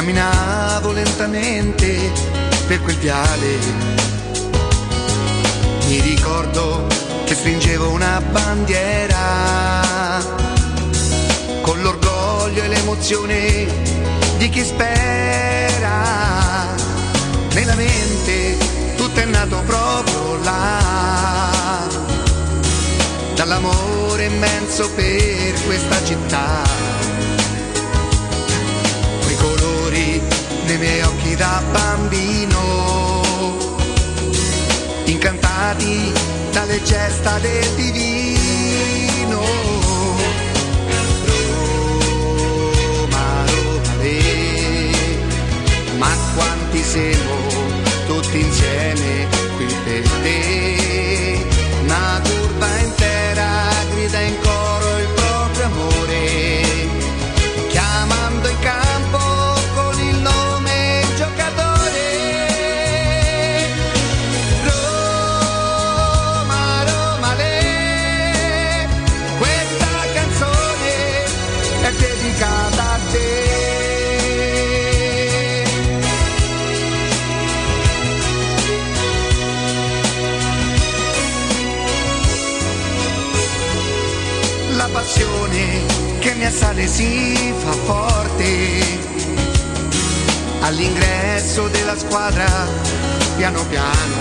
Camminavo lentamente per quel viale, mi ricordo che stringevo una bandiera con l'orgoglio e l'emozione di chi spera. Nella mente tutto è nato proprio là, dall'amore immenso per questa città. Quei colori nei miei occhi da bambino, incantati dalle gesta del divino. Roma, Roma, ma quanti siamo tutti insieme qui per te. Una curva intera grida in coro il proprio amore, chiamando in campo con il nome giocatore. Roma, Roma, questa canzone è dedicata a te. La passione che mi assale si fa forte all'ingresso della squadra, piano piano,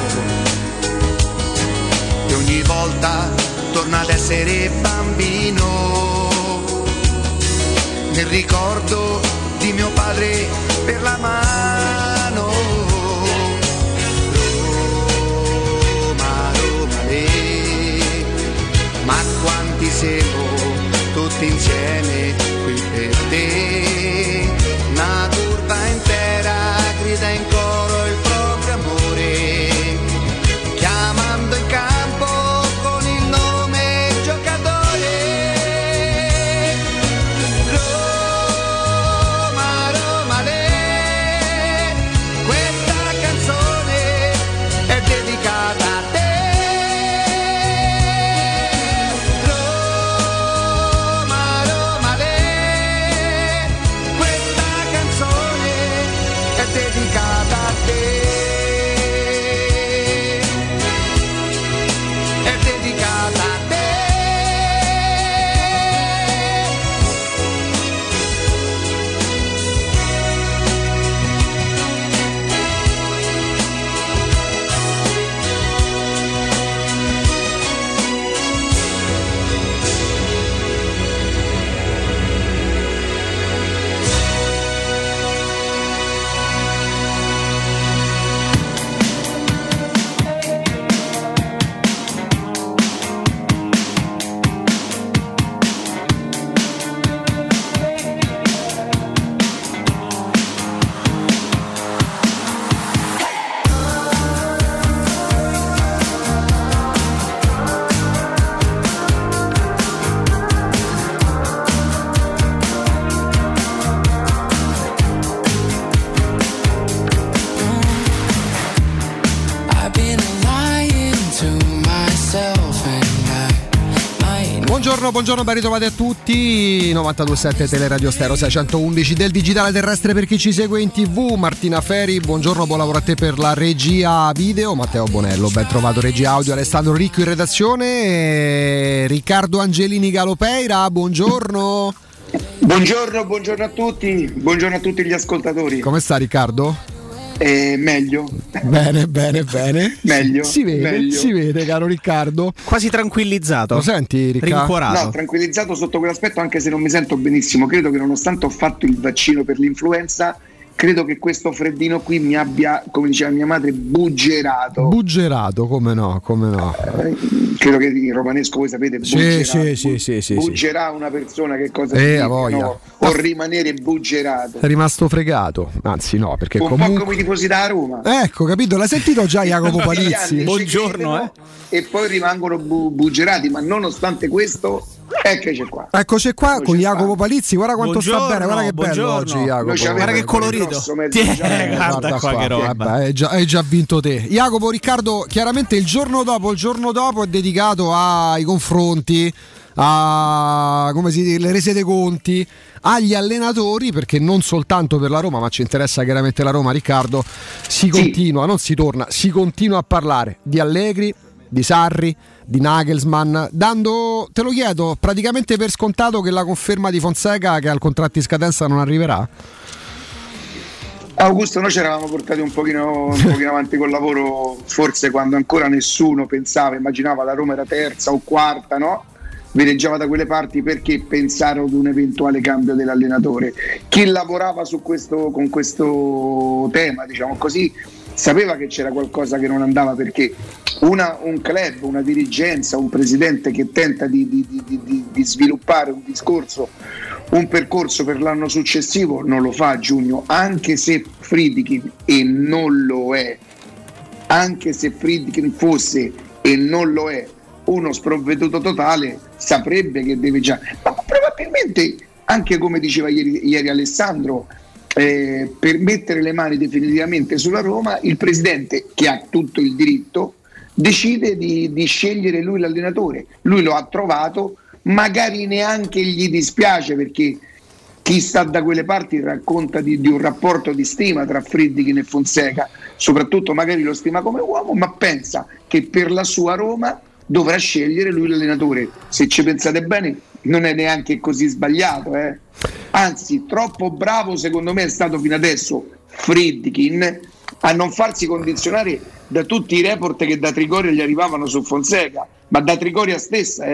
e ogni volta torno ad essere bambino nel ricordo di mio padre per la mano. Roma, Roma, ma quanti siamo tutti insieme qui per te. Una curva intera grida in coro il proprio amore, chiamando in campo con il nome giocatore. Roma, Roma, questa canzone è dedicata a te. Dedicata a te, è dedicata a te. Buongiorno, ben ritrovati a tutti. 92.7 Teleradio Stereo 611 del digitale terrestre per chi ci segue in TV. Martina Feri, buongiorno, buon lavoro a te per la regia video. Matteo Bonello, ben trovato regia audio. Alessandro Ricco in redazione. Riccardo Angelini Galopeira, buongiorno. Buongiorno a tutti. Buongiorno a tutti gli ascoltatori. Come sta Riccardo? Meglio. Bene. Meglio. Si vede, caro Riccardo. Quasi tranquillizzato. Lo senti, Riccardo? Rincuorato. No, tranquillizzato sotto quell'aspetto, anche se non mi sento benissimo. Credo che nonostante ho fatto il vaccino per l'influenza, credo che questo freddino qui mi abbia, come diceva mia madre, buggerato. Buggerato, come no. Credo che in romanesco voi sapete sì. buggerà una persona, che cosa significa, no? O rimanere buggerato. È rimasto fregato, anzi no, perché un comunque... po' come i tifosi da Roma. Ecco, capito, l'hai sentito già Jacopo Palizzi? Buongiorno, e poi rimangono buggerati, ma nonostante questo Eccoci qua con Jacopo Palizzi, guarda quanto sta bene, guarda che bello oggi Jacopo, guarda che colorito, guarda qua che roba. Hai già vinto te Jacopo. Riccardo, chiaramente il giorno dopo è dedicato ai confronti, a come si dice, le rese dei conti, agli allenatori, perché non soltanto per la Roma, ma ci interessa chiaramente la Roma, Riccardo, si continua a parlare di Allegri, di Sarri, di Nagelsmann, dando, te lo chiedo, praticamente per scontato che la conferma di Fonseca che al contratto in scadenza non arriverà? Augusto, noi ci eravamo portati un pochino avanti col lavoro, forse quando ancora nessuno immaginava la Roma era terza o quarta, no? Veleggiava da quelle parti, perché pensare ad un eventuale cambio dell'allenatore. Chi lavorava con questo tema, diciamo così, sapeva che c'era qualcosa che non andava, perché un club, una dirigenza, un presidente che tenta di sviluppare un percorso per l'anno successivo non lo fa a giugno, anche se Friedkin non lo è, anche se Friedkin fosse e non lo è uno sprovveduto totale, saprebbe che deve già, ma probabilmente anche, come diceva ieri Alessandro, per mettere le mani definitivamente sulla Roma, il presidente, che ha tutto il diritto, decide di scegliere lui l'allenatore. Lui lo ha trovato, magari neanche gli dispiace, perché chi sta da quelle parti racconta di un rapporto di stima tra Friedkin e Fonseca, soprattutto magari lo stima come uomo, ma pensa che per la sua Roma dovrà scegliere lui l'allenatore. Se ci pensate bene, non è neanche così sbagliato, anzi troppo bravo secondo me è stato fino adesso Friedkin a non farsi condizionare da tutti i report che da Trigoria gli arrivavano su Fonseca, ma da Trigoria stessa,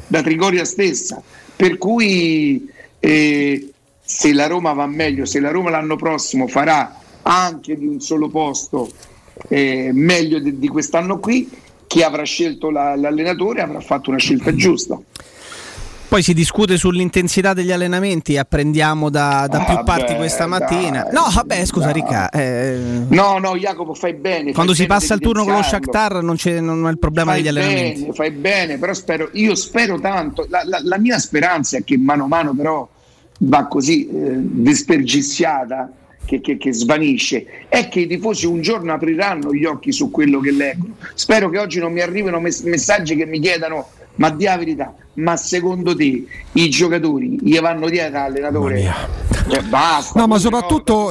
per cui se la Roma va meglio, se la Roma l'anno prossimo farà anche di un solo posto meglio di quest'anno qui, chi avrà scelto l'allenatore avrà fatto una scelta giusta. Poi si discute sull'intensità degli allenamenti, apprendiamo da più parti questa mattina. Scusa Ricca. No, Jacopo, fai bene. Quando si passa il turno con lo Shakhtar non è il problema degli allenamenti. Fai bene, però spero tanto. La mia speranza è che mano a mano però va così dispergiziata, che svanisce, è che i tifosi un giorno apriranno gli occhi su quello che leggono. Spero che oggi non mi arrivino messaggi che mi chiedano: ma di la verità, ma secondo te i giocatori gli vanno dietro all'allenatore? Basta. No, ma soprattutto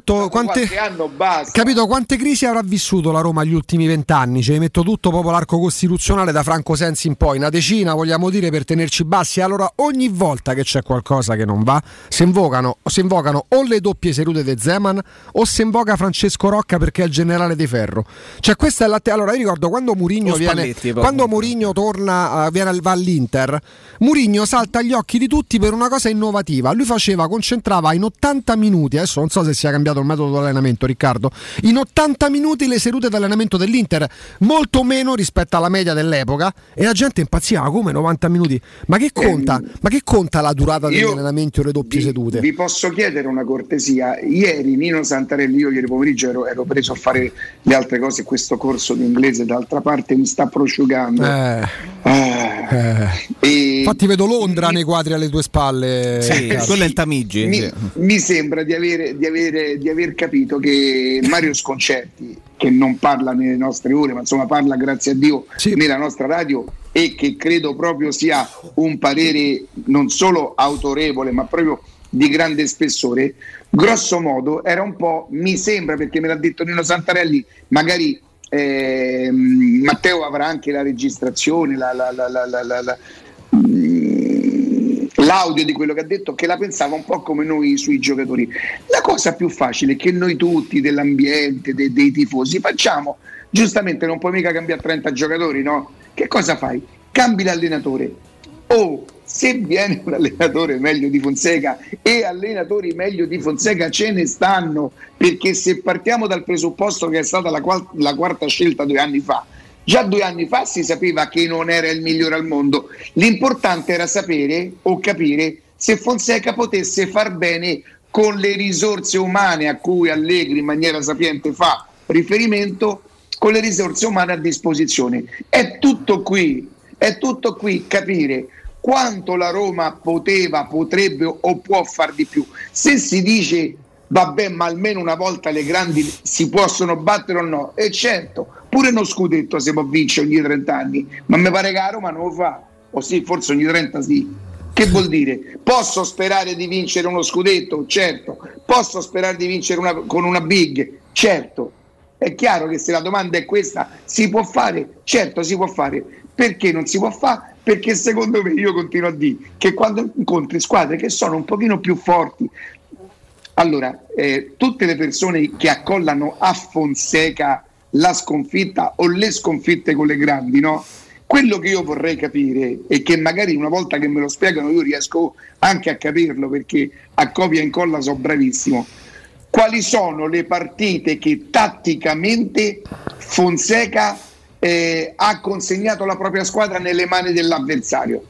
capito quante crisi avrà vissuto la Roma gli ultimi 20 anni? Cioè, metto tutto proprio l'arco costituzionale da Franco Sensi in poi, una decina vogliamo dire, per tenerci bassi. Allora ogni volta che c'è qualcosa che non va, si invocano o le doppie sedute di Zeman o si invoca Francesco Rocca perché è il generale di ferro. Cioè questa è allora io ricordo quando Mourinho torna, va all'Inter, Mourinho salta agli occhi di tutti per una cosa innovativa. Lui concentrava in 80 minuti, adesso non so se sia cambiato il metodo di allenamento, Riccardo, in 80 minuti le sedute di allenamento dell'Inter, molto meno rispetto alla media dell'epoca, e la gente impazziva. Come 90 minuti? Ma che conta la durata degli allenamenti o le doppie sedute? Vi posso chiedere una cortesia? Ieri Nino Santarelli, io ieri pomeriggio ero preso a fare le altre cose, questo corso di inglese d'altra parte mi sta prosciugando. Infatti vedo Londra nei quadri alle tue spalle. Quello è il Tamigi. Mi sembra di aver capito che Mario Sconcerti, che non parla nelle nostre ore, ma insomma parla, grazie a Dio, nella nostra radio, e che credo proprio sia un parere non solo autorevole ma proprio di grande spessore, grosso modo era un po', mi sembra, perché me l'ha detto Nino Santarelli, magari Matteo avrà anche la registrazione, l'audio di quello che ha detto, che la pensava un po' come noi sui giocatori. La cosa più facile che noi tutti dell'ambiente, dei tifosi facciamo, giustamente non puoi mica cambiare 30 giocatori, no? Che cosa fai? Cambi l'allenatore. Se viene un allenatore meglio di Fonseca, e allenatori meglio di Fonseca ce ne stanno, perché se partiamo dal presupposto che è stata la quarta scelta 2 anni fa, già 2 anni fa si sapeva che non era il migliore al mondo. L'importante era sapere o capire se Fonseca potesse far bene con le risorse umane a cui Allegri in maniera sapiente fa riferimento, con le risorse umane a disposizione. È tutto qui capire quanto la Roma potrebbe o può far di più. Se si dice vabbè, ma almeno una volta le grandi si possono battere o no, e certo, pure uno scudetto si può vincere ogni 30 anni, ma mi pare che la Roma non lo fa, o sì, forse ogni 30 sì, Che vuol dire? Posso sperare di vincere uno scudetto? Certo. Posso sperare di vincere con una big? Certo. È chiaro che se la domanda è questa, si può fare? Certo, si può fare. Perché non si può fare? Perché secondo me, io continuo a dire che quando incontri squadre che sono un pochino più forti, allora tutte le persone che accollano a Fonseca la sconfitta o le sconfitte con le grandi, no? Quello che io vorrei capire e che magari una volta che me lo spiegano io riesco anche a capirlo, perché a copia e incolla sono bravissimo, quali sono le partite che tatticamente Fonseca ha consegnato la propria squadra nelle mani dell'avversario?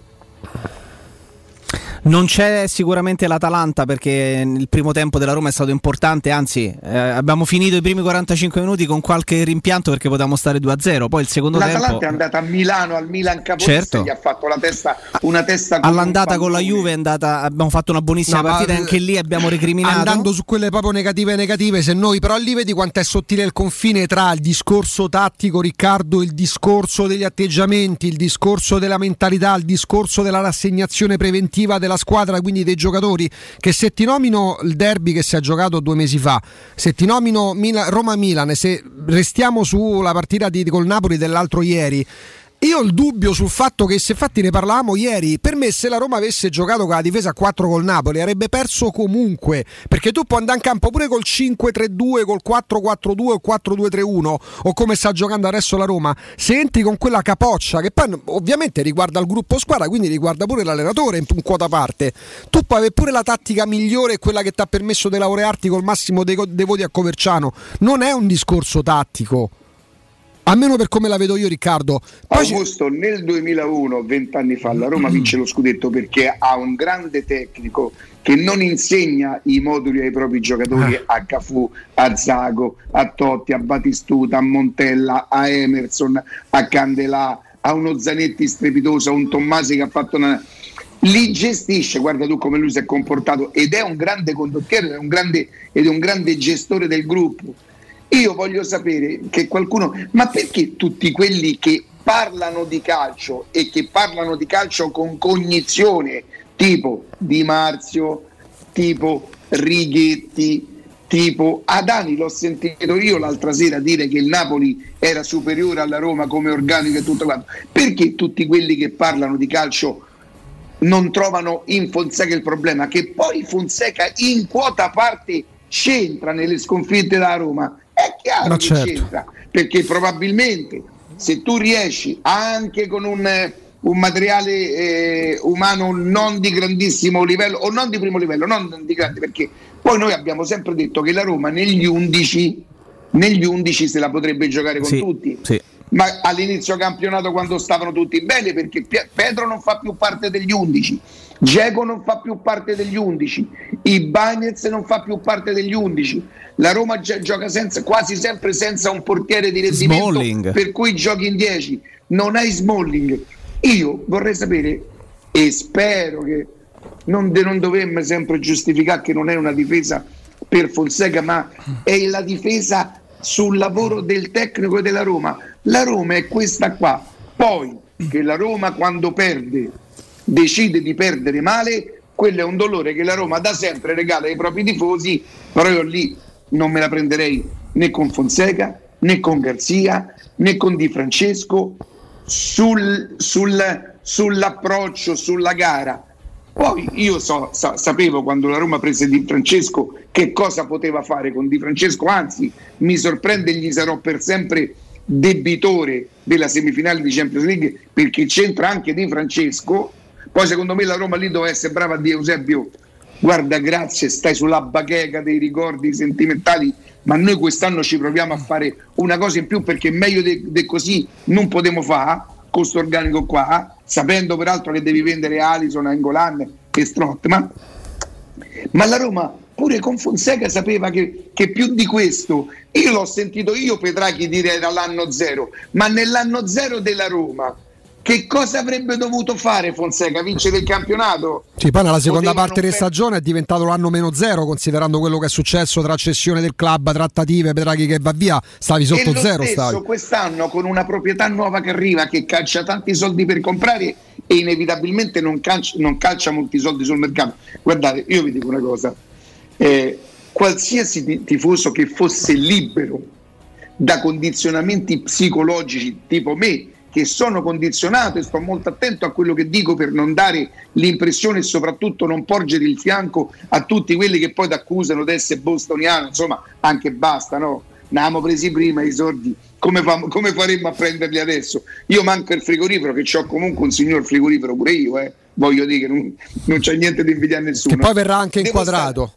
Non c'è sicuramente l'Atalanta, perché il primo tempo della Roma è stato importante, anzi abbiamo finito i primi 45 minuti con qualche rimpianto perché potevamo stare 2-0, poi il secondo L'Atalanta tempo... è andata a Milano, al Milan Capolista, certo. gli ha fatto una testa all'andata con la Juve abbiamo fatto una buonissima partita, anche lì abbiamo recriminato. Andando su quelle proprio negative, se noi però lì vedi quanto è sottile il confine tra il discorso tattico, Riccardo, il discorso degli atteggiamenti, il discorso della mentalità, il discorso della rassegnazione preventiva della squadra, quindi dei giocatori, che se ti nomino il derby che si è giocato 2 mesi fa, se ti nomino Roma-Milan, se restiamo sulla partita col Napoli dell'altro ieri, io ho il dubbio sul fatto che, se infatti ne parlavamo ieri, per me se la Roma avesse giocato con la difesa a 4 col Napoli avrebbe perso comunque, perché tu puoi andare in campo pure col 5-3-2, col 4-4-2 o 4-2-3-1 o come sta giocando adesso la Roma, se entri con quella capoccia che poi ovviamente riguarda il gruppo squadra, quindi riguarda pure l'allenatore in quota parte, tu puoi avere pure la tattica migliore e quella che ti ha permesso di laurearti col massimo dei voti a Coverciano, non è un discorso tattico, almeno per come la vedo io, Riccardo. Poi Augusto, nel 2001, 20 anni fa, la Roma vince lo scudetto perché ha un grande tecnico che non insegna i moduli ai propri giocatori, a Cafù, a Zago, a Totti, a Batistuta, a Montella, a Emerson, a Candelà, a uno Zanetti strepitoso, a un Tommasi che ha fatto li gestisce, guarda tu come lui si è comportato, ed è un grande condottiero, ed è un grande gestore del gruppo. Io voglio sapere che qualcuno, ma perché tutti quelli che parlano di calcio e che parlano di calcio con cognizione, tipo Di Marzio, tipo Righetti, tipo Adani, l'ho sentito io l'altra sera dire che il Napoli era superiore alla Roma come organico e tutto quanto, perché tutti quelli che parlano di calcio non trovano in Fonseca il problema? Che poi Fonseca in quota parte c'entra nelle sconfitte della Roma. È chiaro che c'entra, perché probabilmente se tu riesci anche con un materiale umano non di grandissimo livello o non di primo livello, non di grande, perché poi noi abbiamo sempre detto che la Roma negli 11 se la potrebbe giocare con tutti, ma all'inizio campionato quando stavano tutti bene, perché Pedro non fa più parte degli 11, Dzeko non fa più parte degli 11, Ibañez non fa più parte degli 11, la Roma gioca quasi sempre senza un portiere di rendimento, Smalling, per cui giochi in 10, non hai Smalling. Io vorrei sapere, e spero che non dovremmo sempre giustificare che non è una difesa per Fonseca, ma è la difesa sul lavoro del tecnico della Roma. La Roma è questa qua. Poi che la Roma quando perde decide di perdere male, quello è un dolore che la Roma da sempre regala ai propri tifosi, però io lì non me la prenderei né con Fonseca né con Garzia né con Di Francesco sull'approccio, sulla gara. Poi io sapevo quando la Roma prese Di Francesco che cosa poteva fare con Di Francesco, anzi mi sorprende, gli sarò per sempre debitore della semifinale di Champions League, perché c'entra anche Di Francesco. Poi secondo me la Roma lì doveva essere brava a dire: Eusebio, guarda, grazie, stai sulla bacheca dei ricordi sentimentali, ma noi quest'anno ci proviamo a fare una cosa in più, perché meglio di così non potremo fare con questo organico qua, sapendo peraltro che devi vendere Alisson, Angolan e Strootman. Ma la Roma pure con Fonseca sapeva che più di questo, io l'ho sentito io Petraghi dire era l'anno zero, ma nell'anno zero della Roma Che cosa avrebbe dovuto fare Fonseca? Vincere il campionato? Sì, poi nella seconda Potevano parte di stagione è diventato l'anno -0, considerando quello che è successo tra cessione del club, trattative, Pedraghi che va via, stavi sotto e lo zero. stesso quest'anno con una proprietà nuova che arriva, che calcia tanti soldi per comprare e inevitabilmente non calcia molti soldi sul mercato. Guardate, io vi dico una cosa, qualsiasi tifoso che fosse libero da condizionamenti psicologici tipo me, che sono condizionato e sto molto attento a quello che dico per non dare l'impressione e soprattutto non porgere il fianco a tutti quelli che poi ti accusano di essere bostoniano, insomma anche basta, no? Ne abbiamo presi prima i soldi, come faremmo a prenderli adesso? Io manco il frigorifero, che ho comunque un signor frigorifero pure io, voglio dire che non c'è niente di invidiare a nessuno. Che poi verrà anche inquadrato.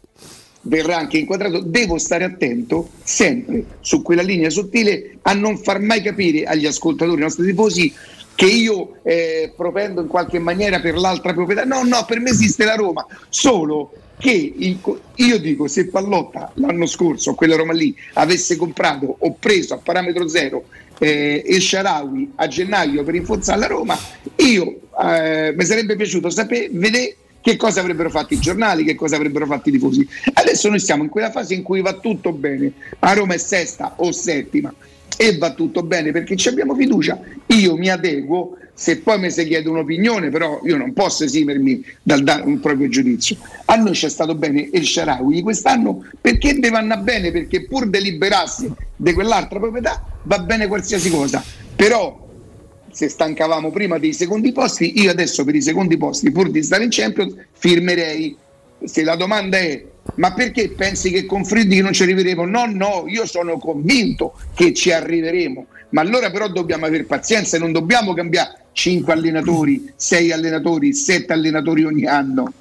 Devo stare attento sempre su quella linea sottile a non far mai capire agli ascoltatori, ai nostri tifosi, che io propendo in qualche maniera per l'altra proprietà. No, per me esiste la Roma, solo che io dico, se Pallotta l'anno scorso quella Roma lì avesse comprato o preso a parametro zero El Shaarawy a gennaio per rinforzare la Roma, io mi sarebbe piaciuto vedere che cosa avrebbero fatto i giornali, che cosa avrebbero fatto i tifosi. Adesso noi siamo in quella fase in cui va tutto bene, a Roma è sesta o settima e va tutto bene perché ci abbiamo fiducia, io mi adeguo, se poi mi si chiede un'opinione, però io non posso esimermi dal dare un proprio giudizio. A noi c'è stato bene El Shaarawy quest'anno perché deve andare bene, perché pur deliberarsi di quell'altra proprietà va bene qualsiasi cosa, però se stancavamo prima dei secondi posti, io adesso per i secondi posti, pur di stare in Champions, firmerei. Se la domanda è ma perché pensi che con Friedrich non ci arriveremo? No, io sono convinto che ci arriveremo, ma allora però dobbiamo avere pazienza e non dobbiamo cambiare 5 allenatori, 6 allenatori, 7 allenatori ogni anno.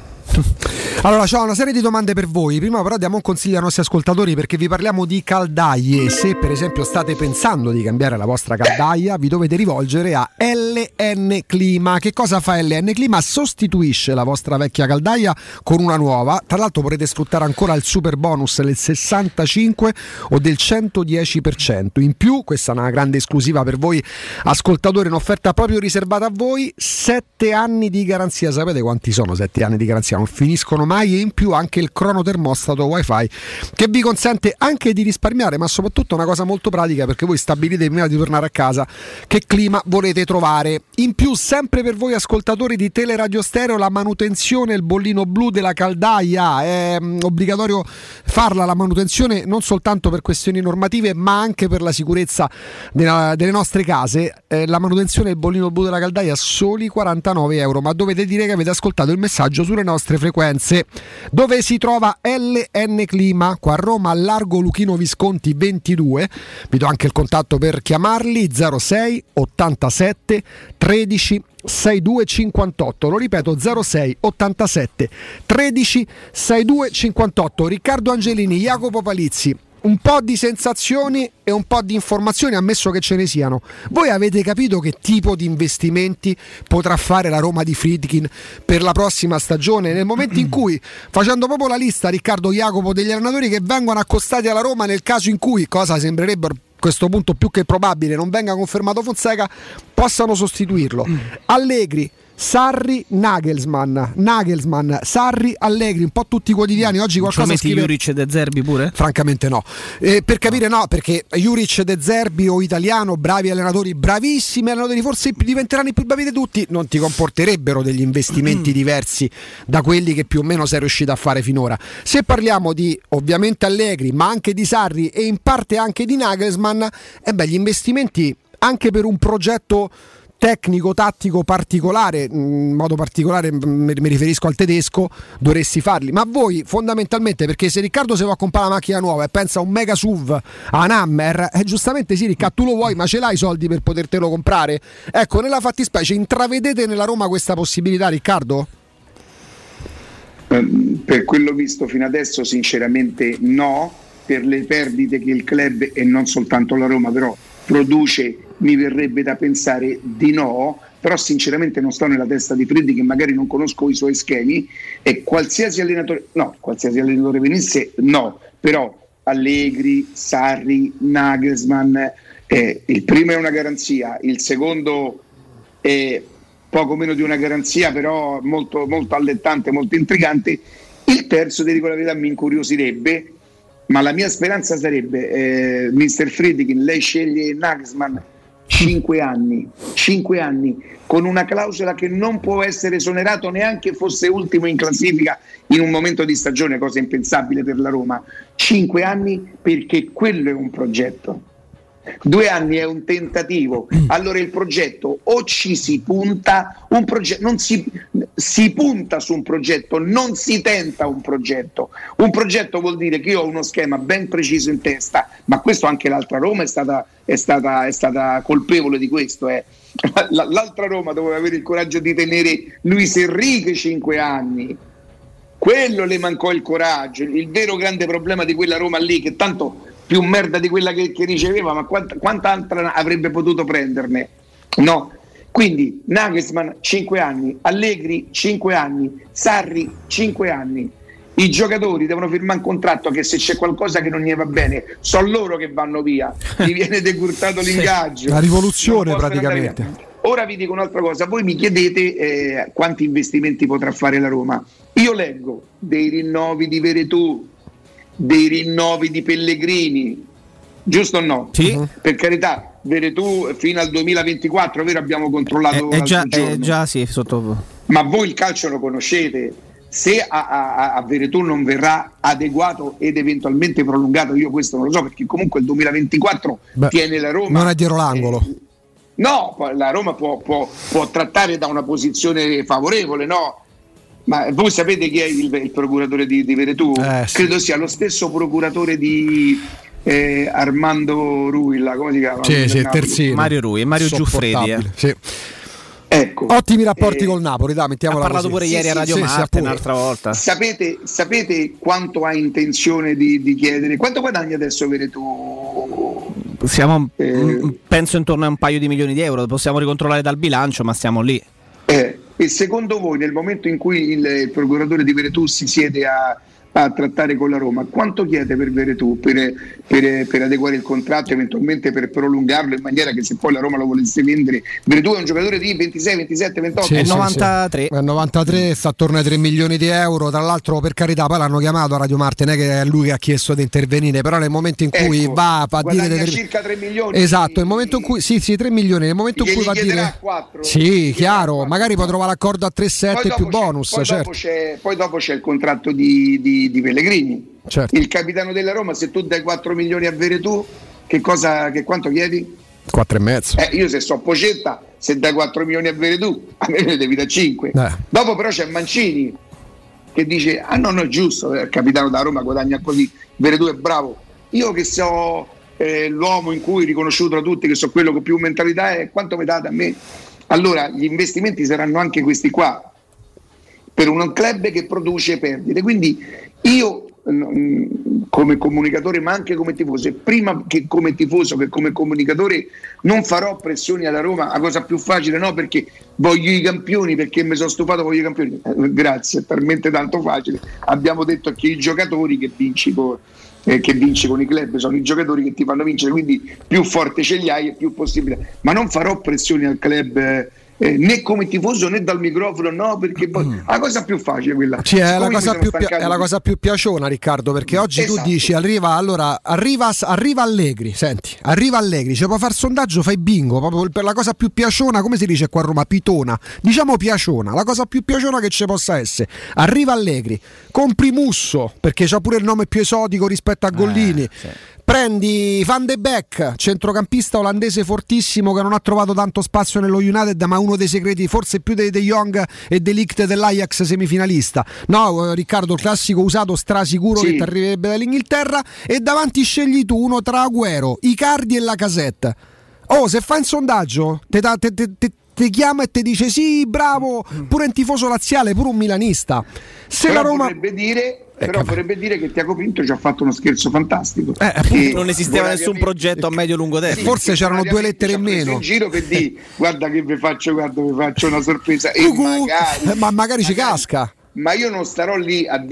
Allora, c'ho una serie di domande per voi. Prima però diamo un consiglio ai nostri ascoltatori, perché vi parliamo di caldaie. Se per esempio state pensando di cambiare la vostra caldaia, vi dovete rivolgere a LN Clima. Che cosa fa LN Clima? Sostituisce la vostra vecchia caldaia con una nuova. Tra l'altro potrete sfruttare ancora il super bonus del 65 o del 110%. In più, questa è una grande esclusiva per voi ascoltatori, un'offerta proprio riservata a voi, 7 anni di garanzia. Sapete quanti sono 7 anni di garanzia? Non finiscono mai, e in più anche il cronotermostato wifi che vi consente anche di risparmiare, ma soprattutto una cosa molto pratica, perché voi stabilite prima di tornare a casa che clima volete trovare. In più, sempre per voi ascoltatori di Teleradio Stereo, la manutenzione, il bollino blu della caldaia, è obbligatorio farla la manutenzione, non soltanto per questioni normative ma anche per la sicurezza delle nostre case. La manutenzione del bollino blu della caldaia soli €49, ma dovete dire che avete ascoltato il messaggio sulle nostre frequenze. Dove si trova LN Clima? Qua a Roma, a Largo Luchino Visconti 22. Vi do anche il contatto per chiamarli: 06 87 13 6258. Lo ripeto, 06 87 13 6258. Riccardo Angelini, Jacopo Palizzi. Un po' di sensazioni e un po' di informazioni, ammesso che ce ne siano. Voi avete capito che tipo di investimenti potrà fare la Roma di Friedkin per la prossima stagione? Nel momento in cui, facendo proprio la lista, Riccardo, Jacopo, degli allenatori che vengono accostati alla Roma nel caso in cui, cosa sembrerebbe a questo punto più che probabile, non venga confermato Fonseca, possano sostituirlo. Allegri, Sarri, Nagelsmann, Sarri, Allegri, un po' tutti i quotidiani. Oggi qualcosa metti scrive Juric e De Zerbi pure? Francamente no. Per capire no, perché Juric, De Zerbi o Italiano, bravi allenatori, bravissimi allenatori, forse diventeranno i più bravi di tutti, non ti comporterebbero degli investimenti diversi da quelli che più o meno sei riuscito a fare finora. Se parliamo di ovviamente Allegri, ma anche di Sarri e in parte anche di Nagelsmann, gli investimenti anche per un progetto tecnico, tattico particolare, in modo particolare mi riferisco al tedesco, dovresti farli. Ma voi fondamentalmente, perché se Riccardo si va a comprare la macchina nuova e pensa a un mega SUV, a un Hammer, giustamente sì Riccardo, tu lo vuoi, ma ce l'hai i soldi per potertelo comprare? Ecco, nella fattispecie intravedete nella Roma questa possibilità, Riccardo? Per quello visto fino adesso sinceramente no, per le perdite che il club e non soltanto la Roma però produce, mi verrebbe da pensare di no, però sinceramente non sto nella testa di Freddi, che magari non conosco i suoi schemi, e qualsiasi allenatore venisse no, però Allegri, Sarri, Nagelsmann, il primo è una garanzia, il secondo poco meno di una garanzia, però molto, molto allettante, molto intrigante. Il terzo, ti dico la verità, mi incuriosirebbe, ma la mia speranza sarebbe Mr. Friedkin, lei sceglie Nagelsmann 5 anni, con una clausola che non può essere esonerato neanche fosse ultimo in classifica in un momento di stagione, cosa impensabile per la Roma. 5 anni, perché quello è un progetto. 2 anni è un tentativo. Allora il progetto, o ci si punta, non si punta su un progetto, non si tenta un progetto. Un progetto vuol dire che io ho uno schema ben preciso in testa, ma questo anche l'altra Roma è stata colpevole di questo. L'altra Roma doveva avere il coraggio di tenere Luis Enrique 5 anni. Quello le mancò il coraggio. Il vero grande problema di quella Roma lì, che tanto più merda di quella che riceveva, ma quanta altra avrebbe potuto prenderne? No. Quindi Nagelsmann 5 anni, Allegri 5 anni, Sarri 5 anni. I giocatori devono firmare un contratto che se c'è qualcosa che non gli va bene, sono loro che vanno via, gli viene decurtato l'ingaggio. La rivoluzione praticamente. Ora vi dico un'altra cosa, voi mi chiedete quanti investimenti potrà fare la Roma. Io leggo dei rinnovi di Veretù, dei rinnovi di Pellegrini, giusto o no? Sì. Per carità, Veretù fino al 2024, vero? Abbiamo controllato già sì, sotto. Ma voi il calcio lo conoscete. Se a Veretù non verrà adeguato ed eventualmente prolungato, io questo non lo so, perché comunque il 2024 tiene la Roma. Non è dietro l'angolo. No, la Roma può trattare da una posizione favorevole, no? Ma voi sapete chi è il procuratore di Veretù? Sì. Credo sia lo stesso procuratore di Armando Ruilla, come si chiama? Sì, terzino. Mario Rui e Mario Giuffredi. Sì. Ecco, ottimi rapporti col Napoli, dai, mettiamola ha parlato così. Pure ieri a Radio Marte un'altra volta. Sapete quanto ha intenzione di chiedere? Quanto guadagna adesso Veretù? Siamo penso intorno a un paio di milioni di euro, possiamo ricontrollare dal bilancio, ma stiamo lì. E secondo voi, nel momento in cui il procuratore di Veretù si siede a trattare con la Roma, quanto chiede per Veretù per adeguare il contratto, eventualmente per prolungarlo, in maniera che se poi la Roma lo volesse vendere? Veretù è un giocatore di 26, 27, 28, è 93. È 93, sta attorno ai 3 milioni di euro. Tra l'altro, per carità, poi l'hanno chiamato a Radio Marte, non è che è lui che ha chiesto di intervenire, però nel momento in cui va a dire circa 3 milioni. Esatto, nel momento in cui 3 milioni, nel momento in cui va a dire 4, sì, chiaro, magari può trovare l'accordo a 3-7 più bonus. Poi dopo c'è il contratto di Pellegrini, certo. Il capitano della Roma. Se tu dai 4 milioni a Veretù, quanto chiedi? 4,5. Io se so Pocetta, se dai 4 milioni a Veretù, a me ne devi da 5. Dopo però c'è Mancini che dice no, è giusto, il capitano della Roma guadagna così, Veretù è bravo. Io che so l'uomo in cui riconosciuto da tutti, che so quello con più mentalità, quanto mi date a me? Allora gli investimenti saranno anche questi qua, per un club che produce perdite. Quindi io come comunicatore, ma anche come tifoso, e prima che come tifoso che come comunicatore, non farò pressioni alla Roma. La cosa più facile, no, perché voglio i campioni, perché mi sono stufato, voglio i campioni. Grazie, è talmente tanto facile. Abbiamo detto che i giocatori che vinci con i club sono i giocatori che ti fanno vincere, quindi più forte ce li hai e più possibile. Ma non farò pressioni al club, né come tifoso né dal microfono, no, perché poi la cosa più facile quella. Sì, è la cosa più piaciona, Riccardo, perché oggi tu dici arriva Allegri, senti, arriva Allegri, cioè può far sondaggio, fai bingo, proprio per la cosa più piaciona, come si dice qua a Roma, pitona, diciamo piaciona, la cosa più piaciona che ci possa essere. Arriva Allegri, compri Musso, perché c'ha pure il nome più esotico rispetto a Gollini. Sì. Prendi Van de Beek, centrocampista olandese fortissimo che non ha trovato tanto spazio nello United, ma uno dei segreti forse più dei De Jong e De Ligt dell'Ajax semifinalista. No, Riccardo, il classico usato strasicuro che ti arriverebbe dall'Inghilterra, e davanti scegli tu uno tra Agüero, Icardi e Lacazette. Se fa un sondaggio ti chiama e ti dice sì, bravo, pure un tifoso laziale, pure un milanista. Se però la Roma vorrebbe dire che Tiago Pinto ci ha fatto uno scherzo fantastico. Non esisteva nessun progetto a medio-lungo termine. Forse c'erano 2 lettere in meno. In giro per dire guarda che vi faccio una sorpresa. Ma magari ci casca. ma io non starò lì a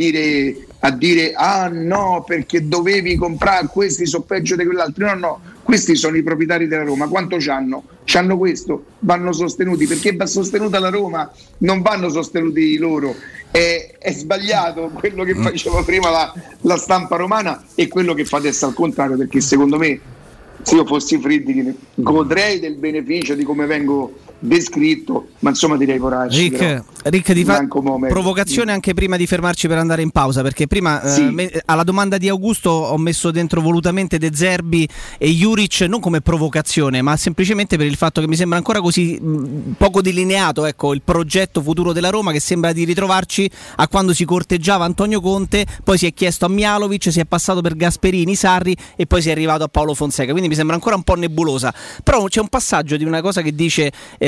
dire ah no, perché dovevi comprare, questi sono peggio di quell'altro. No, questi sono i proprietari della Roma. Quanto c'hanno? C'hanno questo, vanno sostenuti. Perché va sostenuta la Roma? Non vanno sostenuti loro. È sbagliato quello che faceva prima la stampa romana e quello che fa adesso al contrario, perché secondo me, se io fossi Friedkin, godrei del beneficio di come vengo descritto, ma insomma direi coraggio. Rick ti fa provocazione anche prima di fermarci per andare in pausa, perché prima alla domanda di Augusto ho messo dentro volutamente De Zerbi e Juric, non come provocazione, ma semplicemente per il fatto che mi sembra ancora così poco delineato, ecco, il progetto futuro della Roma, che sembra di ritrovarci a quando si corteggiava Antonio Conte, poi si è chiesto a Mialovic, si è passato per Gasperini, Sarri e poi si è arrivato a Paolo Fonseca, quindi mi sembra ancora un po' nebulosa. Però c'è un passaggio di una cosa che dice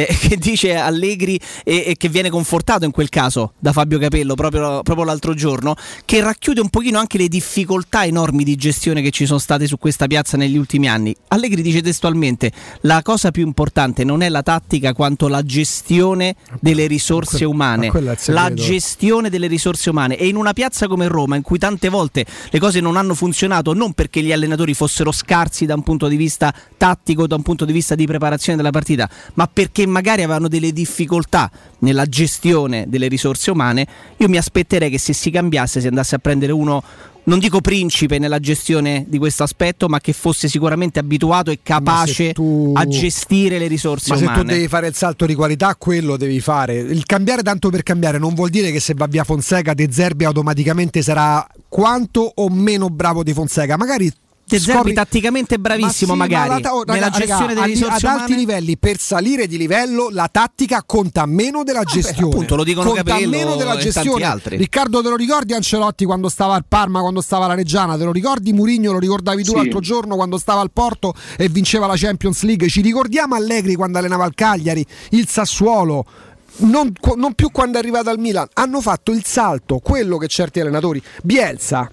Allegri e che viene confortato in quel caso da Fabio Capello proprio l'altro giorno, che racchiude un pochino anche le difficoltà enormi di gestione che ci sono state su questa piazza negli ultimi anni. Allegri dice testualmente: la cosa più importante non è la tattica quanto la gestione delle risorse umane, la gestione delle risorse umane. E in una piazza come Roma, in cui tante volte le cose non hanno funzionato, non perché gli allenatori fossero scarsi da un punto di vista tattico, da un punto di vista di preparazione della partita, ma perché magari avevano delle difficoltà nella gestione delle risorse umane, io mi aspetterei che se si cambiasse, si andasse a prendere uno, non dico principe nella gestione di questo aspetto, ma che fosse sicuramente abituato e capace a gestire le risorse umane. Ma se tu devi fare il salto di qualità, quello devi fare. Il cambiare tanto per cambiare non vuol dire che se va via Fonseca De Zerbi automaticamente sarà quanto o meno bravo di Fonseca. Magari De Zerbi tatticamente bravissimo, magari nella gestione delle risorse umane. Ad alti livelli, per salire di livello, la tattica conta meno della gestione. Appunto, lo dicono Capello meno della gestione. Altri. Riccardo, te lo ricordi Ancelotti quando stava al Parma, quando stava alla Reggiana? Te lo ricordi Mourinho? Lo ricordavi tu l'altro giorno quando stava al Porto e vinceva la Champions League? Ci ricordiamo Allegri quando allenava il Cagliari, il Sassuolo? Non più quando è arrivato al Milan. Hanno fatto il salto, quello che certi allenatori, Bielsa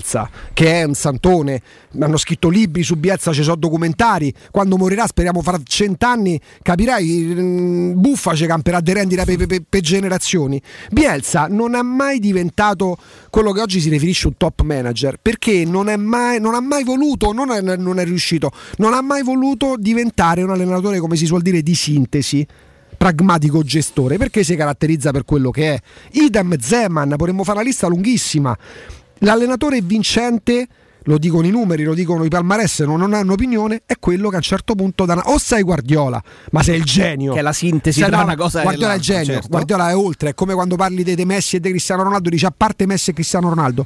che è un santone, hanno scritto libri su Bielsa, ci sono documentari. Quando morirà, speriamo fra 100 anni, capirai, buffa ci camperà de rendita per generazioni. Bielsa non è mai diventato quello che oggi si riferisce un top manager, perché non ha mai voluto, non è riuscito, non ha mai voluto diventare un allenatore, come si suol dire, di sintesi, pragmatico gestore, perché si caratterizza per quello che è. Idem Zeman, potremmo fare una lista lunghissima. L'allenatore vincente, lo dicono i numeri, lo dicono i palmarès, non hanno opinione, è quello che a un certo punto o sei Guardiola, ma sei il genio, che è la sintesi tra una cosa Guardiola è il genio, certo. Guardiola è oltre, è come quando parli di Messi e di Cristiano Ronaldo, dici a parte Messi e Cristiano Ronaldo.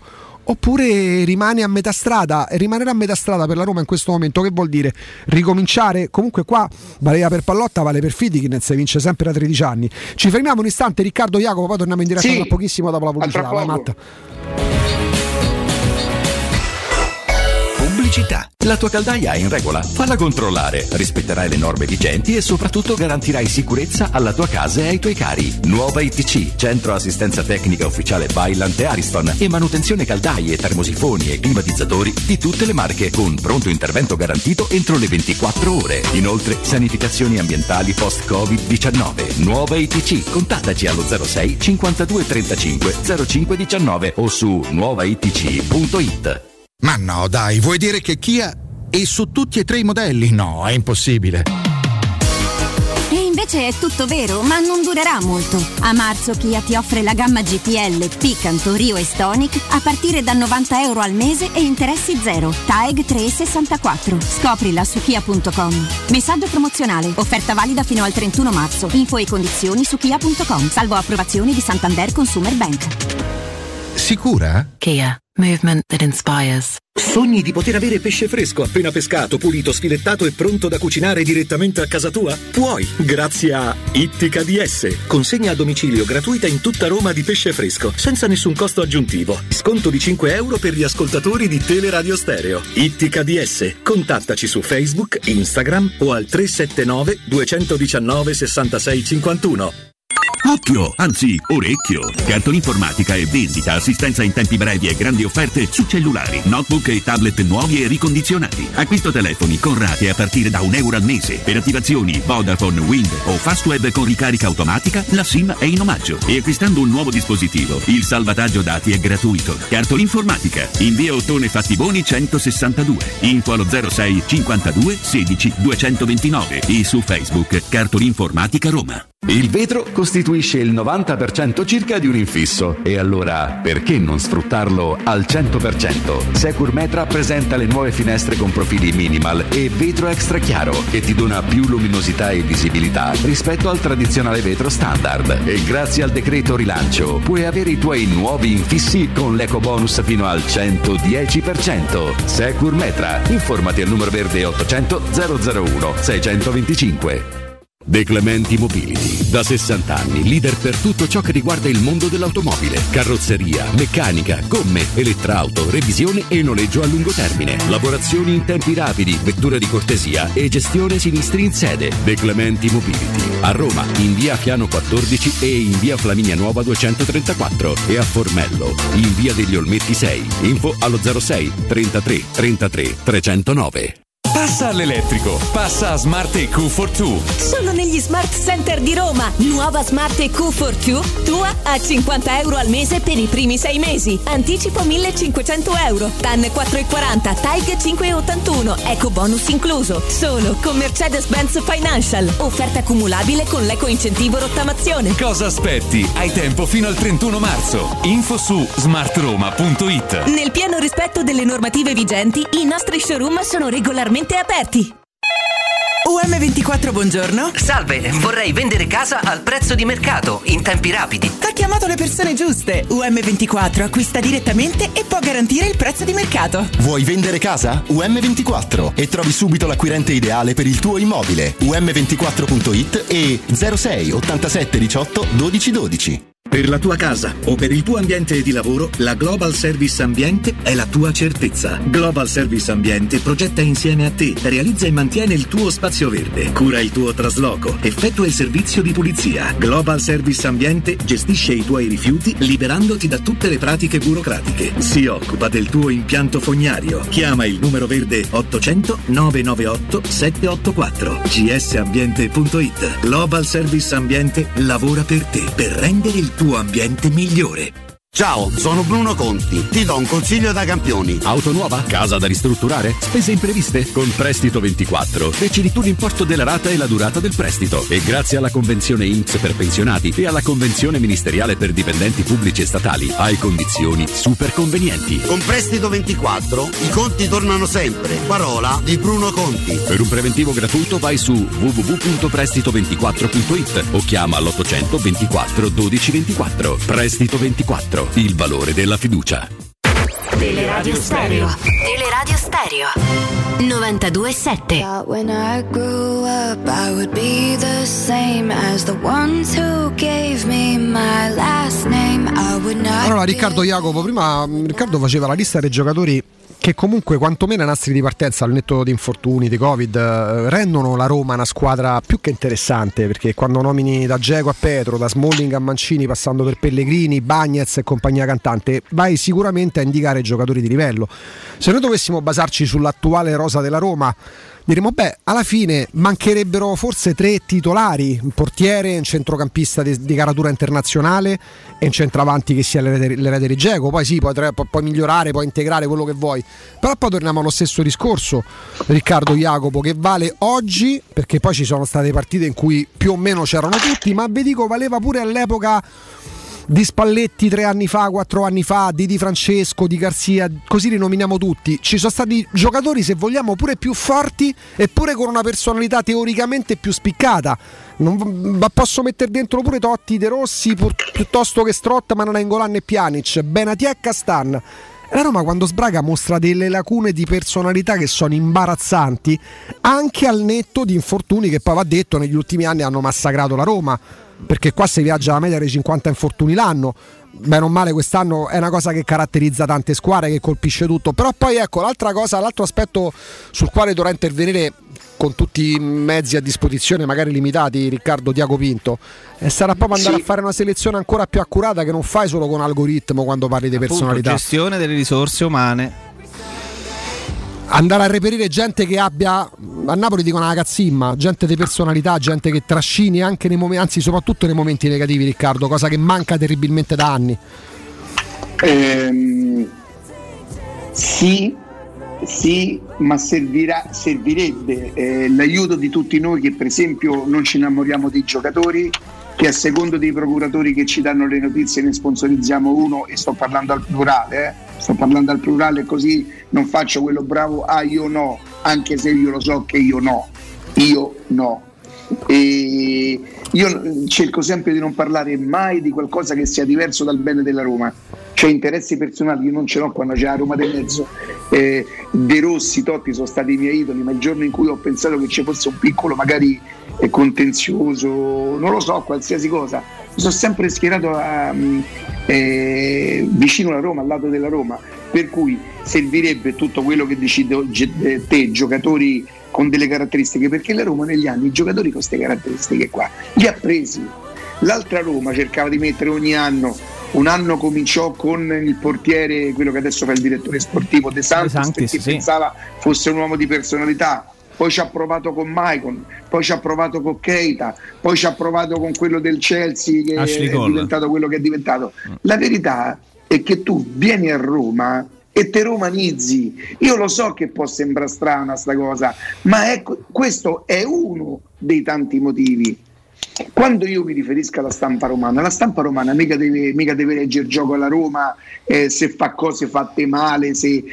Oppure rimane a metà strada, e rimanerà a metà strada per la Roma in questo momento. Che vuol dire? Ricominciare. Comunque qua valeva per Pallotta, vale per Friedkin, se vince sempre da 13 anni. Ci fermiamo un istante, Riccardo, Jacopo, poi torniamo in diretta tra pochissimo dopo la pubblicità. Vai, Matt. Pubblicità. La tua caldaia è in regola? Falla controllare. Rispetterai le norme vigenti e soprattutto garantirai sicurezza alla tua casa e ai tuoi cari. Nuova ITC, centro assistenza tecnica ufficiale Vaillant e Ariston e manutenzione caldaie, termosifoni e climatizzatori di tutte le marche con pronto intervento garantito entro le 24 ore. Inoltre sanificazioni ambientali post-Covid-19. Nuova ITC. Contattaci allo 06 52 35 05 19 o su nuovaitc.it. Ma no, dai, vuoi dire che Kia è su tutti e tre i modelli? No, è impossibile. E invece è tutto vero, ma non durerà molto. A marzo Kia ti offre la gamma GPL, Picanto, Rio e Stonic a partire da €90 al mese e interessi zero. TAEG 3,64. Scoprila su kia.com. Messaggio promozionale. Offerta valida fino al 31 marzo. Info e condizioni su kia.com. Salvo approvazioni di Santander Consumer Bank. Sicura? Kia. Movement that inspires. Sogni di poter avere pesce fresco appena pescato, pulito, sfilettato e pronto da cucinare direttamente a casa tua? Puoi, grazie a Ittica DS. Consegna a domicilio gratuita in tutta Roma di pesce fresco, senza nessun costo aggiuntivo. Sconto di €5 per gli ascoltatori di Teleradio Stereo. Ittica DS. Contattaci su Facebook, Instagram o al 379 219 66 51. Occhio, anzi orecchio. Cartolinformatica e vendita, assistenza in tempi brevi e grandi offerte su cellulari, notebook e tablet nuovi e ricondizionati. Acquisto telefoni con rate a partire da €1 al mese. Per attivazioni Vodafone, Wind o Fastweb con ricarica automatica, la SIM è in omaggio. E acquistando un nuovo dispositivo, il salvataggio dati è gratuito. Cartolinformatica, in via Ottone Fattiboni 162. Info allo 06 52 16 229 e su Facebook Cartolinformatica Roma. Il vetro costituisce il 90% circa di un infisso e allora perché non sfruttarlo al 100%? Securmetra presenta le nuove finestre con profili minimal e vetro extra chiaro che ti dona più luminosità e visibilità rispetto al tradizionale vetro standard e grazie al decreto rilancio puoi avere i tuoi nuovi infissi con l'eco bonus fino al 110%. Securmetra, informati al numero verde 800 001 625. De Clementi Mobility, da 60 anni, leader per tutto ciò che riguarda il mondo dell'automobile, carrozzeria, meccanica, gomme, elettrauto, revisione e noleggio a lungo termine, lavorazioni in tempi rapidi, vetture di cortesia e gestione sinistri in sede. De Clementi Mobility, a Roma, in via Fiano 14 e in via Flaminia Nuova 234 e a Formello, in via degli Olmetti 6. Info allo 06 33 33 309. Passa all'elettrico, passa a Smart EQ For2. Sono negli Smart Center di Roma. Nuova Smart EQ For2, tua a €50 al mese per i primi 6 mesi. Anticipo €1.500. TAN 4,40, TAG 5,81, eco bonus incluso. Solo con Mercedes-Benz Financial. Offerta accumulabile con l'eco incentivo rottamazione. Cosa aspetti? Hai tempo fino al 31 marzo. Info su smartroma.it. Nel pieno rispetto delle normative vigenti, i nostri showroom sono regolarmente aperti. UM24, buongiorno. Salve, vorrei vendere casa al prezzo di mercato, in tempi rapidi. Ha chiamato le persone giuste. UM24 acquista direttamente e può garantire il prezzo di mercato. Vuoi vendere casa? UM24 e trovi subito l'acquirente ideale per il tuo immobile. UM24.it e 06 87 18 12 12. Per la tua casa o per il tuo ambiente di lavoro, la Global Service Ambiente è la tua certezza. Global Service Ambiente progetta insieme a te, realizza e mantiene il tuo spazio verde, cura il tuo trasloco, effettua il servizio di pulizia. Global Service Ambiente gestisce i tuoi rifiuti liberandoti da tutte le pratiche burocratiche. Si occupa del tuo impianto fognario. Chiama il numero verde 800 998 784. gsambiente.it. Global Service Ambiente lavora per te, per rendere il tuo ambiente migliore. Ciao, sono Bruno Conti. Ti do un consiglio da campioni. Auto nuova? Casa da ristrutturare? Spese impreviste? Con Prestito 24 decidi tu l'importo della rata e la durata del prestito. E grazie alla convenzione INPS per pensionati e alla convenzione ministeriale per dipendenti pubblici e statali hai condizioni super convenienti. Con Prestito 24 i conti tornano sempre. Parola di Bruno Conti. Per un preventivo gratuito vai su www.prestito24.it o chiama all'800 24 12 24. Prestito 24. Il valore della fiducia. Teleradio Stereo. Teleradio Stereo 92.7. When I grew up I would be the same as the ones who gave me my last name. I would not. Allora Riccardo Jacopo, prima Riccardo faceva la lista dei giocatori che comunque quantomeno a nastri di partenza, al netto di infortuni, di Covid, rendono la Roma una squadra più che interessante, perché quando nomini da Dzeko a Petro, da Smalling a Mancini, passando per Pellegrini, Bagnez e compagnia cantante, vai sicuramente a indicare giocatori di livello. Se noi dovessimo basarci sull'attuale rosa della Roma, diremo alla fine mancherebbero forse 3 titolari, un portiere, un centrocampista di caratura internazionale e un centravanti che sia l'erede di Dzeko. Poi sì, puoi migliorare, puoi integrare quello che vuoi, però poi torniamo allo stesso discorso, Riccardo Jacopo, che vale oggi, perché poi ci sono state partite in cui più o meno c'erano tutti, ma vi dico valeva pure all'epoca di Spalletti 3 anni fa, 4 anni fa, di Di Francesco, di Garzia, così li nominiamo tutti. Ci sono stati giocatori, se vogliamo, pure più forti eppure con una personalità teoricamente più spiccata. Ma posso mettere dentro pure Totti, De Rossi piuttosto che Strottman, Nainggolan e Pjanic, Benatia e Castan. La Roma quando sbraga mostra delle lacune di personalità che sono imbarazzanti, anche al netto di infortuni che poi va detto negli ultimi anni hanno massacrato la Roma, perché qua si viaggia alla media dei 50 infortuni l'anno, bene o male quest'anno è una cosa che caratterizza tante squadre, che colpisce tutto. Però poi ecco l'altra cosa, l'altro aspetto sul quale dovrà intervenire con tutti i mezzi a disposizione, magari limitati, Riccardo, Tiago Pinto, sarà proprio andare a fare una selezione ancora più accurata, che non fai solo con algoritmo quando parli di personalità. Gestione delle risorse umane, andare a reperire gente che abbia, a Napoli dicono una cazzimma, gente di personalità, gente che trascini anche nei momenti, anzi soprattutto nei momenti negativi, Riccardo, cosa che manca terribilmente da anni. Sì, ma servirebbe l'aiuto di tutti noi, che per esempio non ci innamoriamo dei giocatori, che a secondo dei procuratori che ci danno le notizie ne sponsorizziamo uno, e sto parlando al plurale, così non faccio quello bravo, io no, anche se io lo so che io no. E io cerco sempre di non parlare mai di qualcosa che sia diverso dal bene della Roma. Cioè interessi personali io non ce l'ho quando c'è la Roma di mezzo. De Rossi, Totti sono stati i miei idoli, ma il giorno in cui ho pensato che ci fosse un piccolo magari contenzioso, non lo so, qualsiasi cosa, mi sono sempre schierato vicino alla Roma, al lato della Roma, per cui servirebbe tutto quello che dici te, giocatori con delle caratteristiche, perché la Roma negli anni i giocatori con queste caratteristiche qua li ha presi. L'altra Roma cercava di mettere ogni anno, un anno cominciò con il portiere, quello che adesso fa il direttore sportivo, De Santis, perché pensava fosse un uomo di personalità, poi ci ha provato con Maicon, poi ci ha provato con Keita, poi ci ha provato con quello del Chelsea che è diventato quello che è diventato. La verità è che tu vieni a Roma e te romanizzi. Io lo so che può sembrare strana sta cosa, ma questo è uno dei tanti motivi. Quando io mi riferisco alla stampa romana, la stampa romana mica deve leggere gioco alla Roma, se fa cose fatte male, se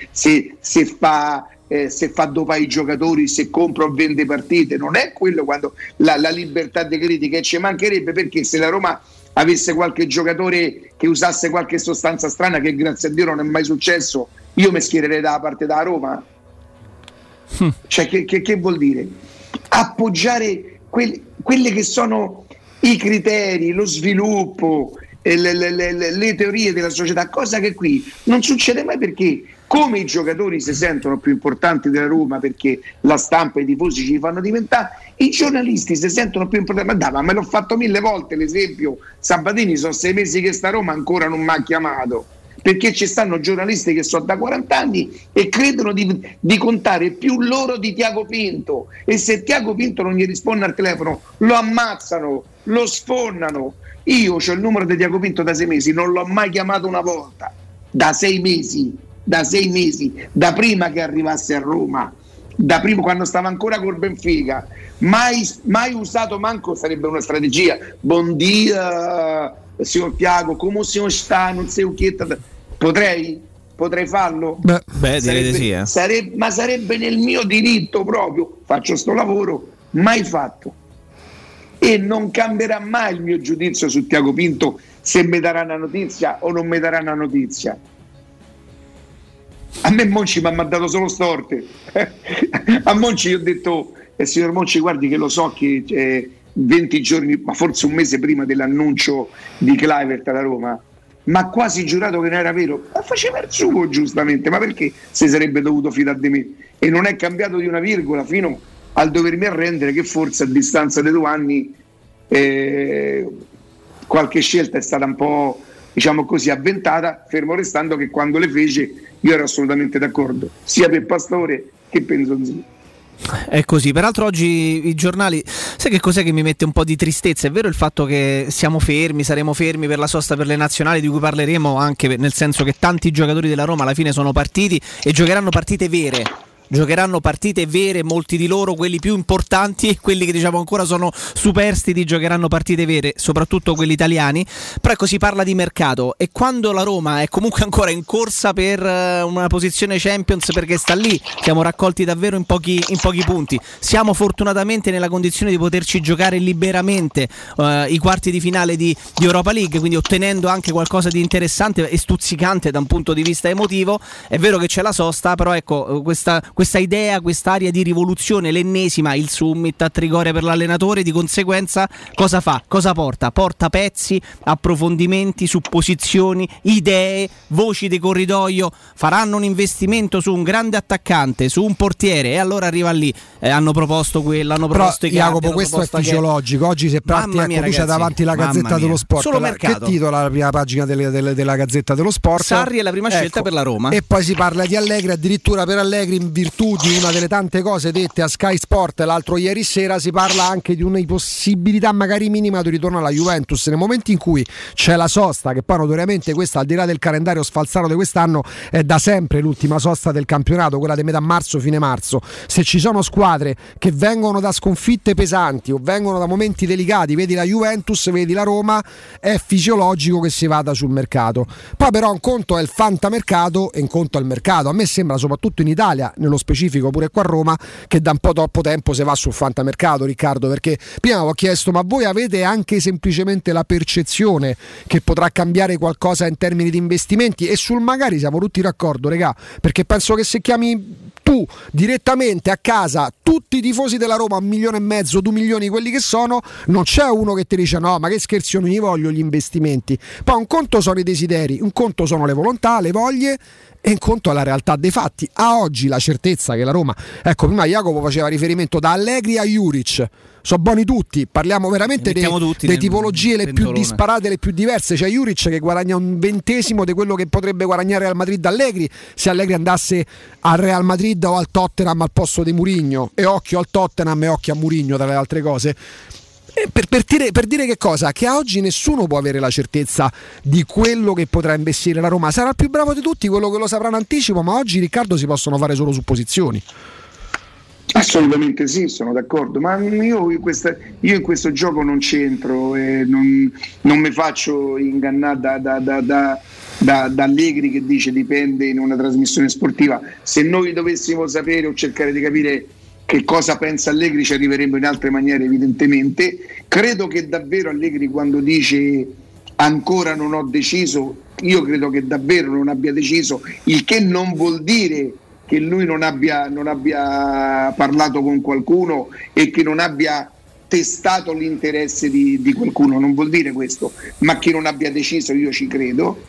fa dopare i giocatori, se compra o vende partite. Non è quello, quando la libertà di critica, ci mancherebbe, perché se la Roma avesse qualche giocatore che usasse qualche sostanza strana, che grazie a Dio non è mai successo, io mi schiererei dalla parte della Roma. Cioè che vuol dire? Appoggiare quelli che sono i criteri, lo sviluppo, le teorie della società, cosa che qui non succede mai, perché come i giocatori si sentono più importanti della Roma perché la stampa e i tifosi ci fanno diventare, i giornalisti si sentono più importanti. Ma me l'ho fatto 1000 volte l'esempio, Sabatini sono 6 mesi che sta a Roma ancora non mi ha chiamato, perché ci stanno giornalisti che sono da 40 anni e credono di contare più loro di Tiago Pinto, e se Tiago Pinto non gli risponde al telefono lo ammazzano, lo sfonnano. Io ho il numero di Tiago Pinto da 6 mesi, non l'ho mai chiamato una volta, da 6 mesi, da prima che arrivasse a Roma, da prima, quando stava ancora col Benfica, mai usato, manco sarebbe una strategia. Buongiorno signor Tiago, come signor sta, non sei potrei farlo? Beh, direi di sì, ma sarebbe nel mio diritto proprio, faccio sto lavoro, mai fatto, e non cambierà mai il mio giudizio su Tiago Pinto se mi darà una notizia o non mi darà una notizia. A me Monci mi ha mandato solo storte. A Monci io ho detto, signor Monci, guardi che lo so che 20 giorni, ma forse un mese prima dell'annuncio di Kluivert alla Roma, ma quasi giurato che non era vero, ma faceva il suo, giustamente, ma perché si sarebbe dovuto fidare di me? E non è cambiato di una virgola, fino al dovermi arrendere che forse a distanza di 2 anni qualche scelta è stata un po', diciamo così, avventata, fermo restando che quando le fece io ero assolutamente d'accordo, sia per Pastore che per Zonzi. È così. Peraltro oggi i giornali, sai che cos'è che mi mette un po' di tristezza? È vero il fatto che saremo fermi per la sosta per le nazionali, di cui parleremo, anche nel senso che tanti giocatori della Roma alla fine sono partiti e giocheranno partite vere, molti di loro, quelli più importanti, quelli che diciamo ancora sono superstiti, giocheranno partite vere, soprattutto quelli italiani. Però ecco, si parla di mercato, e quando la Roma è comunque ancora in corsa per una posizione Champions, perché sta lì, siamo raccolti davvero in pochi punti, siamo fortunatamente nella condizione di poterci giocare liberamente i quarti di finale di Europa League, quindi ottenendo anche qualcosa di interessante e stuzzicante da un punto di vista emotivo. È vero che c'è la sosta, però ecco, questa questa idea, quest'area di rivoluzione, l'ennesima, il summit a Trigoria per l'allenatore, di conseguenza cosa fa? Cosa porta? Porta pezzi, approfondimenti, supposizioni, idee, voci di corridoio, faranno un investimento su un grande attaccante, su un portiere, e allora arriva lì, hanno proposto quello, hanno proposto i campi, Jacopo, questo è fisiologico. Oggi se parti, ecco, tu c'è davanti la Gazzetta dello Sport. Solo mercato. Che titola la prima pagina della Gazzetta dello Sport? Sarri è la prima scelta per la Roma. E poi si parla di Allegri, addirittura per Allegri, in virtù di una delle tante cose dette a Sky Sport l'altro ieri sera, si parla anche di una possibilità magari minima di ritorno alla Juventus. Nel momento in cui c'è la sosta, che poi notoriamente questa, al di là del calendario sfalsato di quest'anno, è da sempre l'ultima sosta del campionato, quella di metà marzo, fine marzo. Se ci sono squadre che vengono da sconfitte pesanti o vengono da momenti delicati, vedi la Juventus, vedi la Roma, è fisiologico che si vada sul mercato. Poi però un conto è il fantamercato e un conto è il mercato. A me sembra, soprattutto in Italia, nello specifico pure qua a Roma, che da un po' troppo tempo si va sul fantamercato, Riccardo, perché prima ho chiesto: ma voi avete anche semplicemente la percezione che potrà cambiare qualcosa in termini di investimenti? E sul magari siamo tutti d'accordo, regà, perché penso che se chiami tu direttamente a casa tutti i tifosi della Roma, 1,5 milioni, 2 milioni quelli che sono, non c'è uno che ti dice no, ma che scherzi, io non gli voglio gli investimenti. Poi un conto sono i desideri, un conto sono le volontà, le voglie, e in conto alla realtà dei fatti. A oggi la certezza che la Roma, ecco, prima Jacopo faceva riferimento da Allegri a Juric, sono buoni tutti, parliamo veramente delle tipologie le più disparate, le più diverse. C'è Juric che guadagna 1/20 di quello che potrebbe guadagnare Real Madrid Allegri se Allegri andasse al Real Madrid o al Tottenham al posto di Mourinho, e occhio al Tottenham e occhio a Mourinho, tra le altre cose. Per dire che cosa? Che a oggi nessuno può avere la certezza di quello che potrà investire la Roma. Sarà il più bravo di tutti quello che lo saprà in anticipo, ma oggi, Riccardo, si possono fare solo supposizioni. Assolutamente sì, sono d'accordo, ma io in questo gioco non c'entro e non mi faccio ingannare da Allegri che dice dipende in una trasmissione sportiva. Se noi dovessimo sapere o cercare di capire che cosa pensa Allegri, ci arriveremmo in altre maniere, evidentemente. Credo che davvero Allegri, quando dice ancora non ho deciso, io credo che davvero non abbia deciso, il che non vuol dire che lui non abbia parlato con qualcuno e che non abbia testato l'interesse di qualcuno, non vuol dire questo, ma che non abbia deciso, io ci credo,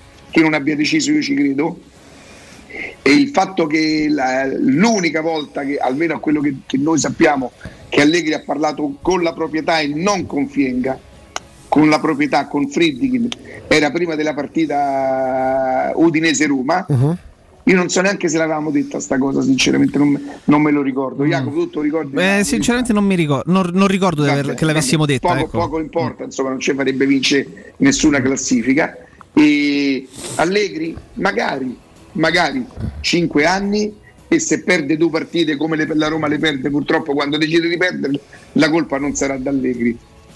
e il fatto che l'unica volta che, almeno a quello che noi sappiamo, che Allegri ha parlato con la proprietà e non con Fienga, con la proprietà, con Friedkin, era prima della partita Udinese-Roma. Io non so neanche se l'avevamo detta sta cosa, sinceramente non me lo ricordo. Jacopo, tu lo ricordi? Sinceramente non mi ricordo, non ricordo che l'avessimo detta. Poco importa, insomma, non ci farebbe vincere nessuna classifica. E Allegri magari 5 anni, e se perde 2 partite come la Roma le perde purtroppo quando decide di perderle, la colpa non sarà da Allegri.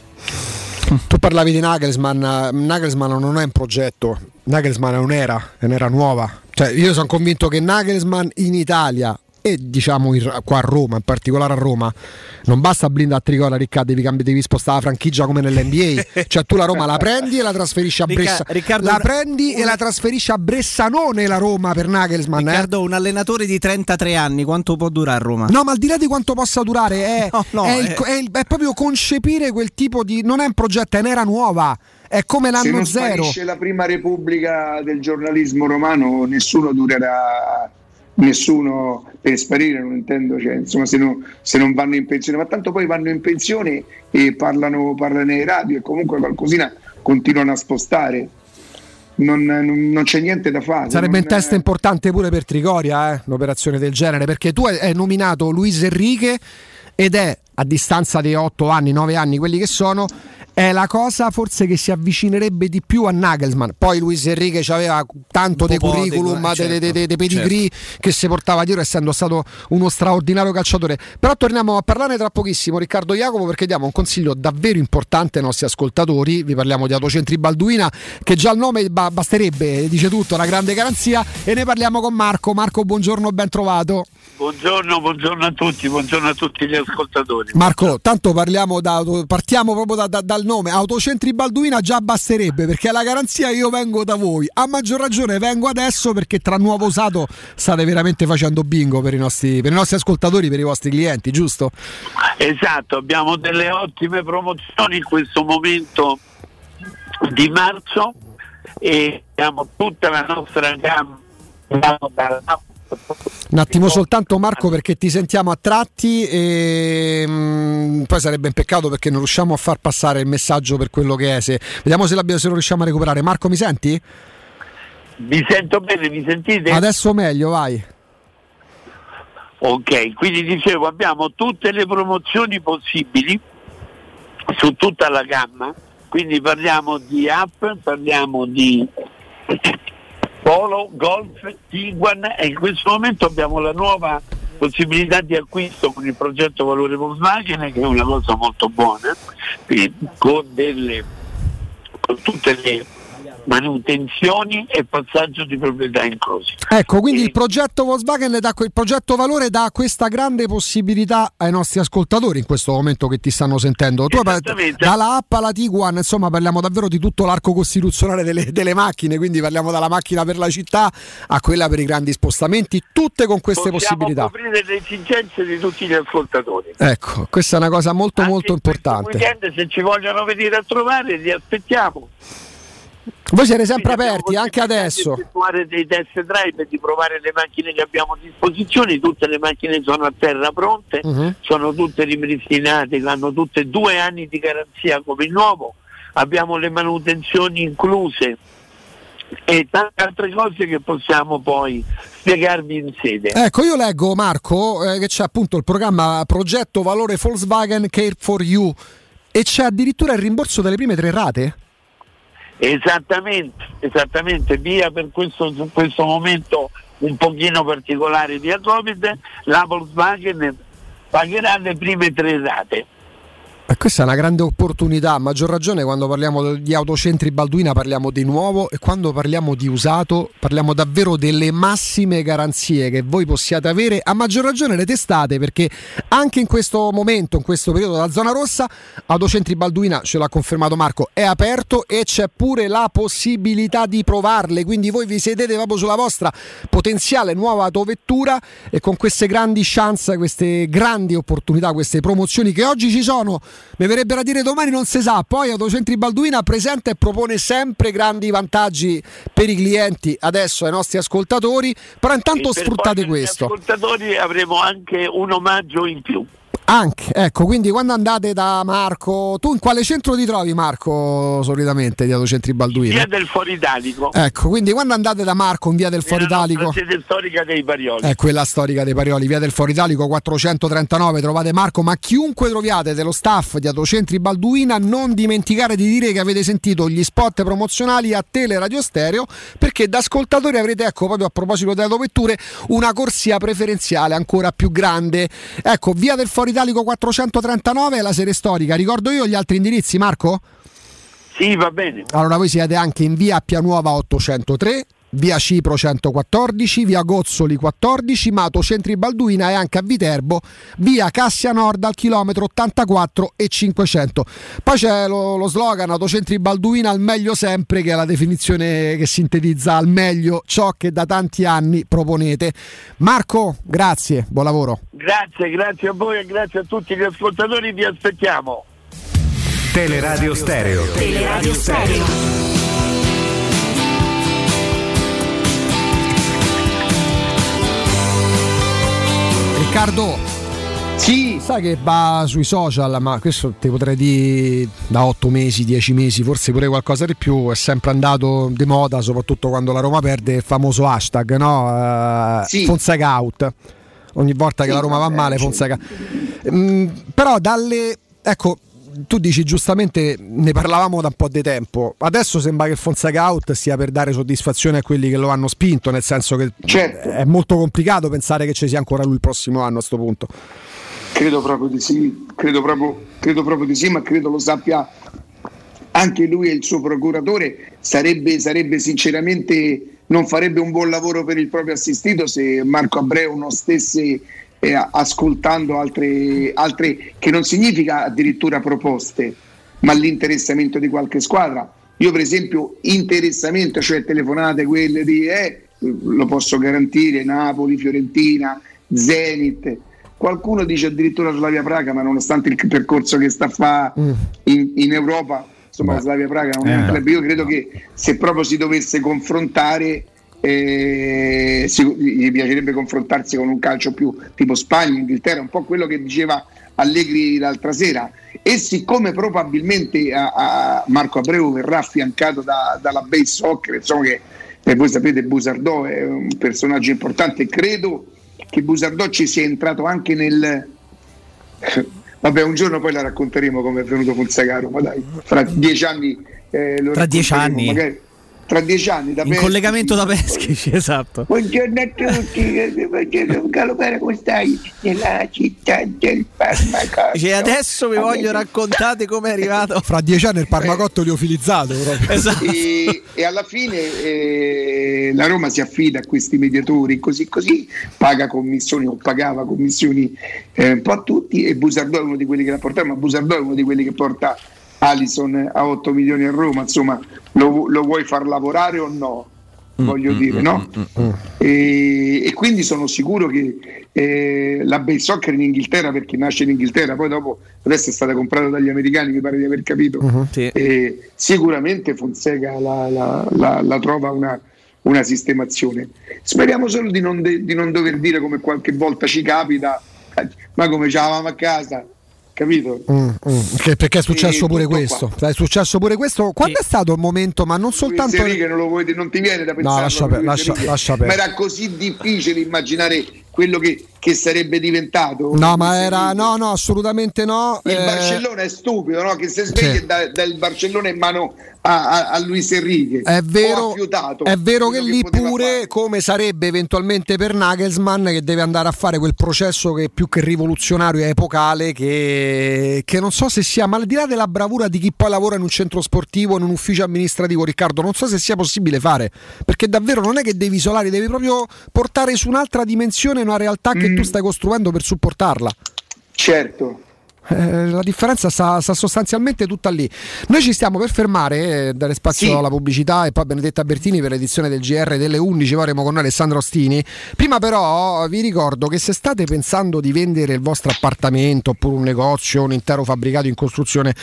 Tu parlavi di Nagelsmann non è un progetto, Nagelsmann è un'era nuova. Cioè, io sono convinto che Nagelsmann in Italia e diciamo qua a Roma, in particolare a Roma, non basta blindare a Trigoria, Riccardo, devi spostare la franchigia come nell'NBA. Cioè tu la Roma la prendi e la trasferisci a Riccardo, e la trasferisci a Bressanone, la Roma, per Nagelsmann. Riccardo, un allenatore di 33 anni quanto può durare a Roma? No, ma al di là di quanto possa durare è proprio concepire quel tipo di, non è un progetto, è un'era nuova. È come l'anno se non zero. Sparisce la prima repubblica del giornalismo romano, nessuno durerà. Nessuno, per sparire non intendo, cioè, insomma, se non vanno in pensione, ma tanto poi vanno in pensione e parlano ai radio e comunque qualcosina continuano a spostare. Non c'è niente da fare. Sarebbe un test importante pure per Trigoria, un'operazione del genere, perché tu hai nominato Luis Enrique ed è, a distanza di 8 anni, 9 anni, quelli che sono, è la cosa forse che si avvicinerebbe di più a Nagelsmann. Poi Luis Enrique aveva tanto di curriculum, di pedigree, che si portava dietro, essendo stato uno straordinario calciatore. Però torniamo a parlarne tra pochissimo, Riccardo, Jacopo, perché diamo un consiglio davvero importante ai nostri ascoltatori. Vi parliamo di Autocentri Balduina, che già il nome basterebbe, dice tutto, una grande garanzia. E ne parliamo con Marco. Marco, buongiorno, ben trovato. Buongiorno a tutti, buongiorno a tutti gli ascoltatori. Marco, tanto partiamo proprio dal nome. Autocentri Balduina già basterebbe, perché la garanzia io vengo da voi. A maggior ragione vengo adesso perché tra nuovo usato state veramente facendo bingo per i nostri ascoltatori, per i vostri clienti, giusto? Esatto, abbiamo delle ottime promozioni in questo momento di marzo e abbiamo tutta la nostra gamma. Un attimo soltanto Marco, perché ti sentiamo a tratti e poi sarebbe un peccato perché non riusciamo a far passare il messaggio per quello che è. Vediamo se lo riusciamo a recuperare. Marco, mi senti? Vi sento bene, mi sentite? Adesso meglio, vai. Ok, quindi dicevo, abbiamo tutte le promozioni possibili su tutta la gamma, quindi parliamo di app, parliamo di Polo, Golf, Tiguan e in questo momento abbiamo la nuova possibilità di acquisto con il progetto Valore Volkswagen, che è una cosa molto buona, con tutte le manutenzioni e passaggio di proprietà inclusi. Ecco, quindi il progetto Volkswagen il progetto Valore dà questa grande possibilità ai nostri ascoltatori in questo momento che ti stanno sentendo. Tu dalla app alla Tiguan, insomma, parliamo davvero di tutto l'arco costituzionale delle macchine, quindi parliamo dalla macchina per la città a quella per i grandi spostamenti, tutte con queste possibilità. Possiamo coprire le esigenze di tutti gli ascoltatori. Ecco, questa è una cosa molto importante. Weekend, se ci vogliono venire a trovare, li aspettiamo. Voi siete sempre aperti anche adesso. Di effettuare dei test drive e di provare le macchine che abbiamo a disposizione. Tutte le macchine sono a terra pronte, sono tutte ripristinate, hanno tutte 2 anni di garanzia come il nuovo, abbiamo le manutenzioni incluse e tante altre cose che possiamo poi spiegarvi in sede. Ecco, io leggo, Marco, che c'è appunto il programma Progetto Valore Volkswagen Care for You e c'è addirittura il rimborso delle prime 3 rate? Esattamente, via per questo momento un pochino particolare via Covid, la Volkswagen pagherà le prime 3 rate. E questa è una grande opportunità, a maggior ragione quando parliamo di Autocentri Balduina parliamo di nuovo e quando parliamo di usato parliamo davvero delle massime garanzie che voi possiate avere, a maggior ragione le testate, perché anche in questo momento, in questo periodo della zona rossa, Autocentri Balduina, ce l'ha confermato Marco, è aperto e c'è pure la possibilità di provarle, quindi voi vi sedete proprio sulla vostra potenziale nuova autovettura e con queste grandi chance, queste grandi opportunità, queste promozioni che oggi ci sono, mi verrebbe da dire domani non si sa. Poi Autocentri Balduina presenta e propone sempre grandi vantaggi per i clienti, adesso ai nostri ascoltatori, però intanto sfruttate questo. Per gli ascoltatori avremo anche un omaggio in più. Anche, ecco, quindi quando andate da Marco, tu in quale centro ti trovi, Marco, solitamente di Autocentri Balduina? Via del Foro Italico. Ecco, quindi quando andate da Marco in via del Foro Italico, la sede storica dei Parioli. È quella storica dei Parioli, via del Foro Italico 439, trovate Marco, ma chiunque troviate dello staff di Autocentri Balduina non dimenticare di dire che avete sentito gli spot promozionali a Teleradio Stereo, perché da ascoltatori avrete, ecco, proprio a proposito delle autovetture, una corsia preferenziale ancora più grande. Ecco, via del Foro Italico 439 è la sede storica. Ricordo io gli altri indirizzi, Marco? Sì, va bene. Allora voi siete anche in via Pianuova 803, via Cipro 114, via Gozzoli 14, ma Autocentri Balduina è anche a Viterbo, via Cassia Nord al chilometro 84 e 500. Poi c'è lo slogan Autocentri Balduina al meglio sempre, che è la definizione che sintetizza al meglio ciò che da tanti anni proponete. Marco, grazie, buon lavoro. Grazie a voi e grazie a tutti gli ascoltatori, vi aspettiamo. Teleradio Stereo. Teleradio Stereo. Riccardo, sì, sai che va sui social, ma questo ti potrei dire da 8 mesi, 10 mesi, forse pure qualcosa di più, è sempre andato di moda, soprattutto quando la Roma perde, il famoso hashtag, no? Sì. Fonseca out. Ogni volta che la Roma va male, Fonseca. Però ecco, tu dici giustamente, ne parlavamo da un po' di tempo, adesso sembra che Fonseca out stia per dare soddisfazione a quelli che lo hanno spinto, nel senso che è molto complicato pensare che ci sia ancora lui il prossimo anno a sto punto. Credo proprio di sì, ma credo lo sappia anche lui e il suo procuratore. Sarebbe sinceramente non farebbe un buon lavoro per il proprio assistito se Marco Abreu non stesse ascoltando altre, che non significa addirittura proposte, ma l'interessamento di qualche squadra. Io per esempio interessamento, cioè telefonate quelle di lo posso garantire, Napoli, Fiorentina, Zenit, qualcuno dice addirittura Slavia Praga, ma nonostante il percorso che sta a fare in Europa, insomma Slavia Praga non è un club. Io credo che se proprio si dovesse confrontare, gli piacerebbe confrontarsi con un calcio più tipo Spagna, Inghilterra, un po' quello che diceva Allegri l'altra sera. E siccome probabilmente a Marco Abreu verrà affiancato dalla Base Soccer, insomma, che voi sapete Busardò è un personaggio importante, credo che Busardò ci sia entrato anche nel vabbè, un giorno poi la racconteremo come è venuto Fonsecato, ma dai, fra 10 anni tra 10 anni magari, tra 10 anni in collegamento da Peschici, esatto. Buongiorno a tutti, Galopera, come stai? Nella città del Parmacotto. Cioè, adesso vi voglio raccontate come è arrivato. Fra 10 anni il Parmacotto liofilizzato proprio. Esatto. E alla fine la Roma si affida a questi mediatori, così paga commissioni o pagava commissioni un po' a tutti, e Busardò è uno di quelli che la porta, ma Busardò è uno di quelli che porta Alisson a 8 milioni a Roma, insomma lo vuoi far lavorare o no? Voglio dire, no? E quindi sono sicuro che la Base Soccer in Inghilterra, perché nasce in Inghilterra, poi dopo adesso è stata comprata dagli americani, mi pare di aver capito, sì. Sicuramente Fonseca la trova una sistemazione. Speriamo solo di non dover dire, come qualche volta ci capita, ma come ci avevamo a casa, capito? Perché è successo pure questo. È successo pure questo. Quando è stato il momento, ma non soltanto che non ti viene da pensare, lascia ma era così difficile immaginare quello che sarebbe diventato. No, ma era no, assolutamente no. Il Barcellona è stupido, no? Che si sveglia e dà il Barcellona in mano a Luis Enrique. È vero che lì pure fare. Come sarebbe eventualmente per Nagelsmann, che deve andare a fare quel processo che più che rivoluzionario è epocale, che non so se sia, ma al di là della bravura di chi poi lavora in un centro sportivo, in un ufficio amministrativo, Riccardo, non so se sia possibile fare, perché davvero non è che devi isolare, devi proprio portare su un'altra dimensione una realtà che tu stai costruendo per supportarla. Certo. La differenza sta sostanzialmente tutta lì. Noi ci stiamo per fermare, dare spazio alla pubblicità, e poi Benedetta Bertini per l'edizione del GR delle 11. Poi avremo con noi Alessandro Ostini. Prima però vi ricordo che se state pensando di vendere il vostro appartamento oppure un negozio, un intero fabbricato in costruzione,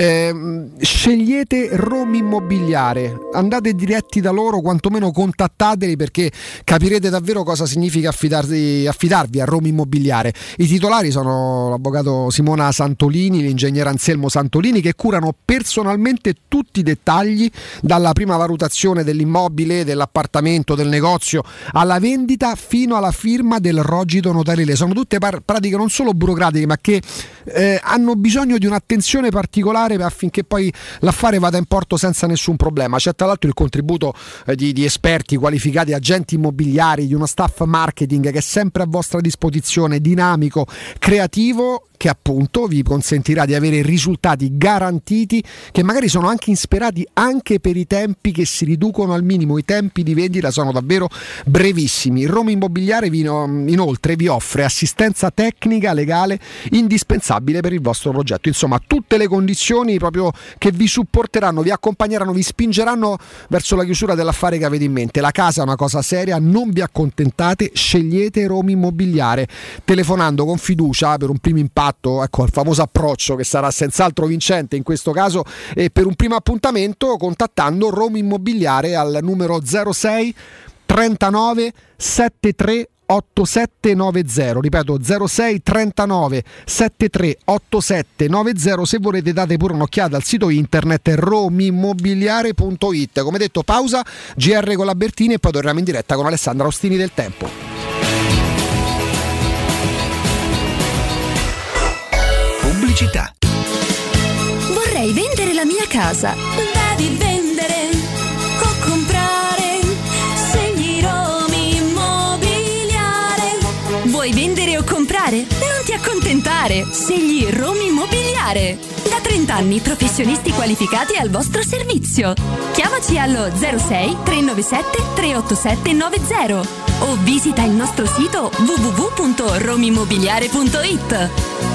scegliete Roma Immobiliare, andate diretti da loro, quantomeno contattateli, perché capirete davvero cosa significa affidarvi a Roma Immobiliare. I titolari sono l'avvocato Simona Santolini, l'ingegnere Anselmo Santolini, che curano personalmente tutti i dettagli, dalla prima valutazione dell'immobile, dell'appartamento, del negozio, alla vendita, fino alla firma del rogito notarile. Sono tutte pratiche non solo burocratiche, ma che hanno bisogno di un'attenzione particolare affinché poi l'affare vada in porto senza nessun problema. C'è tra l'altro il contributo di esperti qualificati, agenti immobiliari, di uno staff marketing che è sempre a vostra disposizione, dinamico, creativo, che appunto vi consentirà di avere risultati garantiti, che magari sono anche insperati, anche per i tempi che si riducono al minimo. I tempi di vendita sono davvero brevissimi. Roma Immobiliare inoltre vi offre assistenza tecnica legale indispensabile per il vostro progetto. Insomma, tutte le condizioni proprio che vi supporteranno, vi accompagneranno, vi spingeranno verso la chiusura dell'affare che avete in mente. La casa è una cosa seria, non vi accontentate, scegliete Roma Immobiliare, telefonando con fiducia per un primo impatto, ecco, il famoso approccio che sarà senz'altro vincente in questo caso, e per un primo appuntamento contattando Roma Immobiliare al numero 06 39 73 8790, ripeto 06 39 73 8790. Se volete date pure un'occhiata al sito internet romimmobiliare.it. Come detto, pausa, GR con la Bertini e poi torniamo in diretta con Alessandra Ostini del Tempo. Pubblicità. Vorrei vendere la mia casa. Devi vendere o comprare. Scegli Roma Immobiliare. Vuoi vendere vendere o comprare? Non ti accontentare! Scegli Roma Immobiliare! Da 30 anni professionisti qualificati al vostro servizio. Chiamaci allo 06 397 387 90 o visita il nostro sito www.romimmobiliare.it.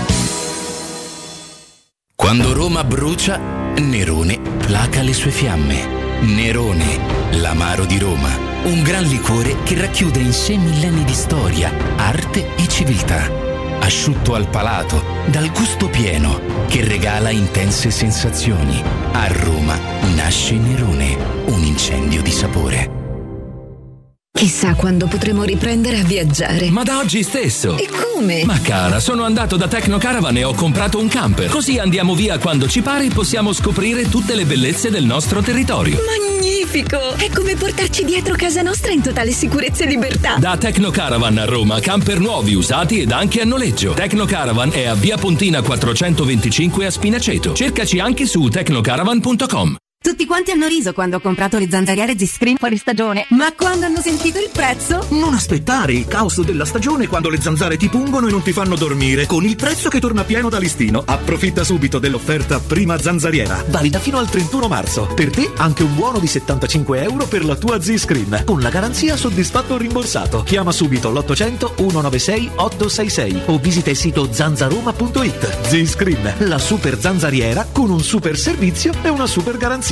Quando Roma brucia, Nerone placa le sue fiamme. Nerone, l'amaro di Roma. Un gran liquore che racchiude in sé millenni di storia, arte e civiltà. Asciutto al palato, dal gusto pieno, che regala intense sensazioni. A Roma nasce Nerone, un incendio di sapore. Chissà quando potremo riprendere a viaggiare. Ma da oggi stesso! E come? Ma cara, sono andato da Tecnocaravan e ho comprato un camper. Così andiamo via quando ci pare e possiamo scoprire tutte le bellezze del nostro territorio. Magnifico! È come portarci dietro casa nostra in totale sicurezza e libertà. Da Tecnocaravan a Roma, camper nuovi, usati ed anche a noleggio. Tecnocaravan è a Via Pontina 425 a Spinaceto. Cercaci anche su tecnocaravan.com. Tutti quanti hanno riso quando ho comprato le zanzariere Z-Screen fuori stagione, ma quando hanno sentito il prezzo? Non aspettare il caos della stagione quando le zanzare ti pungono e non ti fanno dormire. Con il prezzo che torna pieno da listino, approfitta subito dell'offerta prima zanzariera, valida fino al 31 marzo. Per te anche un buono di €75 per la tua Z-Screen, con la garanzia soddisfatto o rimborsato. Chiama subito l'800 196 866 o visita il sito zanzaroma.it. Z-Screen, la super zanzariera con un super servizio e una super garanzia.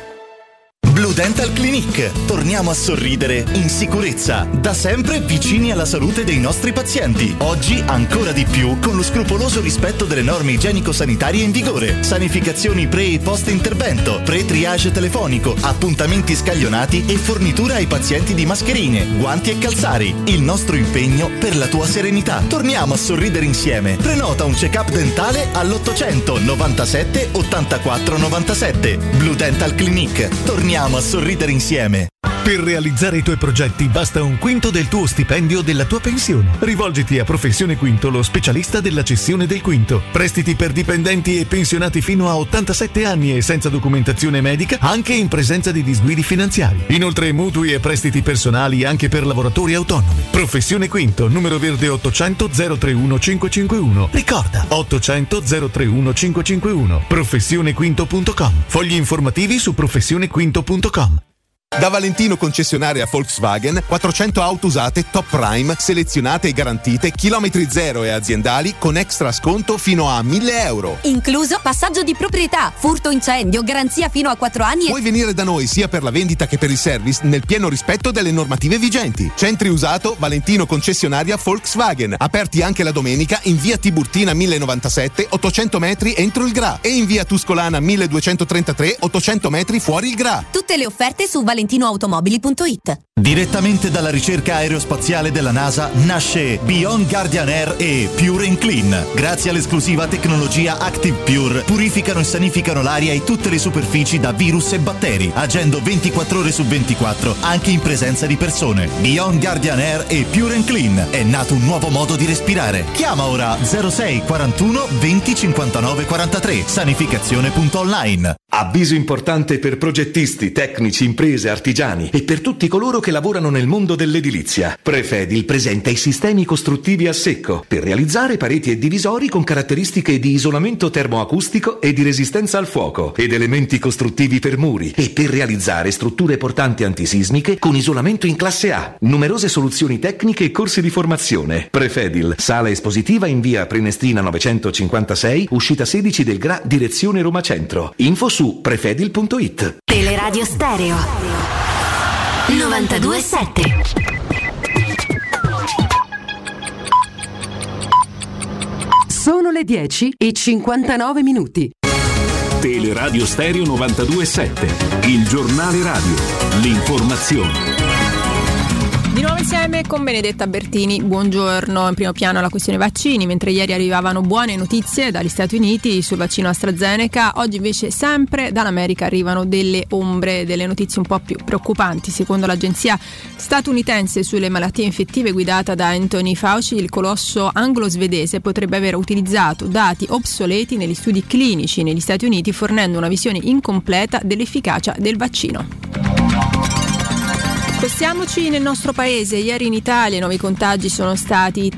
Blue Dental Clinic. Torniamo a sorridere in sicurezza, da sempre vicini alla salute dei nostri pazienti. Oggi ancora di più con lo scrupoloso rispetto delle norme igienico-sanitarie in vigore. Sanificazioni pre e post intervento, pre-triage telefonico, appuntamenti scaglionati e fornitura ai pazienti di mascherine, guanti e calzari. Il nostro impegno per la tua serenità. Torniamo a sorridere insieme. Prenota un check-up dentale all'800 97 84 97. Blue Dental Clinic. Torniamo a sorridere insieme. Per realizzare i tuoi progetti basta un quinto del tuo stipendio della tua pensione. Rivolgiti a Professione Quinto, lo specialista della cessione del quinto. Prestiti per dipendenti e pensionati fino a 87 anni e senza documentazione medica, anche in presenza di disguidi finanziari. Inoltre mutui e prestiti personali anche per lavoratori autonomi. Professione Quinto, numero verde 800 031 551. Ricorda, 800 031 551. Professionequinto.com. Fogli informativi su professionequinto.com. Da Valentino concessionaria Volkswagen, 400 auto usate top prime, selezionate e garantite, chilometri zero e aziendali con extra sconto fino a €1.000. Incluso passaggio di proprietà, furto incendio, garanzia fino a 4 anni. Puoi venire da noi sia per la vendita che per il service nel pieno rispetto delle normative vigenti. Centri usato Valentino concessionaria Volkswagen, aperti anche la domenica in via Tiburtina 1097, 800 metri entro il Gra, e in via Tuscolana 1233, 800 metri fuori il Gra. Tutte le offerte su valentinoautomobili.it. Direttamente dalla ricerca aerospaziale della NASA nasce Beyond Guardian Air e Pure and Clean. Grazie all'esclusiva tecnologia Active Pure purificano e sanificano l'aria e tutte le superfici da virus e batteri, agendo 24 ore su 24 anche in presenza di persone. Beyond Guardian Air e Pure and Clean. È nato un nuovo modo di respirare. Chiama ora 06 41 20 59 43. Sanificazione.online. Avviso importante per progettisti, tecnici, imprese, artigiani e per tutti coloro che lavorano nel mondo dell'edilizia. Prefedil presenta i sistemi costruttivi a secco per realizzare pareti e divisori con caratteristiche di isolamento termoacustico e di resistenza al fuoco, ed elementi costruttivi per muri, e per realizzare strutture portanti antisismiche con isolamento in classe A. Numerose soluzioni tecniche e corsi di formazione. Prefedil, sala espositiva in via Prenestina 956, uscita 16 del Gra, direzione Roma Centro. Info su prefedil.it. Teleradio Stereo 92.7. Sono le 10:59. Teleradio Stereo 92.7, il giornale radio, l'informazione. Di nuovo insieme con Benedetta Bertini, buongiorno. In primo piano la questione vaccini, mentre ieri arrivavano buone notizie dagli Stati Uniti sul vaccino AstraZeneca, oggi invece sempre dall'America arrivano delle ombre, delle notizie un po' più preoccupanti. Secondo l'agenzia statunitense sulle malattie infettive guidata da Anthony Fauci, il colosso anglo-svedese potrebbe aver utilizzato dati obsoleti negli studi clinici negli Stati Uniti, fornendo una visione incompleta dell'efficacia del vaccino. Spostiamoci nel nostro paese. Ieri in Italia i nuovi contagi sono stati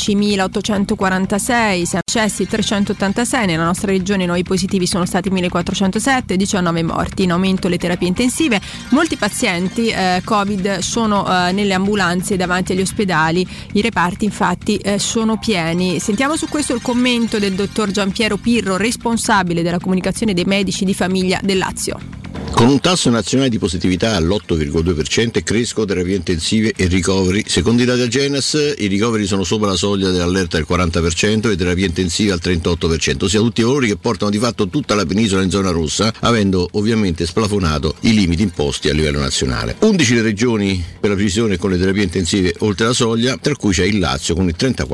13.846, accessi 386, nella nostra regione i nuovi positivi sono stati 1.407, 19 morti, in aumento le terapie intensive, molti pazienti Covid sono nelle ambulanze davanti agli ospedali, i reparti infatti sono pieni. Sentiamo su questo il commento del dottor Giampiero Pirro, responsabile della comunicazione dei medici di famiglia del Lazio. Con un tasso nazionale di positività all'8,2% crescono terapie intensive e ricoveri. Secondo i dati Agenas, i ricoveri sono sopra la soglia dell'allerta del 40% e le terapie intensive al 38%, ossia tutti i valori che portano di fatto tutta la penisola in zona rossa, avendo ovviamente splafonato i limiti imposti a livello nazionale. 11 le regioni per la precisione con le terapie intensive oltre la soglia, tra cui c'è il Lazio con il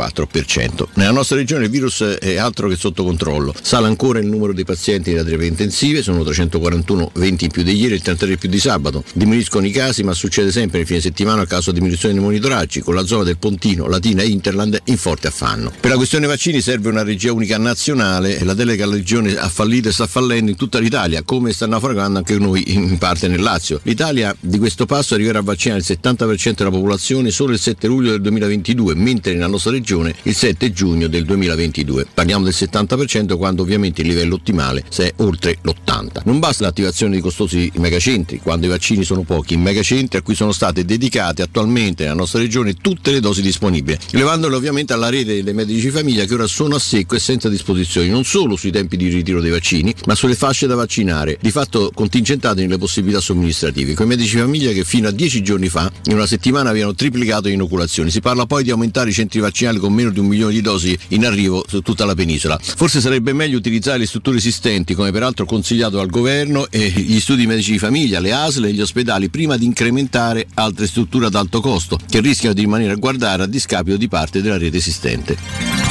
34%. Nella nostra regione il virus è altro che sotto controllo. Sale ancora il numero dei pazienti nelle terapie intensive, sono 341, 20 in più di ieri e 33 più di sabato. Diminuiscono i casi, ma succede sempre nel fine settimana a causa di diminuzione dei monitoraggi, con la zona del Pontino, Latina e Interland in forte affanno. Per la questione vaccini serve una regia unica nazionale e la delega alla regione ha fallito e sta fallendo in tutta l'Italia, come sta naufragando anche noi in parte nel Lazio. L'Italia di questo passo arriverà a vaccinare il 70% della popolazione solo il 7 luglio del 2022, mentre nella nostra regione il 7 giugno del 2022. Parliamo del 70% quando ovviamente il livello ottimale è oltre l'80%. Non basta l'attivazione di costosi megacentri, quando i vaccini sono pochi, in megacentri a cui sono state dedicate attualmente nella nostra regione tutte le dosi disponibili, elevandole ovviamente alla rete dei medici di famiglia che ora sono a secco e senza disposizioni, non solo sui tempi di ritiro dei vaccini, ma sulle fasce da vaccinare, di fatto contingentate nelle possibilità somministrative. Quei medici di famiglia che fino a 10 giorni fa, in una settimana, avevano triplicato le inoculazioni. Si parla poi di aumentare i centri vaccinali con meno di 1 milione di dosi in arrivo su tutta la penisola. Forse sarebbe meglio utilizzare le strutture esistenti, come peraltro consigliato dal governo, e gli studi medici di famiglia, le ASL e gli ospedali, prima di incrementare altre strutture ad alto costo che rischiano di rimanere a guardare a discapito di parte della rete esistente.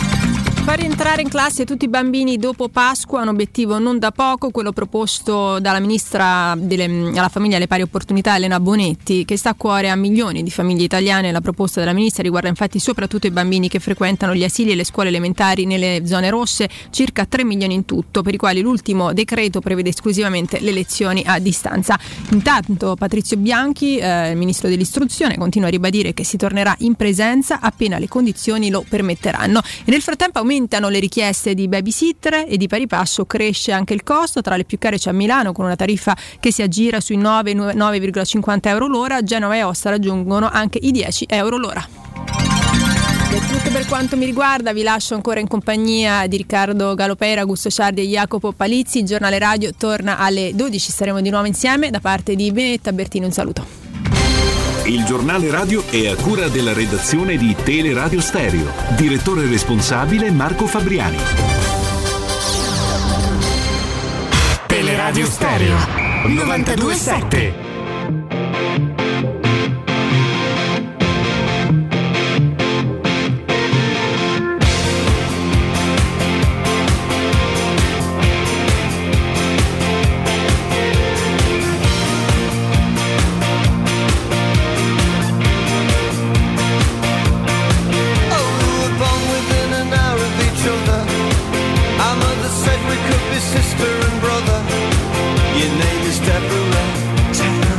Far rientrare in classe tutti i bambini dopo Pasqua è un obiettivo non da poco, quello proposto dalla ministra alla famiglia e alle pari opportunità Elena Bonetti, che sta a cuore a milioni di famiglie italiane. La proposta della ministra riguarda infatti soprattutto i bambini che frequentano gli asili e le scuole elementari nelle zone rosse, circa 3 milioni in tutto, per i quali l'ultimo decreto prevede esclusivamente le lezioni a distanza. Intanto Patrizio Bianchi, il ministro dell'istruzione, continua a ribadire che si tornerà in presenza appena le condizioni lo permetteranno. E nel frattempo aumentano le richieste di babysitter e di pari passo cresce anche il costo. Tra le più care c'è a Milano con una tariffa che si aggira sui 9,50 euro l'ora, Genova e Osta raggiungono anche i 10 euro l'ora. È tutto per quanto mi riguarda, vi lascio ancora in compagnia di Riccardo Galopera, Augusto Ciardi e Jacopo Palizzi. Il giornale radio torna alle 12, saremo di nuovo insieme. Da parte di Benedetta Bertini un saluto. Il giornale radio è a cura della redazione di Teleradio Stereo. Direttore responsabile Marco Fabriani. Teleradio Stereo 92.7. Sister and brother, your name is Deborah.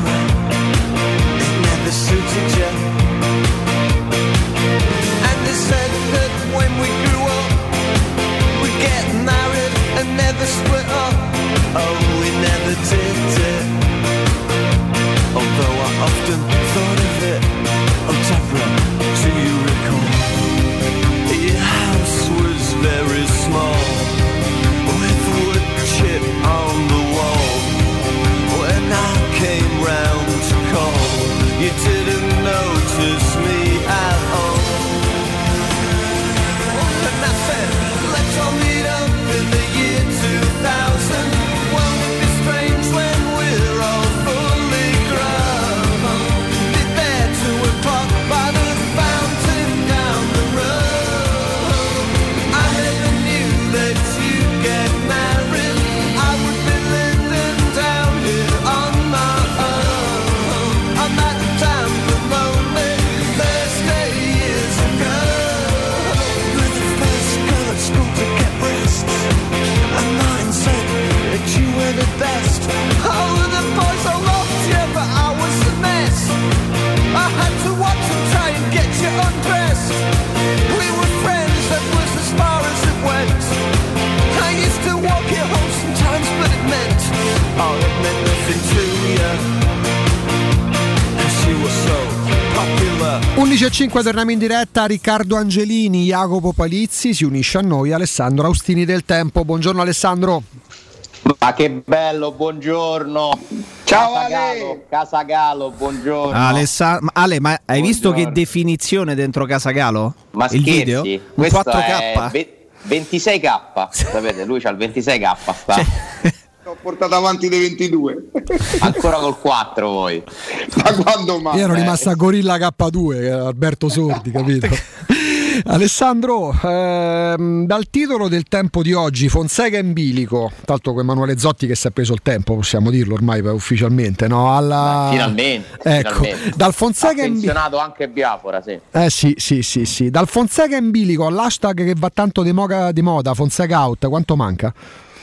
5 torniamo in diretta. Riccardo Angelini, Jacopo Palizzi, si unisce a noi Alessandro Austini del Tempo. Buongiorno Alessandro. Ma che bello, buongiorno. Ciao Casagalo, buongiorno. Ale, ma hai visto che definizione dentro Casagalo? Ma il scherzi? video? Un Questo 4K. È 26K, sapete, lui c'ha il 26K sta. Ho portato avanti dei 22. Ancora col 4 voi. Ma quando mai? Io ero rimasto a Gorilla K2, Alberto Sordi, capito? Alessandro, dal titolo del Tempo di oggi, Fonseca in bilico, tanto con Emanuele Zotti che si è preso il tempo, possiamo dirlo ormai ufficialmente, no? Finalmente, ecco, finalmente. Dal Fonseca ha menzionato anche Biafora, sì. Sì. Dal Fonseca in bilico all'hashtag che va tanto di moda, Fonseca out, quanto manca?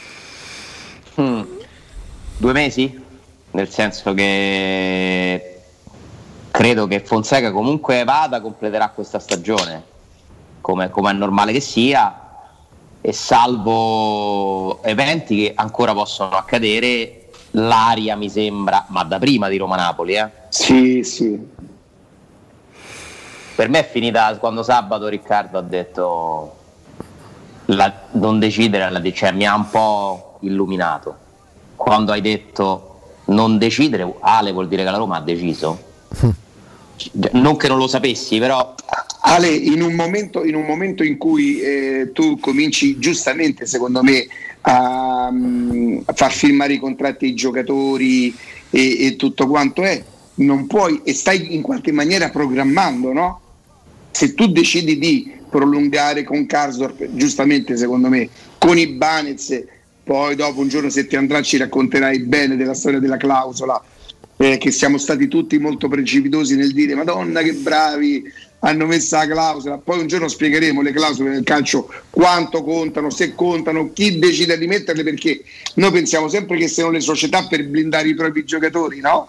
2 mesi? Nel senso che credo che Fonseca comunque completerà questa stagione come è normale che sia, e salvo eventi che ancora possono accadere, l'aria mi sembra, ma da prima di Roma-Napoli Sì. Per me è finita quando sabato Riccardo ha detto non decidere, cioè mi ha un po' illuminato quando hai detto non decidere. Ale, vuol dire che la Roma ha deciso? Non che non lo sapessi, però Ale, in un momento in cui tu cominci giustamente, secondo me, a far firmare i contratti ai giocatori e tutto quanto non puoi, e stai in qualche maniera programmando, no? Se tu decidi di prolungare con Karsdorp, giustamente secondo me, con Ibanez, poi dopo un giorno se ti andrà ci racconterai bene della storia della clausola, che siamo stati tutti molto precipitosi nel dire Madonna che bravi, hanno messo la clausola. Poi un giorno spiegheremo le clausole nel calcio, quanto contano, se contano, chi decide di metterle, perché noi pensiamo sempre che siano le società per blindare i propri giocatori, no?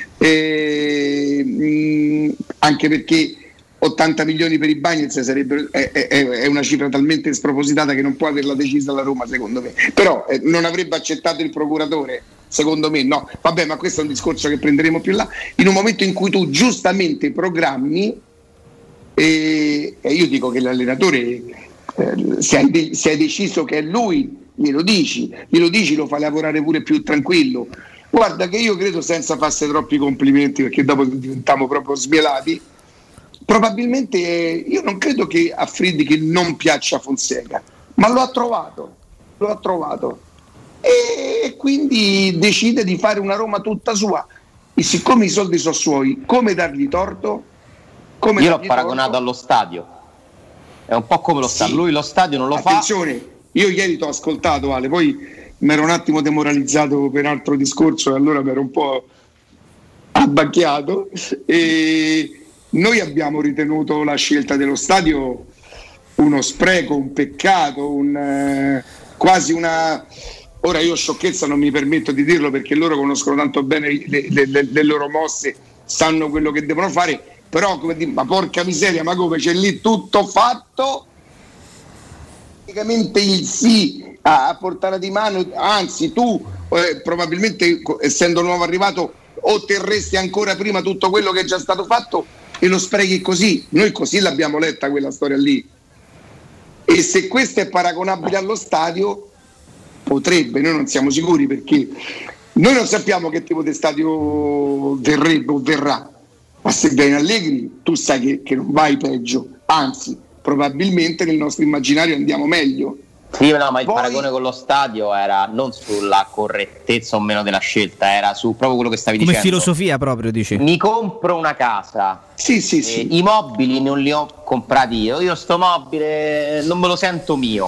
Anche perché 80 milioni per i Bagnets è una cifra talmente spropositata che non può averla decisa la Roma, secondo me. Però non avrebbe accettato il procuratore, secondo me no. Vabbè, ma questo è un discorso che prenderemo più là. In un momento in cui tu giustamente programmi, e io dico che l'allenatore, se hai deciso che è lui, glielo dici, lo fai lavorare pure più tranquillo. Guarda che io credo, senza farsi troppi complimenti, perché dopo diventiamo proprio svelati, probabilmente io non credo che a Friedrich non piaccia Fonseca, ma lo ha trovato e quindi decide di fare una Roma tutta sua, e siccome i soldi sono suoi, come dargli torto? Io l'ho paragonato allo stadio, è un po' come lo stadio, lui lo stadio non lo Attenzione, io ieri ti ho ascoltato, Ale, poi mi ero un attimo demoralizzato per altro discorso e allora mi ero un po' abbacchiato, e noi abbiamo ritenuto la scelta dello stadio uno spreco, un peccato, quasi una... Ora io sciocchezza non mi permetto di dirlo perché loro conoscono tanto bene le loro mosse, sanno quello che devono fare, però come dire, ma porca miseria, ma come c'è lì tutto fatto? Praticamente il sì a portata di mano, anzi tu probabilmente essendo nuovo arrivato otterresti ancora prima tutto quello che è già stato fatto e lo sprechi così. Noi così l'abbiamo letta quella storia lì, e se questo è paragonabile allo stadio potrebbe, noi non siamo sicuri perché noi non sappiamo che tipo di stadio verrebbe o verrà, ma se viene Allegri tu sai che non vai peggio, anzi probabilmente nel nostro immaginario andiamo meglio. Sì, no, ma il paragone con lo stadio era non sulla correttezza o meno della scelta, era su proprio quello che stavi come dicendo. Come filosofia proprio, dici? Mi compro una casa. Sì. I mobili non li ho comprati io sto mobile non me lo sento mio.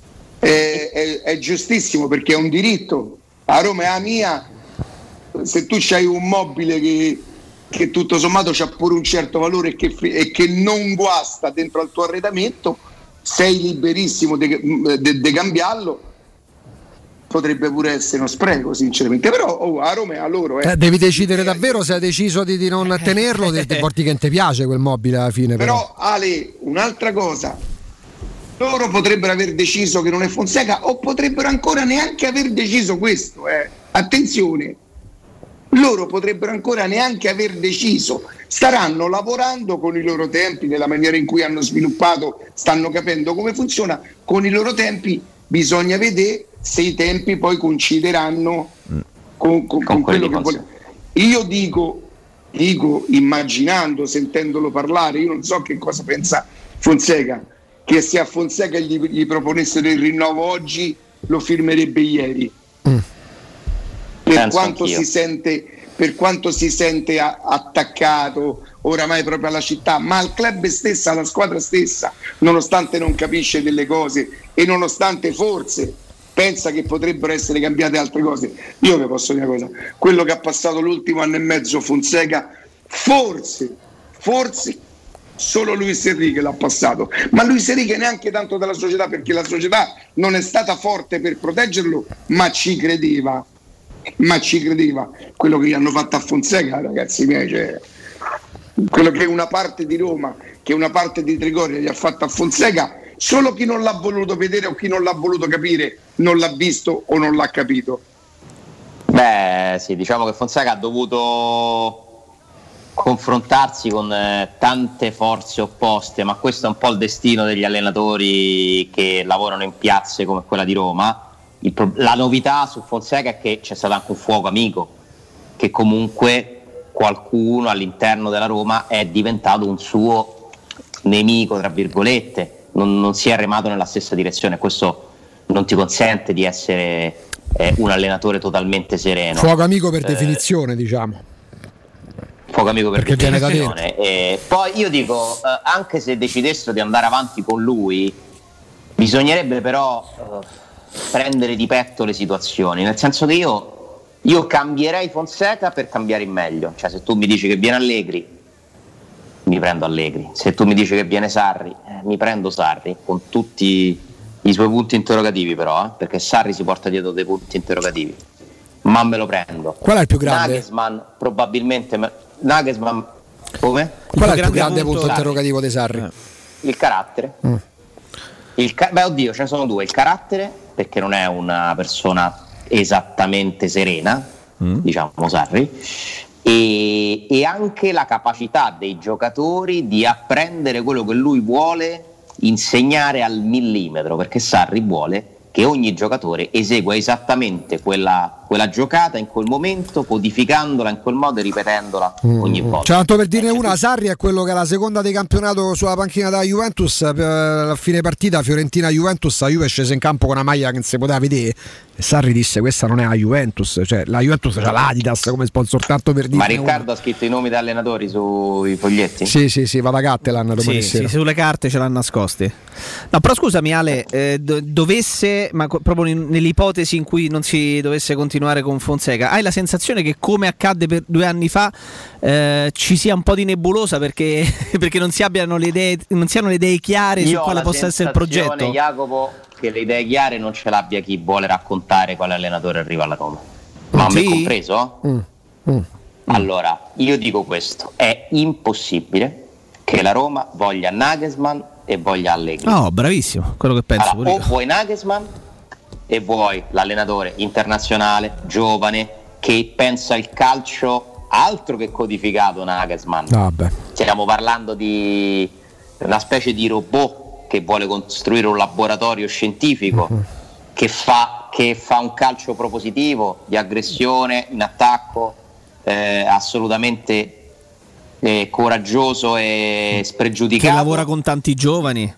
È giustissimo perché è un diritto. A Roma è la mia. Se tu c'hai un mobile che tutto sommato c'ha pure un certo valore e che non guasta dentro al tuo arredamento, sei liberissimo di cambiarlo. Potrebbe pure essere uno spreco sinceramente, però a Roma è a loro. Devi decidere davvero se hai deciso di non tenerlo, ti porti che non ti piace quel mobile alla fine. Però Ale, un'altra cosa, loro potrebbero aver deciso che non è Fonseca o potrebbero ancora neanche aver deciso questo, attenzione, loro potrebbero ancora neanche aver deciso, staranno lavorando con i loro tempi, nella maniera in cui hanno sviluppato, stanno capendo come funziona, con i loro tempi bisogna vedere se i tempi poi coincideranno con quello che vogliono. Io dico, immaginando, sentendolo parlare, io non so che cosa pensa Fonseca, che se a Fonseca gli proponessero il rinnovo oggi lo firmerebbe ieri. Per quanto si sente attaccato oramai proprio alla città, ma al club stessa, alla squadra stessa, nonostante non capisce delle cose e nonostante forse pensa che potrebbero essere cambiate altre cose. Io vi posso dire una cosa, quello che ha passato l'ultimo anno e mezzo Fonseca, forse solo Luis Enrique l'ha passato, ma Luis Enrique neanche tanto dalla società, perché la società non è stata forte per proteggerlo, ma ci credeva. Quello che gli hanno fatto a Fonseca, ragazzi miei, cioè, quello che una parte di Roma, che una parte di Trigoria gli ha fatto a Fonseca, solo chi non l'ha voluto vedere o chi non l'ha voluto capire non l'ha visto o non l'ha capito. Beh sì, diciamo che Fonseca ha dovuto confrontarsi con tante forze opposte, ma questo è un po' il destino degli allenatori che lavorano in piazze come quella di Roma. La novità su Fonseca è che c'è stato anche un fuoco amico, che comunque qualcuno all'interno della Roma è diventato un suo nemico, tra virgolette, non si è remato nella stessa direzione. Questo non ti consente di essere un allenatore totalmente sereno. Fuoco amico per definizione, diciamo. Fuoco amico per definizione. Poi io dico, anche se decidessero di andare avanti con lui, bisognerebbe però prendere di petto le situazioni, nel senso che io cambierei Fonseca per cambiare in meglio. Cioè, se tu mi dici che viene Allegri, mi prendo Allegri. Se tu mi dici che viene Sarri, mi prendo Sarri, con tutti i suoi punti interrogativi però, perché Sarri si porta dietro dei punti interrogativi, ma me lo prendo. Qual è il più grande? Nagelsmann probabilmente. Nagelsmann come? Qual è il più grande punto interrogativo di Sarri? Il carattere. Beh oddio, ce ne sono due. Il carattere, perché non è una persona esattamente serena, diciamo Sarri, e anche la capacità dei giocatori di apprendere quello che lui vuole insegnare al millimetro, perché Sarri vuole che ogni giocatore esegua esattamente quella giocata in quel momento, codificandola in quel modo e ripetendola ogni volta. Cioè, tanto per dire una, Sarri è quello che è la seconda di campionato sulla panchina della Juventus, a fine partita Fiorentina-Juventus, la Juve è scesa in campo con una maglia che non si poteva vedere e Sarri disse questa non è la Juventus, cioè la Juventus c'ha l'Adidas come sponsor, tanto per dire. Ma Riccardo ha scritto i nomi degli allenatori sui foglietti? Sì, va da Cattelan domani sera. Sì, sulle carte ce l'hanno nascosti. No, però scusami Ale, dovesse, ma proprio nell'ipotesi in cui non si dovesse continuare con Fonseca, hai la sensazione che come accadde per 2 anni fa ci sia un po' di nebulosa perché non si abbiano le idee, non siano le idee chiare su quale possa essere il progetto? Jacopo, che le idee chiare non ce l'abbia chi vuole raccontare quale allenatore arriva alla Roma, ma a me compreso? Allora io dico questo: è impossibile che la Roma voglia Nagelsmann e voglia Allegri. No, bravissimo, quello che penso. Allora, o vuoi Nagelsmann e vuoi l'allenatore internazionale, giovane, che pensa il calcio altro che codificato. Nagelsmann, stiamo parlando di una specie di robot che vuole costruire un laboratorio scientifico, che fa un calcio propositivo, di aggressione in attacco, assolutamente coraggioso e spregiudicato, che lavora con tanti giovani,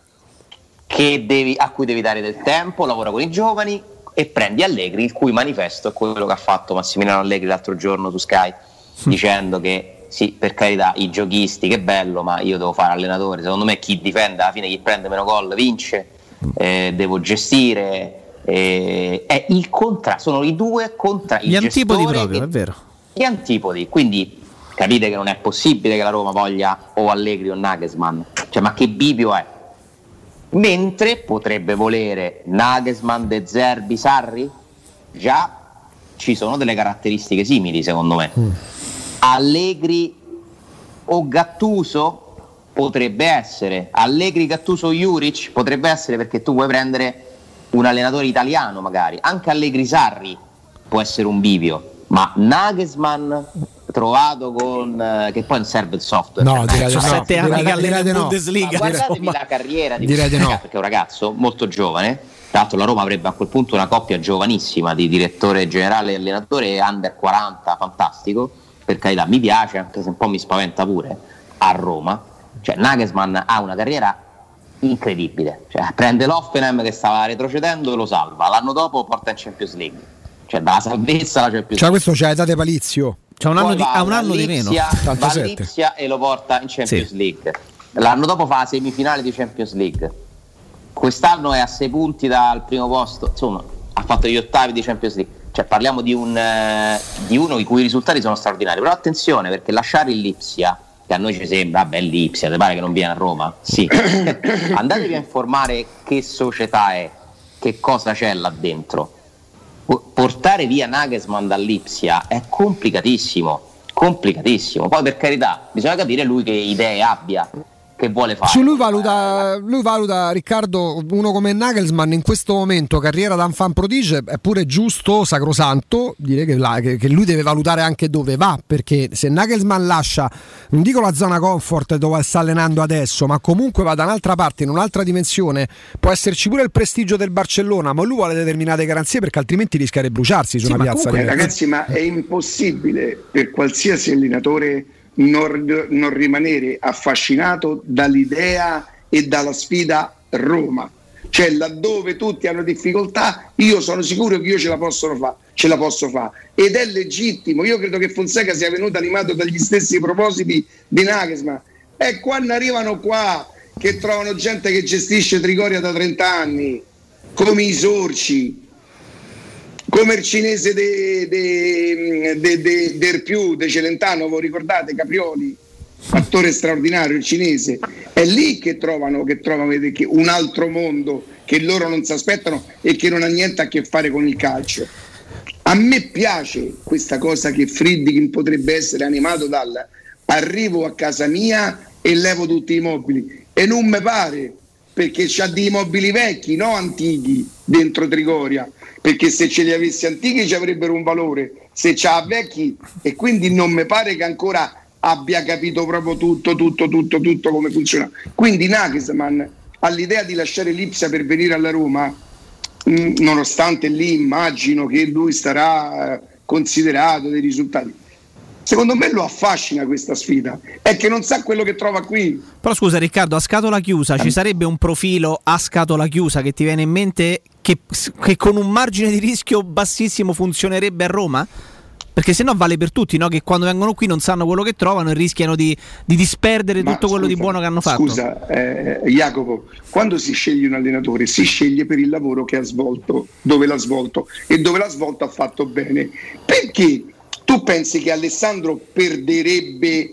a cui devi dare del tempo, lavora con i giovani, e prendi Allegri, il cui manifesto è quello che ha fatto Massimiliano Allegri l'altro giorno su Sky, dicendo che sì, per carità, i giochisti, che bello, ma io devo fare allenatore. Secondo me chi difende alla fine, chi prende meno gol vince, devo gestire, è il sono i due contra il gli antipodi proprio, è vero. Gli antipodi, quindi capite che non è possibile che la Roma voglia o Allegri o Nagelsmann, cioè, ma che bivio è? Mentre potrebbe volere Nagelsmann, De Zerbi, Sarri, già ci sono delle caratteristiche simili secondo me. Allegri o Gattuso potrebbe essere, Allegri, Gattuso, Juric potrebbe essere, perché tu vuoi prendere un allenatore italiano magari, anche Allegri, Sarri può essere un bivio, ma Nagelsmann trovato con che poi non serve il software, no, direi sono 7 anni che allena in Bundesliga. Ma guardatevi la carriera di direi questo ragazzo, perché è un ragazzo molto giovane. Tra l'altro la Roma avrebbe a quel punto una coppia giovanissima di direttore generale e allenatore under 40, fantastico, per carità, mi piace, anche se un po' mi spaventa pure a Roma. Cioè Nagelsmann ha una carriera incredibile, cioè, prende l'Hoffenheim che stava retrocedendo e lo salva, l'anno dopo porta in Champions League, cioè dalla salvezza alla Champions League. Questo c'è età Palizio, c'è un anno di meno, va a Lipsia e lo porta in Champions League. L'anno dopo fa la semifinale di Champions League, quest'anno è a 6 punti dal primo posto, insomma ha fatto gli ottavi di Champions League. Cioè parliamo di uno i cui risultati sono straordinari, però attenzione, perché lasciare il Lipsia, che a noi ci sembra, Lipsia, ti pare che non viene a Roma? Sì. Andatevi a informare che società è, che cosa c'è là dentro. Portare via Nagelsmann dall'Ipsia è complicatissimo. Poi per carità, bisogna capire lui che idee abbia, che vuole fare. Lui valuta, Riccardo, uno come Nagelsmann in questo momento, carriera da fan prodige, è pure giusto, sacrosanto dire che lui deve valutare anche dove va, perché se Nagelsmann lascia, non dico la zona comfort dove sta allenando adesso, ma comunque va da un'altra parte, in un'altra dimensione, può esserci pure il prestigio del Barcellona, ma lui vuole determinate garanzie, perché altrimenti rischia di bruciarsi su una piazza. Comunque, ragazzi, ma è impossibile per qualsiasi allenatore non rimanere affascinato dall'idea e dalla sfida Roma. Cioè laddove tutti hanno difficoltà, io sono sicuro che io ce la posso fare ed è legittimo. Io credo che Fonseca sia venuto animato dagli stessi propositi di Nagelsmann, e quando arrivano qua che trovano gente che gestisce Trigoria da 30 anni come i Sorci, come il cinese del più de Celentano, voi ricordate Caprioli, attore straordinario, il cinese, è lì che trovano un altro mondo che loro non si aspettano e che non ha niente a che fare con il calcio. A me piace questa cosa che Friedkin potrebbe essere animato dal arrivo a casa mia e levo tutti i mobili, e non mi pare, perché c'ha dei mobili vecchi, no antichi, dentro Trigoria, perché se ce li avessi antichi ci avrebbero un valore, se c'ha vecchi, e quindi non mi pare che ancora abbia capito proprio tutto come funziona. Quindi Nagelsmann all'idea di lasciare l'Ipsia per venire alla Roma, nonostante lì immagino che lui starà considerato dei risultati, secondo me lo affascina questa sfida, è che non sa quello che trova qui. Però scusa Riccardo, a scatola chiusa ci sarebbe un profilo a scatola chiusa che ti viene in mente che con un margine di rischio bassissimo funzionerebbe a Roma? Perché sennò vale per tutti, no? Che quando vengono qui non sanno quello che trovano e rischiano di disperdere tutto quello di buono che hanno fatto. Scusa Jacopo, quando si sceglie un allenatore si sceglie per il lavoro che ha svolto, dove l'ha svolto, e dove l'ha svolto ha fatto bene. Perché tu pensi che Alessandro perderebbe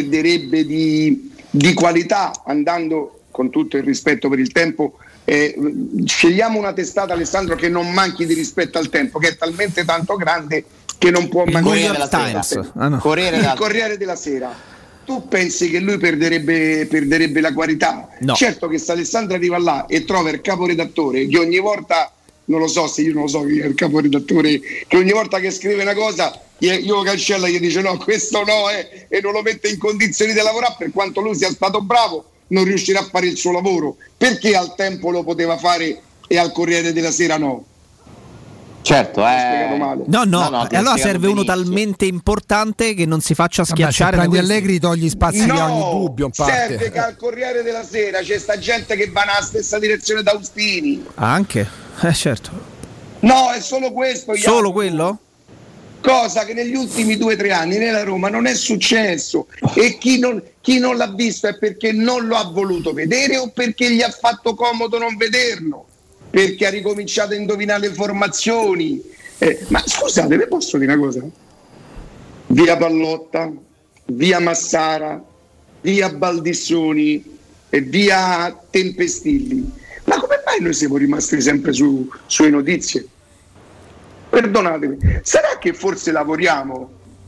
di qualità andando, con tutto il rispetto per il tempo, scegliamo una testata, Alessandro, che non manchi di rispetto al tempo, che è talmente tanto grande che non può mancare. Il Corriere della Sera. Tu pensi che lui perderebbe la qualità? No. Certo che se Alessandro arriva là e trova il caporedattore che ogni volta, non lo so chi è il caporedattore, che ogni volta che scrive una cosa io cancella, gli dice no, questo no, e non lo mette in condizioni di lavorare, per quanto lui sia stato bravo non riuscirà a fare il suo lavoro. Perché al Tempo lo poteva fare e al Corriere della Sera no? Certo, no, e allora serve uno talmente importante che non si faccia schiacciare. Prendi Allegri, togli spazi di ogni dubbio. Serve che al Corriere della Sera c'è sta gente che va nella stessa direzione d'Austini. Anche? Certo. No, è solo questo. Solo quello? Cosa che negli ultimi 2 o 3 anni nella Roma non è successo, e chi non l'ha visto è perché non lo ha voluto vedere o perché gli ha fatto comodo non vederlo, perché ha ricominciato a indovinare le formazioni. Ma scusate, vi posso dire una cosa? Via Pallotta, via Massara, via Baldissoni e via Tempestilli. Ma come mai noi siamo rimasti sempre sulle notizie? Perdonatemi, sarà che forse lavoriamo?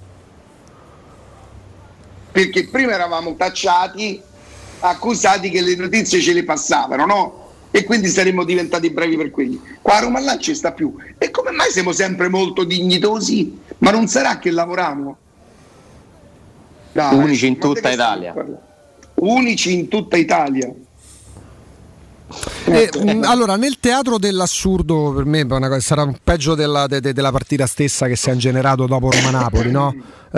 Perché prima eravamo tacciati, accusati che le notizie ce le passavano, no? E quindi saremmo diventati bravi per quelli. Qua a Roma là ci sta più. E come mai siamo sempre molto dignitosi, Ma non sarà che lavoriamo? Dai, unici in tutta Italia. Unici in tutta Italia. Allora, nel teatro dell'assurdo, per me sarà peggio della partita stessa che si è generato dopo Roma-Napoli, no?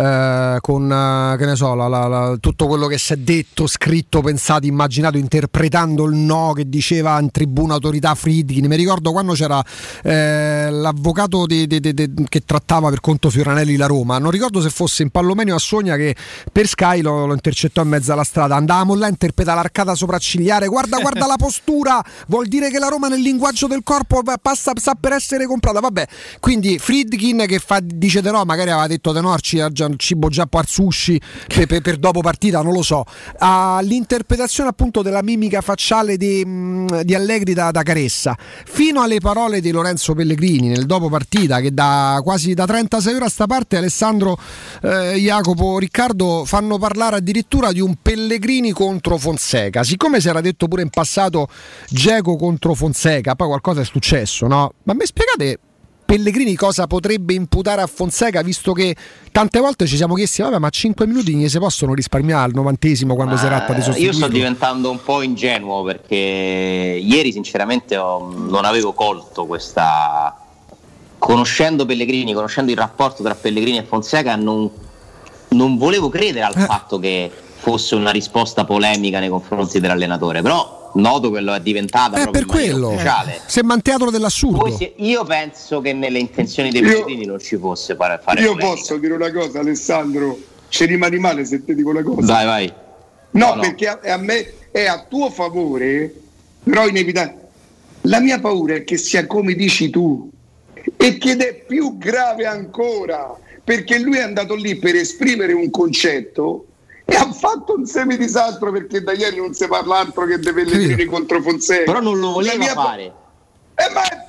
Con che ne so, tutto quello che si è detto, scritto, pensato, immaginato, interpretando il no che diceva in tribuna autorità Friedkin. Mi ricordo quando c'era l'avvocato che trattava per conto Fioranelli la Roma, non ricordo se fosse in Pallomenio a Sogna, che per Sky lo intercettò in mezzo alla strada. Andavamo là a interpretare l'arcata sopraccigliare, guarda la postura, vuol dire che la Roma nel linguaggio del corpo sta per essere comprata. Vabbè, quindi Friedkin che dice de no, magari aveva detto de no al cibo giappo al sushi per dopo partita, non lo so. All'interpretazione appunto della mimica facciale di Allegri da Caressa, fino alle parole di Lorenzo Pellegrini nel dopo partita, che da quasi da 36 ore a sta parte Alessandro, Jacopo, Riccardo fanno parlare addirittura di un Pellegrini contro Fonseca, siccome si era detto pure in passato Dzeko contro Fonseca, poi qualcosa è successo, no? Ma mi spiegate Pellegrini cosa potrebbe imputare a Fonseca, visto che tante volte ci siamo chiesti vabbè, ma 5 minuti ne si possono risparmiare al 90esimo quando si tratta di sostituirlo? Io sto diventando un po' ingenuo, perché ieri sinceramente non avevo colto questa, conoscendo Pellegrini, conoscendo il rapporto tra Pellegrini e Fonseca, non volevo credere al fatto che fosse una risposta polemica nei confronti dell'allenatore, però noto che lo è diventata proprio per quello ufficiale. Sembra un teatro dell'assurdo. Poi io penso che nelle intenzioni dei Pellegrini non ci fosse fare io polemica. Posso dire una cosa, Alessandro, ci rimani male se ti dico una cosa? Vai. No, perché a me è a tuo favore, però inevitabile. La mia paura è che sia come dici tu, ed è più grave ancora, perché lui è andato lì per esprimere un concetto e ha fatto un semidisastro, perché da ieri non si parla altro che dei Pellegrini contro Fonseca. Però non lo voleva fare. Ma è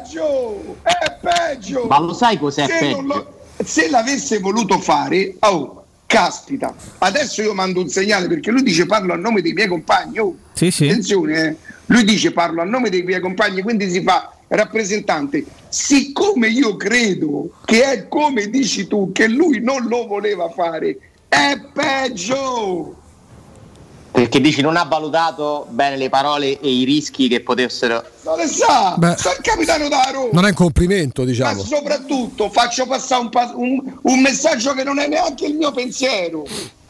peggio! Ma lo sai cos'è peggio? Se l'avesse voluto fare, caspita, adesso io mando un segnale, perché lui dice parlo a nome dei miei compagni. Sì. Attenzione, lui dice parlo a nome dei miei compagni, quindi si fa rappresentante. Siccome io credo che è come dici tu, che lui non lo voleva fare, è peggio, perché dici non ha valutato bene le parole e i rischi che potessero. Non le sa, sono il capitano da Roma. Non è un complimento, diciamo. Ma soprattutto faccio passare un messaggio che non è neanche il mio pensiero.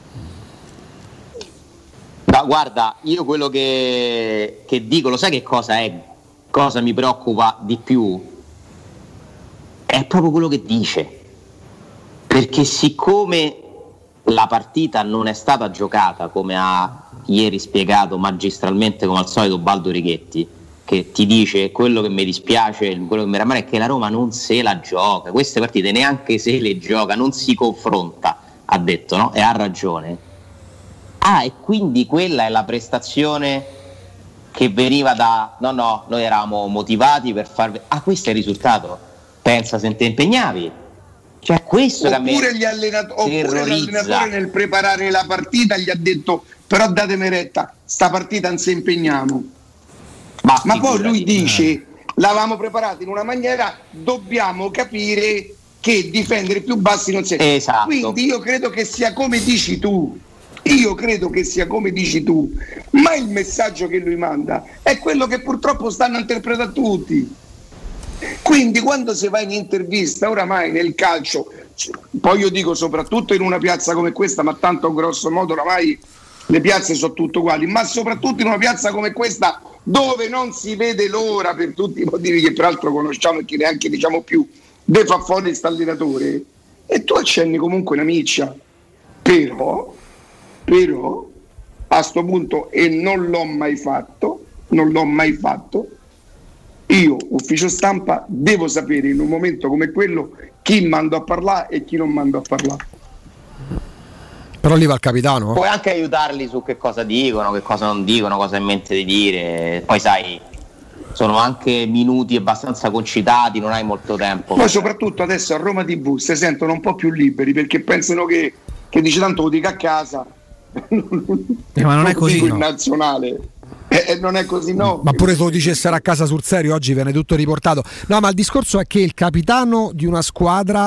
Ma guarda, io quello che dico, lo sai che cosa è? Cosa mi preoccupa di più? È proprio quello che dice, perché siccome la partita non è stata giocata come ha ieri spiegato magistralmente come al solito Baldo Righetti, che ti dice quello che mi dispiace, quello che mi rammarica è che la Roma non se la gioca, queste partite neanche se le gioca, non si confronta, ha detto, no? E ha ragione. E quindi quella è la prestazione che veniva da no, noi eravamo motivati per far. Questo è il risultato, pensa se te impegnavi. Cioè questo oppure l'allenatore nel preparare la partita gli ha detto però datemi retta, sta partita non si impegniamo, ma poi lui dice l'avevamo preparata in una maniera, dobbiamo capire che difendere più bassi non si è. Esatto. Quindi io credo che sia come dici tu, ma il messaggio che lui manda è quello che purtroppo stanno interpretando tutti. Quindi quando si va in intervista oramai nel calcio, poi io dico soprattutto in una piazza come questa, ma tanto grosso modo oramai le piazze sono tutte uguali, ma soprattutto in una piazza come questa dove non si vede l'ora, per tutti i motivi che peraltro conosciamo e che neanche diciamo più, de fa fuori sta allenatore, e tu accenni comunque una miccia, però a sto punto, e non l'ho mai fatto, io, ufficio stampa, devo sapere in un momento come quello chi mando a parlare e chi non mando a parlare. Però lì va il capitano. Puoi anche aiutarli su che cosa dicono, che cosa non dicono, cosa ha in mente di dire. Poi sai, sono anche minuti abbastanza concitati, non hai molto tempo. Poi soprattutto adesso a Roma TV si sentono un po' più liberi, perché pensano che dice tanto lo dica a casa. Ma non è così, no. In nazionale. Non è così, no. Ma pure se lo dicessero a casa sul serio oggi viene tutto riportato. No, ma il discorso è che il capitano di una squadra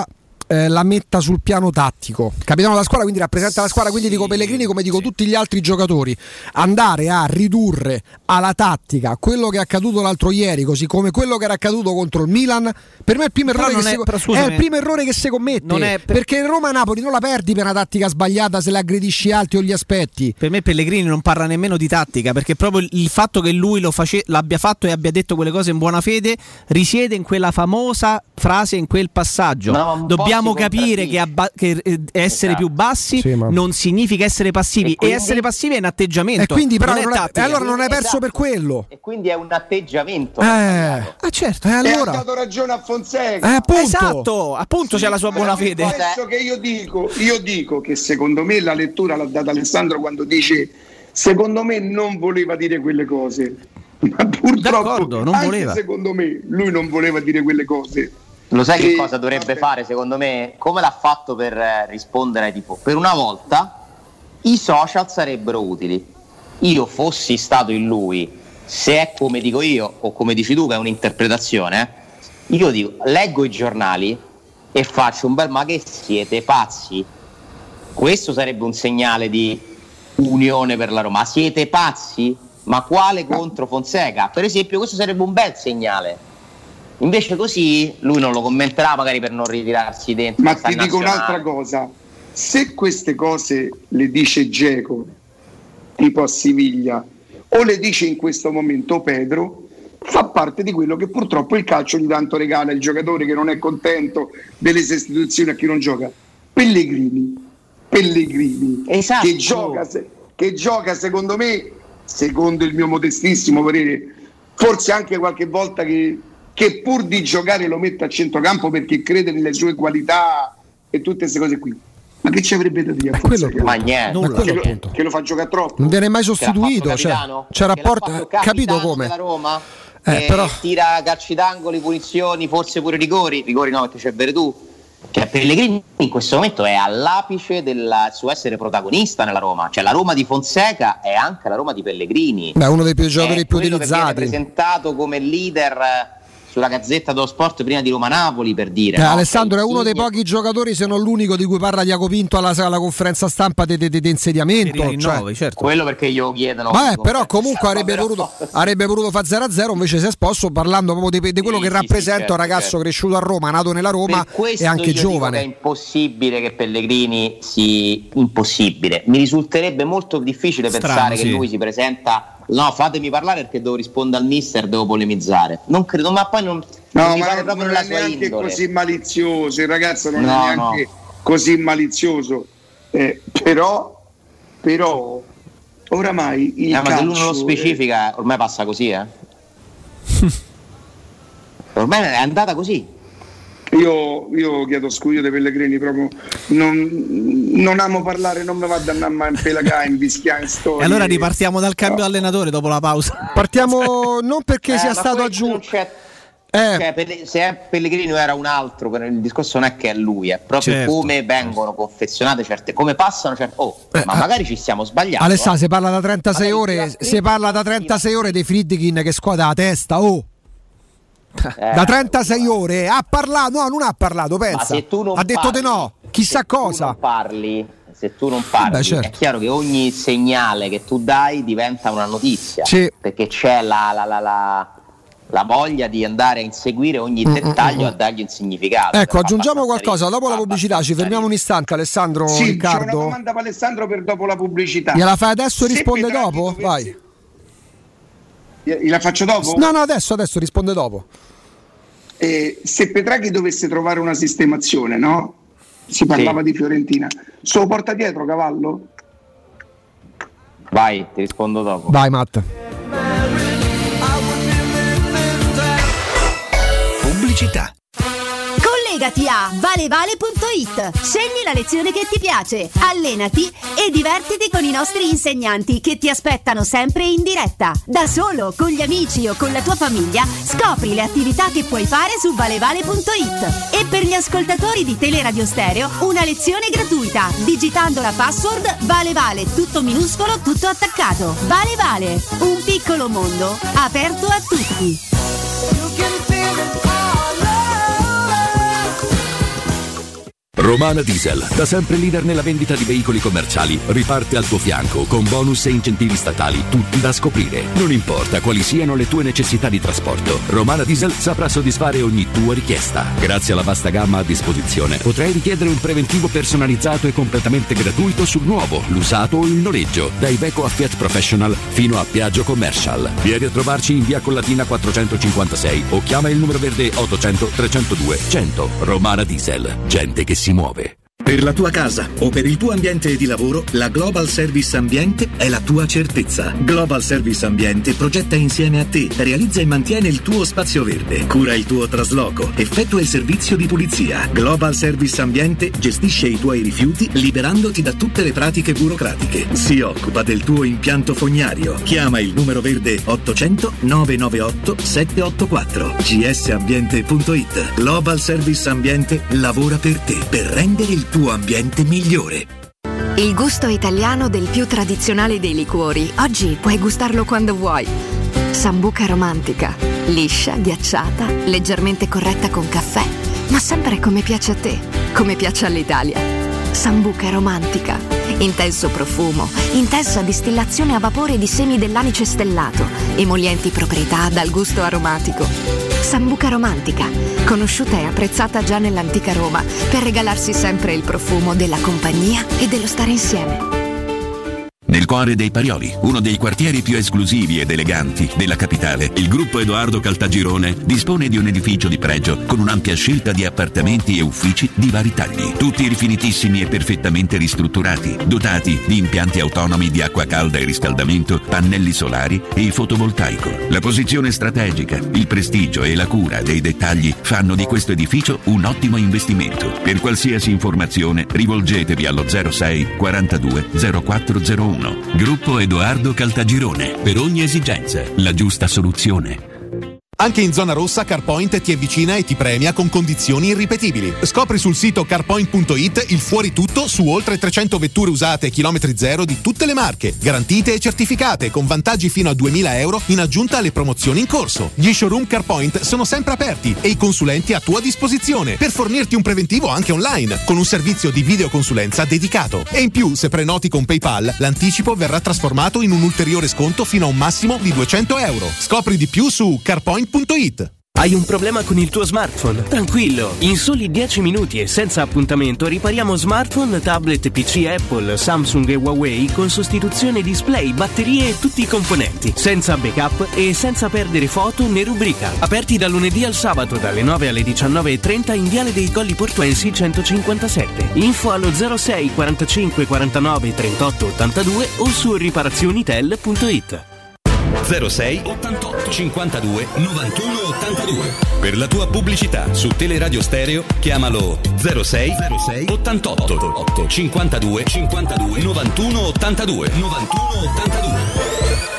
la metta sul piano tattico. Capitano della squadra, quindi rappresenta la squadra, quindi dico Pellegrini come dico tutti gli altri giocatori, andare a ridurre alla tattica quello che è accaduto l'altro ieri, così come quello che era accaduto contro il Milan, per me è il primo errore è il primo errore che si commette, perché Roma-Napoli non la perdi per una tattica sbagliata se la aggredisci alti o gli aspetti. Per me Pellegrini non parla nemmeno di tattica, perché proprio il fatto che lui l'abbia fatto e abbia detto quelle cose in buona fede risiede in quella famosa frase, in quel passaggio. Dobbiamo capire che essere più bassi non significa essere passivi, e essere passivi è un atteggiamento, e quindi però allora non hai perso per quello, e quindi è un atteggiamento. Certo, allora ha dato ragione a Fonseca. Esatto, appunto c'è la sua buona fede. Adesso che io dico che secondo me la lettura l'ha data Alessandro quando dice secondo me non voleva dire quelle cose, ma purtroppo non voleva. Secondo me lui non voleva dire quelle cose. Lo sai che cosa dovrebbe fare secondo me? Come l'ha fatto per rispondere ai tifosi? Per una volta i social sarebbero utili. Io fossi stato in lui, se è come dico io o come dici tu che è un'interpretazione, io dico, leggo i giornali e faccio un bel ma che siete pazzi? Questo sarebbe un segnale di unione per la Roma. Siete pazzi? Ma quale contro Fonseca? Per esempio, questo sarebbe un bel segnale. Invece così lui non lo commenterà, magari per non ritirarsi dentro. Ma ti dico un'altra cosa, se queste cose le dice Dzeko tipo a Siviglia o le dice in questo momento Pedro, fa parte di quello che purtroppo il calcio ogni tanto regala, il giocatore che non è contento delle sostituzioni a chi non gioca. Pellegrini esatto. che gioca secondo me, secondo il mio modestissimo parere, forse anche qualche volta che pur di giocare lo mette a centrocampo perché crede nelle sue qualità e tutte queste cose qui. Ma che ci avrebbe da dire? Ma niente, che lo fa giocare troppo. Non viene mai sostituito, c'è rapporto, capito come? La Roma, però tira calci d'angoli, punizioni, forse pure rigori no perché c'è Veretù. Cioè Pellegrini in questo momento è all'apice del suo essere protagonista nella Roma, cioè la Roma di Fonseca è anche la Roma di Pellegrini. Uno dei più giocatori più utilizzati, che viene presentato come leader sulla Gazzetta dello Sport prima di Roma-Napoli, per dire. Alessandro è uno dei pochi giocatori, se non l'unico, di cui parla Diaco Pinto alla conferenza stampa di insediamento. Certo. Quello perché glielo chiedono. Però comunque avrebbe voluto fare 0-0, invece si è esposto parlando proprio di quello che rappresenta un ragazzo cresciuto a Roma, nato nella Roma e anche giovane. È impossibile che Pellegrini impossibile. Mi risulterebbe molto difficile pensare che lui si presenta. No, fatemi parlare perché devo rispondere al mister, devo polemizzare. Non credo, ma poi non mi pare proprio nella sua indole. Non è neanche così malizioso, il ragazzo non è neanche così malizioso. Però oramai il calcio, ma se lui non lo specifica, ormai passa così, ormai è andata così. Io chiedo scusa dei Pellegrini, proprio non amo parlare, non mi va da andare in pelagà, in bischià, in storia. E allora ripartiamo dal cambio allenatore dopo la pausa. Partiamo non perché sia stato aggiunto. Se Pellegrini era un altro, il discorso non è che è lui, è proprio come vengono confezionate certe, come passano certe. Ma magari ci stiamo sbagliando. Alessandro, si parla da 36 ore, si parla da 36 ore dei Friedkin che scuote la testa, da 36 ore ha parlato, non ha parlato, pensa. Ma se tu non ha detto di no, chissà cosa. Se tu non parli, certo. È chiaro che ogni segnale che tu dai diventa una notizia, perché c'è la voglia di andare a inseguire ogni dettaglio, a dargli un significato. Ecco, aggiungiamo qualcosa dopo la pubblicità, ci fermiamo un istante, Alessandro. Riccardo, c'è una domanda per Alessandro per dopo la pubblicità. Gliela fai adesso e risponde dopo? Vai. La faccio dopo? No, adesso risponde dopo. Se Petraghi dovesse trovare una sistemazione, no? Si parlava di Fiorentina. Suo porta dietro, Cavallo? Vai, ti rispondo dopo. Vai, Matt. Pubblicità. Collegati a valevale.it, scegli la lezione che ti piace, allenati e divertiti con i nostri insegnanti che ti aspettano sempre in diretta. Da solo, con gli amici o con la tua famiglia, scopri le attività che puoi fare su valevale.it. E per gli ascoltatori di Teleradio Stereo, una lezione gratuita, digitando la password Valevale, tutto minuscolo, tutto attaccato. Valevale, un piccolo mondo aperto a tutti. Romana Diesel, da sempre leader nella vendita di veicoli commerciali, riparte al tuo fianco con bonus e incentivi statali, tutti da scoprire. Non importa quali siano le tue necessità di trasporto, Romana Diesel saprà soddisfare ogni tua richiesta. Grazie alla vasta gamma a disposizione, potrai richiedere un preventivo personalizzato e completamente gratuito sul nuovo, l'usato o il noleggio, da Iveco a Fiat Professional fino a Piaggio Commercial. Vieni a trovarci in via Collatina 456 o chiama il numero verde 800 302 100. Romana Diesel, gente che si muove. Per la tua casa o per il tuo ambiente di lavoro, la Global Service Ambiente è la tua certezza. Global Service Ambiente progetta insieme a te, realizza e mantiene il tuo spazio verde, cura il tuo trasloco, effettua il servizio di pulizia. Global Service Ambiente gestisce i tuoi rifiuti liberandoti da tutte le pratiche burocratiche. Si occupa del tuo impianto fognario. Chiama il numero verde 800 998 784. gsambiente.it. Global Service Ambiente lavora per te, per rendere il tuo ambiente migliore. Il gusto italiano del più tradizionale dei liquori. Oggi puoi gustarlo quando vuoi. Sambuca romantica. Liscia, ghiacciata, leggermente corretta con caffè, ma sempre come piace a te, come piace all'Italia. Sambuca romantica. Intenso profumo, intensa distillazione a vapore di semi dell'anice stellato, emolienti proprietà dal gusto aromatico. Sambuca romantica, conosciuta e apprezzata già nell'antica Roma per regalarsi sempre il profumo della compagnia e dello stare insieme. Nel cuore dei Parioli, uno dei quartieri più esclusivi ed eleganti della capitale, il gruppo Edoardo Caltagirone dispone di un edificio di pregio con un'ampia scelta di appartamenti e uffici di vari tagli, tutti rifinitissimi e perfettamente ristrutturati, dotati di impianti autonomi di acqua calda e riscaldamento, pannelli solari e fotovoltaico. La posizione strategica, il prestigio e la cura dei dettagli fanno di questo edificio un ottimo investimento. Per qualsiasi informazione rivolgetevi allo 06 42 0401. Gruppo Edoardo Caltagirone. Per ogni esigenza, la giusta soluzione. Anche in zona rossa CarPoint ti avvicina e ti premia con condizioni irripetibili. Scopri sul sito carpoint.it il fuori tutto su oltre 300 vetture usate e chilometri zero di tutte le marche, garantite e certificate, con vantaggi fino a 2.000 euro in aggiunta alle promozioni in corso. Gli showroom CarPoint sono sempre aperti e i consulenti a tua disposizione per fornirti un preventivo anche online, con un servizio di videoconsulenza dedicato. E in più, se prenoti con PayPal, l'anticipo verrà trasformato in un ulteriore sconto fino a un massimo di 200 euro. Scopri di più su carpoint.it. Hai un problema con il tuo smartphone? Tranquillo, in soli 10 minuti e senza appuntamento ripariamo smartphone, tablet, PC Apple, Samsung e Huawei con sostituzione display, batterie e tutti i componenti, senza backup e senza perdere foto né rubrica. Aperti da lunedì al sabato dalle 9 alle 19:30 in Viale dei Colli Portuensi 157. Info allo 06 45 49 38 82 o su riparazionitel.it. 06 88 52 91 82. Per la tua pubblicità su Teleradio Stereo chiamalo 06 88 52 52 91 82 91 82.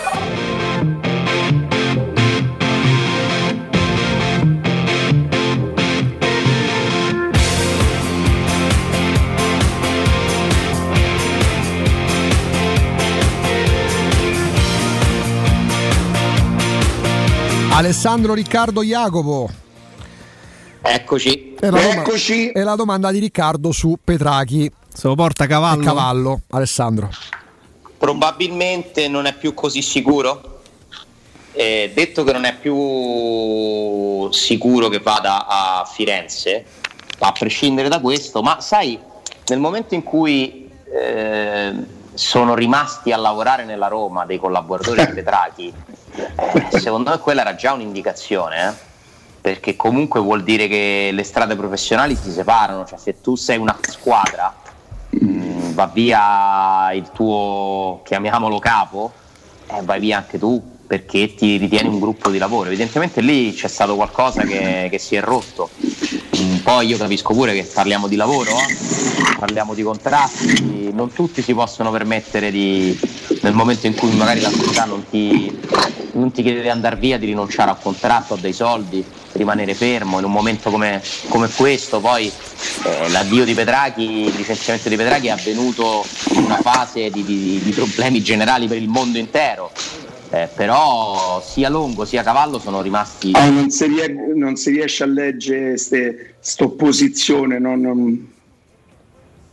Alessandro, Riccardo, Jacopo. Eccoci. Eccoci. E la domanda di Riccardo su Petrachi. Se lo porta cavallo? Cavallo, Alessandro. Probabilmente non è più così sicuro. Detto che non è più sicuro che vada a Firenze, a prescindere da questo, ma sai, nel momento in cui sono rimasti a lavorare nella Roma dei collaboratori di Petrachi, secondo me quella era già un'indicazione, perché comunque vuol dire che le strade professionali si separano, cioè se tu sei una squadra va via il tuo, chiamiamolo capo, vai via anche tu perché ti ritieni un gruppo di lavoro. Evidentemente lì c'è stato qualcosa che si è rotto. Poi io capisco pure che parliamo di lavoro, parliamo di contratti, non tutti si possono permettere nel momento in cui magari la società non ti chiede di andare via, di rinunciare al contratto, a dei soldi, rimanere fermo in un momento come questo. Poi l'addio di Petrachi, il licenziamento di Petrachi è avvenuto in una fase di problemi generali per il mondo intero. Però sia Longo sia Cavallo sono rimasti. Non si riesce a leggere sta opposizione, non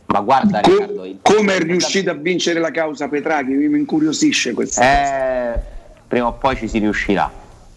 Ma guarda Riccardo, come è riuscito a vincere la causa Petraghi? Mi incuriosisce questa cosa. Prima o poi ci si riuscirà.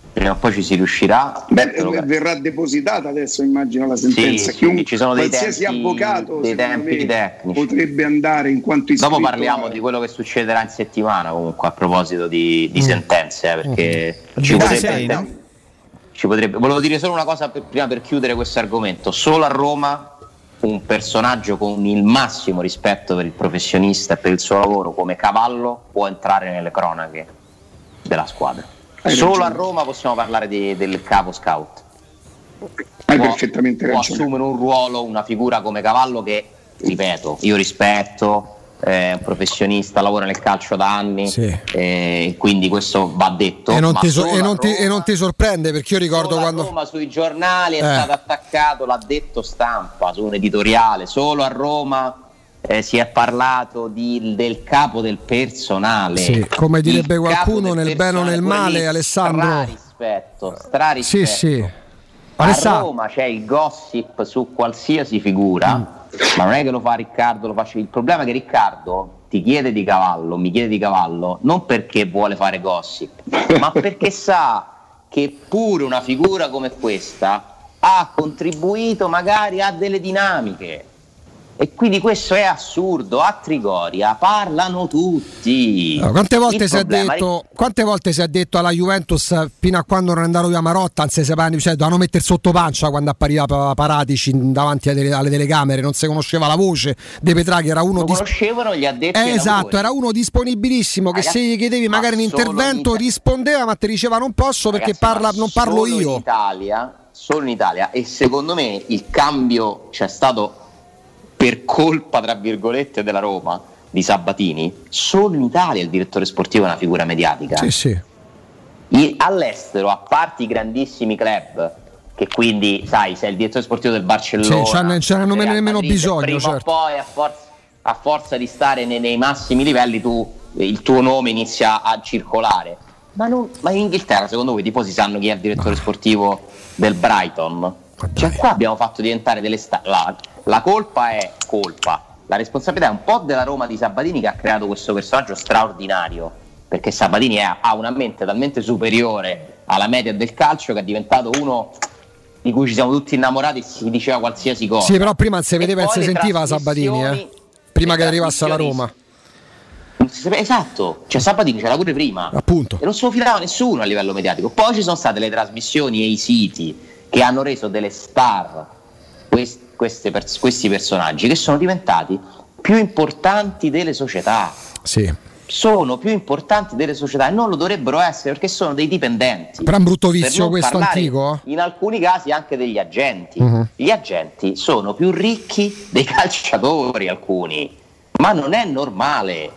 Verrà depositata adesso, immagino, la sentenza. Sì, ci sono qualsiasi avvocato dei tempi tecnici potrebbe andare in quanto iscritto. Dopo parliamo di quello che succederà in settimana, comunque, a proposito di sentenze, perché ci potrebbe. Volevo dire solo una cosa prima per chiudere questo argomento. Solo a Roma un personaggio con il massimo rispetto per il professionista e per il suo lavoro come Cavallo può entrare nelle cronache della squadra. Solo a Roma possiamo parlare del capo scout. Hai perfettamente ragione. Può assumere un ruolo, una figura come Cavallo che, ripeto, io rispetto, è un professionista, lavora nel calcio da anni, quindi questo va detto. E non ti sorprende, perché io ricordo quando Roma sui giornali è stato attaccato, l'ha detto Stampa su un editoriale, solo a Roma si è parlato del capo del personale, come direbbe qualcuno, nel bene o nel male, Alessandro. Strarispetto. A Roma c'è il gossip su qualsiasi figura, ma non è che lo fa Riccardo, lo faccio. Il problema è che Riccardo mi chiede di Cavallo non perché vuole fare gossip, ma perché sa che pure una figura come questa ha contribuito magari a delle dinamiche. E quindi questo è assurdo. A Trigoria parlano tutti. Quante volte si è detto alla Juventus, fino a quando non è andato via Marotta, anzi dovevano mettere sotto pancia quando appariva Paratici davanti alle telecamere, non si conosceva la voce. De Petraghi era uno conoscevano gli addetti ai lavori. Era uno disponibilissimo, che se gli chiedevi magari un intervento rispondeva, ma ti diceva non posso perché non parlo io. Solo in Italia, e secondo me il cambio c'è stato per colpa, tra virgolette, della Roma, di Sabatini. Solo in Italia il direttore sportivo è una figura mediatica. All'estero, a parte i grandissimi club, che quindi, sai, sei il direttore sportivo del Barcellona, non c'erano nemmeno bisogno. Prima o poi, a forza di stare nei massimi livelli, il tuo nome inizia a circolare. Ma in Inghilterra, secondo voi, i tifosi sanno chi è il direttore sportivo del Brighton? Cioè, qua abbiamo fatto diventare delle la colpa è la responsabilità è un po' della Roma di Sabatini, che ha creato questo personaggio straordinario, perché Sabatini ha una mente talmente superiore alla media del calcio che è diventato uno di cui ci siamo tutti innamorati e si diceva qualsiasi cosa. Sì, però prima si vedeva e si sentiva Sabatini, prima che arrivasse alla Roma. Esatto, cioè Sabatini c'era pure prima, appunto, e non se lo filava nessuno a livello mediatico. Poi ci sono state le trasmissioni e i siti che hanno reso delle star questi personaggi, che sono diventati più importanti delle società. Sono più importanti delle società e non lo dovrebbero essere, perché sono dei dipendenti. Però è un brutto vizio questo antico? In alcuni casi anche degli agenti. Gli agenti sono più ricchi dei calciatori, alcuni, ma non è normale,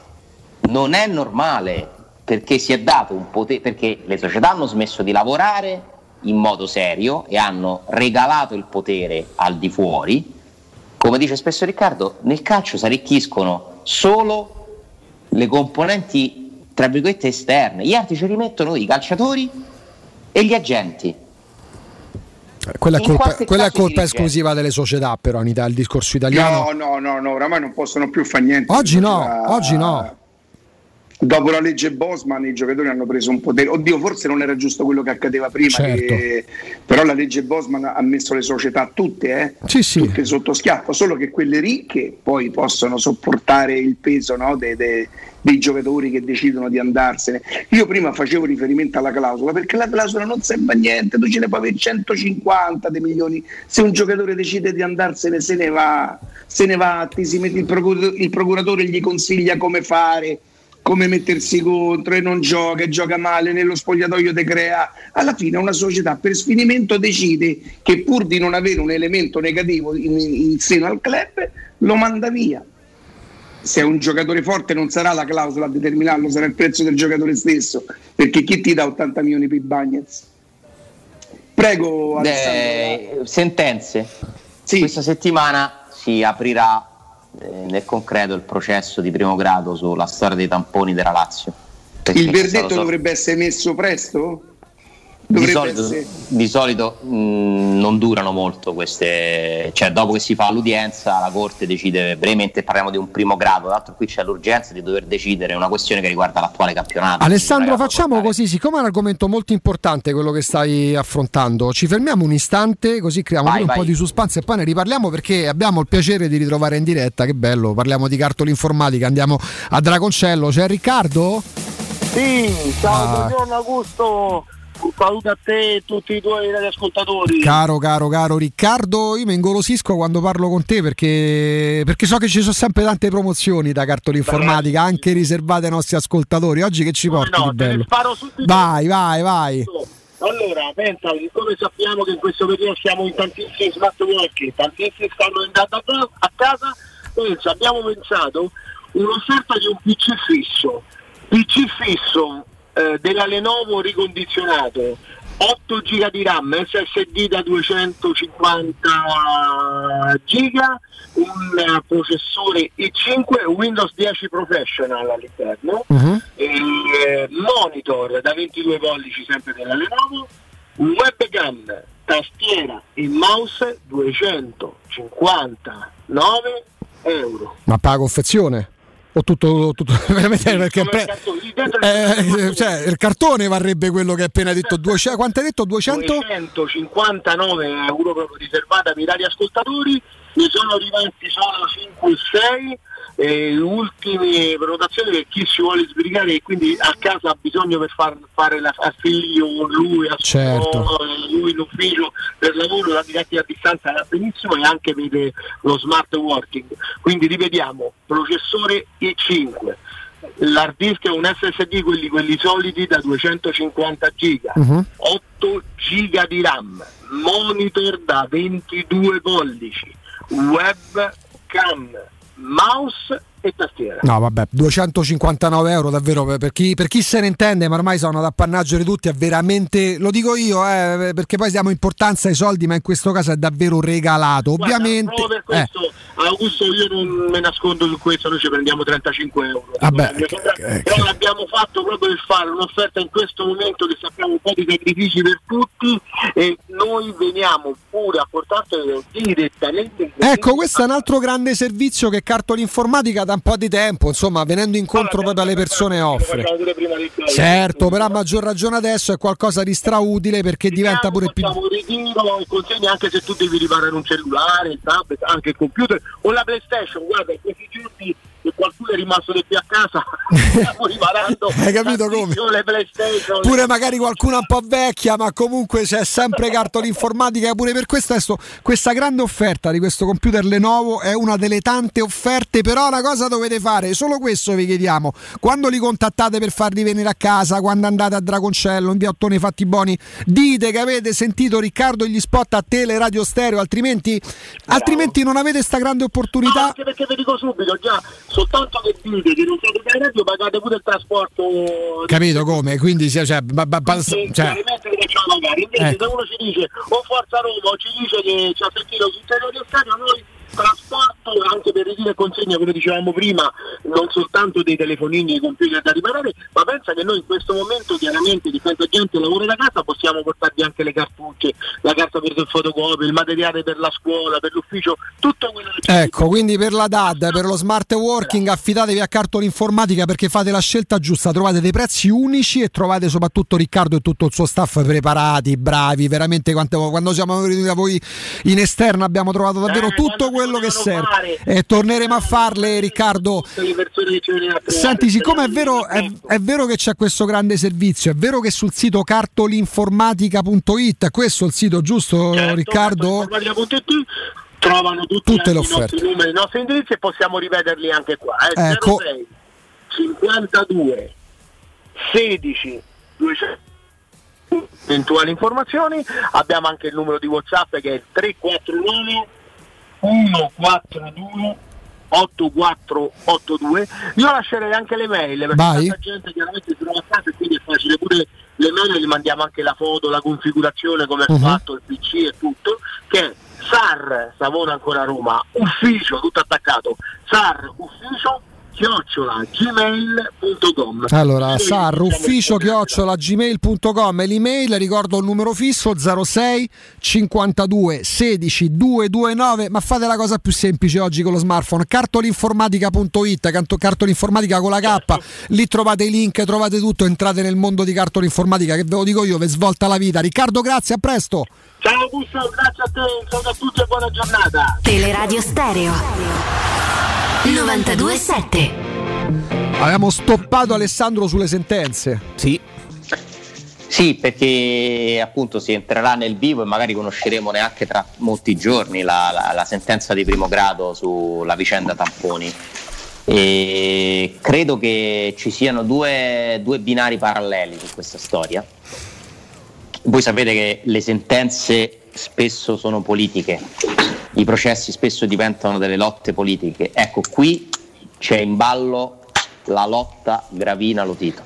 perché si è dato un potere, perché le società hanno smesso di lavorare in modo serio e hanno regalato il potere al di fuori. Come dice spesso Riccardo, nel calcio si arricchiscono solo le componenti, tra virgolette, esterne, gli altri ci rimettono i calciatori e gli agenti. Quella è colpa esclusiva delle società, però in Italia, il discorso italiano. No, oramai non possono più fare niente. Oggi no. Dopo la legge Bosman i giocatori hanno preso un potere. Oddio, forse non era giusto quello che accadeva prima, però la legge Bosman ha messo le società tutte tutte sotto schiaffo, solo che quelle ricche poi possono sopportare il peso, no, dei giocatori che decidono di andarsene. Io prima facevo riferimento alla clausola, perché la clausola non serve a niente, tu ce ne puoi avere 150 dei milioni, se un giocatore decide di andarsene se ne va, ti si mette il procuratore gli consiglia come fare, come mettersi contro, e non gioca male, nello spogliatoio te crea. Alla fine una società per sfinimento decide che pur di non avere un elemento negativo in seno al club lo manda via. Se è un giocatore forte non sarà la clausola a determinarlo, sarà il prezzo del giocatore stesso, perché chi ti dà 80 milioni per Bagnez? Prego Alessandro. Sentenze. Questa settimana si aprirà nel concreto il processo di primo grado sulla storia dei tamponi della Lazio. Il verdetto dovrebbe essere messo presto? Di solito non durano molto queste, cioè dopo che si fa l'udienza la Corte decide brevemente, parliamo di un primo grado, tra l'altro qui c'è l'urgenza di dover decidere una questione che riguarda l'attuale campionato. Alessandro, facciamo così, siccome è un argomento molto importante quello che stai affrontando, ci fermiamo un istante così creiamo un po' di suspense e poi ne riparliamo, perché abbiamo il piacere di ritrovare in diretta, che bello, parliamo di cartola informatica, andiamo a Dragoncello. C'è Riccardo? Sì, ciao, buongiorno Augusto. Saluto a te e tutti i tuoi radioascoltatori. Caro Riccardo, io mi ingolosisco quando parlo con te perché so che ci sono sempre tante promozioni da cartola informatica, anche riservate ai nostri ascoltatori. Oggi che ci porti di bello? Te ne sparo subito. Vai. Allora, pensa, come sappiamo che in questo periodo siamo in tantissimi smart working, tantissimi stanno andando a casa, pensa, abbiamo pensato un'offerta di un PC fisso della Lenovo ricondizionato, 8 GB di RAM, SSD da 250 GB, un processore i5, Windows 10 Professional all'interno, monitor da 22 pollici sempre della Lenovo, webcam, tastiera e mouse, 259 euro. Ma paga confezione? O tutto veramente, perché il cartone varrebbe quello che hai appena detto. Quanto hai detto? 259 euro proprio riservata per i radioascoltatori. Ne sono arrivati solo 5 o 6 ultime prenotazioni per chi si vuole sbrigare e quindi a casa ha bisogno per fare al figlio con lui a scuola, lui in ufficio per lavoro, la didattica a distanza va benissimo, e anche per lo smart working. Quindi ripetiamo, processore i5, l'hard disk è un SSD, quelli solidi da 250 giga, 8 giga di RAM, monitor da 22 pollici, webcam, mouse e tastiera. No vabbè, 259 euro davvero per chi se ne intende, ma ormai sono d'appannaggio di tutti, è veramente, lo dico io perché poi diamo importanza ai soldi, ma in questo caso è davvero regalato. Guarda, ovviamente per questo Augusto, io non me nascondo su questo, noi ci prendiamo 35 euro. Però l'abbiamo fatto proprio per fare un'offerta in questo momento che sappiamo un po' di sacrifici per tutti, e noi veniamo pure a portartelo direttamente. Ecco, questo è un altro grande servizio che Cartola Informatica da un po' di tempo, insomma, venendo incontro proprio alle persone offre. Certo, però a maggior ragione adesso è qualcosa di strautile, perché diventa pure più. Facciamo ritiro e consegna, anche se tu devi riparare un cellulare, il tablet, anche il computer o la PlayStation. Guarda, in questi giorni che qualcuno è rimasto di più a casa stiamo riparando. Hai capito come? Le PlayStation. Pure magari qualcuna un po' vecchia, ma comunque c'è sempre Cartola Informatica. Pure per questo adesso questa grande offerta di questo computer Lenovo è una delle tante offerte, però la cosa dovete fare, solo questo vi chiediamo: quando li contattate per farli venire a casa, quando andate a Dragoncello in via Ottone Fattiboni, dite che avete sentito Riccardo e gli spot a Teleradio Stereo, altrimenti non avete sta grande opportunità. No, anche perché vi dico subito, già soltanto che dite che non siete in radio, pagate pure il trasporto. Capito come? Quindi invece se uno ci dice o Forza Roma o ci dice che ci ha sentito sul Teleradio Stereo, noi trasporto anche per ritiro e consegna, come dicevamo prima, non soltanto dei telefonini, dei computer da riparare, ma pensa che noi in questo momento chiaramente di tanta gente lavora da casa, possiamo portarvi anche le cartucce, la carta per il fotocopio, il materiale per la scuola, per l'ufficio, tutto quello che ecco, quindi per la DAD, per lo smart working, affidatevi a Cartola Informatica, perché fate la scelta giusta, trovate dei prezzi unici e trovate soprattutto Riccardo e tutto il suo staff preparati, bravi, veramente. Quando siamo venuti da voi in esterna abbiamo trovato davvero tutto quello che serve, e torneremo a farle, Riccardo. Senti, siccome è vero che c'è questo grande servizio, è vero che sul sito cartolinformatica.it, questo è il sito giusto, certo, Riccardo? Trovano tutte le offerte, i nostri numeri, i nostri indirizzi, e possiamo ripeterli anche qua. 06 52 16 200. Eventuali informazioni, abbiamo anche il numero di WhatsApp che è il 349 142 8482. Io lascerei anche le mail, perché tanta gente chiaramente si trova a casa e quindi è facile, pure le mail gli mandiamo anche la foto, la configurazione, come è fatto il PC e tutto, che è SAR Savona ancora Roma ufficio, tutto attaccato, SAR ufficio @gmail.com. Allora, Sarro, ufficio @gmail.com, l'email, ricordo il numero fisso 06 52 16 229, ma fate la cosa più semplice oggi con lo smartphone, cartolinformatica.it, cartolinformatica con la K, lì trovate i link, trovate tutto, entrate nel mondo di cartolinformatica che ve lo dico io, vi svolta la vita. Riccardo, grazie, a presto. Ciao Busso, grazie a te, un saluto a tutti e buona giornata. Teleradio Stereo 92.7. Abbiamo stoppato Alessandro sulle sentenze. Sì, perché appunto si entrerà nel vivo e magari conosceremo neanche tra molti giorni la sentenza di primo grado sulla vicenda tamponi. E credo che ci siano due binari paralleli su questa storia. Voi sapete che le sentenze spesso sono politiche, i processi spesso diventano delle lotte politiche. Ecco, qui c'è in ballo la lotta Gravina-Lotito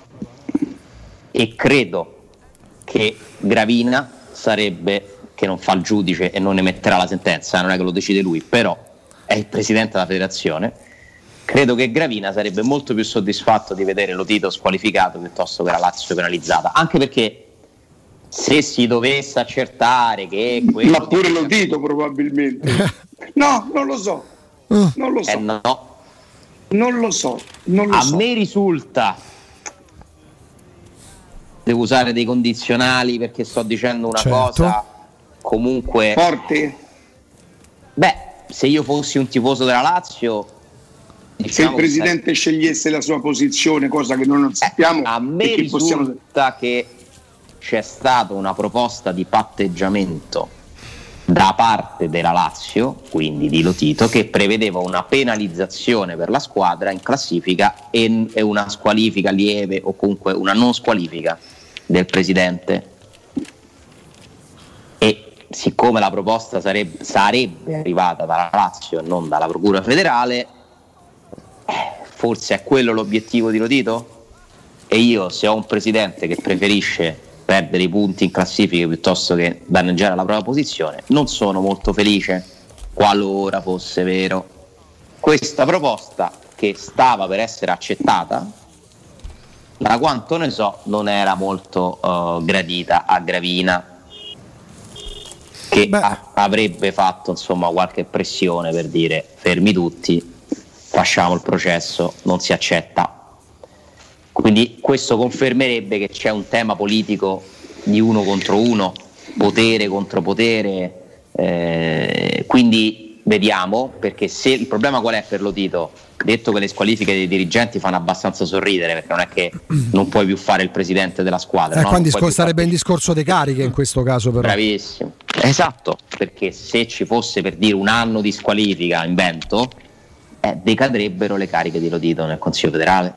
e credo che Gravina sarebbe, che non fa il giudice e non emetterà la sentenza, non è che lo decide lui, però è il presidente della federazione. Credo che Gravina sarebbe molto più soddisfatto di vedere Lotito squalificato piuttosto che la Lazio penalizzata, anche perché se si dovesse accertare che quello, ma pure Lotito probabilmente no, non lo so, non lo so, no. Non lo so. A me risulta, devo usare dei condizionali perché sto dicendo una cosa comunque forte. Beh, se io fossi un tifoso della Lazio, se il presidente scegliesse la sua posizione, cosa che noi non sappiamo, a me risulta che c'è stata una proposta di patteggiamento da parte della Lazio, quindi di Lotito, che prevedeva una penalizzazione per la squadra in classifica e una squalifica lieve o comunque una non squalifica del presidente. E siccome la proposta sarebbe arrivata dalla Lazio e non dalla Procura federale, forse è quello l'obiettivo di Lotito? E io, se ho un presidente che preferisce perdere i punti in classifica piuttosto che danneggiare la propria posizione, non sono molto felice qualora fosse vero. Questa proposta, che stava per essere accettata, da quanto ne so non era molto gradita a Gravina, che avrebbe fatto insomma qualche pressione per dire fermi tutti, facciamo il processo, non si accetta. Quindi questo confermerebbe che c'è un tema politico di uno contro uno, potere contro potere, quindi vediamo, perché se il problema qual è per Lotito, detto che le squalifiche dei dirigenti fanno abbastanza sorridere, perché non è che non puoi più fare il presidente della squadra, no? Quindi sarebbe in discorso di cariche in questo caso, però. Bravissimo, esatto, perché se ci fosse per dire un anno di squalifica, invento, decadrebbero le cariche di Lotito nel Consiglio federale.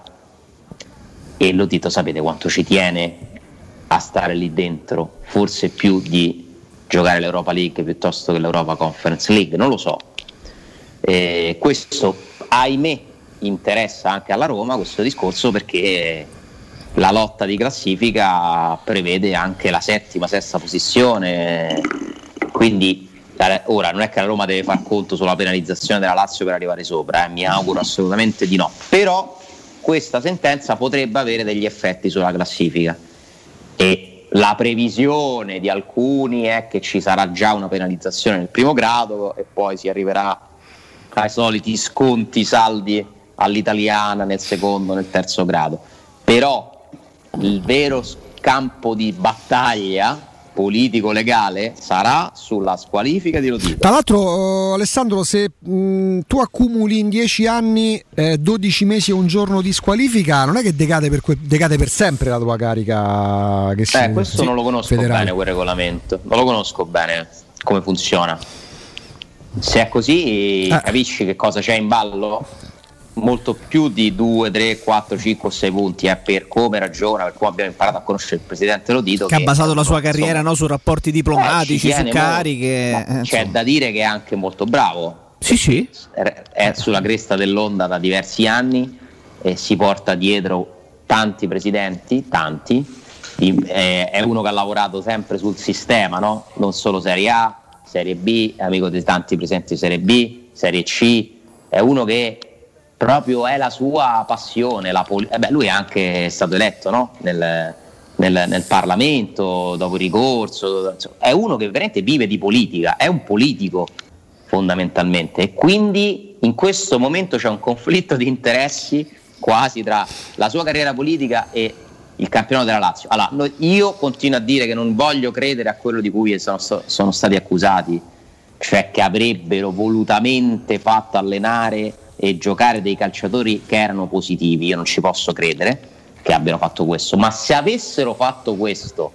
E Lotito sapete quanto ci tiene a stare lì dentro, forse più di giocare l'Europa League piuttosto che l'Europa Conference League, non lo so. Questo ahimè interessa anche alla Roma, questo discorso, perché la lotta di classifica prevede anche la settima, sesta posizione, quindi ora non è che la Roma deve far conto sulla penalizzazione della Lazio per arrivare sopra, mi auguro assolutamente di no, però questa sentenza potrebbe avere degli effetti sulla classifica e la previsione di alcuni è che ci sarà già una penalizzazione nel primo grado e poi si arriverà ai soliti sconti saldi all'italiana nel secondo, nel terzo grado. Però il vero campo di battaglia politico-legale sarà sulla squalifica di Lotito. Tra l'altro, Alessandro, se tu accumuli in 10 anni 12 mesi e un giorno di squalifica, non è che decade per sempre la tua carica? Questo non lo conosco bene, quel regolamento, non lo conosco bene come funziona. Se è così, capisci che cosa c'è in ballo? Molto più di 2, 3, 4, 5 o 6 punti per come ragiona, per come abbiamo imparato a conoscere il presidente Lotito, che ha basato la sua carriera su rapporti diplomatici, su cariche. C'è da dire che è anche molto bravo. Sì. È sulla cresta dell'onda da diversi anni e si porta dietro tanti presidenti, è uno che ha lavorato sempre sul sistema, no? Non solo Serie A, Serie B, è amico di tanti presidenti di Serie B, Serie C, è uno che proprio è la sua passione. Lui è anche stato eletto, no? nel Parlamento dopo il ricorso, è uno che veramente vive di politica, è un politico fondamentalmente, e quindi in questo momento c'è un conflitto di interessi quasi tra la sua carriera politica e il campionato della Lazio. Allora, io continuo a dire che non voglio credere a quello di cui sono stati accusati, cioè che avrebbero volutamente fatto allenare e giocare dei calciatori che erano positivi. Io non ci posso credere che abbiano fatto questo, ma se avessero fatto questo,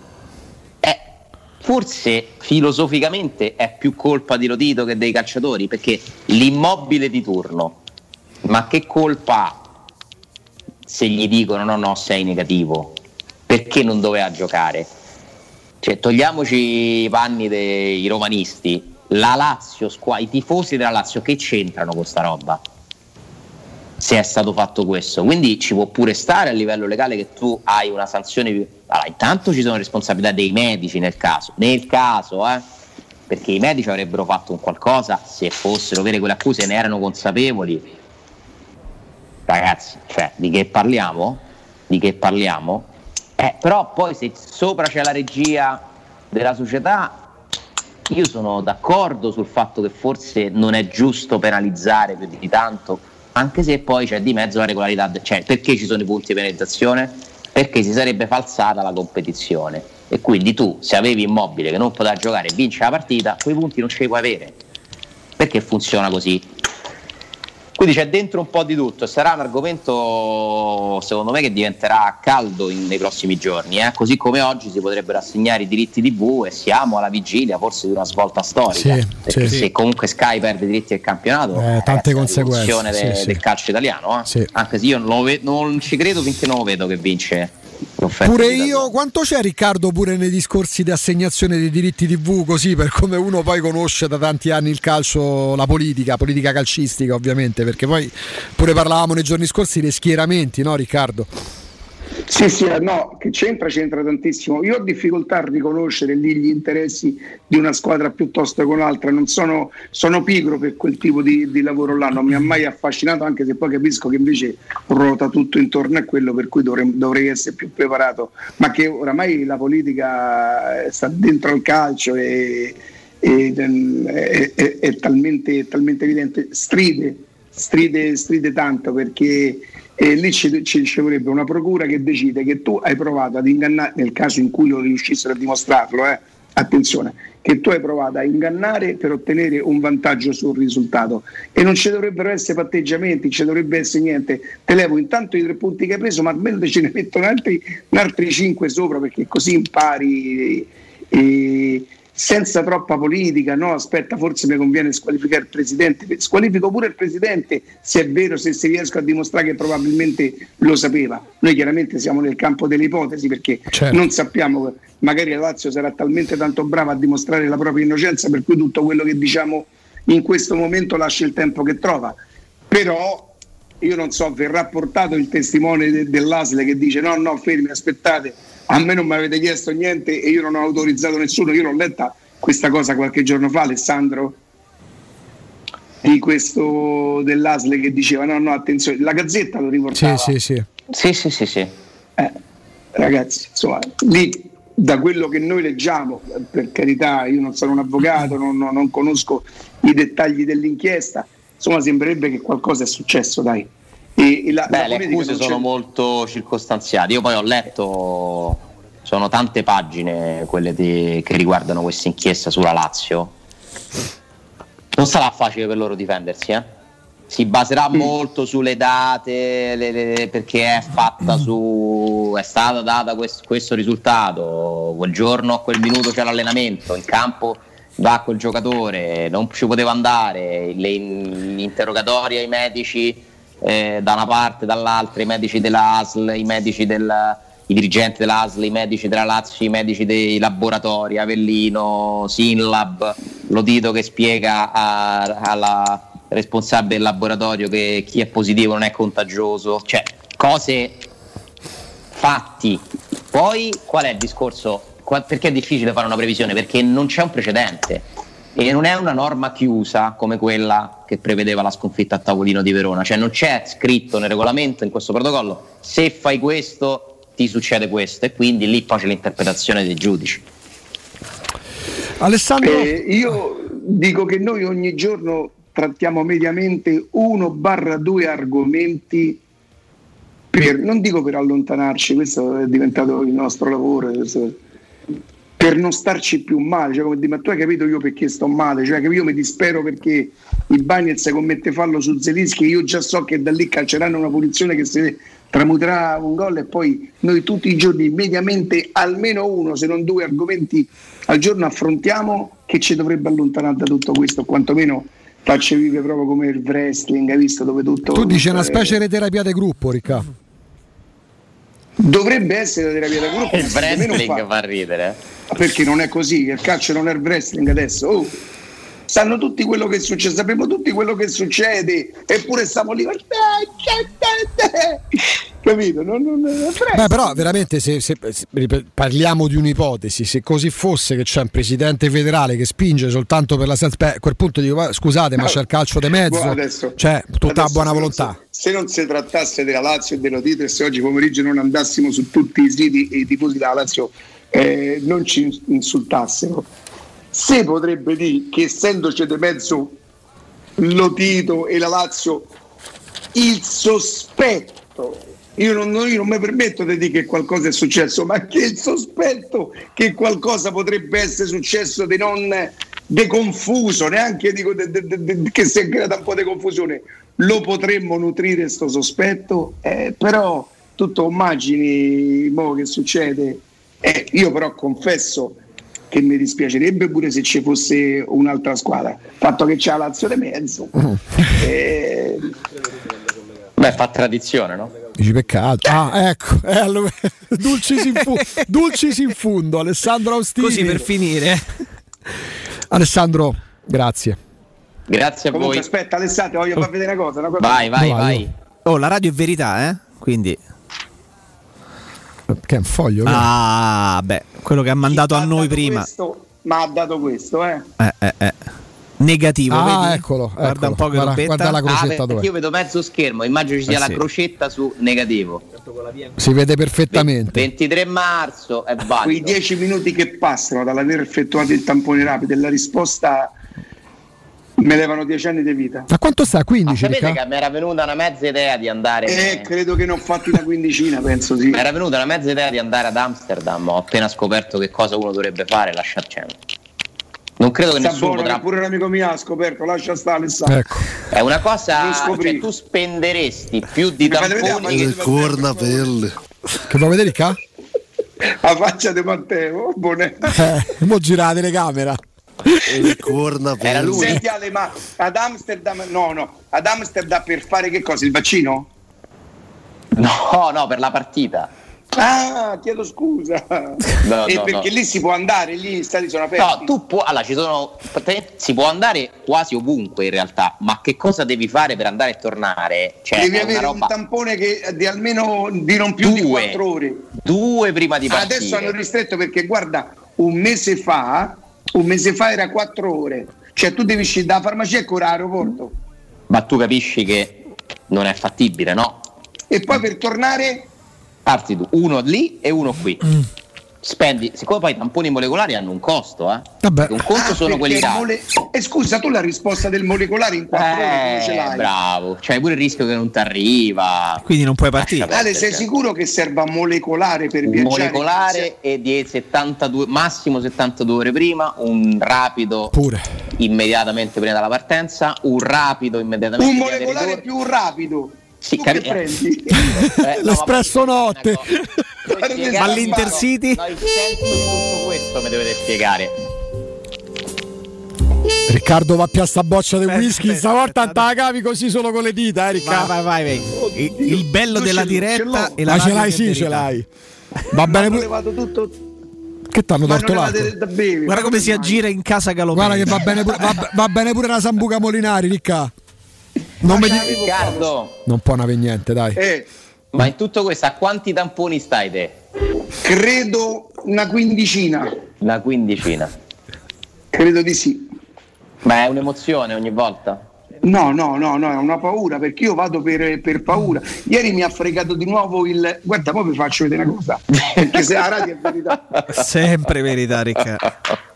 forse filosoficamente è più colpa di Lotito che dei calciatori, perché l'Immobile di turno, ma che colpa ha se gli dicono no sei negativo, perché non doveva giocare? Cioè, togliamoci i panni dei romanisti, la Lazio, i tifosi della Lazio che c'entrano con sta roba se è stato fatto questo? Quindi ci può pure stare a livello legale che tu hai una sanzione più. Allora, intanto ci sono responsabilità dei medici nel caso, perché i medici avrebbero fatto un qualcosa se fossero vere quelle accuse, ne erano consapevoli. Ragazzi, cioè, di che parliamo? Però poi se sopra c'è la regia della società, io sono d'accordo sul fatto che forse non è giusto penalizzare più di tanto, anche se poi c'è di mezzo la regolarità, cioè perché ci sono i punti di penalizzazione? Perché si sarebbe falsata la competizione, e quindi tu, se avevi Immobile che non poteva giocare e vince la partita, quei punti non ce li puoi avere, perché funziona così. Quindi c'è dentro un po' di tutto, e sarà un argomento secondo me che diventerà caldo nei prossimi giorni, così come oggi si potrebbero assegnare i diritti TV e siamo alla vigilia forse di una svolta storica, perché se comunque Sky perde i diritti del campionato, tante conseguenze del calcio italiano, anche se io non ci credo finché non lo vedo che vince. Pure io, quanto c'è Riccardo pure nei discorsi di assegnazione dei diritti TV, così per come uno poi conosce da tanti anni il calcio, la politica calcistica ovviamente, perché poi pure parlavamo nei giorni scorsi dei schieramenti, no Riccardo? Sì, no, che c'entra tantissimo. Io ho difficoltà a riconoscere lì gli interessi di una squadra piuttosto che un'altra, non sono pigro per quel tipo di lavoro là, non mi ha mai affascinato, anche se poi capisco che invece ruota tutto intorno a quello, per cui dovrei essere più preparato, ma che oramai la politica sta dentro al calcio e è talmente evidente, stride tanto, perché lì ci vorrebbe una procura che decide che tu hai provato ad ingannare, nel caso in cui lo riuscissero a dimostrarlo, attenzione, che tu hai provato a ingannare per ottenere un vantaggio sul risultato, e non ci dovrebbero essere patteggiamenti, non ci dovrebbe essere niente. Te levo intanto i 3 punti che hai preso, ma almeno ce ne mettono altri 5 sopra, perché così impari senza troppa politica. No, aspetta, forse mi conviene squalificare il presidente, squalifico pure il presidente se è vero, se riesco a dimostrare che probabilmente lo sapeva. Noi chiaramente siamo nel campo delle ipotesi, perché non sappiamo, magari la Lazio sarà talmente tanto brava a dimostrare la propria innocenza, per cui tutto quello che diciamo in questo momento lascia il tempo che trova. Però io non so, verrà portato il testimone dell'ASL che dice no, fermi, aspettate, a me non mi avete chiesto niente e io non ho autorizzato nessuno. Io l'ho letta questa cosa qualche giorno fa, Alessandro, di questo dell'ASL che diceva no, attenzione, la Gazzetta lo riportava. Sì. Ragazzi, insomma, lì, da quello che noi leggiamo, per carità, io non sono un avvocato, non conosco i dettagli dell'inchiesta, insomma sembrerebbe che qualcosa è successo, dai. Le accuse sono molto circostanziate. Io poi ho letto, sono tante pagine quelle che riguardano questa inchiesta sulla Lazio. Non sarà facile per loro difendersi, si baserà molto sulle date, perché è stata data questo risultato, quel giorno a quel minuto c'è l'allenamento, in campo va quel giocatore, non ci poteva andare, gli interrogatori ai medici da una parte, dall'altra, i medici dell'ASL, i dirigenti dell'ASL, i medici della Lazio, i medici dei laboratori, Avellino, Sinlab, Lotito che spiega alla responsabile del laboratorio che chi è positivo non è contagioso, cioè cose, fatti. Poi qual è il discorso? Perché è difficile fare una previsione? Perché non c'è un precedente. E non è una norma chiusa come quella che prevedeva la sconfitta a tavolino di Verona, cioè non c'è scritto nel regolamento, in questo protocollo, se fai questo ti succede questo, e quindi lì poi c'è l'interpretazione dei giudici. Alessandro? Io dico che noi ogni giorno trattiamo mediamente 1-2 argomenti non dico per allontanarci, questo è diventato il nostro lavoro, per non starci più male, cioè come dire, ma tu hai capito io perché sto male, cioè che io mi dispero perché il Bagnez commette fallo su Zelinski, io già so che da lì calceranno una punizione che si tramuterà un gol, e poi noi tutti i giorni mediamente almeno 1 se non 2 argomenti al giorno affrontiamo che ci dovrebbe allontanare da tutto questo, quantomeno facci vivere proprio come il wrestling, hai visto, dove tutto... Tu dici una specie di terapia di gruppo, Riccardo. Dovrebbe essere la terapia di gruppo. Il wrestling fa ridere. Perché non è così, il calcio non è il wrestling adesso. Sanno tutti quello che succede, sappiamo tutti quello che succede, eppure stiamo lì. Capito? Beh, però veramente se parliamo di un'ipotesi, se così fosse che c'è un presidente federale che spinge soltanto per a quel punto dico scusate, ma c'è il calcio di mezzo, adesso, c'è tutta buona volontà. Se non si trattasse della Lazio e dello Tito, e se oggi pomeriggio non andassimo su tutti i siti e i tifosi della Lazio non ci insultassero, se potrebbe dire che essendoci di mezzo lo Tito e la Lazio, il sospetto, io non mi permetto di dire che qualcosa è successo, ma che il sospetto che qualcosa potrebbe essere successo di non de confuso, neanche dico che si è creata un po' di confusione, lo potremmo nutrire sto sospetto, però tutto immagini mo che succede. Io però confesso che mi dispiacerebbe pure se ci fosse un'altra squadra, fatto che c'è la Lazio di mezzo. Beh, fa tradizione, no? Dici peccato. Ecco, allora, dulcis in fundo, Alessandro Austini. Così per finire. Alessandro, grazie. Grazie a Comunque, voi. aspetta Alessandro, voglio far vedere una cosa. Vai. Oh, la radio è verità, quindi... Che è un foglio? Beh, quello che ha mandato a noi prima. Ma ha dato questo, negativo, vedi? Eccolo. Guarda un po' che guarda la crocetta dove. Io vedo mezzo schermo, immagino ci sia la crocetta su negativo. Si vede perfettamente. 23 marzo è valido. Quei 10 minuti che passano dall'aver effettuato il tampone rapido e la risposta me levano 10 anni di vita. Ma quanto sta? 15? Sapete che mi era venuta una mezza idea di andare. Credo che ne ho fatti una quindicina, penso sì. Mi era venuta una mezza idea di andare ad Amsterdam. Ho appena scoperto che cosa uno dovrebbe fare, lasciarcelo. Non credo che nessuno potrà. Pure un amico mio ha scoperto, lascia stare Alessandro. Ecco. È una cosa, cioè, tu spenderesti più di tamponi che cornapelle. Che vuoi vedere qua? La faccia di Matteo, mo gira la telecamera. Era lui. Senti Ale, ma ad Amsterdam ad Amsterdam per fare che cosa? Il vaccino? No, per la partita. Chiedo scusa. Perché lì si può andare, lì gli stadi sono aperti. No, tu puoi, si può andare quasi ovunque in realtà, ma che cosa devi fare per andare e tornare? Cioè, devi avere un tampone che di almeno di non più di 4 ore. 2 prima di partire. Adesso hanno ristretto perché guarda, un mese fa era 4 ore. Cioè tu devi uscire dalla farmacia e correre all'aeroporto. Ma tu capisci che non è fattibile, no? E poi per tornare parti tu, uno lì e uno qui. Spendi, siccome poi i tamponi molecolari hanno un costo, Vabbè. Un conto sono quelli scusa, tu la risposta del molecolare in 4 ore come ce l'hai? Bravo, c'hai pure il rischio che non ti arriva. Quindi non puoi partire. Ale, sei sicuro che serva molecolare per viaggiare? Molecolare e di 72, massimo 72 ore prima, un rapido pure immediatamente prima della partenza, un rapido immediatamente un molecolare più rapido. Sì, che prendi? L'espresso notte. Ma l'Intercity? No, il senso di tutto questo mi dovete spiegare. Riccardo va più a sta boccia di whisky, stavolta te la cavi così solo con le dita, Riccardo. Vai. Il bello della diretta e la ce l'hai, ce l'hai. Va bene pure. Tutto. Che t'hanno tolto l'acqua? Guarda come si aggira in casa Galopini. Guarda che va bene pure la Sambuca Molinari, Riccardo. Riccardo, non può avere niente, dai. Ma in tutto questo a quanti tamponi stai te? Credo una quindicina. Una quindicina. Credo di sì. Ma è un'emozione ogni volta? No, è una paura, perché io vado per paura. Ieri mi ha fregato di nuovo il... Guarda, poi vi faccio vedere una cosa, perché se la radio è verità. Sempre verità, Riccardo.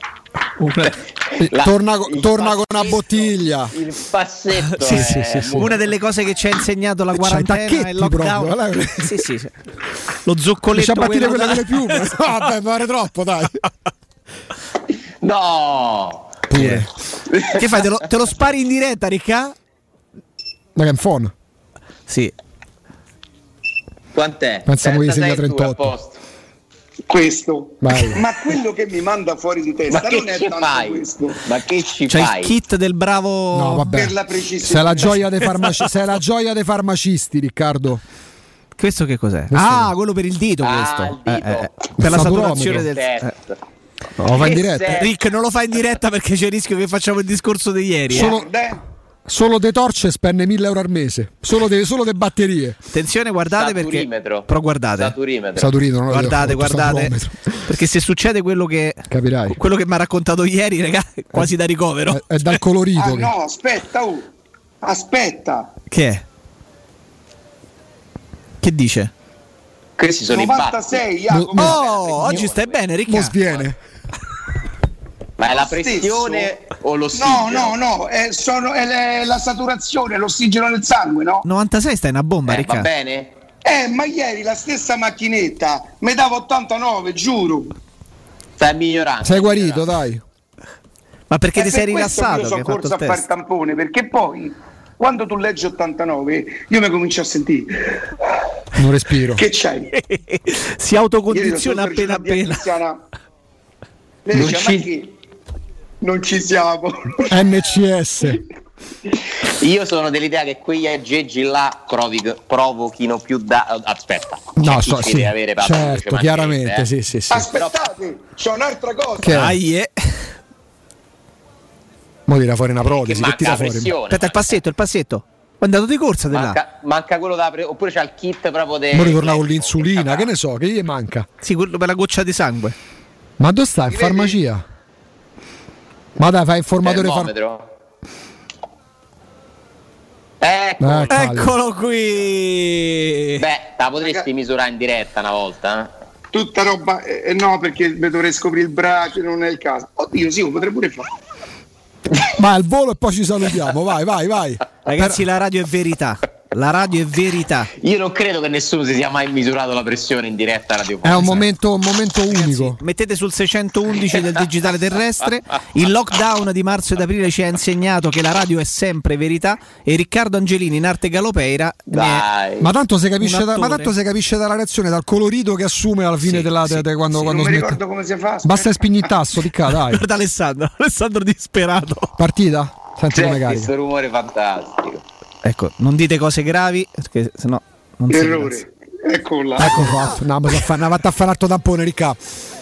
Torna con una bottiglia. Il passetto sì. Una delle cose che ci ha insegnato la quarantena e il lockdown proprio, sì. Lo zoccoletto, a partire quella delle piume. No, vabbè, fare troppo, dai. No, pure. Che fai? Te lo spari in diretta, Ricca? Ma che è un phone? Sì. Quant'è? Pensavo che segna 38. Questo. Vai. Ma quello che mi manda fuori di testa non è tanto questo. Ma che ci c'è fai? Il kit del bravo. No, vabbè. Per la precisione. Sei la gioia dei farmacisti, Riccardo. Questo che cos'è? Quello per il dito, questo. Il dito. Per la saturazione del No, lo fai in diretta. Rick, non lo fai in diretta perché c'è il rischio che facciamo il discorso di ieri. Solo De Torce spende 1.000 euro al mese. Solo de batterie. Attenzione, guardate perché. Però guardate. Saturino, non guardate. Perché se succede quello che. Capirai. Quello che mi ha raccontato ieri, ragazzi, quasi da ricovero. È dal colorito. No, aspetta. Che è? Che dice? Questi sono 96, i batti. Oggi stai bene, Riccardo. Non sviene. Ma è la pressione o l'ossigeno? No, è la saturazione, l'ossigeno nel sangue, no? 96 stai una bomba, Riccardo. Va bene? Ma ieri la stessa macchinetta mi dava 89, giuro. Stai migliorando. Sei guarito, dai. Ma perché ti sei rilassato? Io sono corso a fare il tampone, perché poi quando tu leggi 89 io mi comincio a sentire non respiro. Che c'hai? Si autocondiziona appena. Non ci siamo. NCS. Io sono dell'idea che quegli aggeggi là provochino più aspetta. No, deve avere certo, chiaramente, sì. Aspettate, c'è un'altra cosa. Mo tira fuori una protesi, che tira fuori? Aspetta, il passetto. È andato di corsa di là. Manca quello oppure c'ha il kit proprio Mo ritorna con l'insulina, che ne so, che gli manca? Sì, quello per la goccia di sangue. Ma dove sta? In farmacia? Ma dai, fai il formatore Eccolo qui. Beh, la potresti misurare in diretta una volta, Tutta roba, no, perché mi dovrei scoprire il braccio, non è il caso. Oddio, sì, lo potrei pure fare. Vai al volo e poi ci salutiamo, vai. Ragazzi, la radio è verità. La radio è verità. Io non credo che nessuno si sia mai misurato la pressione in diretta radiofonica. È un momento unico. Ragazzi, mettete sul 611 del digitale terrestre. Il lockdown di marzo ed aprile ci ha insegnato che la radio è sempre verità. E Riccardo Angelini in arte galopeira. Ma tanto si capisce dalla reazione, dal colorito che assume alla fine quando non mi smette. ricordo come si fa. Basta spingere il tasto, Ricca, dai. Guarda Alessandro disperato. Partita? Senti come carica. Questo rumore fantastico. Ecco, non dite cose gravi, perché sennò non errore. Eccola. Ecco fatto. No, ma fatta a fare altro tampone, Ricca.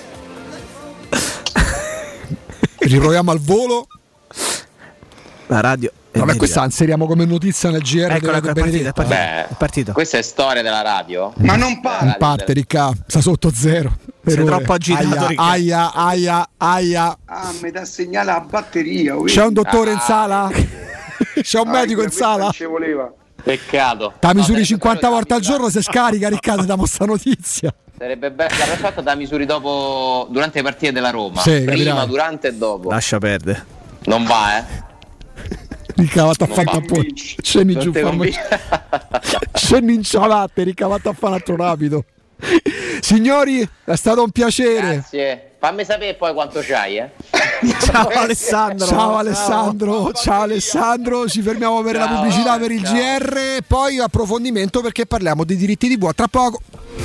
Riproviamo al volo. La radio. Vabbè, questa inseriamo come notizia nel GR. È partito. Questa è storia della radio. Ma non parte. Non parte, Ricca. Sta sotto zero. Sei troppo agitato, Ricca. Aia. Mi dà segnale la batteria. C'è un dottore in sala? C'è un medico in sala? Non ci voleva. Peccato. La misuri 50 volte al giorno, se scarica, Riccardo, da sta notizia. Sarebbe bello, l'avrei fatta da misuri dopo, durante le partite della Roma. Sì, prima, capirai. Durante e dopo. Lascia perdere. Non va, Ricavato a fare tampone. Scendi giù, scendi in ciabatte, ricavato a fare un altro rapido. Signori, è stato un piacere. Grazie. Fammi sapere poi quanto c'hai, Ciao Alessandro. Ciao Alessandro. Ci fermiamo per la pubblicità, per il GR, poi approfondimento perché parliamo di diritti di tra poco.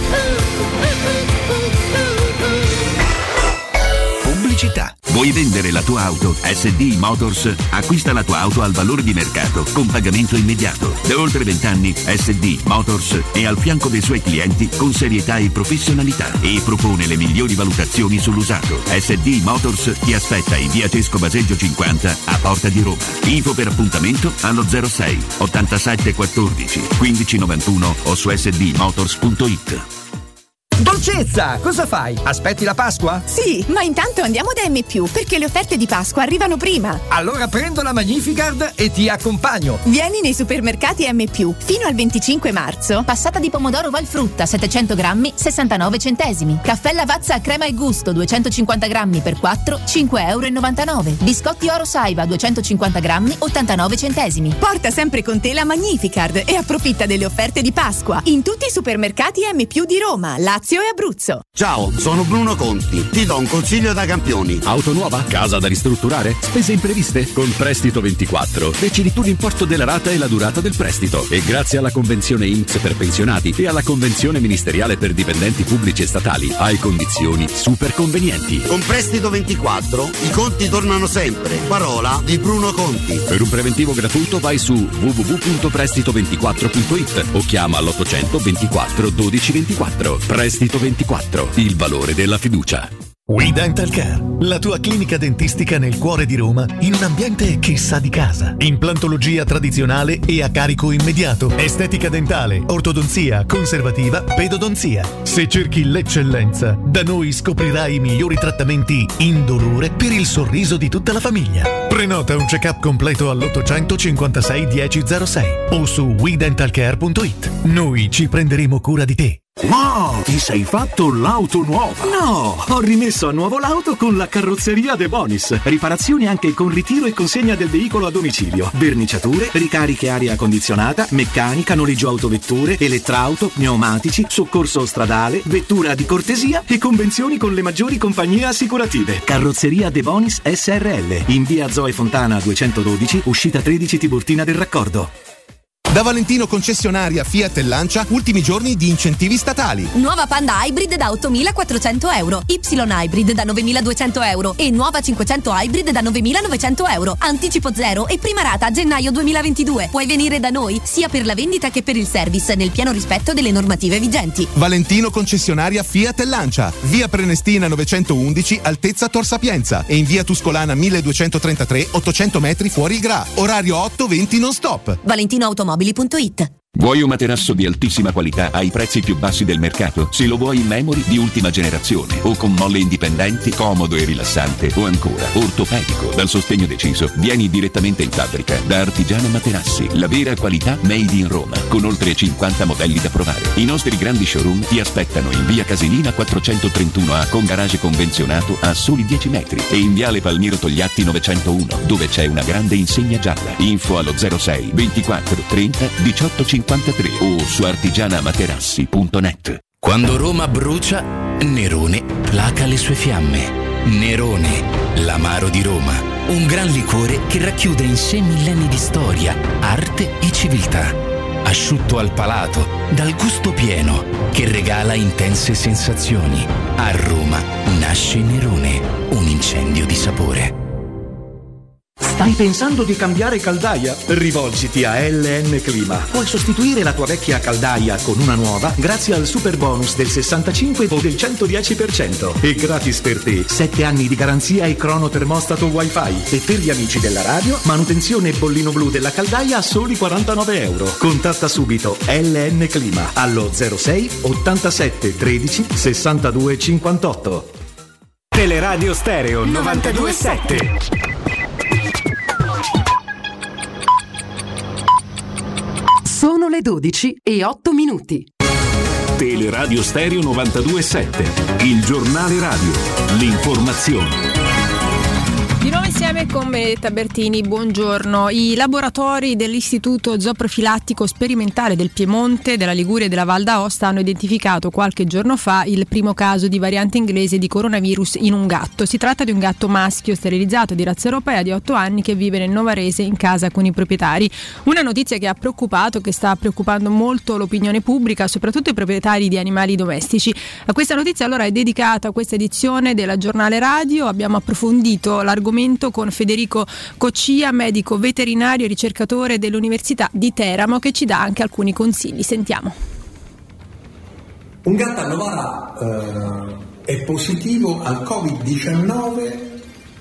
Pubblicità. Vuoi vendere la tua auto? SD Motors acquista la tua auto al valore di mercato con pagamento immediato. Da oltre 20 anni SD Motors è al fianco dei suoi clienti con serietà e professionalità e propone le migliori valutazioni sull'usato. SD Motors ti aspetta in via Tesco Baseggio 50 a Porta di Roma. Info per appuntamento allo 06 87 14 15 91 o su sdmotors.it. Dolcezza, cosa fai? Aspetti la Pasqua? Sì, ma intanto andiamo da M+, perché le offerte di Pasqua arrivano prima. Allora prendo la Magnificard e ti accompagno. Vieni nei supermercati M+, fino al 25 marzo. Passata di pomodoro Valfrutta, 700 grammi, 69 centesimi. Caffè Lavazza a crema e gusto, 250 grammi per 4, 5,99 €. Biscotti Oro Saiba, 250 grammi, 89 centesimi. Porta sempre con te la Magnificard e approfitta delle offerte di Pasqua in tutti i supermercati M+ di Roma, Lazio e Abruzzo. Ciao, sono Bruno Conti. Ti do un consiglio da campioni. Auto nuova? Casa da ristrutturare? Spese impreviste? Con Prestito 24 decidi tu l'importo della rata e la durata del prestito. E grazie alla convenzione INPS per pensionati e alla convenzione ministeriale per dipendenti pubblici e statali hai condizioni super convenienti. Con Prestito 24 i conti tornano sempre. Parola di Bruno Conti. Per un preventivo gratuito vai su www.prestito24.it o chiama all'800 24 12 24. Prestito 24, il valore della fiducia. We Dental Care, la tua clinica dentistica nel cuore di Roma in un ambiente che sa di casa. Implantologia tradizionale e a carico immediato. Estetica dentale, ortodonzia, conservativa, pedodonzia. Se cerchi l'eccellenza, da noi scoprirai i migliori trattamenti indolore per il sorriso di tutta la famiglia. Prenota un check-up completo all'856 1006 o su wedentalcare.it. Noi ci prenderemo cura di te. Wow, ti sei fatto l'auto nuova? No, ho rimesso a nuovo l'auto con la carrozzeria De Bonis. Riparazioni anche con ritiro e consegna del veicolo a domicilio. Verniciature, ricariche aria condizionata, meccanica, noleggio autovetture, elettrauto, pneumatici, soccorso stradale, vettura di cortesia e convenzioni con le maggiori compagnie assicurative. Carrozzeria De Bonis SRL, in via Zoe Fontana 212, uscita 13 Tiburtina del Raccordo. Da Valentino concessionaria Fiat e Lancia, ultimi giorni di incentivi statali. Nuova Panda Hybrid da 8.400 euro, Y Hybrid da 9.200 euro e nuova 500 Hybrid da 9.900 euro. Anticipo zero e prima rata a gennaio 2022. Puoi venire da noi sia per la vendita che per il service, nel pieno rispetto delle normative vigenti. Valentino concessionaria Fiat e Lancia, via Prenestina 911, altezza Tor Sapienza, e in via Tuscolana 1233, 800 metri fuori il Gra. Orario 8-20 non stop. ValentinoAutomobili.it. Vuoi un materasso di altissima qualità ai prezzi più bassi del mercato? Se lo vuoi in memory di ultima generazione o con molle indipendenti, comodo e rilassante, o ancora ortopedico dal sostegno deciso, vieni direttamente in fabbrica da Artigiana Materassi, la vera qualità made in Roma, con oltre 50 modelli da provare. I nostri grandi showroom ti aspettano in via Casilina 431A con garage convenzionato a soli 10 metri e in viale Palmiro Togliatti 901, dove c'è una grande insegna gialla. Info allo 06 24 30 18 53 o su artigianamaterassi.net. Quando Roma brucia, Nerone placa le sue fiamme. Nerone, l'amaro di Roma. Un gran liquore che racchiude in sé millenni di storia, arte e civiltà. Asciutto al palato, dal gusto pieno, che regala intense sensazioni. A Roma nasce Nerone, un incendio di sapore. Stai pensando di cambiare caldaia? Rivolgiti a LN Clima. Puoi sostituire la tua vecchia caldaia con una nuova grazie al super bonus del 65 o del 110%. E gratis per te 7 anni di garanzia e cronotermostato wifi. E per gli amici della radio, manutenzione bollino blu della caldaia a soli 49 euro. Contatta subito LN Clima allo 06 87 13 62 58. Teleradio Stereo 92.7. Sono le 12:08. Teleradio Stereo 92.7, il giornale radio, l'informazione. Di nuovo insieme con Benedetta Bertini, buongiorno. I laboratori dell'Istituto Zooprofilattico Sperimentale del Piemonte, della Liguria e della Val d'Aosta hanno identificato qualche giorno fa il primo caso di variante inglese di coronavirus in un gatto. Si tratta di un gatto maschio sterilizzato di razza europea di 8 anni che vive nel Novarese in casa con i proprietari. Una notizia che ha preoccupato, che sta preoccupando molto l'opinione pubblica, soprattutto i proprietari di animali domestici. A questa notizia allora è dedicata questa edizione della Giornale Radio. Abbiamo approfondito l'argomento con Federico Coccia, medico veterinario e ricercatore dell'Università di Teramo, che ci dà anche alcuni consigli. Sentiamo. Un gatto a Novara è positivo al Covid-19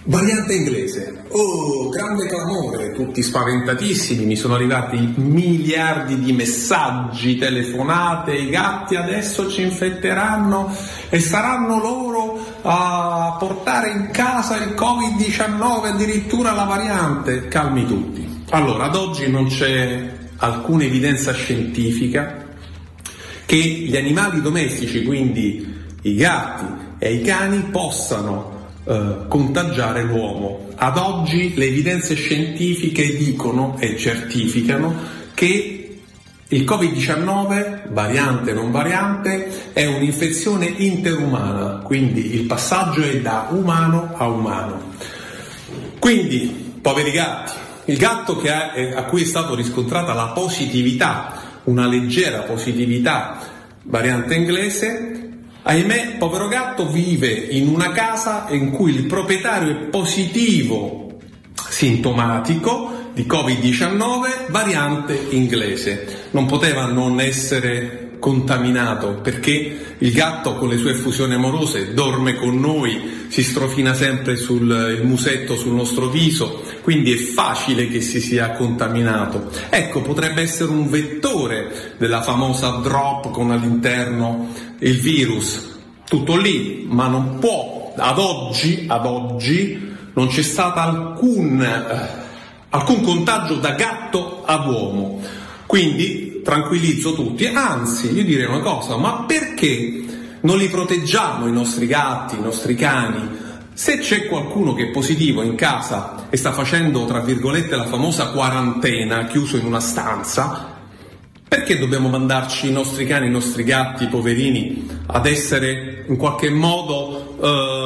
Variante inglese, oh, grande clamore, tutti spaventatissimi, mi sono arrivati miliardi di messaggi, telefonate, i gatti adesso ci infetteranno e saranno loro a portare in casa il Covid-19, addirittura la variante. Calmi tutti. Allora, ad oggi non c'è alcuna evidenza scientifica che gli animali domestici, quindi i gatti e i cani, possano contagiare l'uomo. Ad oggi le evidenze scientifiche dicono e certificano che il Covid-19, variante o non variante, è un'infezione interumana, quindi il passaggio è da umano a umano. Quindi, poveri gatti, il gatto a cui è stata riscontrata la positività, una leggera positività variante inglese, ahimè, povero gatto vive in una casa in cui il proprietario è positivo sintomatico di Covid-19 variante inglese. Non poteva non essere contaminato, perché il gatto con le sue effusioni amorose dorme con noi, si strofina sempre il musetto sul nostro viso, quindi è facile che si sia contaminato. Ecco, potrebbe essere un vettore della famosa drop con all'interno il virus. Tutto lì, ma non può, ad oggi non c'è stato alcun contagio da gatto ad uomo. Quindi tranquillizzo tutti, anzi io direi una cosa, ma perché non li proteggiamo i nostri gatti, i nostri cani? Se c'è qualcuno che è positivo in casa e sta facendo, tra virgolette, la famosa quarantena, chiuso in una stanza, perché dobbiamo mandarci i nostri cani, i nostri gatti, poverini, ad essere in qualche modo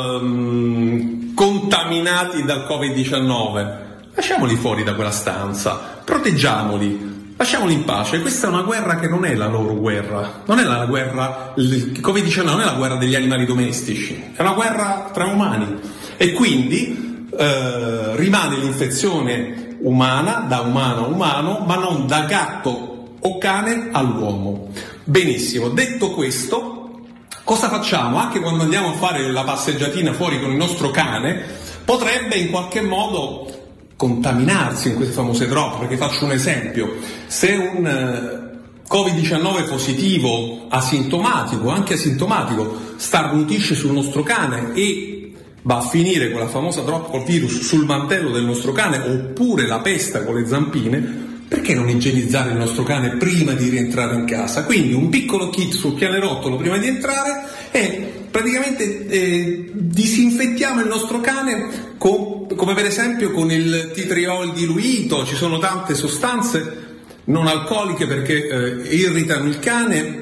contaminati dal Covid-19? Lasciamoli fuori da quella stanza, proteggiamoli. Lasciamoli in pace. Questa è una guerra che non è la loro guerra, non è la guerra, il Covid-19 non è la guerra degli animali domestici, è una guerra tra umani, e quindi rimane l'infezione umana, da umano a umano, ma non da gatto o cane all'uomo. Benissimo, detto questo, cosa facciamo? Anche quando andiamo a fare la passeggiatina fuori con il nostro cane, potrebbe in qualche modo contaminarsi in queste famose drop, perché faccio un esempio: se un Covid-19 positivo asintomatico, anche asintomatico, starnutisce sul nostro cane e va a finire quella famosa drop col virus sul mantello del nostro cane, oppure la pesta con le zampine, perché non igienizzare il nostro cane prima di rientrare in casa? Quindi un piccolo kit sul pianerottolo prima di entrare e praticamente disinfettiamo il nostro cane come per esempio con il titriol diluito. Ci sono tante sostanze non alcoliche perché irritano il cane,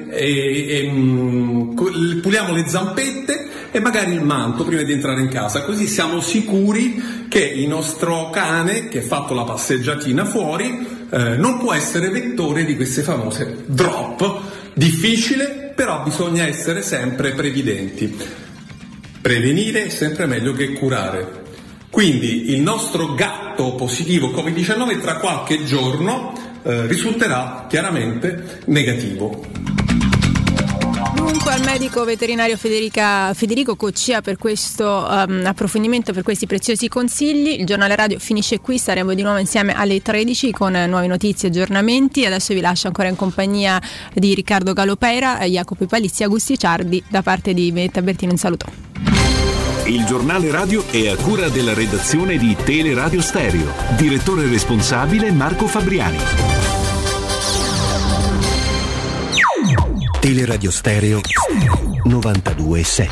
puliamo le zampette e magari il manto prima di entrare in casa, così siamo sicuri che il nostro cane, che ha fatto la passeggiatina fuori, non può essere vettore di queste famose drop. Difficile, però bisogna essere sempre previdenti. Prevenire è sempre meglio che curare. Quindi il nostro gatto positivo Covid-19 tra qualche giorno risulterà chiaramente negativo. Dunque al medico veterinario Federico Coccia per questo approfondimento, per questi preziosi consigli. Il giornale radio finisce qui, saremo di nuovo insieme alle 13 con nuove notizie e aggiornamenti. Adesso vi lascio ancora in compagnia di Riccardo Galopera, Jacopo Palizzi e Augusti Ciardi. Da parte di Benedetta Bertino un saluto. Il giornale radio è a cura della redazione di Teleradio Stereo. Direttore responsabile Marco Fabriani. Teleradio Stereo 92.7.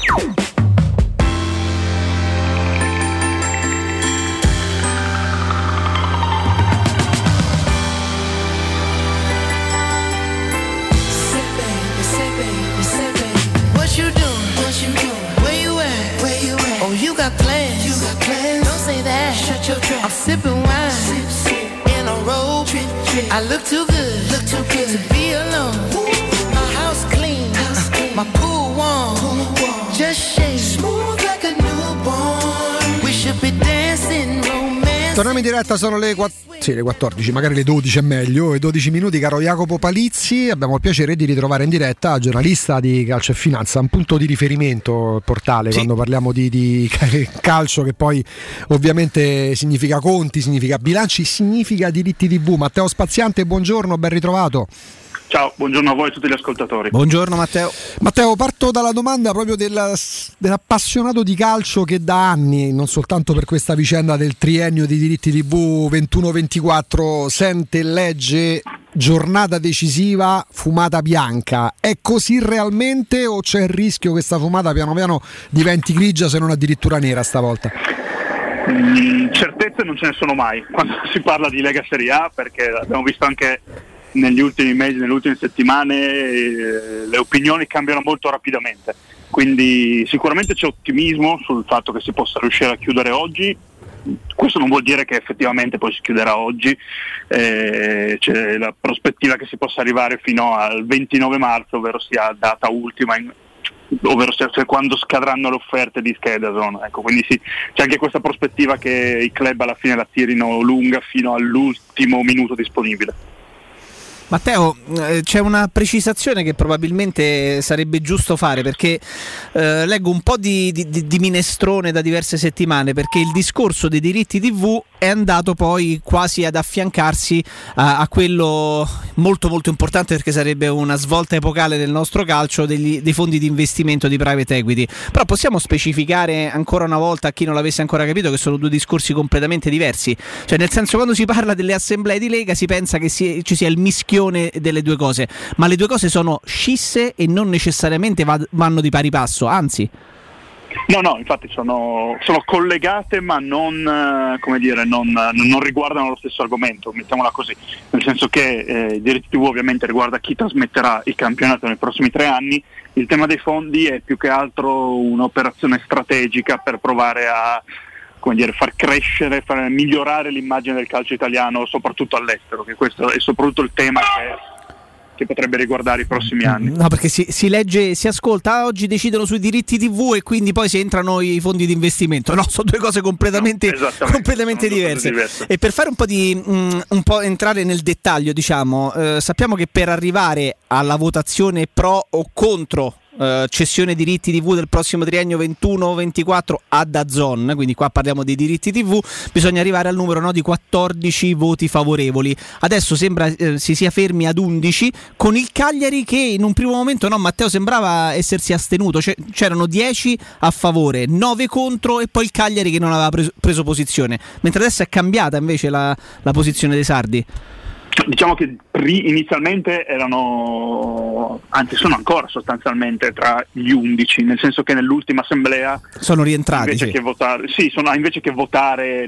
I'm sipping wine in a robe. I look too good to be alone. My house clean, my pool warm. Just shake smooth like a newborn. We should be dancing, romance. Torniamo in diretta, sono le 14, magari le 12 è meglio, e 12 minuti, caro Jacopo Palizzi. Abbiamo il piacere di ritrovare in diretta giornalista di Calcio e Finanza, un punto di riferimento, il portale, sì, quando parliamo di calcio, che poi ovviamente significa conti, significa bilanci, significa diritti TV. Matteo Spaziante, buongiorno, ben ritrovato. Ciao, buongiorno a voi e a tutti gli ascoltatori. Buongiorno Matteo. Matteo, parto dalla domanda proprio dell'appassionato di calcio che da anni, non soltanto per questa vicenda del triennio di diritti TV 21-24, sente e legge giornata decisiva, fumata bianca. È così realmente o c'è il rischio che questa fumata piano piano diventi grigia, se non addirittura nera stavolta? Certezze non ce ne sono mai quando si parla di Lega Serie A, perché abbiamo visto anche negli ultimi mesi, nelle ultime settimane, le opinioni cambiano molto rapidamente, quindi sicuramente c'è ottimismo sul fatto che si possa riuscire a chiudere oggi. Questo non vuol dire che effettivamente poi si chiuderà oggi, c'è la prospettiva che si possa arrivare fino al 29 marzo, ovvero sia data ultima, ovvero sia quando scadranno le offerte di Sky DAZN. Ecco, quindi sì, c'è anche questa prospettiva che i club alla fine la tirino lunga fino all'ultimo minuto disponibile. Matteo, c'è una precisazione che probabilmente sarebbe giusto fare, perché leggo un po' di minestrone da diverse settimane, perché il discorso dei diritti TV è andato poi quasi ad affiancarsi a quello molto molto importante, perché sarebbe una svolta epocale del nostro calcio, dei fondi di investimento di private equity. Però possiamo specificare ancora una volta a chi non l'avesse ancora capito che sono due discorsi completamente diversi, cioè nel senso, quando si parla delle assemblee di Lega si pensa che ci sia il mischio delle due cose, ma le due cose sono scisse e non necessariamente vanno di pari passo, anzi. No, infatti sono collegate, ma non riguardano lo stesso argomento, mettiamola così, nel senso che i diritti TV ovviamente riguarda chi trasmetterà il campionato nei prossimi 3 anni. Il tema dei fondi è più che altro un'operazione strategica per provare a far crescere, far migliorare l'immagine del calcio italiano, soprattutto all'estero, che questo è soprattutto il tema che potrebbe riguardare i prossimi anni. No, perché si legge, si ascolta, oggi decidono sui diritti TV e quindi poi si entrano i fondi di investimento. No, sono due cose completamente diverse. E per fare un po' entrare nel dettaglio, diciamo, sappiamo che per arrivare alla votazione pro o contro cessione diritti TV del prossimo triennio 21-24 a DAZN, quindi qua parliamo dei diritti TV, bisogna arrivare al numero di 14 voti favorevoli. Adesso sembra si sia fermi ad 11, con il Cagliari che in un primo momento, Matteo, sembrava essersi astenuto, c'erano 10 a favore, 9 contro, e poi il Cagliari che non aveva preso posizione, mentre adesso è cambiata invece la posizione dei sardi. Diciamo che inizialmente sono ancora sostanzialmente tra gli 11, nel senso che nell'ultima assemblea sono rientrati. Invece che votare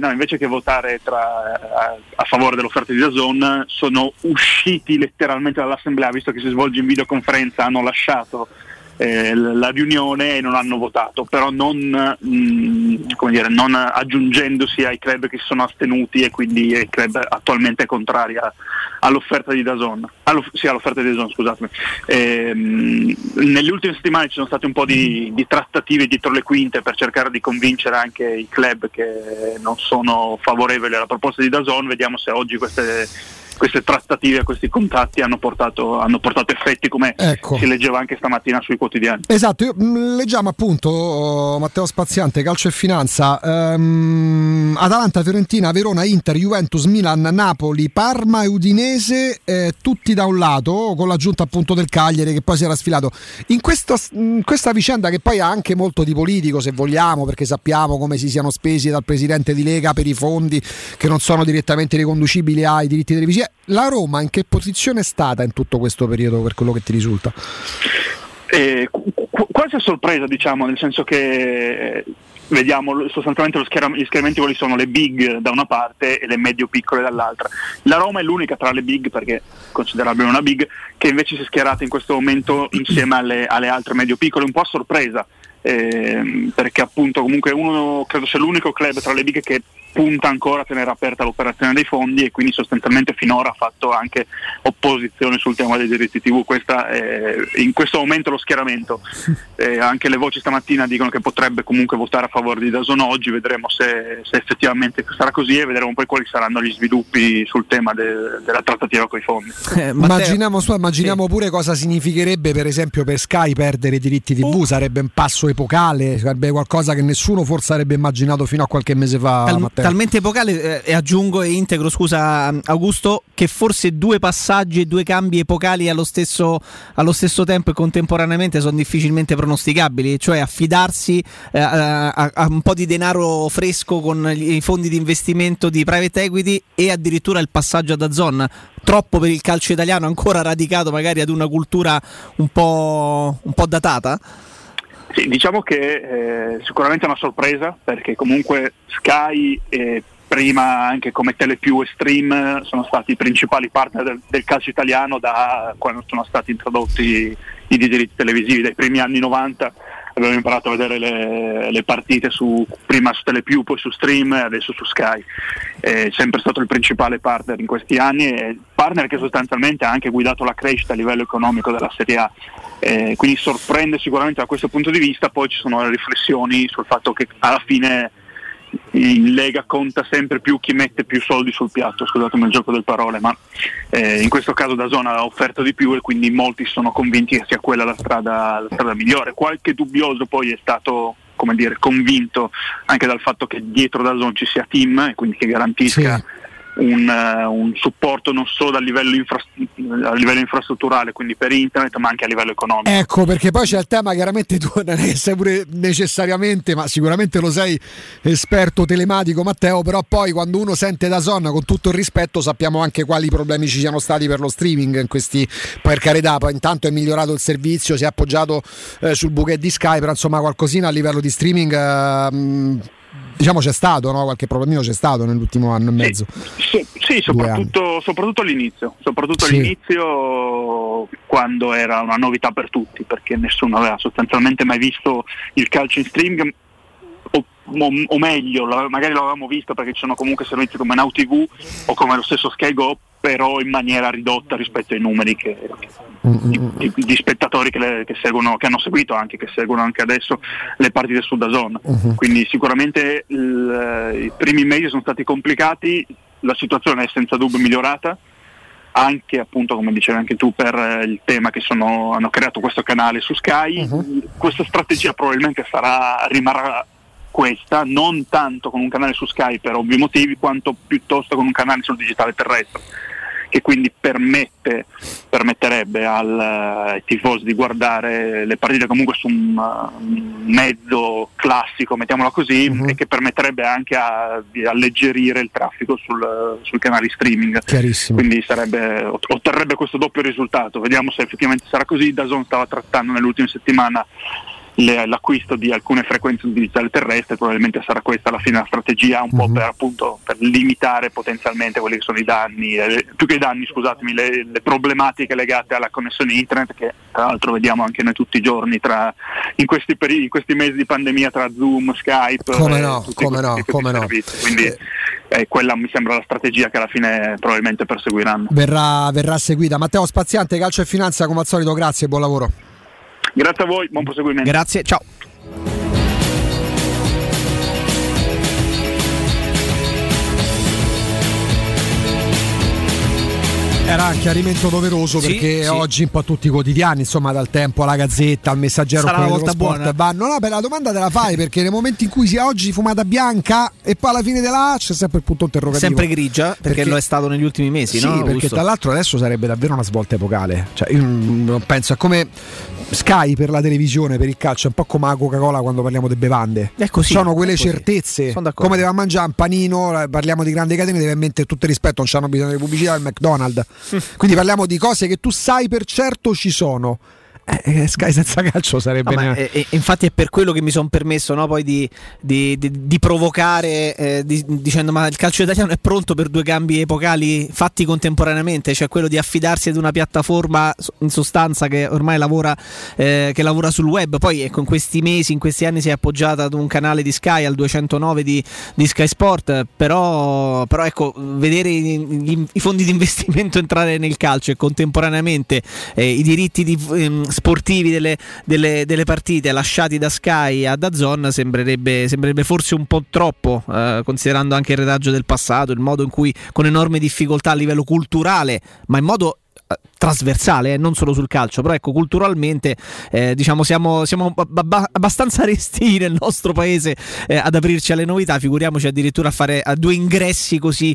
a favore dell'offerta di DAZN, sono usciti letteralmente dall'assemblea, visto che si svolge in videoconferenza, hanno lasciato la riunione e non hanno votato, però non aggiungendosi ai club che si sono astenuti, e quindi il club attualmente è contrario all'offerta di DAZN, all'offerta di DAZN, scusatemi. Nelle ultime settimane ci sono state un po' di trattative dietro le quinte per cercare di convincere anche i club che non sono favorevoli alla proposta di DAZN. Vediamo se oggi queste trattative, questi contatti hanno portato effetti, come si leggeva anche stamattina sui quotidiani. Esatto, leggiamo appunto, Matteo Spaziante, Calcio e Finanza, Atalanta, Fiorentina, Verona, Inter, Juventus, Milan, Napoli, Parma e Udinese, tutti da un lato, con l'aggiunta appunto del Cagliari che poi si era sfilato in questa vicenda, che poi ha anche molto di politico, se vogliamo, perché sappiamo come si siano spesi dal presidente di Lega per i fondi che non sono direttamente riconducibili ai diritti televisivi. La Roma in che posizione è stata in tutto questo periodo, per quello che ti risulta? Quasi a sorpresa, diciamo, nel senso che vediamo sostanzialmente gli schieramenti quali sono: le big da una parte e le medio-piccole dall'altra. La Roma è l'unica tra le big, perché è considerabile una big, che invece si è schierata in questo momento insieme alle altre medio-piccole, un po' a sorpresa, perché appunto comunque credo sia l'unico club tra le big che punta ancora a tenere aperta l'operazione dei fondi, e quindi sostanzialmente finora ha fatto anche opposizione sul tema dei diritti TV. Questa è in questo momento lo schieramento. Anche le voci stamattina dicono che potrebbe comunque votare a favore di DAZN oggi, vedremo se effettivamente sarà così, e vedremo poi quali saranno gli sviluppi sul tema della trattativa con i fondi. Immaginiamo pure cosa significherebbe per esempio per Sky perdere i diritti TV. Sarebbe un passo epocale, sarebbe qualcosa che nessuno forse avrebbe immaginato fino a qualche mese fa. Talmente epocale, e aggiungo e integro, scusa Augusto, che forse 2 passaggi e 2 cambi epocali allo stesso tempo e contemporaneamente sono difficilmente pronosticabili, cioè affidarsi a un po' di denaro fresco con i fondi di investimento di private equity, e addirittura il passaggio a DAZN, troppo per il calcio italiano, ancora radicato magari ad una cultura un po' datata? Sì, diciamo che sicuramente è una sorpresa, perché comunque Sky prima anche come Telepiù e Stream sono stati i principali partner del calcio italiano da quando sono stati introdotti i diritti televisivi, dai primi anni 90 abbiamo imparato a vedere le partite prima su Telepiù, poi su Stream e adesso su Sky. È sempre stato il principale partner in questi anni, e partner che sostanzialmente ha anche guidato la crescita a livello economico della Serie A. Quindi sorprende sicuramente da questo punto di vista. Poi ci sono le riflessioni sul fatto che alla fine in Lega conta sempre più chi mette più soldi sul piatto, scusatemi il gioco delle parole, ma in questo caso DAZN ha offerto di più, e quindi molti sono convinti che sia quella la strada migliore. Qualche dubbioso poi è stato, come dire, convinto anche dal fatto che dietro DAZN ci sia TIM, e quindi che garantisca un supporto non solo a livello infrastrutturale, quindi per internet, ma anche a livello economico. Ecco, perché poi c'è il tema, chiaramente tu non è che sei pure necessariamente, ma sicuramente lo sei, esperto telematico, Matteo, però poi quando uno sente DAZN, con tutto il rispetto, sappiamo anche quali problemi ci siano stati per lo streaming in questi, per carità, poi intanto è migliorato il servizio, si è appoggiato sul bouquet di Sky, però insomma qualcosina a livello di streaming diciamo c'è stato, no? Qualche problemino c'è stato nell'ultimo anno e mezzo. Sì, soprattutto all'inizio, quando era una novità per tutti, perché nessuno aveva sostanzialmente mai visto il calcio in streaming, o meglio, magari l'avevamo visto perché ci sono comunque servizi come Now TV o come lo stesso Sky Go, però in maniera ridotta rispetto ai numeri di spettatori che seguono, che hanno seguito anche, che seguono anche adesso le partite su DAZN. Quindi sicuramente i primi mesi sono stati complicati, la situazione è senza dubbio migliorata, anche appunto come dicevi anche tu per il tema che hanno creato questo canale su Sky. Questa strategia probabilmente rimarrà questa, non tanto con un canale su Sky per ovvi motivi, quanto piuttosto con un canale sul digitale terrestre, che quindi permetterebbe ai tifosi di guardare le partite comunque su un mezzo classico, mettiamola così, e che permetterebbe anche di alleggerire il traffico sul canale streaming. Chiarissimo. Quindi otterrebbe questo doppio risultato. Vediamo se effettivamente sarà così. DAZN stava trattando nell'ultima settimana l'acquisto di alcune frequenze di digitale terrestre, probabilmente sarà questa alla fine la strategia, un po' per limitare potenzialmente quelli che sono i danni, più che i danni, scusatemi, le problematiche legate alla connessione internet, che tra l'altro vediamo anche noi tutti i giorni in questi mesi di pandemia, tra Zoom, Skype, come no. Servizi. Quindi quella mi sembra la strategia che alla fine probabilmente perseguiranno. Verrà seguita. Matteo Spaziante, Calcio e Finanza, come al solito, grazie e buon lavoro. Grazie a voi, buon proseguimento. Grazie, ciao. Era un chiarimento doveroso, perché oggi un po' tutti i quotidiani, insomma, dal Tempo alla Gazzetta, al Messaggero, sarà una volta Sport, buona. vanno. No, la domanda te la fai perché nel momento in cui sia oggi fumata bianca e poi alla fine della c'è sempre il punto interrogativo. Sempre grigia, perché lo è stato negli ultimi mesi, sì, no? Perché Augusto? tra l'altro adesso sarebbe davvero una svolta epocale. Cioè, io non penso, è come Sky per la televisione, per il calcio, è un po' come la Coca-Cola quando parliamo di bevande. È così, sono quelle così. certezze. Come deve mangiare un panino, parliamo di grandi catene, deve in mente tutto il rispetto, non c'hanno bisogno di pubblicità del McDonald's. Quindi parliamo di cose che tu sai per certo ci sono. Sky senza calcio sarebbe infatti è per quello che mi sono permesso, no, poi di provocare dicendo ma il calcio italiano è pronto per due cambi epocali fatti contemporaneamente, cioè quello di affidarsi ad una piattaforma in sostanza che ormai lavora sul web. Poi ecco, in questi mesi, in questi anni si è appoggiata ad un canale di Sky, al 209 di Sky Sport, però ecco, vedere i fondi di investimento entrare nel calcio e contemporaneamente i diritti sportivi delle partite lasciati da Sky a DAZN sembrerebbe forse un po' troppo, considerando anche il retaggio del passato, il modo in cui con enorme difficoltà a livello culturale, ma in modo trasversale, non solo sul calcio, però ecco, culturalmente diciamo siamo abbastanza restii nel nostro paese ad aprirci alle novità, figuriamoci addirittura a fare a due ingressi così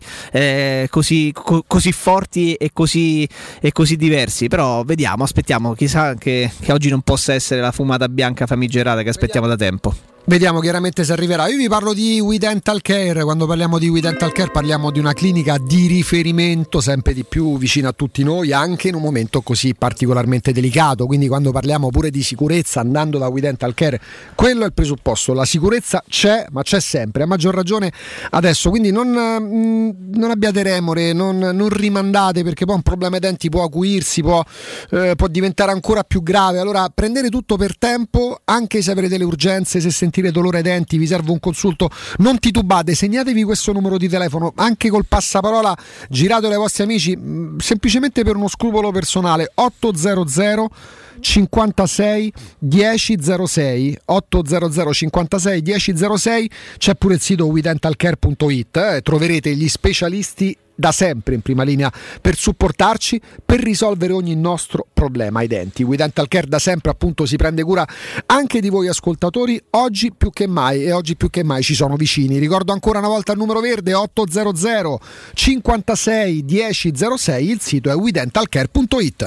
forti e così diversi. Però vediamo, aspettiamo, chissà che oggi non possa essere la fumata bianca famigerata che aspettiamo da tempo. Vediamo chiaramente se arriverà. Io vi parlo di We Dental Care. Quando parliamo di We Dental Care parliamo di una clinica di riferimento sempre di più vicina a tutti noi, anche in un momento così particolarmente delicato. Quindi quando parliamo pure di sicurezza andando da We Dental Care, quello è il presupposto. La sicurezza c'è, ma c'è sempre, a maggior ragione adesso. Quindi non abbiate remore, non rimandate, perché poi un problema ai denti può acuirsi, può diventare ancora più grave. Allora prendete tutto per tempo, anche se avrete le urgenze, se sentire dolore ai denti, vi serve un consulto, non titubate, segnatevi questo numero di telefono, anche col passaparola, giratelo ai vostri amici, semplicemente per uno scrupolo personale. 800 56 1006 800 56 1006. C'è pure il sito wedentalcare.it, troverete gli specialisti da sempre in prima linea per supportarci, per risolvere ogni nostro problema ai denti. We Dental Care da sempre appunto si prende cura anche di voi ascoltatori, oggi più che mai ci sono vicini. Ricordo ancora una volta il numero verde 800 56 1006, il sito è wedentalcare.it.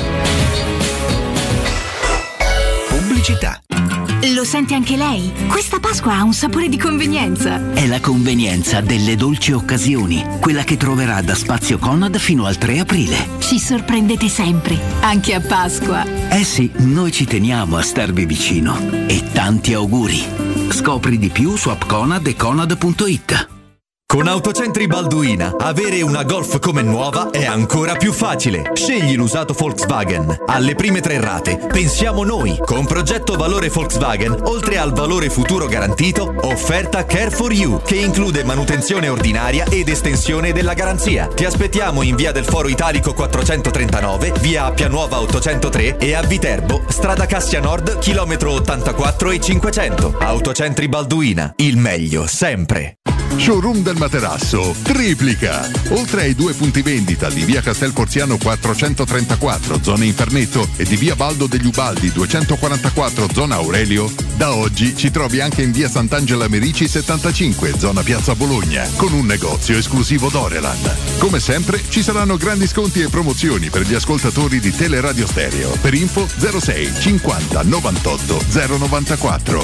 Pubblicità. Lo sente anche lei? Questa Pasqua ha un sapore di convenienza. È la convenienza delle dolci occasioni, quella che troverà da Spazio Conad fino al 3 aprile. Ci sorprendete sempre, anche a Pasqua. Eh sì, noi ci teniamo a starvi vicino. E tanti auguri. Scopri di più su app Conad e conad.it. Con Autocentri Balduina, avere una Golf come nuova è ancora più facile. Scegli l'usato Volkswagen. Alle prime 3 rate, pensiamo noi. Con progetto valore Volkswagen, oltre al valore futuro garantito, offerta Care for You, che include manutenzione ordinaria ed estensione della garanzia. Ti aspettiamo in via del Foro Italico 439, via Appia Nuova 803 e a Viterbo, strada Cassia Nord, chilometro 84 e 500. Autocentri Balduina, il meglio sempre. Showroom del Materasso triplica. Oltre ai 2 punti vendita di via Castel Porziano 434 zona Infernetto e di via Baldo degli Ubaldi 244 zona Aurelio, da oggi ci trovi anche in via Sant'Angela Merici 75 zona Piazza Bologna con un negozio esclusivo Doreland. Come sempre ci saranno grandi sconti e promozioni per gli ascoltatori di Teleradio Stereo. Per info 06 50 98 094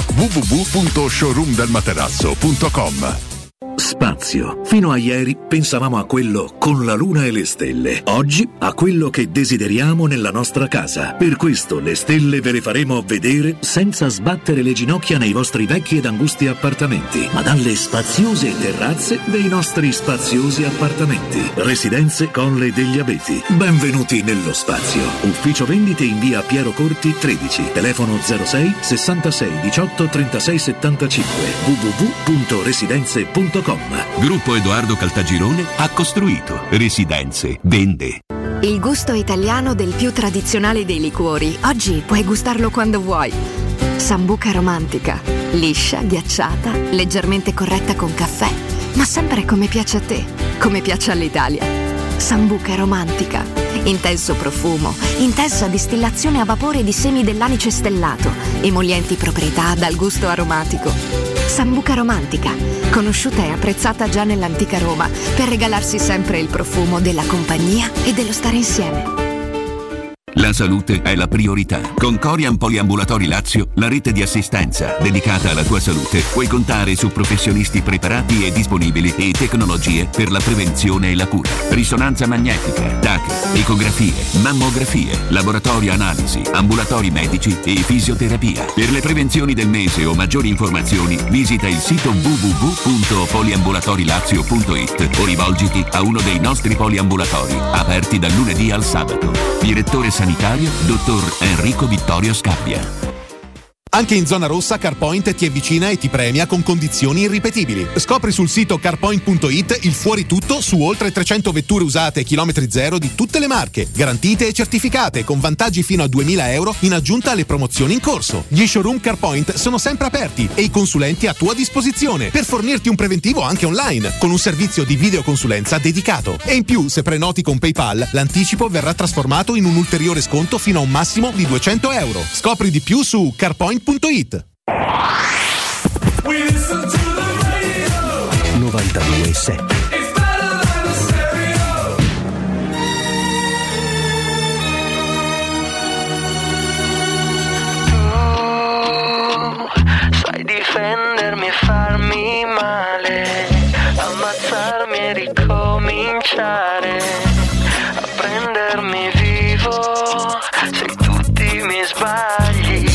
www.showroomdelmaterasso.com. Spazio. Fino a ieri pensavamo a quello con la luna e le stelle. Oggi a quello che desideriamo nella nostra casa. Per questo le stelle ve le faremo vedere senza sbattere le ginocchia nei vostri vecchi ed angusti appartamenti, ma dalle spaziose terrazze dei nostri spaziosi appartamenti. Residenze Colle degli Abeti. Benvenuti nello spazio. Ufficio vendite in via Piero Corti 13. Telefono 06 66 18 36 75. www.residenze.com. Gruppo Edoardo Caltagirone ha costruito Residenze, vende. Il gusto italiano del più tradizionale dei liquori. Oggi puoi gustarlo quando vuoi. Sambuca romantica, liscia, ghiacciata, leggermente corretta con caffè, ma sempre come piace a te, come piace all'Italia. Sambuca romantica, intenso profumo, intensa distillazione a vapore di semi dell'anice stellato, emolienti proprietà dal gusto aromatico. Sambuca romantica, conosciuta e apprezzata già nell'antica Roma per regalarsi sempre il profumo della compagnia e dello stare insieme. La salute è la priorità. Con Corian Poliambulatori Lazio, la rete di assistenza dedicata alla tua salute, puoi contare su professionisti preparati e disponibili e tecnologie per la prevenzione e la cura. Risonanza magnetica, TAC, ecografie, mammografie, laboratorio analisi, ambulatori medici e fisioterapia. Per le prevenzioni del mese o maggiori informazioni, visita il sito www.poliambulatorilazio.it o rivolgiti a uno dei nostri poliambulatori, aperti dal lunedì al sabato. Direttore sanitario, dottor Enrico Vittorio Scappia. Anche in zona rossa CarPoint ti avvicina e ti premia con condizioni irripetibili. Scopri sul sito carpoint.it il fuori tutto su oltre 300 vetture usate chilometri zero di tutte le marche, garantite e certificate, con vantaggi fino a 2.000 euro in aggiunta alle promozioni in corso. Gli showroom CarPoint sono sempre aperti e i consulenti a tua disposizione per fornirti un preventivo anche online, con un servizio di videoconsulenza dedicato. E in più, se prenoti con PayPal, l'anticipo verrà trasformato in un ulteriore sconto fino a un massimo di 200 euro. Scopri di più su carpoint.it. 92.7 Sai difendermi e farmi male, ammazzarmi e ricominciare, a prendermi vivo se tutti mi sbagli.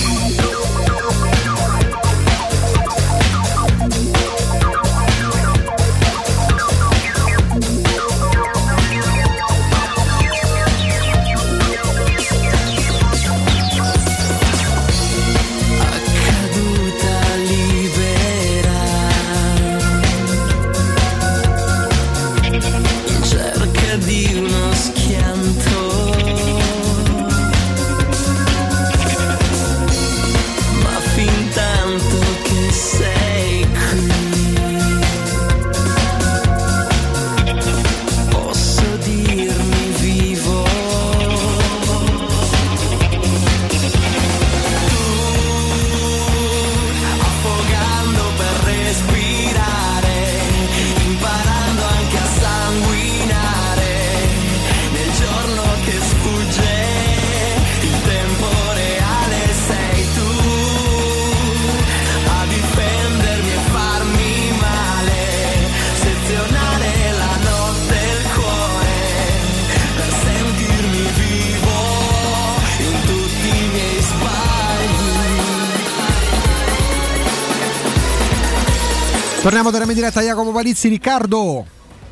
Torniamo in diretta a Jacopo Palizzi. Riccardo, ho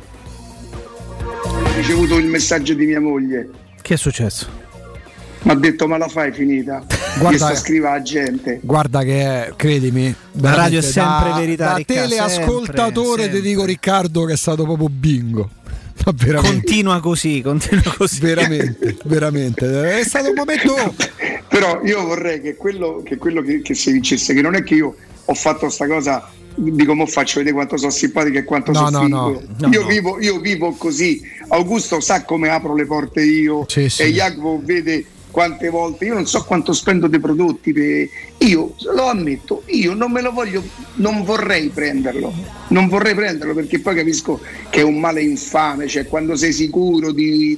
ricevuto il messaggio di mia moglie. Che è successo? Mi ha detto: ma la fai finita? Guarda, scriva a gente. Guarda che credimi, la radio è sempre verità. Da teleascoltatore ti dico, Riccardo, che è stato proprio bingo. Continua così. Veramente. È stato un momento. Però io vorrei che quello che si dicesse, che non è che io ho fatto sta cosa, dico mo faccio vedere quanto sono simpatico e quanto sono figo. Io vivo così. Augusto sa come apro le porte io, sì. E Jacopo vede quante volte. Io non so quanto spendo dei prodotti io lo ammetto, io non me lo voglio, non vorrei prenderlo perché poi capisco che è un male infame, cioè quando sei sicuro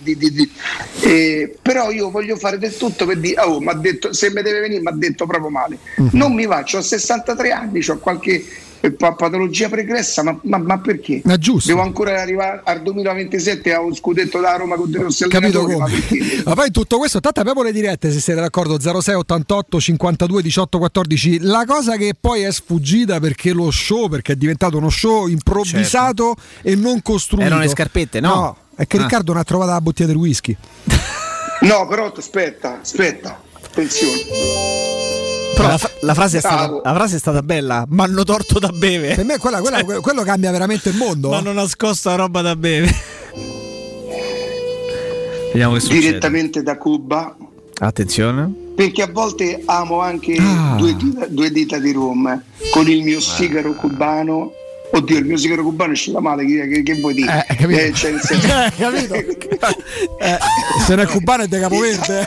però io voglio fare del tutto per dire: oh, m'ha detto, se me deve venire, mi ha detto proprio male. Non mi va, ho 63 anni, ho qualche patologia pregressa, ma perché? Ma giusto. Devo ancora arrivare al 2027 a un scudetto da Roma con De Rossi. Capito come? Ma poi tutto questo, tanto abbiamo le dirette, se siete d'accordo, 06 88 52 18 14. La cosa che poi è sfuggita perché è diventato uno show improvvisato, certo, e non costruito. Erano le scarpette, no? È che Riccardo non ha trovato la bottiglia del whisky. No, però aspetta, attenzione. Però la frase è stata bella. Mi hanno torto da bere. Per me quello cambia veramente il mondo. Mi hanno nascosto la roba da bere. Vediamo che succede. Direttamente da Cuba. Attenzione. Perché a volte amo anche due dita di rom con il mio sigaro cubano. Oddio, il mio sigaro cubano esce male, che vuoi dire? Capito? Capito? Se non è cubano è de Capoverde.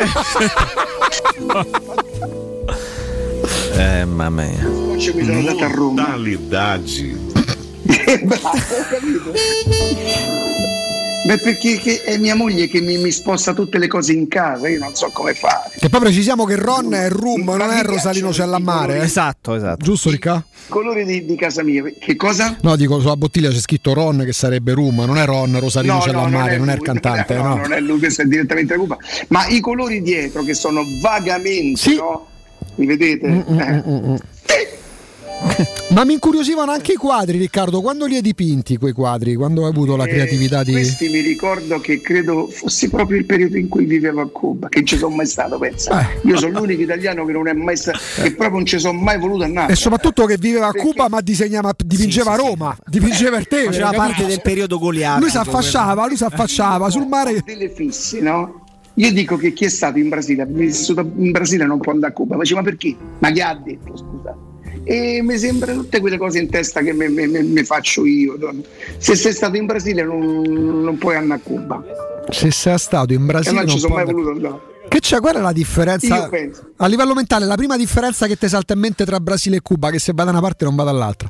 Mamma mia. Oggi mi sono andato a Roma. Modalità. Bravo, ho capito. Ma perché è mia moglie che mi sposta tutte le cose in casa, io non so come fare. Che poi precisiamo che Ron è Rum, non è Rosalino Cellammare. Esatto. Giusto, Ricca? Colori di casa mia, che cosa? No, dico, sulla bottiglia c'è scritto Ron, che sarebbe Rum, non è Ron Rosalino Cellammare, non è il cantante. No, non è lui, questo è direttamente Cuba. Ma i colori dietro, che sono vagamente, sì. No? Mi vedete? Ma mi incuriosivano anche i quadri, Riccardo. Quando li hai dipinti quei quadri? Quando hai avuto la creatività di... Questi mi ricordo che credo fosse proprio il periodo in cui vivevo a Cuba, che ci sono mai stato, pensa. Io sono l'unico italiano che non è mai stato, che proprio non ci sono mai voluto andare. E soprattutto che viveva a Cuba, ma dipingeva a Roma, dipingeva il Tevere. Faceva parte del periodo goliardico. Lui si affacciava sul mare. Delle fisse, no? Io dico che chi è stato in Brasile, ha vissuto in Brasile, non può andare a Cuba. Ma perché? Ma chi ha detto, scusa? E mi sembra tutte quelle cose in testa che mi faccio io. Se sei stato in Brasile non puoi andare a Cuba. Se sei stato in Brasile non ci sono mai voluto andare. Che c'è? Qual è la differenza? A livello mentale, la prima differenza che ti salta in mente tra Brasile e Cuba, che se va da una parte non va dall'altra.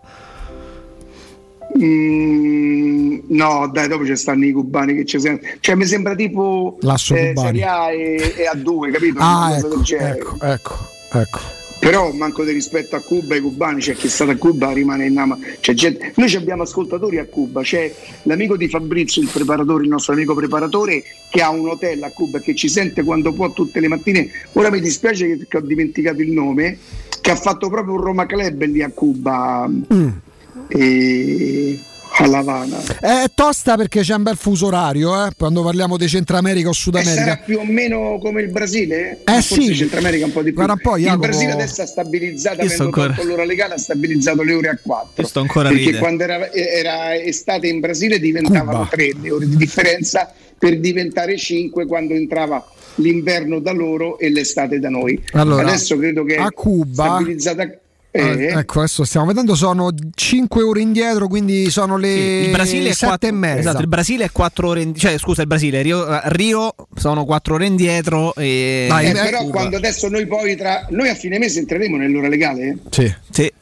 No, dai, dopo ci stanno i cubani che ci sono. Cioè mi sembra tipo Serie A e A2, capito? Ecco. Però manco di rispetto a Cuba e i cubani, cioè chi è stato a Cuba rimane in nama. C'è gente... Noi abbiamo ascoltatori a Cuba, c'è l'amico di Fabrizio, il nostro amico preparatore, che ha un hotel a Cuba e che ci sente quando può tutte le mattine. Ora mi dispiace che ho dimenticato il nome, che ha fatto proprio un Roma Club lì a Cuba. E... a La Habana. È tosta perché c'è un bel fuso orario, quando parliamo di Centro America o Sud America. Sarà più o meno come il Brasile? Forse sì. Centro America un po' di più. Il Brasile adesso ha stabilizzato, avendo tolto l'ora legale, ha stabilizzato le ore a 4. Sto ancora perché quando era estate in Brasile diventavano 3 le ore di differenza, per diventare 5 quando entrava l'inverno da loro e l'estate da noi. Allora, adesso credo che a Cuba stabilizzata. Ecco, adesso stiamo vedendo, sono 5 ore indietro, quindi sono le il Brasile 7:30. Esatto, il Brasile è 4 ore il Brasile, Rio sono 4 ore indietro e... però quando adesso noi poi noi a fine mese entreremo nell'ora legale? Sì.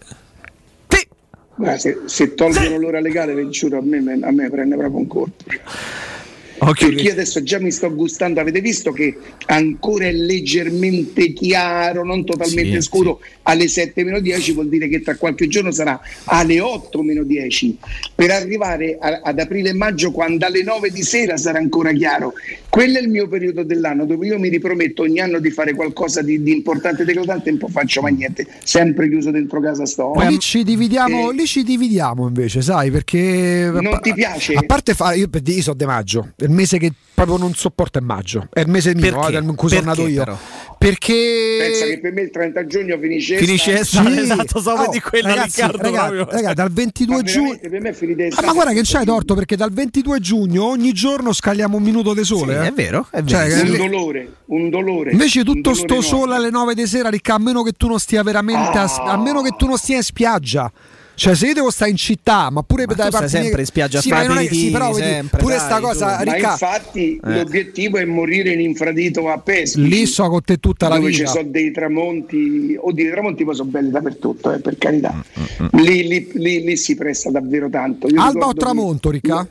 Se tolgono l'ora legale, vi giuro, a me prende proprio un colpo. Perché io adesso già mi sto gustando, avete visto che ancora è leggermente chiaro, non totalmente scuro, alle 7:10 vuol dire che tra qualche giorno sarà alle 8:10, per arrivare ad aprile e maggio, quando alle 9 di sera sarà ancora chiaro. Quello è il mio periodo dell'anno dove io mi riprometto ogni anno di fare qualcosa di importante e declatante, e non faccio mai niente, sempre chiuso dentro casa sto. Lì ci dividiamo invece, sai, perché non ti piace? A parte io sono di maggio, il mese che proprio non sopporto è maggio, è il mese mio in cui sono nato io. Però? Perché pensa che per me il 30 giugno finisce esatto, so di quella, ragazzi, Riccardo, ragazzi, dal 22 giugno per me è finita ma guarda che c'hai torto, perché dal 22 giugno ogni giorno scagliamo un minuto di sole. È vero. Cioè, un dolore. Invece tutto sto sole alle 9 di sera, Ricca, a meno che tu non stia veramente a meno che tu non stia in spiaggia. Cioè, se io devo stare in città, ma pure dai parti sempre in spiaggia, però sempre, pure sta cosa, Ricca. Ma infatti l'obiettivo è morire in infradito a Peschi. Lì so con te tutta la vita. Dove ci sono dei tramonti, i tramonti poi sono belli dappertutto, per carità. Lì si presta davvero tanto. Alba o tramonto, Ricca?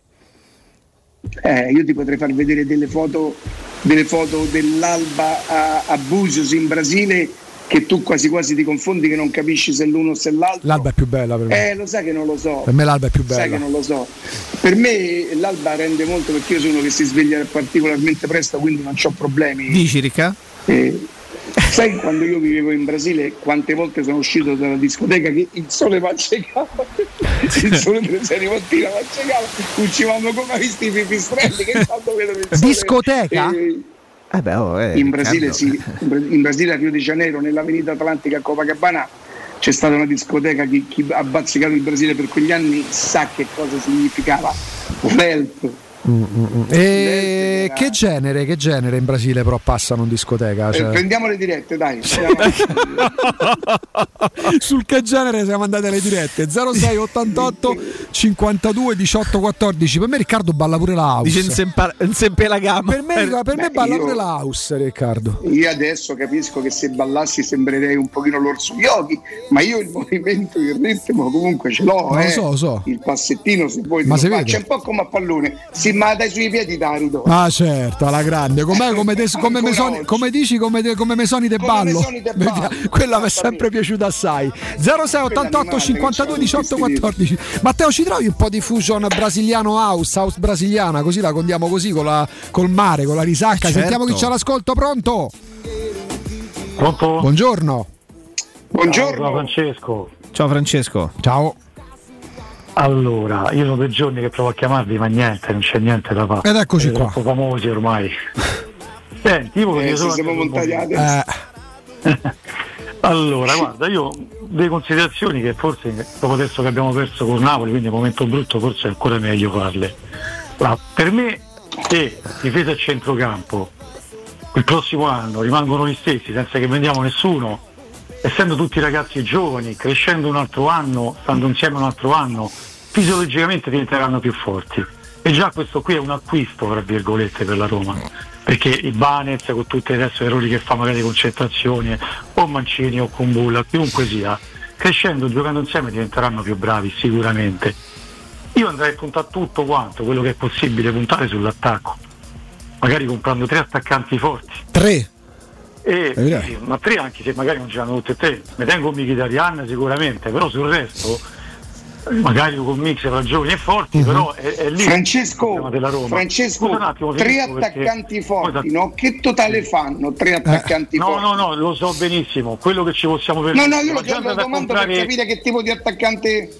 Io ti potrei far vedere delle foto dell'alba a Buzios in Brasile, che tu quasi quasi ti confondi, che non capisci se l'uno o se l'altro. L'alba è più bella per me. Lo sai che non lo so. Per me l'alba è più bella. Sai che non lo so. Per me l'alba rende molto, perché io sono uno che si sveglia particolarmente presto, quindi non ho problemi. Dici, Ricca? Sai, quando io vivevo in Brasile, quante volte sono uscito dalla discoteca che il sole mi accecava, il sole 3 6 mattina mi accecava, uscivamo come visti i pipistrelli, che quando vedono il sole. Discoteca? In Brasile sì, in Brasile a Rio de Janeiro, nell'Avenida Atlantica a Copacabana, c'è stata una discoteca che chi ha bazzicato il Brasile per quegli anni sa che cosa significava. Velp. E che genere in Brasile però passano in discoteca? Cioè... prendiamo le dirette, dai. Sul che genere siamo andati alle dirette? 06 88 52 18 14. Per me Riccardo balla pure la house. Dice insempe la gamma. Per me balla pure la house, Riccardo. Io adesso capisco che se ballassi sembrerei un pochino l'Orso Yogi, ma io il movimento, il ritmo comunque ce l'ho. So. Il passettino, se vuoi, ma c'è un po' come a pallone. Si ma dai sui piedi Darido. Ah certo, alla grande, come dici, come Mesoni de Ballo. Quella mi è sempre piaciuta assai. 06 88 52 18 14. Matteo, ci trovi un po' di fusion brasiliano house brasiliana, così la condiamo così col mare, con la risacca. Certo. Sentiamo chi c'è all'ascolto, pronto? Pronto? Buongiorno. Ciao Francesco. Ciao Francesco. Ciao. Allora, io sono 2 giorni che provo a chiamarvi, ma niente, non c'è niente da fare. Ed eccoci qua. Troppo famosi ormai. Senti, io siamo montati adesso. Allora, guarda, io delle considerazioni che forse dopo adesso che abbiamo perso con Napoli, quindi è un momento brutto, forse è ancora meglio farle. Per me, se difesa e centrocampo il prossimo anno rimangono gli stessi senza che vendiamo nessuno, essendo tutti ragazzi giovani, crescendo un altro anno, stando insieme un altro anno, fisiologicamente diventeranno più forti. E già questo qui è un acquisto, tra virgolette, per la Roma, perché Ibanez, con tutti adesso i errori che fa magari di concentrazione, o Mancini o Kumbulla, chiunque sia, crescendo, giocando insieme diventeranno più bravi sicuramente. Io andrei a puntare tutto quanto quello che è possibile puntare sull'attacco, magari comprando 3 attaccanti forti. 3? Sì, ma 3 anche se magari non c'erano tutte e 3. Mi tengo Mkhitaryan sicuramente, però sul resto magari con mix fra giovani e forti, però è lì Francesco, della Roma. Francesco, 3 attaccanti forti, no? Che totale fanno 3 attaccanti forti? No, lo so benissimo, quello che ci possiamo permettere. No, io lo domando per capire che tipo di attaccante.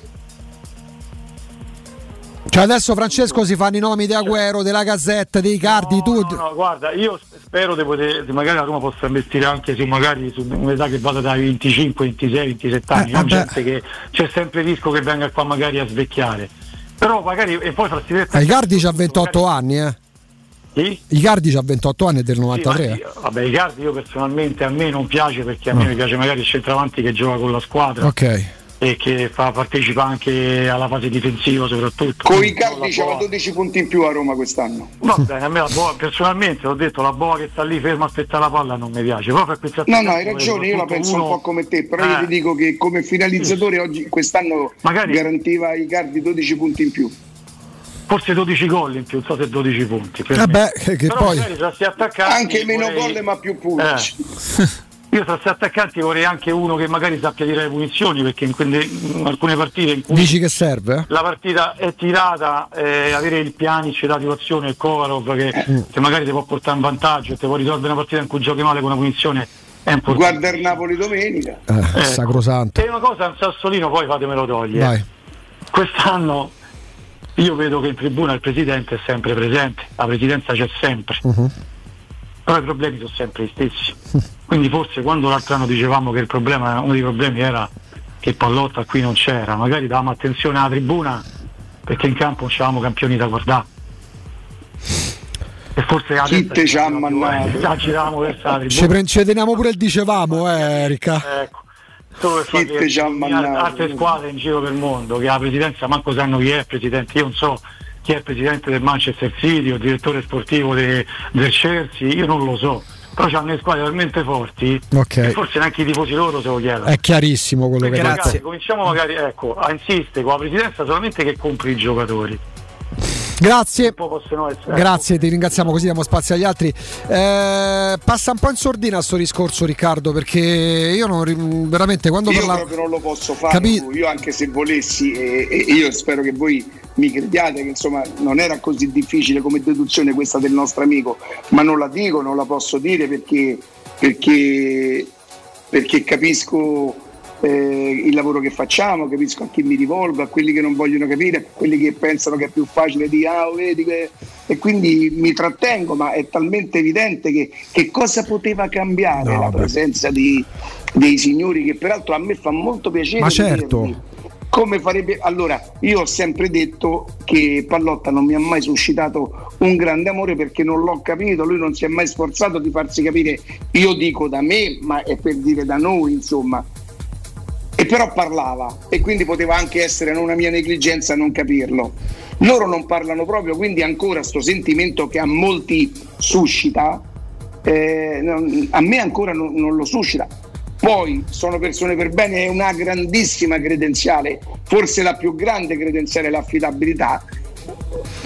Cioè adesso Francesco si fanno i nomi di Agüero, della Gazzetta, dei Icardi, No, guarda, io spero di magari la Roma possa investire anche su un'età che vada dai 25, 26, 27 anni, non gente che c'è sempre il rischio che venga qua magari a svecchiare. Però magari e poi Icardi c'ha 28 anni, Sì? Icardi c'ha 28 anni, è del 93. Sì, vabbè, Icardi io personalmente a me non piace, perché a me mi piace magari il centravanti che gioca con la squadra. Ok. E che partecipa anche alla fase difensiva soprattutto. Con Icardi c'aveva 12 punti in più a Roma quest'anno. Va bene, a me personalmente l'ho detto, la boa che sta lì ferma a aspettare la palla non mi piace. Però per no, hai ragione, io la penso un po' come te, però io ti dico che come finalizzatore oggi quest'anno magari garantiva a Icardi 12 punti in più. Forse 12 gol in più, non so se 12 punti. Che però poi magari tra sti attaccanti anche meno gol ma più punti. Io tra 6 attaccanti vorrei anche uno che magari sappia tirare punizioni, perché in alcune partite in cui dici che serve? La partita è tirata, avere il Pjanic d'attivazione, il Kovarov che magari ti può portare in vantaggio e ti può risolvere una partita in cui giochi male con una punizione è importante. Guarda il Napoli domenica. Sacrosanto. E una cosa, un Sassolino poi fatemelo togliere. Vai. Quest'anno io vedo che in tribuna il presidente è sempre presente, la presidenza c'è sempre. Però i problemi sono sempre gli stessi. Quindi forse quando l'altro anno dicevamo che uno dei problemi era che Pallotta qui non c'era, magari davamo attenzione alla tribuna, perché in campo non c'eravamo campioni da guardare. E forse giravamo verso la tribuna. Ci teniamo pure il dicevamo, Erika. Ecco. Solo per altre squadre in giro per il mondo che la presidenza manco sanno chi è il presidente. Io non so chi è il presidente del Manchester City o il direttore sportivo del Chelsea, io non lo so, però c'hanno le squadre talmente forti che forse neanche i tifosi loro se lo chiedono. È chiarissimo quello che ragazzi, cominciamo magari a insistere con la presidenza solamente che compri i giocatori. Grazie, ti ringraziamo, così diamo spazio agli altri. Passa un po' in sordina sto discorso, Riccardo, perché io veramente quando proprio non lo posso fare. Io anche se volessi, e io spero che voi mi crediate che insomma non era così difficile come deduzione questa del nostro amico, ma non la dico, non la posso dire perché capisco il lavoro che facciamo, capisco a chi mi rivolgo, a quelli che non vogliono capire, a quelli che pensano che è più facile di vedi che... e quindi mi trattengo, ma è talmente evidente che cosa poteva cambiare la presenza dei signori, che peraltro a me fa molto piacere. Ma certo. Come farebbe? Allora, io ho sempre detto che Pallotta non mi ha mai suscitato un grande amore perché non l'ho capito, lui non si è mai sforzato di farsi capire, io dico da me, ma è per dire da noi, insomma. E però parlava, e quindi poteva anche essere una mia negligenza non capirlo. Loro non parlano proprio, quindi ancora sto sentimento che a molti suscita, a me ancora non lo suscita. Poi sono persone per bene, è una grandissima credenziale, forse la più grande credenziale, l'affidabilità.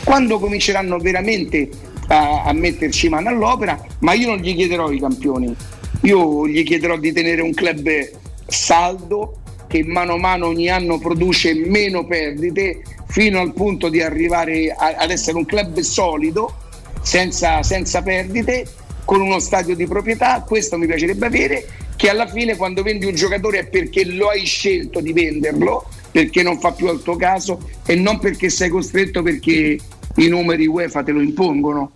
quando cominceranno veramente a metterci mano all'opera. Ma io non gli chiederò i campioni, io gli chiederò di tenere un club saldo, che mano a mano ogni anno produce meno perdite, fino al punto di arrivare ad essere un club solido, senza perdite, con uno stadio di proprietà. Questo mi piacerebbe avere, che alla fine quando vendi un giocatore è perché lo hai scelto di venderlo, perché non fa più al tuo caso e non perché sei costretto, perché i numeri UEFA te lo impongono.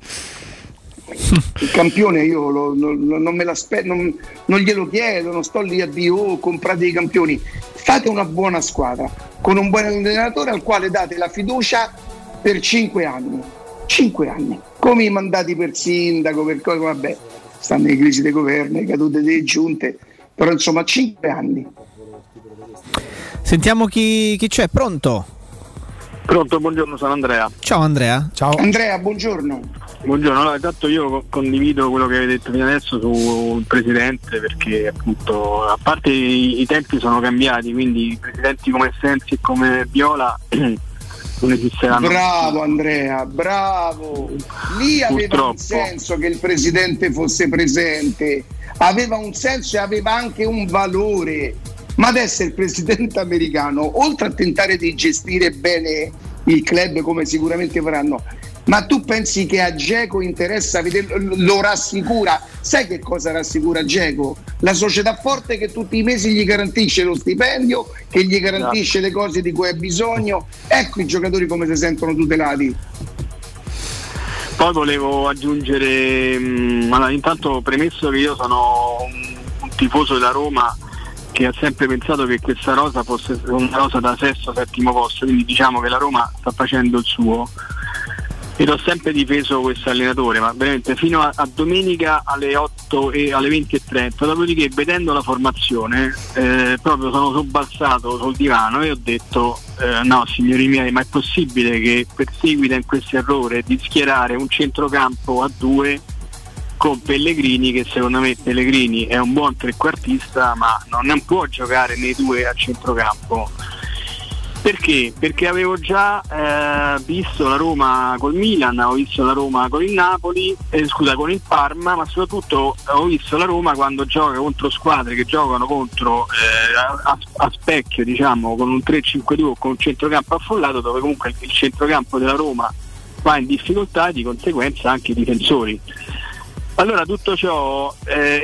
Il campione io non me l'aspetto, non glielo chiedo, non sto lì a dire comprate i campioni. Fate una buona squadra con un buon allenatore al quale date la fiducia per 5 anni, come i mandati per sindaco, per cose, vabbè, stanno in crisi dei governi, cadute delle giunte, però insomma 5 anni. Sentiamo chi c'è. Pronto, buongiorno, sono Andrea. Ciao Andrea. Ciao Andrea, buongiorno. Buongiorno, allora intanto io condivido quello che avete detto fino adesso sul presidente, perché appunto a parte i tempi sono cambiati, quindi presidenti come Sensi e come Viola non esisteranno. Bravo Andrea, bravo. Lì aveva un senso che il presidente fosse presente, aveva un senso e aveva anche un valore. Ma adesso il presidente americano, oltre a tentare di gestire bene il club come sicuramente faranno, ma tu pensi che a Dzeko interessa vederlo, lo rassicura? Sai che cosa rassicura Dzeko? La società forte che tutti i mesi gli garantisce lo stipendio, che gli garantisce le cose di cui ha bisogno. Ecco i giocatori come si sentono tutelati. Poi volevo aggiungere, allora, intanto premesso che io sono un tifoso della Roma che ha sempre pensato che questa rosa fosse una rosa da sesto, settimo posto, quindi diciamo che la Roma sta facendo il suo. Io ho sempre difeso questo allenatore, ma veramente fino a domenica alle 8 e alle 20:30, dopodiché vedendo la formazione proprio sono sobbalzato sul divano e ho detto no signori miei, ma è possibile che perseguita in questo errore di schierare un centrocampo a 2 con Pellegrini, che secondo me Pellegrini è un buon trequartista ma non può giocare nei 2 a centrocampo. Perché? Perché avevo già visto la Roma col Milan, ho visto la Roma con il Napoli, con il Parma, ma soprattutto ho visto la Roma quando gioca contro squadre che giocano contro a specchio, diciamo, con un 3-5-2 o con un centrocampo affollato, dove comunque il centrocampo della Roma va in difficoltà e di conseguenza anche i difensori. Allora tutto ciò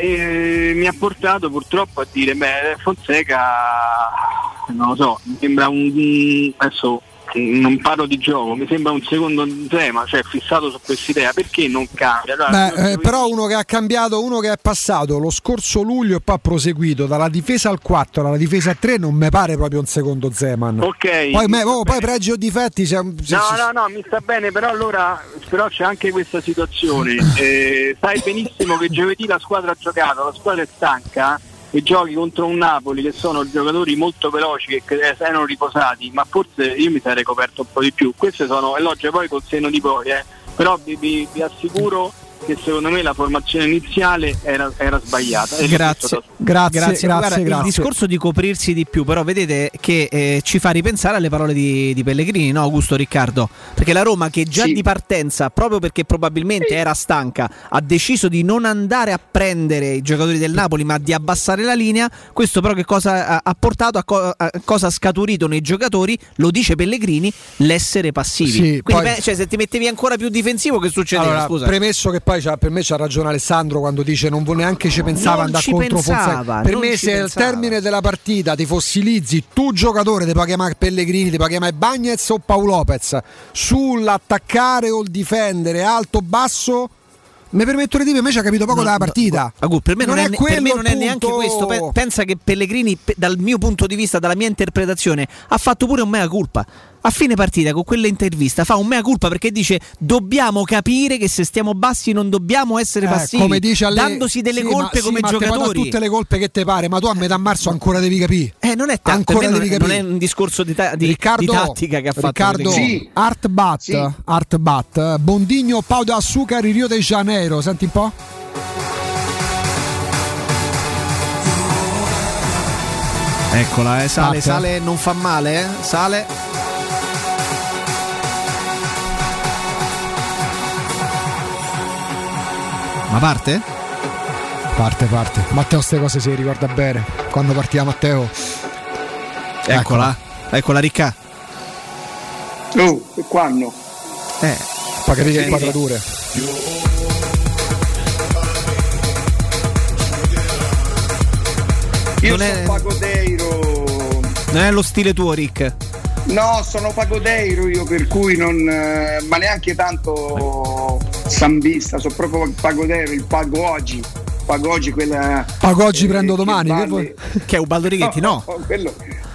mi ha portato purtroppo a dire Fonseca, non lo so, mi sembra adesso non parlo di gioco, mi sembra un secondo tema, cioè fissato su quest'idea, perché non cambia? Allora, però uno che ha cambiato, uno che è passato lo scorso luglio e poi ha proseguito dalla difesa al 4 alla difesa al 3, non mi pare proprio un secondo Zeman. Ok. Poi pregi o difetti no, mi sta bene, però c'è anche questa situazione. Sai benissimo che giovedì la squadra ha giocato, la squadra è stanca e giochi contro un Napoli che sono giocatori molto veloci che erano riposati, ma forse io mi sarei coperto un po' di più. Queste sono elogi poi col senno di poi, però vi assicuro che secondo me la formazione iniziale era sbagliata. Grazie. Guarda, il discorso di coprirsi di più, però vedete che ci fa ripensare alle parole di Pellegrini, no Augusto, Riccardo? Perché la Roma, che già di partenza, proprio perché probabilmente era stanca, ha deciso di non andare a prendere i giocatori del Napoli ma di abbassare la linea. Questo però che cosa ha portato, a cosa ha scaturito nei giocatori? Lo dice Pellegrini, l'essere passivi. Sì, quindi poi, se ti mettevi ancora più difensivo, che succedeva? Allora, scusa. Premesso che poi per me c'ha ragione Alessandro quando dice non neanche ci pensava andare contro Fonseca. Per me se al termine della partita ti fossilizzi tu giocatore, ti puoi chiamare Pellegrini, ti puoi chiamare Bagnez o Paolo Lopez, sull'attaccare o il difendere alto basso, mi permetto di dire, a me ci ha capito poco dalla partita. Per me non è neanche questo. Pensa che Pellegrini, dal mio punto di vista, dalla mia interpretazione, ha fatto pure un mea culpa. A fine partita, con quell'intervista, fa un mea culpa perché dice dobbiamo capire che se stiamo bassi non dobbiamo essere passivi, come dice dandosi delle colpe come giocatori. Ma tutte le colpe che te pare, ma tu a metà marzo ancora devi capire. Non è tanto, ancora non è un discorso di tattica che ha fatto Riccardo. Art Bat, Bondinho Pau da Azúcar, Rio de Janeiro, senti un po'. Eccola, sale, non fa male, sale. Ma parte? Parte. Matteo ste cose si ricorda bene. Quando partiva Matteo. Eccola Ricca. Oh, e quando? Pagati che quadrature. Io sono pagodeiro. Non è lo stile tuo, Rick? No, sono pagodeiro io, per cui non. Ma neanche tanto sambista, sono proprio pagodeiro, il pago oggi. Pago oggi quella. Pago oggi prendo domani. Che è Ubaldo Righetti, no? Quello.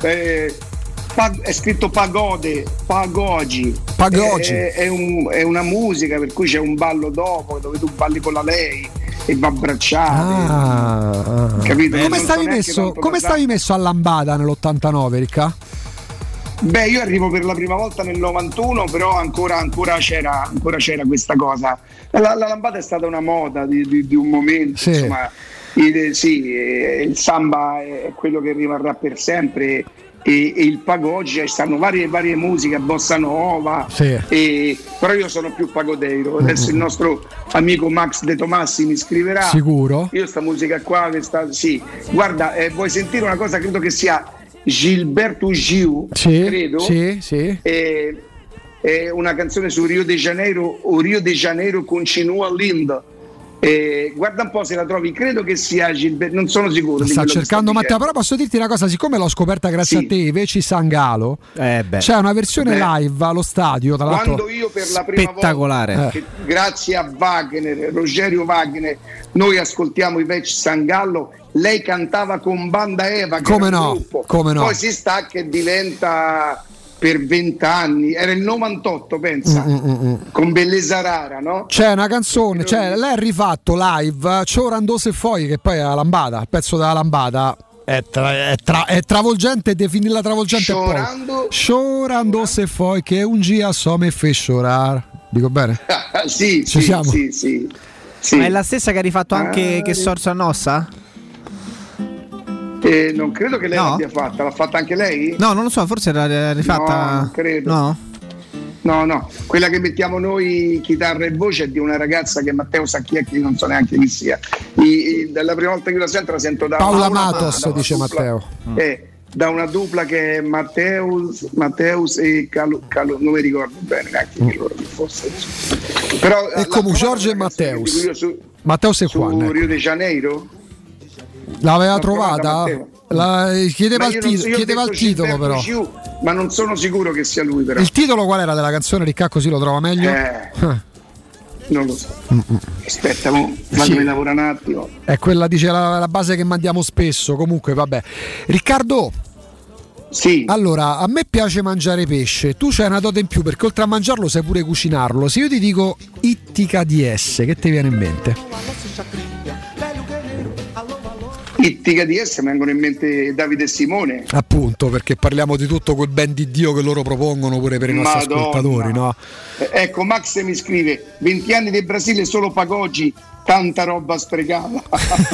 È scritto pagode, pago oggi. È una musica per cui c'è un ballo dopo dove tu balli con la lei e va abbracciato. Capito? Come stavi messo a lambada nell'89, Ricca? Beh, io arrivo per la prima volta nel 91, però ancora c'era questa cosa. La lambada è stata una moda di un momento, sì. Insomma, il samba è quello che rimarrà per sempre. E il pago oggi stanno varie musiche, bossa nova, sì. Però io sono più pagodeiro. Adesso il nostro amico Max De Tomassi mi scriverà. Sicuro? Io sta musica qua sì. Guarda, vuoi sentire una cosa? Credo che sia Gilberto Gil, credo. Sì. È una canzone su Rio de Janeiro, o Rio de Janeiro continua linda. Guarda un po' se la trovi, credo che sia Gilberto, non sono sicuro. Sta cercando Matteo, però posso dirti una cosa, siccome l'ho scoperta grazie a te, Veci Sangalo, c'è una versione live allo stadio, tra l'altro, quando io per la prima volta, grazie a Rogerio Wagner, noi ascoltiamo i Veci Sangallo, lei cantava con Banda Eva, che come era un no, gruppo. Come no, poi si stacca e diventa per 20 anni, era il 98 pensa, con Bellezza Rara, no? C'è una canzone, lei ha rifatto live Ciorando se foi, che poi è la lambada, il pezzo della lambada è travolgente, e definirla travolgente Ciorando se foi, che un gia so me fe chorar, dico bene? Sì. Ma è la stessa che ha rifatto anche Che Sorso a Nossa? Non credo che lei l'abbia fatta. L'ha fatta anche lei? No, non lo so, forse l'ha rifatta. No, non credo. No, quella che mettiamo noi chitarra e voce è di una ragazza che Matteo sa chi è, che non so neanche chi sia. Dalla prima volta che la sento da Paola Matos, dice dupla, Matteo. Da una dupla che è Matteus e Calo, non mi ricordo bene neanche che loro che fosse. Però e come Giorgio e Matteus. Matteus è qua. Su Rio de Janeiro? L'aveva trovata? Chiedeva il titolo, però. Ma non sono sicuro che sia lui, però. Il titolo qual era della canzone, Ricca, così lo trova meglio? Non lo so. Aspetta, vado a lavorare un attimo. È quella, dice, la base che mandiamo spesso. Comunque, vabbè. Riccardo. Sì. Allora, a me piace mangiare pesce. Tu c'hai una dote in più, perché oltre a mangiarlo sai pure cucinarlo. Se io ti dico Ittica DS, che ti viene in mente? Ittica DS, mi vengono in mente Davide e Simone. Appunto, perché parliamo di tutto quel ben di Dio che loro propongono pure per i nostri ascoltatori, no? Ecco, Max mi scrive: 20 anni del Brasile, solo pagoggi, tanta roba sprecata.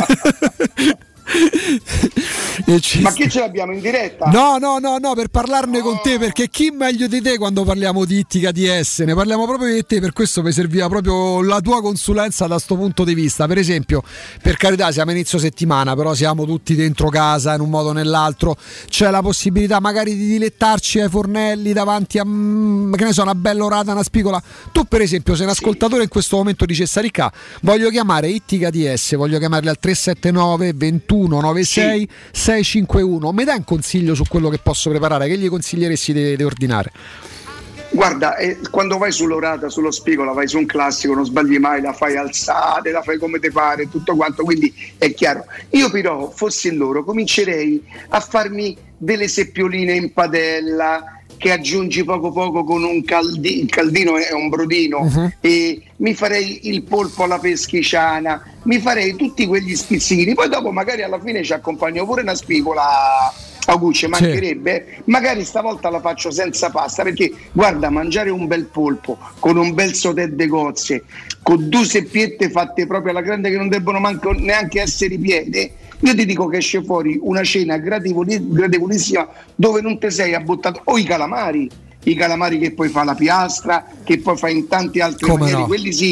Ma che ce l'abbiamo in diretta? No, per parlarne con te, perché chi meglio di te quando parliamo di Ittica DS? Ne parliamo proprio di te, per questo mi serviva proprio la tua consulenza da sto punto di vista. Per esempio, per carità, siamo inizio settimana, però siamo tutti dentro casa in un modo o nell'altro, c'è la possibilità magari di dilettarci ai fornelli davanti a, che ne so, una bella orata, una spigola. Tu per esempio sei un ascoltatore in questo momento, dice Saricà, voglio chiamare Ittica DS, voglio chiamarli al 379 21 96 651. Mi dai un consiglio su quello che posso preparare? Che gli consiglieresti di ordinare? Guarda, quando vai sull'orata, sullo spigola, vai su un classico, non sbagli mai, la fai alzate, la fai come te pare, tutto quanto, quindi è chiaro. Io però, fossi loro, comincerei a farmi delle seppioline in padella, che aggiungi poco con un caldino, il caldino è un brodino, e mi farei il polpo alla peschiciana, mi farei tutti quegli spizzichini, poi dopo magari alla fine ci accompagno pure una spigola a gucce, mancherebbe, magari stavolta la faccio senza pasta, perché guarda, mangiare un bel polpo con un bel sauté de gozze, con 2 seppiette fatte proprio alla grande che non debbono neanche essere piede, io ti dico che esce fuori una cena gradevolissima, dove non te sei abbottato, o i calamari che poi fa la piastra, che poi fa in tanti altri manieri, quelli sì,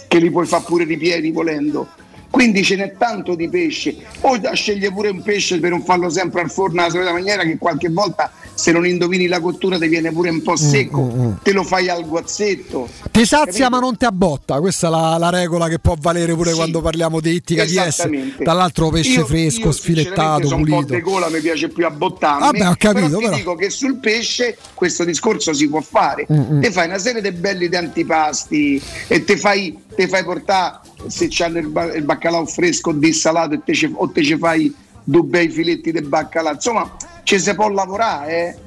che li puoi fare pure ripieni volendo. Quindi ce n'è tanto di pesce, o sceglie pure un pesce per non farlo sempre al forno alla solita maniera, che qualche volta se non indovini la cottura ti viene pure un po' secco, te lo fai al guazzetto. Ti sazia ma non ti abbotta, questa è la regola che può valere pure quando parliamo di Ittica DS. Dall'altro pesce fresco, sfilettato, pulito. Un po' di gola mi piace più abbottarmi. Vabbè, ho capito, però ti dico che sul pesce questo discorso si può fare. Te fai una serie di belli di antipasti e te fai portare, se c'hanno il baccalà fresco dissalato e te ci fai due bei filetti di baccalà, insomma ci si può lavorare,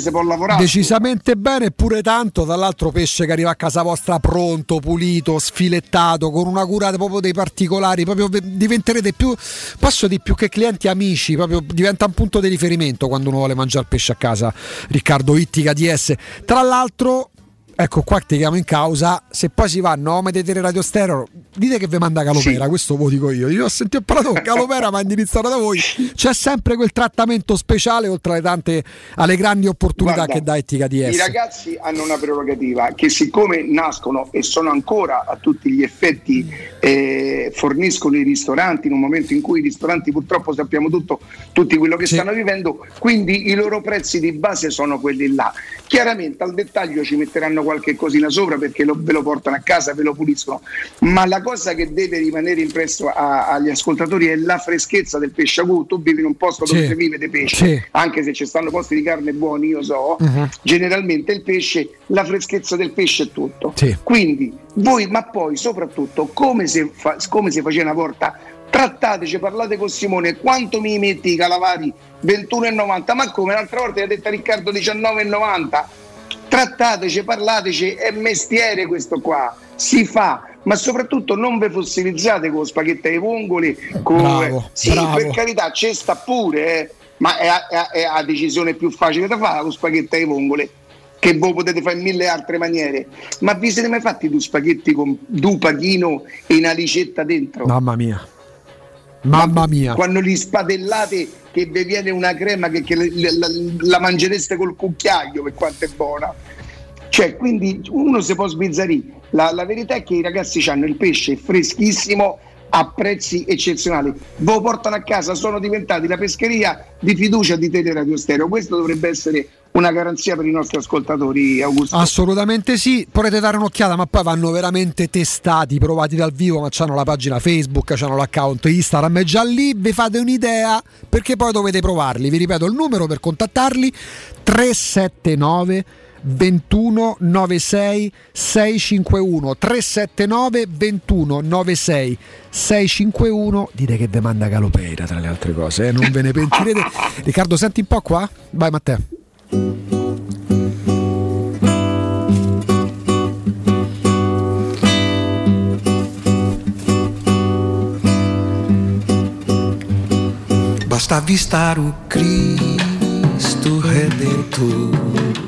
decisamente bene, pure tanto. Dall'altro pesce che arriva a casa vostra pronto, pulito, sfilettato, con una cura proprio dei particolari, proprio diventerete più, posso dire, più che clienti, amici, proprio diventa un punto di riferimento quando uno vuole mangiare pesce a casa. Riccardo Ittica DS. Tra l'altro, ecco qua ti chiamo in causa, se poi si va a nome di Teleradio Stereo, dite che vi manda Calopera, sì. Questo ve lo dico io ho sentito parlato con Calopera, ma indirizzato da voi, c'è sempre quel trattamento speciale oltre alle grandi opportunità. Guarda, che dà Ittica DS. I ragazzi hanno una prerogativa, che siccome nascono e sono ancora a tutti gli effetti forniscono i ristoranti in un momento in cui i ristoranti purtroppo sappiamo tutti quello che stanno vivendo, quindi i loro prezzi di base sono quelli là. Chiaramente al dettaglio ci metteranno qualche cosina sopra perché ve lo portano a casa, ve lo puliscono, ma la cosa che deve rimanere impresso agli ascoltatori è la freschezza del pesce agu. Tu vivi in un posto dove si vive di pesce, anche se ci stanno posti di carne buoni, io so, generalmente il pesce, la freschezza del pesce è tutto. Quindi voi, ma poi soprattutto come si faceva una volta, trattateci, parlate con Simone, quanto mi metti i calavari? 21,90, ma come l'altra volta ha detto Riccardo 19,90. Trattateci, parlateci, è mestiere questo qua, si fa, ma soprattutto non ve fossilizzate con spaghetti ai vongoli, bravo. Per carità ci sta pure, ma è la decisione più facile da fare con spaghetti ai vongoli, che voi potete fare in 1000 altre maniere. Ma vi siete mai fatti due spaghetti con due pachino e una licetta dentro? Mamma mia. Quando li spadellate che vi viene una crema che la mangereste col cucchiaio, per quanto è buona. Cioè, quindi uno si può sbizzarrire. La verità è che i ragazzi hanno il pesce freschissimo a prezzi eccezionali. Ve lo portano a casa, sono diventati la pescheria di fiducia di Teleradio Stereo. Questo dovrebbe essere una garanzia per i nostri ascoltatori, Augusto. Assolutamente sì, potete dare un'occhiata, ma poi vanno veramente testati, provati dal vivo, ma c'hanno la pagina Facebook, c'hanno l'account Instagram, è già lì, vi fate un'idea, perché poi dovete provarli. Vi ripeto il numero per contattarli: 379 21 96 651 379 21 96 651. Dite che vi manda Calopera, tra le altre cose, non ve ne pentirete. Riccardo, senti un po' qua, vai Matteo. Basta avvistar o Cristo Redentor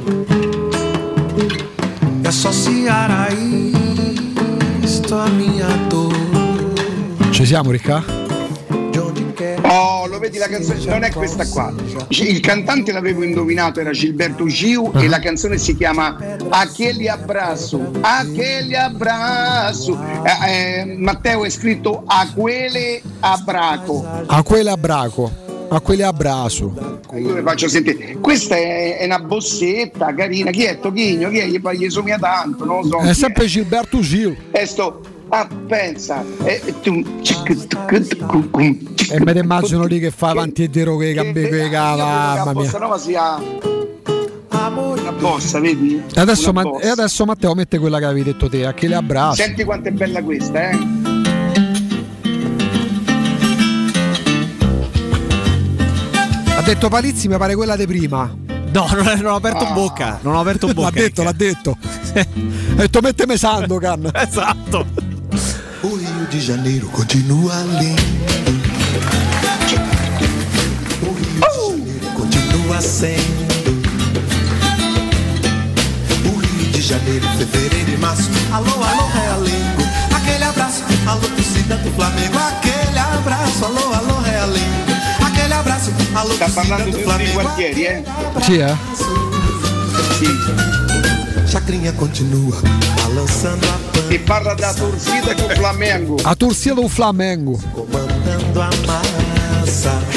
e associar a isto a minha dor. Ci siamo, Ricca? Oh, lo vedi, la canzone non è questa qua. Il cantante l'avevo indovinato, era Gilberto Gil, e la canzone si chiama Aquele Abraço. Matteo è scritto Aquele Abraco. Aquele Abraço. Io vi faccio sentire. Questa è una bossetta carina. Chi è Tochigno? Chi è? Gli somiglia tanto, non lo so. È sempre Gilberto Gil. Pensa, e me ne immagino lì che fa avanti e dietro con i gambe, mamma mia. Una bossa, vedi? E adesso Matteo mette quella che avevi detto te, a che le abbraccia. Senti quanto è bella questa, Ha detto Palizzi, mi pare quella di prima. No, non ho aperto bocca. Non ho aperto bocca. L'ha detto. Ha detto metteme Sandokan. Esatto. O Rio de Janeiro continua lindo. O Rio de Janeiro continua sendo. O Rio de Janeiro, fevereiro e março. Alô, alô, Realengo. Aquele abraço, alô, torcida do Flamengo. Aquele abraço, alô, alô, Realengo. Aquele abraço, alô, torcida do Flamengo. Sì, Sì. chacrinha continua balançando a pança. E parla da torcida com o Flamengo. A torcida do Flamengo. Comandando a massa.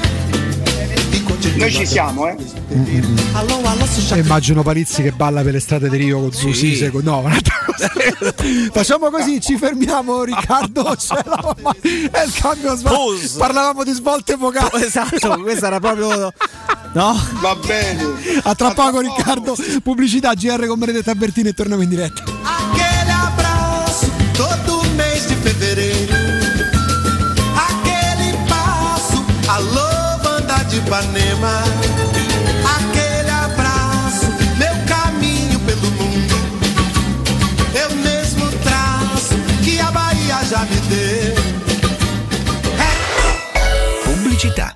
Noi ci siamo, Immagino Palizzi che balla per le strade di Rio con Susi. No, un'altra cosa. Facciamo così, ci fermiamo, Riccardo. È il cambio sbagliato. Parlavamo di svolte vocali. Esatto, questa era proprio. No? Va bene. A tra poco, Riccardo. Pubblicità, GR con Benedetta Bertini e torniamo in diretta. Aquele abraço todo mês de fevereiro. Aquele passo, alô. De Ipanema, aquele abraço, meu caminho pelo mundo, eu mesmo traço que a Bahia já me deu. Pubblicità.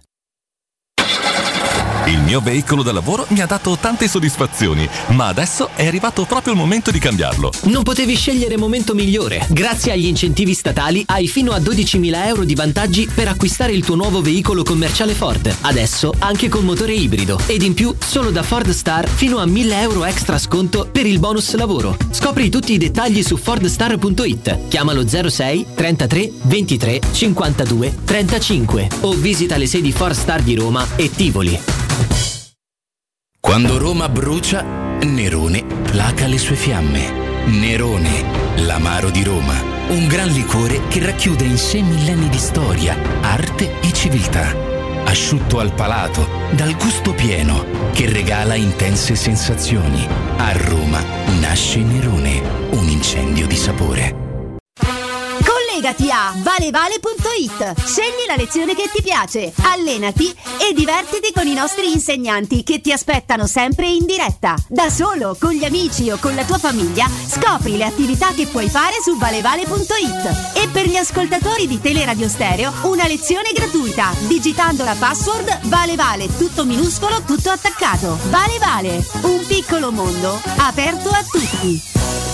Il mio veicolo da lavoro mi ha dato tante soddisfazioni, ma adesso è arrivato proprio il momento di cambiarlo. Non potevi scegliere momento migliore. Grazie agli incentivi statali hai fino a 12.000 euro di vantaggi per acquistare il tuo nuovo veicolo commerciale Ford. Adesso anche con motore ibrido. Ed in più, solo da Ford Star, fino a 1.000 euro extra sconto per il bonus lavoro. Scopri tutti i dettagli su fordstar.it. Chiamalo 06 33 23 52 35 o visita le sedi Ford Star di Roma e Tivoli. Quando Roma brucia, Nerone placa le sue fiamme. Nerone, l'amaro di Roma. Un gran liquore che racchiude in sé millenni di storia, arte e civiltà. Asciutto al palato, dal gusto pieno, che regala intense sensazioni. A Roma nasce Nerone, un incendio di sapore. Collegati a valevale.it, scegli la lezione che ti piace, allenati e divertiti con i nostri insegnanti che ti aspettano sempre in diretta. Da solo, con gli amici o con la tua famiglia, scopri le attività che puoi fare su valevale.it. E per gli ascoltatori di Teleradio Stereo, una lezione gratuita, digitando la password Valevale, tutto minuscolo, tutto attaccato. Valevale, un piccolo mondo aperto a tutti.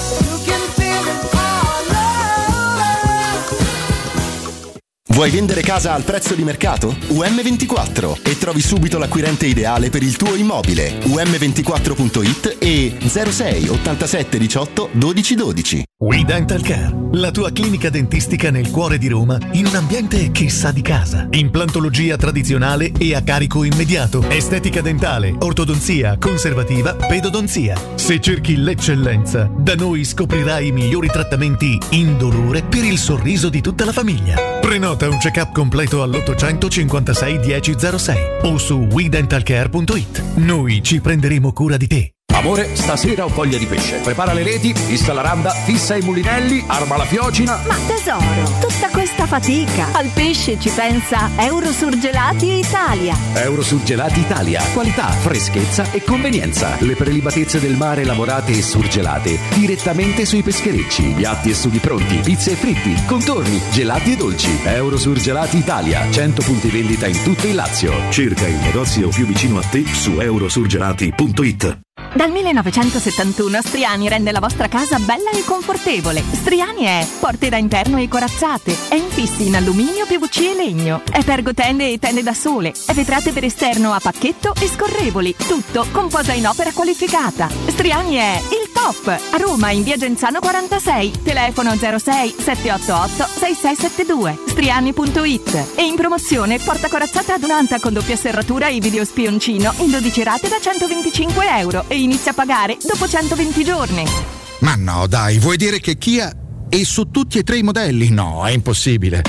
Vuoi vendere casa al prezzo di mercato? UM24 e trovi subito l'acquirente ideale per il tuo immobile. UM24.it e 06 87 18 12 12. We Dental Care, la tua clinica dentistica nel cuore di Roma in un ambiente che sa di casa. Implantologia tradizionale e a carico immediato. Estetica dentale, ortodonzia, conservativa, pedodonzia. Se cerchi l'eccellenza, da noi scoprirai i migliori trattamenti indolore per il sorriso di tutta la famiglia. Prenota un check-up completo all'856 1006 o su WeDentalCare.it. Noi ci prenderemo cura di te. Amore, stasera ho voglia di pesce. Prepara le reti, fissa la randa, fissa i mulinelli, arma la fiocina. Ma tesoro, tutta questa fatica. Al pesce ci pensa Eurosurgelati Italia. Eurosurgelati Italia. Qualità, freschezza e convenienza. Le prelibatezze del mare lavorate e surgelate direttamente sui pescherecci. Piatti e sughi pronti, pizze e fritti, contorni, gelati e dolci. Eurosurgelati Italia. 100 punti vendita in tutto il Lazio. Cerca il negozio più vicino a te su eurosurgelati.it. Dal 1971 Striani rende la vostra casa bella e confortevole. Striani è porte da interno e corazzate, è infissi in alluminio, PVC e legno, è pergotende e tende da sole, è vetrate per esterno a pacchetto e scorrevoli, tutto con posa in opera qualificata. Striani è il top! A Roma in via Genzano 46, telefono 06 788 6672, striani.it. E in promozione porta corazzata adunata con doppia serratura e video spioncino in 12 rate da 125 euro e inizia a pagare dopo 120 giorni. Ma no, dai, vuoi dire che Kia è su tutti e tre i modelli? No, è impossibile.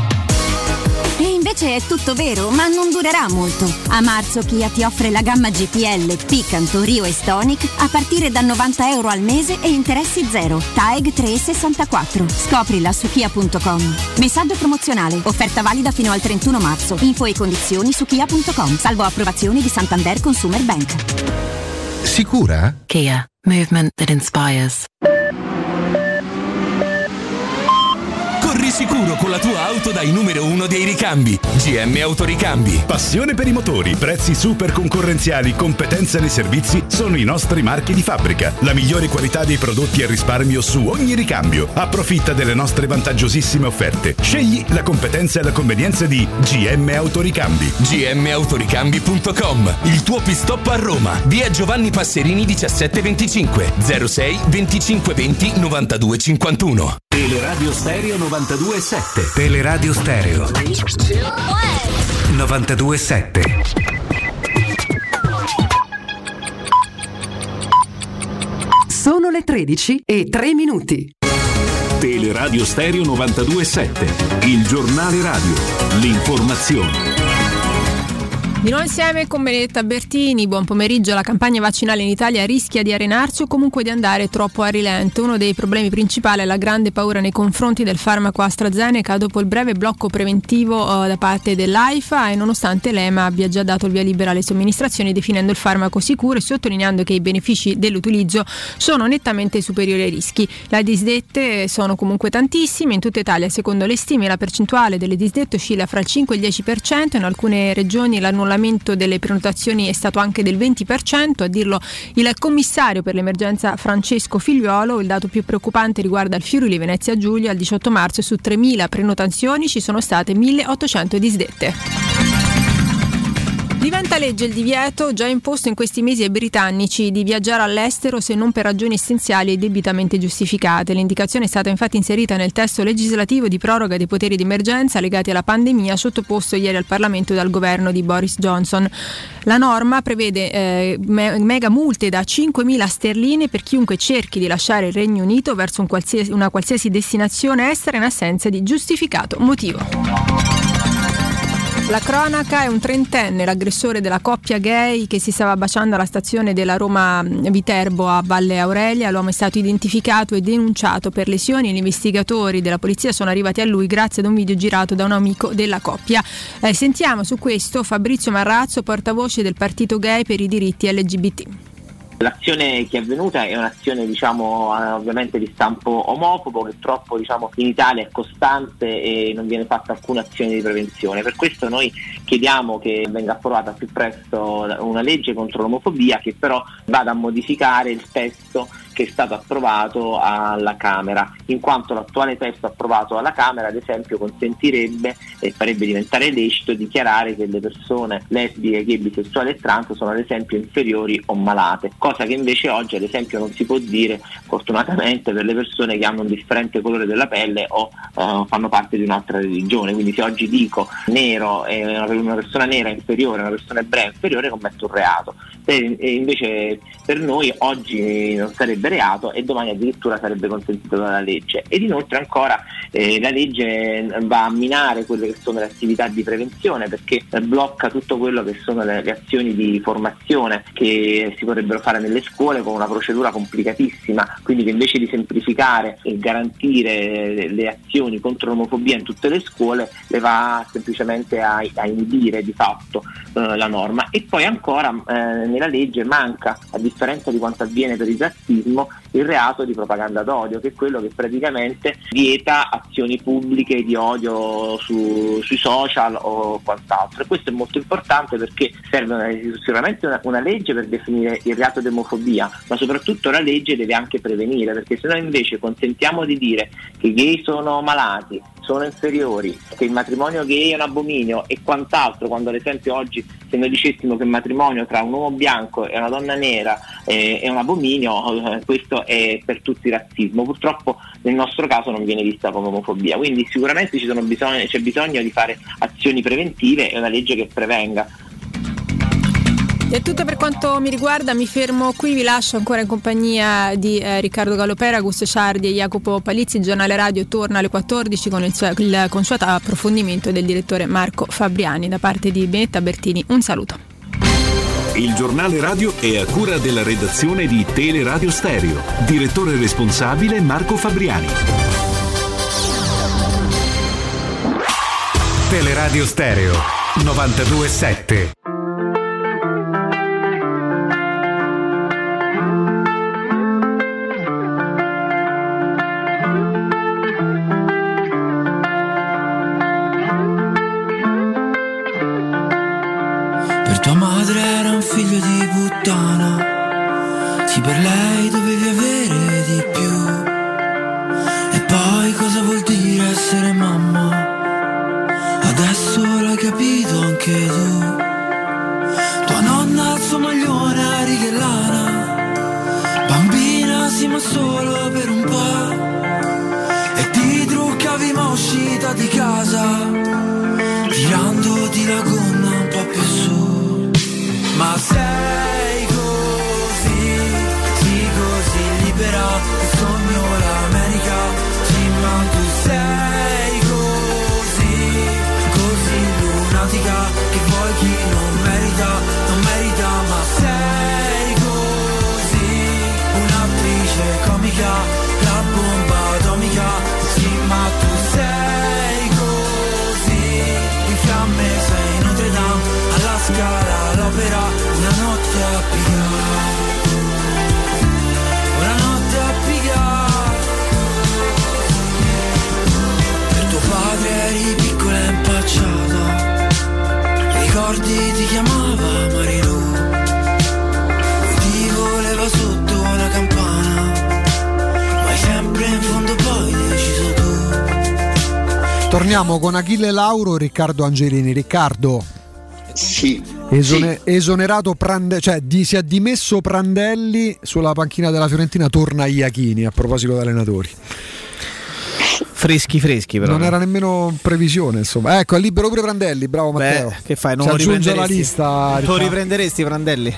E invece è tutto vero, ma non durerà molto. A marzo Kia ti offre la gamma GPL, Picanto, Rio e Stonic a partire da 90 euro al mese e interessi zero. TAEG 3,64. Scoprila su kia.com. Messaggio promozionale. Offerta valida fino al 31 marzo. Info e condizioni su kia.com. Salvo approvazione di Santander Consumer Bank. Sicura? Kia. Movement that inspires. Corri sicuro sicuro con la tua auto dai numero 1 dei ricambi. GM Autoricambi. Passione per i motori, prezzi super concorrenziali, competenza nei servizi sono i nostri marchi di fabbrica. La migliore qualità dei prodotti e risparmio su ogni ricambio. Approfitta delle nostre vantaggiosissime offerte. Scegli la competenza e la convenienza di GM Autoricambi. gmautoricambi.com. Il tuo pit-stop a Roma. Via Giovanni Passerini 1725 06 25 20 92 51. Teleradio Stereo 92.7. Teleradio Stereo 92.7. Sono le 13:03. Teleradio Stereo 92.7. Il giornale radio. L'informazione. Di nuovo insieme con Benedetta Bertini. Buon pomeriggio. La campagna vaccinale in Italia rischia di arenarsi o comunque di andare troppo a rilento. Uno dei problemi principali è la grande paura nei confronti del farmaco AstraZeneca dopo il breve blocco preventivo da parte dell'AIFA, e nonostante l'EMA abbia già dato il via libera alle somministrazioni definendo il farmaco sicuro e sottolineando che i benefici dell'utilizzo sono nettamente superiori ai rischi. Le disdette sono comunque tantissime. In tutta Italia, secondo le stime, la percentuale delle disdette oscilla fra il 5 e il 10%. In alcune regioni l'annullamento delle prenotazioni è stato anche del 20%, a dirlo il commissario per l'emergenza Francesco Figliuolo. Il dato più preoccupante riguarda il Friuli Venezia Giulia. Al 18 marzo su 3.000 prenotazioni ci sono state 1.800 disdette. Diventa legge il divieto già imposto in questi mesi ai britannici di viaggiare all'estero se non per ragioni essenziali e debitamente giustificate. L'indicazione è stata infatti inserita nel testo legislativo di proroga dei poteri di emergenza legati alla pandemia sottoposto ieri al Parlamento dal governo di Boris Johnson. La norma prevede mega multe da 5.000 sterline per chiunque cerchi di lasciare il Regno Unito verso una qualsiasi destinazione estera in assenza di giustificato motivo. La cronaca è un trentenne, l'aggressore della coppia gay che si stava baciando alla stazione della Roma Viterbo a Valle Aurelia. L'uomo è stato identificato e denunciato per lesioni. Gli investigatori della polizia sono arrivati a lui grazie ad un video girato da un amico della coppia. Sentiamo su questo Fabrizio Marrazzo, portavoce del partito gay per i diritti LGBT. L'azione che è avvenuta è un'azione ovviamente di stampo omofobo, che purtroppo in Italia è costante e non viene fatta alcuna azione di prevenzione. Per questo noi chiediamo che venga approvata al più presto una legge contro l'omofobia che però vada a modificare il testo che è stato approvato alla Camera, in quanto l'attuale testo approvato alla Camera ad esempio consentirebbe e farebbe diventare lecito dichiarare che le persone lesbiche, gay, bisessuali e trans sono ad esempio inferiori o malate, cosa che invece oggi ad esempio non si può dire fortunatamente per le persone che hanno un differente colore della pelle o fanno parte di un'altra religione. Quindi se oggi dico nero e una persona nera è inferiore, una persona ebrea è inferiore, commetto un reato. E invece per noi oggi non sarebbe reato e domani addirittura sarebbe consentito dalla legge. Ed inoltre ancora la legge va a minare quelle che sono le attività di prevenzione, perché blocca tutto quello che sono le azioni di formazione che si potrebbero fare nelle scuole con una procedura complicatissima, quindi che invece di semplificare e garantire le azioni contro l'omofobia in tutte le scuole le va semplicemente a inibire di fatto la norma. E poi ancora nella legge manca, a differenza di quanto avviene per il razzismo, il reato di propaganda d'odio, che è quello che praticamente vieta azioni pubbliche di odio sui social o quant'altro. E questo è molto importante perché serve sicuramente una legge per definire il reato di omofobia, ma soprattutto la legge deve anche prevenire, perché se noi invece consentiamo di dire che i gay sono malati, sono inferiori, che il matrimonio gay è un abominio e quant'altro, quando ad esempio oggi se noi dicessimo che il matrimonio tra un uomo bianco e una donna nera è un abominio, questo è per tutti razzismo. Purtroppo nel nostro caso non viene vista come omofobia, quindi sicuramente c'è bisogno di fare azioni preventive e una legge che prevenga. È tutto per quanto mi riguarda, mi fermo qui, vi lascio ancora in compagnia di Riccardo Gallopera, Augusto Ciardi e Jacopo Palizzi. Il giornale radio torna alle 14 con il consueto approfondimento del direttore Marco Fabriani. Da parte di Benedetta Bertini un saluto. Il giornale radio è a cura della redazione di Teleradio Stereo. Direttore responsabile Marco Fabriani. Teleradio Stereo 92.7. puttana. Sì, per lei dovevi avere di più. E poi cosa vuol dire essere mamma? Adesso l'hai capito anche tu. Tua nonna al suo maglione a righe lana, bambina sì ma solo per un po'. E ti truccavi ma uscita di casa, tirandoti la gonna un po' più su. Ma sei così, sì così libera, il sogno l'America, sì ma tu sei così, così lunatica, che vuoi chi non merita, non merita, ma sei così, un'attrice comica, la bomba atomica, sì ma tu sei così, in fiamme sei Notre Dame, alla Scala, all'Opera, una notte a Pigalle, una notte a Pigalle. Per tuo padre eri piccola e impacciata, ricordi ti chiamava Marilu, lui ti voleva sotto una campana, ma sempre in fondo poi deciso tu. Torniamo con Achille Lauro e Riccardo Angelini. Riccardo, sì, esonerato si è dimesso Prandelli, sulla panchina della Fiorentina torna Iachini, a proposito di allenatori. Freschi però. Non era nemmeno previsione, insomma. Ecco, è libero pure Prandelli, bravo Matteo. Che fai? Non si lo aggiunge alla lista. Lo riprenderesti Prandelli?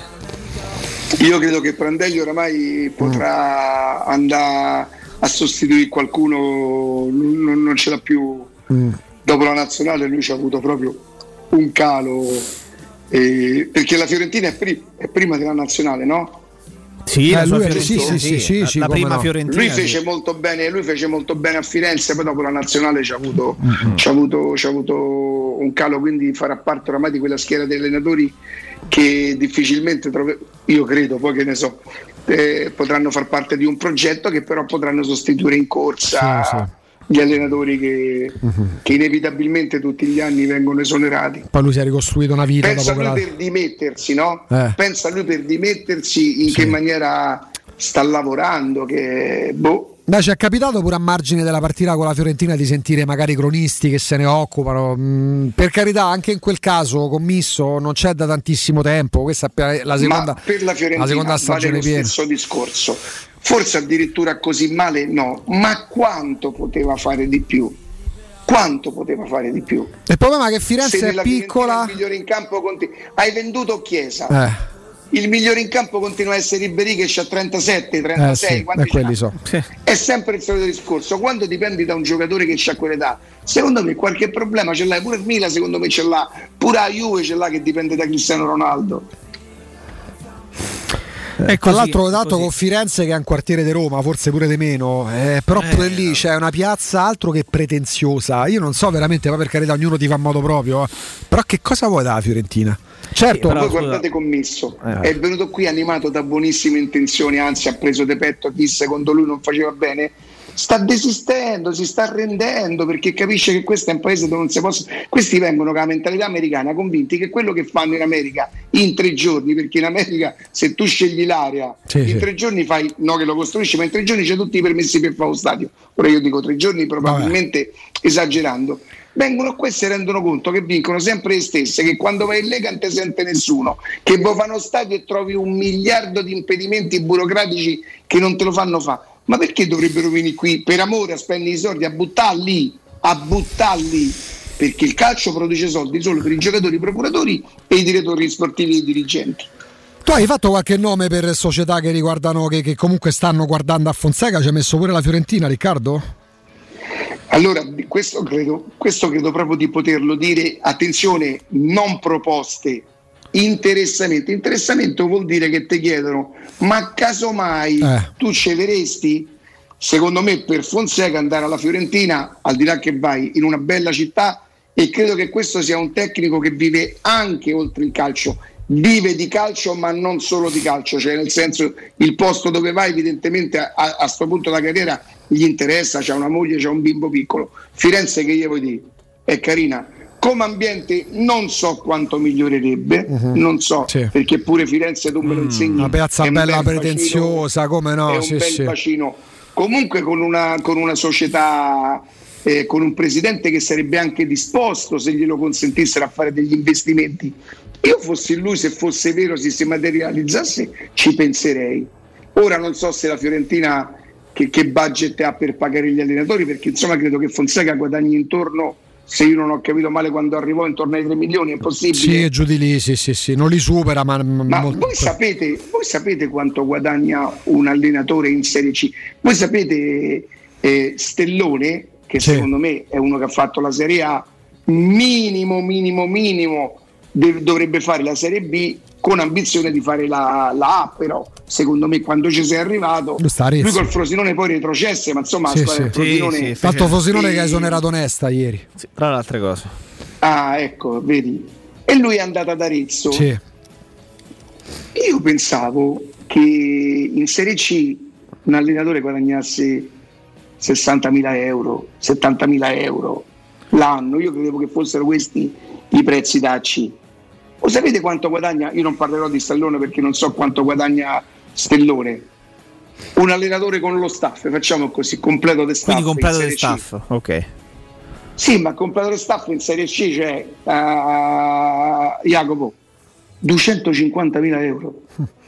Io credo che Prandelli oramai potrà andare a sostituire qualcuno, non ce l'ha più. Dopo la nazionale lui ci ha avuto proprio un calo, perché la Fiorentina è prima della nazionale, no? Sì, la prima no. Fiorentina. Lui fece molto bene a Firenze, poi dopo la nazionale ci ha avuto un calo, quindi farà parte oramai di quella schiera di allenatori che difficilmente io credo, poi che ne so, potranno far parte di un progetto che però potranno sostituire in corsa gli allenatori che inevitabilmente tutti gli anni vengono esonerati. Poi lui si è ricostruito una vita. Pensa lui per dimettersi, no? Pensa lui per dimettersi in che maniera sta lavorando, che Beh, ci è capitato pure a margine della partita con la Fiorentina di sentire magari cronisti che se ne occupano. Per carità, anche in quel caso commisso non c'è da tantissimo tempo. Questa è la seconda, ma per la Fiorentina la seconda stagione vale lo stesso discorso. Forse addirittura così male no, ma quanto poteva fare di più? Quanto poteva fare di più? Il problema è che Firenze è piccola. Il migliore in campo hai venduto Chiesa. Il migliore in campo continua a essere Ribéry che c'ha 37, 36, quelli so. È sempre il solito discorso. Quando dipendi da un giocatore che c'ha quell'età, secondo me qualche problema ce l'hai, pure il Milan secondo me ce l'ha, pure la Juve ce l'ha, che dipende da Cristiano Ronaldo. Tra l'altro dato con Firenze che è un quartiere di Roma, forse pure di meno, però pure lì c'è una piazza altro che pretenziosa. Io non so veramente, ma per carità ognuno ti fa a modo proprio, però che cosa vuoi dalla Fiorentina? Certo, però voi guardate Commisso, è venuto qui animato da buonissime intenzioni, anzi ha preso de petto chi secondo lui non faceva bene, sta desistendo, si sta arrendendo, perché capisce che questo è un paese dove non si possa. Questi vengono con la mentalità americana, convinti che quello che fanno in America in 3 giorni, perché in America se tu scegli l'area in 3 giorni fai, no che lo costruisci, ma in 3 giorni c'è tutti i permessi per fare lo stadio. Ora io dico 3 giorni probabilmente esagerando. Vengono qua e si rendono conto che vincono sempre le stesse, che quando vai in Lega non ti sente nessuno, che vuoi fare uno stadio e trovi 1 miliardo di impedimenti burocratici che non te lo fanno fare. Ma perché dovrebbero venire qui per amore a spendere i soldi, a buttarli? Perché il calcio produce soldi solo per i giocatori, i procuratori e i direttori sportivi e i dirigenti. Tu hai fatto qualche nome per società che riguardano, che comunque stanno guardando a Fonseca? Ci hai messo pure la Fiorentina, Riccardo? Allora, questo credo proprio di poterlo dire. Attenzione, non proposte, interessamento. Interessamento vuol dire che ti chiedono: ma casomai tu sceglieresti? Secondo me per Fonseca andare alla Fiorentina, al di là che vai in una bella città, e credo che questo sia un tecnico che vive anche oltre il calcio, vive di calcio ma non solo di calcio, cioè nel senso il posto dove vai evidentemente a sto punto della carriera gli interessa, c'ha una moglie, c'ha un bimbo piccolo. Firenze, che io vuoi dire, è carina, Come ambiente non so quanto migliorerebbe, non so, perché pure Firenze tu me lo insegni. Una piazza bella pretenziosa, bacino, come no? È un bel bacino. Comunque con una società, con un presidente che sarebbe anche disposto, se glielo consentissero, a fare degli investimenti. Io fossi lui, se fosse vero, se si materializzasse, ci penserei. Ora non so se la Fiorentina che budget ha per pagare gli allenatori, perché insomma credo che Fonseca guadagni intorno, se io non ho capito male quando arrivò, intorno ai 3 milioni, è possibile? Sì, è giù di lì, sì, non li supera, ma voi sapete quanto guadagna un allenatore in Serie C? Voi sapete Stellone, che secondo me è uno che ha fatto la Serie A, minimo dovrebbe fare la Serie B con ambizione di fare la A, però secondo me quando ci sei arrivato lui col Frosinone poi retrocesse, ma insomma Frosinone fatto Frosinone che ha esonerato Onesta ieri, tra le altre cose. Ecco, vedi, e lui è andato ad Arezzo. Io pensavo che in Serie C un allenatore guadagnasse 60.000 euro, 70.000 euro l'anno. Io credevo che fossero questi i prezzi da C. Lo sapete quanto guadagna? Io non parlerò di Stellone perché non so quanto guadagna Stellone. Un allenatore con lo staff, facciamo così, completo di staff. Quindi completo di staff, ok. Sì, ma completo di staff in Serie C c'è Jacopo, 250.000 euro.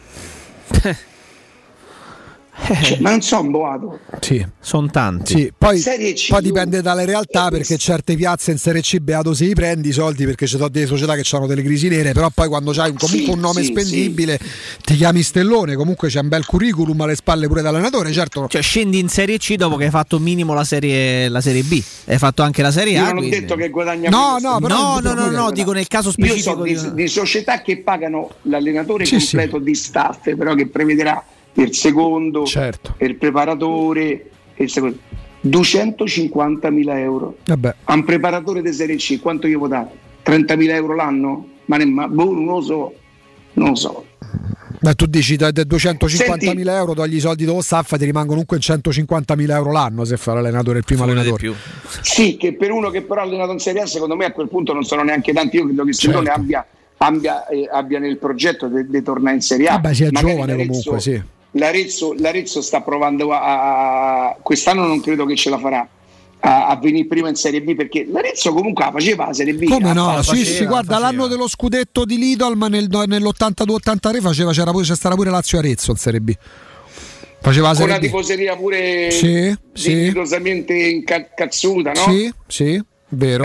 Ma non sono boato. Sì, sono tanti. Sì, poi dipende dalle realtà, perché certe piazze in Serie C beato se li prendi i soldi, perché ci sono delle società che hanno delle crisi nere, però poi quando c'hai comunque un nome spendibile ti chiami Stellone, comunque c'è un bel curriculum alle spalle pure da allenatore, certo. Cioè scendi in Serie C dopo che hai fatto minimo la Serie B, hai fatto anche la Serie A. Io non ho detto che guadagna no, dico nel caso specifico. Io so di società che pagano l'allenatore completo di staff, però che prevederà il secondo, il preparatore, il secondo, 250.000 euro. Vabbè. A un preparatore di Serie C quanto io vado? 30.000 euro l'anno? Non lo so. Beh, tu dici da 250.000 euro togli i soldi dello staff, ti rimangono comunque 150.000 euro l'anno se fa l'allenatore, il primo allenatore. Più. Sì, che per uno che però ha allenato in Serie A, secondo me a quel punto non sono neanche tanti. Io credo che Stellone abbia nel progetto di tornare in Serie A. Vabbè, si è giovane comunque, sì. L'Arezzo sta provando quest'anno, non credo che ce la farà a venire prima in Serie B, perché l'Arezzo comunque faceva la Serie B. Come no? Sì, guarda, l'anno dello scudetto di Lidl, ma nell'82-83 c'è stata pure Lazio Arezzo in Serie B. Faceva la Serie con B. La tifoseria pure dignitosamente incazzuta, no? Sì, vero.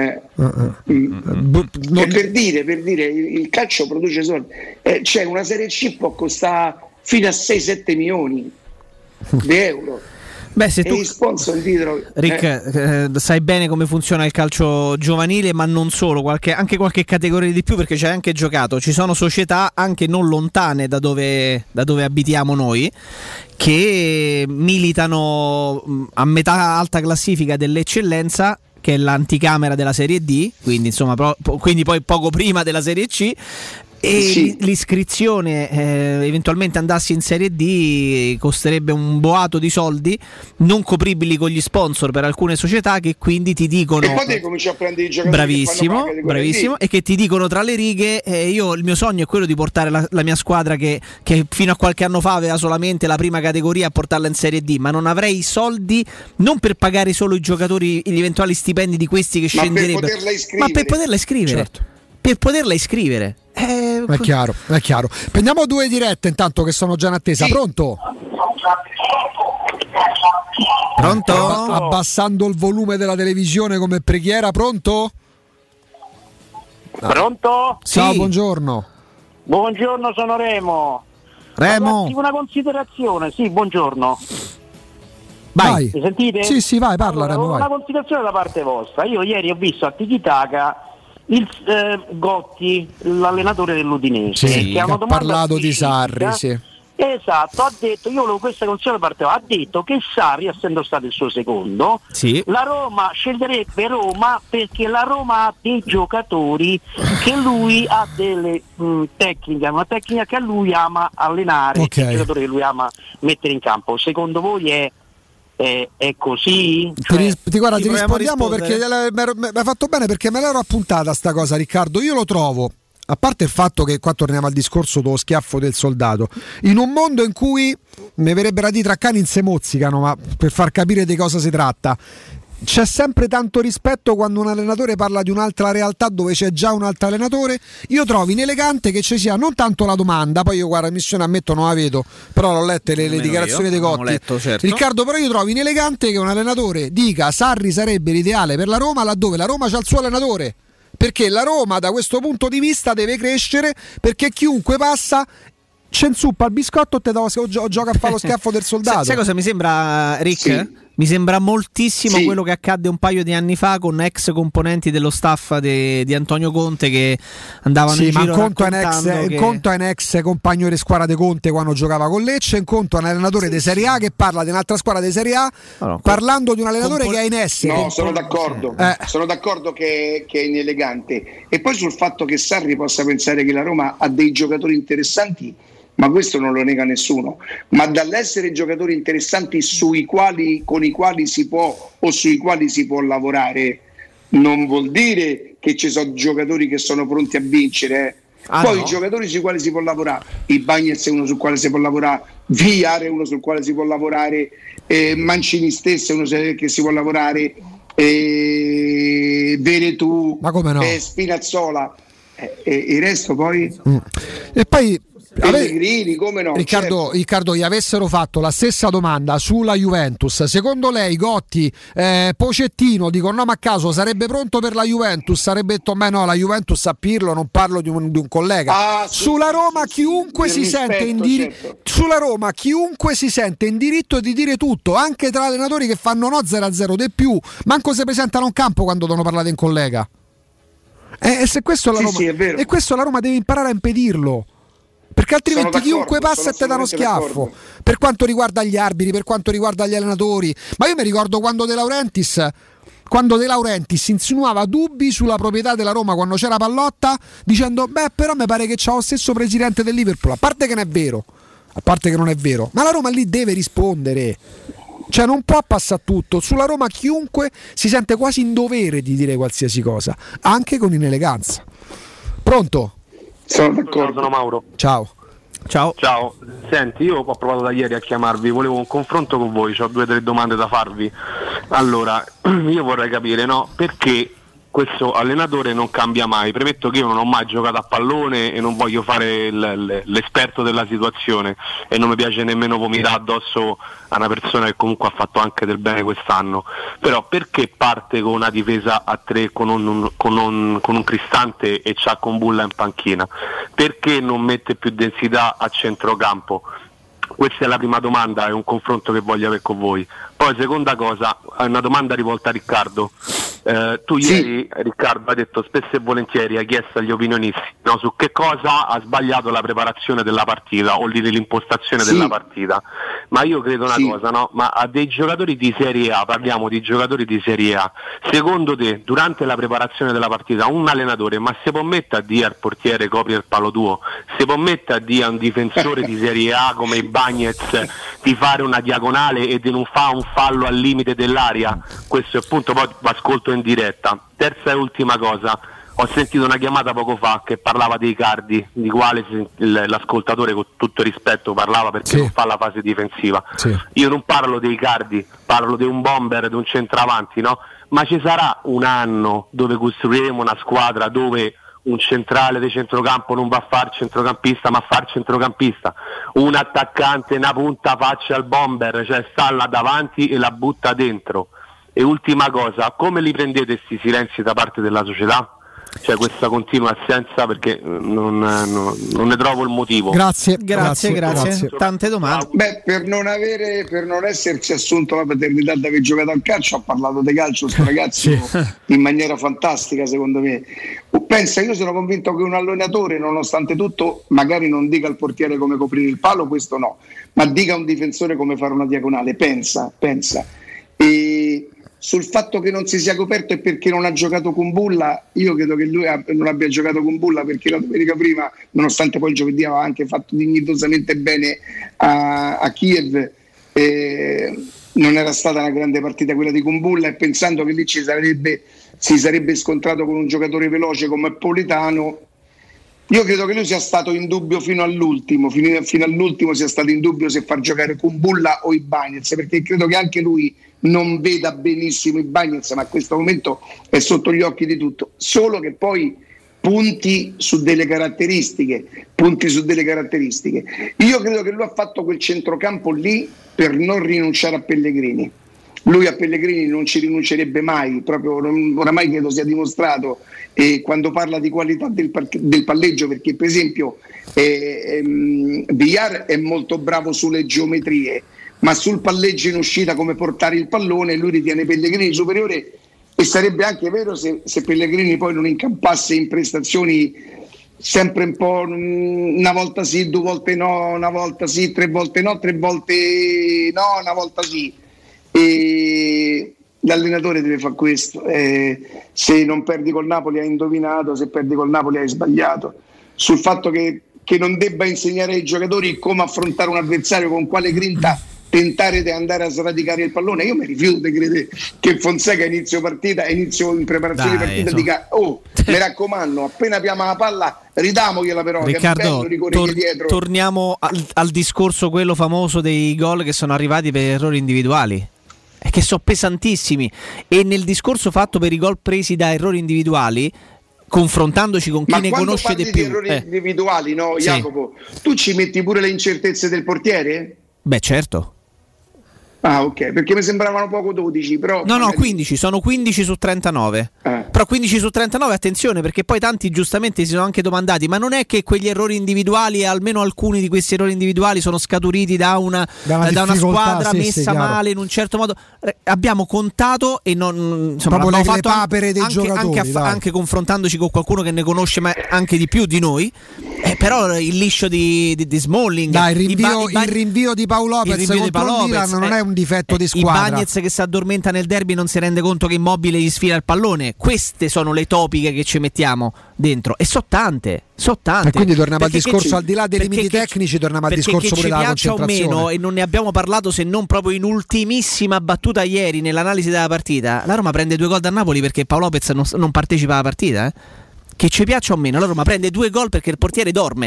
Per dire, il calcio produce soldi. C'è una Serie C può costare fino a 6-7 milioni di euro. Beh, se tu, sponsor dietro, Rick, sai bene come funziona il calcio giovanile, ma non solo, anche qualche categoria di più, perché c'hai anche giocato. Ci sono società anche non lontane da dove abitiamo noi, che militano a metà alta classifica dell'eccellenza, che è l'anticamera della Serie D, quindi insomma quindi poi poco prima della Serie C. E l'iscrizione, eventualmente andassi in Serie D, costerebbe un boato di soldi non copribili con gli sponsor per alcune società, che quindi ti dicono, e poi cominci a prendere i giocatori bravissimo, e che ti dicono tra le righe, io il mio sogno è quello di portare la mia squadra che fino a qualche anno fa aveva solamente la prima categoria, a portarla in Serie D, ma non avrei i soldi non per pagare solo i giocatori, gli eventuali stipendi di questi che scenderebbero, ma per poterla iscrivere. Certo. Per poterla iscrivere. È chiaro. Prendiamo 2 dirette intanto che sono già in attesa. Pronto? Abbassando il volume della televisione come preghiera. Pronto? Pronto? Ciao, sì. Buongiorno, sono Remo. Una considerazione, sì, buongiorno. Vai. Mi sentite? Sì, vai, parla, Remo. Una considerazione da parte vostra. Io ieri ho visto a Tiki-Taka il Gotti, l'allenatore dell'Udinese, che ha parlato di Sarri, sì. Esatto, ha detto, io volevo questa consigliazione da parte, ha detto che Sarri, essendo stato il suo secondo, la Roma sceglierebbe Roma perché la Roma ha dei giocatori che lui ha delle tecniche, una tecnica che lui ama allenare, okay. Dei giocatori che lui ama mettere in campo. Secondo voi è è così? Ti rispondiamo perché mi hai fatto bene, perché me l'ero appuntata sta cosa, Riccardo. Io lo trovo, a parte il fatto che qua torniamo al discorso dello schiaffo del soldato, in un mondo in cui mi verrebbero a dire tra cani se mozzicano, ma per far capire di cosa si tratta, c'è sempre tanto rispetto quando un allenatore parla di un'altra realtà dove c'è già un altro allenatore. Io trovo inelegante che ci sia non tanto la domanda, poi io guarda, missione ammetto non la vedo, però l'ho lette le dichiarazioni dei Cotti, letto, certo. Riccardo, però io trovo inelegante che un allenatore dica Sarri sarebbe l'ideale per la Roma laddove la Roma c'ha il suo allenatore, perché la Roma da questo punto di vista deve crescere, perché chiunque passa cenzuppa il biscotto e gioca a fare lo schiaffo del soldato. Sai cosa mi sembra, Rick? Sì. Mi sembra moltissimo quello che accadde un paio di anni fa con ex componenti dello staff di Antonio Conte che andavano in giro raccontando un conto è un ex compagno di squadra di Conte quando giocava con Lecce, un conto è un allenatore di Serie A che parla di un'altra squadra di Serie A, parlando di un allenatore che è in essere. No, sono d'accordo. Sono d'accordo che è inelegante. E poi sul fatto che Sarri possa pensare che la Roma ha dei giocatori interessanti, ma questo non lo nega nessuno, ma dall'essere giocatori interessanti con i quali si può o sui quali si può lavorare non vuol dire che ci sono giocatori che sono pronti a vincere. Poi i giocatori sui quali si può lavorare, i Bagnets è uno sul quale si può lavorare, Villar è uno sul quale si può lavorare, Mancini stesso è uno che si può lavorare, Veretù, ma come no? Spinazzola, e il resto poi e poi Pellegrini, come no? Riccardo, gli avessero fatto la stessa domanda sulla Juventus, secondo lei Gotti, Pochettino, dico no ma a caso sarebbe pronto per la Juventus, sarebbe detto beh no, la Juventus a Pirlo, non parlo di un collega. Sulla Roma chiunque si sente in diritto, sulla Roma chiunque si sente in diritto di dire tutto, anche tra allenatori che fanno no 0-0 di più, manco si presentano in campo quando devono parlare di un collega. E se questo la Roma, e questo la Roma deve imparare a impedirlo, perché altrimenti chiunque passa e te dà uno schiaffo. Per quanto riguarda gli arbitri, per quanto riguarda gli allenatori, ma io mi ricordo quando De Laurentiis insinuava dubbi sulla proprietà della Roma quando c'era Pallotta, dicendo beh però mi pare che c'ha lo stesso presidente del Liverpool, a parte che non è vero, ma la Roma lì deve rispondere, cioè non può passare tutto. Sulla Roma chiunque si sente quasi in dovere di dire qualsiasi cosa, anche con ineleganza. Pronto? Sono d'accordo. Sono Mauro. Ciao. Senti, io ho provato da ieri a chiamarvi, volevo un confronto con voi, ho 2 o 3 domande da farvi. Allora, io vorrei capire, no, perché questo allenatore non cambia mai. Premetto che io non ho mai giocato a pallone e non voglio fare l'esperto della situazione, e non mi piace nemmeno vomitare addosso a una persona che comunque ha fatto anche del bene quest'anno. Però perché parte con una difesa a 3 con un Cristante e c'ha Kumbulla in panchina? Perché non mette più densità a centrocampo? Questa è la prima domanda, è un confronto che voglio avere con voi. Poi seconda cosa, è una domanda rivolta a Riccardo. Tu ieri, Riccardo, hai detto spesso e volentieri, hai chiesto agli opinionisti, no, su che cosa ha sbagliato la preparazione della partita o l'impostazione della partita. Ma io credo una cosa, no? Ma a dei giocatori di Serie A, parliamo di giocatori di Serie A, secondo te durante la preparazione della partita un allenatore ma si può mettere a dire al portiere copri il palo tuo, si può mettere a dire a un difensore di Serie A come i Bagnets di fare una diagonale e di non fare un fallo al limite dell'area? Questo è il punto, poi ascolto in diretta. Terza e ultima cosa, ho sentito una chiamata poco fa che parlava dei Cardi, di quale l'ascoltatore con tutto rispetto parlava perché non fa la fase difensiva. Io non parlo dei Cardi, parlo di un bomber, di un centravanti, no? Ma ci sarà un anno dove costruiremo una squadra dove un centrale di centrocampo non va a far centrocampista ma a far centrocampista, un attaccante una punta faccia al bomber, cioè sta là davanti e la butta dentro. E ultima cosa, come li prendete questi silenzi da parte della società? Cioè questa continua assenza, perché non ne trovo il motivo. Grazie. Tante domande. Beh, per non esserci assunto la paternità di aver giocato al calcio, ha parlato di calcio sto ragazzo in maniera fantastica, secondo me. Pensa, io sono convinto che un allenatore, nonostante tutto, magari non dica al portiere come coprire il palo, questo no, ma dica a un difensore come fare una diagonale. Pensa. E sul fatto che non si sia coperto e perché non ha giocato con Bulla, io credo che lui non abbia giocato con Bulla perché la domenica prima, nonostante poi il giovedì aveva anche fatto dignitosamente bene a Kiev, non era stata una grande partita quella di Kumbulla, e pensando che lì si sarebbe scontrato con un giocatore veloce come Politano, io credo che lui sia stato in dubbio fino all'ultimo sia stato in dubbio se far giocare Kumbulla o Ibañez, perché credo che anche lui non veda benissimo Ibañez, ma a questo momento è sotto gli occhi di tutto, solo che poi punti su delle caratteristiche. Io credo che lui ha fatto quel centrocampo lì per non rinunciare a Pellegrini. Lui a Pellegrini non ci rinuncerebbe mai, proprio oramai credo sia dimostrato, quando parla di qualità del palleggio, perché per esempio Villar è molto bravo sulle geometrie, ma sul palleggio in uscita, come portare il pallone, lui ritiene Pellegrini superiore. E sarebbe anche vero se Pellegrini poi non incampasse in prestazioni sempre un po' una volta sì, 2 volte no, una volta sì, 3 volte no, 3 volte no, una volta sì. E l'allenatore deve fare questo. Se non perdi col Napoli hai indovinato, se perdi col Napoli hai sbagliato. Sul fatto che non debba insegnare ai giocatori come affrontare un avversario, con quale grinta tentare di andare a sradicare il pallone. Io mi rifiuto di credere che Fonseca inizio in preparazione di partita dica mi raccomando, appena abbiamo la palla ridamogliela, però Riccardo, torniamo al discorso quello famoso dei gol che sono arrivati per errori individuali, che sono pesantissimi, e nel discorso fatto per i gol presi da errori individuali, confrontandoci con chi ne conosce di più, errori individuali, no, sì. Jacopo, tu ci metti pure le incertezze del portiere? Beh, certo. Ah, ok, perché mi sembravano poco 12, però... No, 15, sono 15 su 39. Però 15 su 39, attenzione, perché poi tanti giustamente si sono anche domandati, ma non è che quegli errori individuali, almeno alcuni di questi errori individuali, sono scaturiti da una squadra messa male in un certo modo? Abbiamo contato e non... Insomma, proprio le fatto papere dei giocatori. Anche confrontandoci con qualcuno che ne conosce anche di più di noi. Però il liscio di Smalling, dai, il rinvio di Paolo Lopez contro il Milan non è un difetto di squadra. Ibañez che si addormenta nel derby non si rende conto che Immobile gli sfila il pallone. Queste sono le topiche che ci mettiamo dentro, e so tante. E quindi torniamo al discorso, al di là dei limiti tecnici, torniamo al discorso pure della concentrazione. O meno, e non ne abbiamo parlato se non proprio in ultimissima battuta ieri nell'analisi della partita, la Roma prende 2 gol da Napoli perché Paolo Lopez non partecipa alla partita, Che ci piaccia o meno, la Roma prende 2 gol perché il portiere dorme.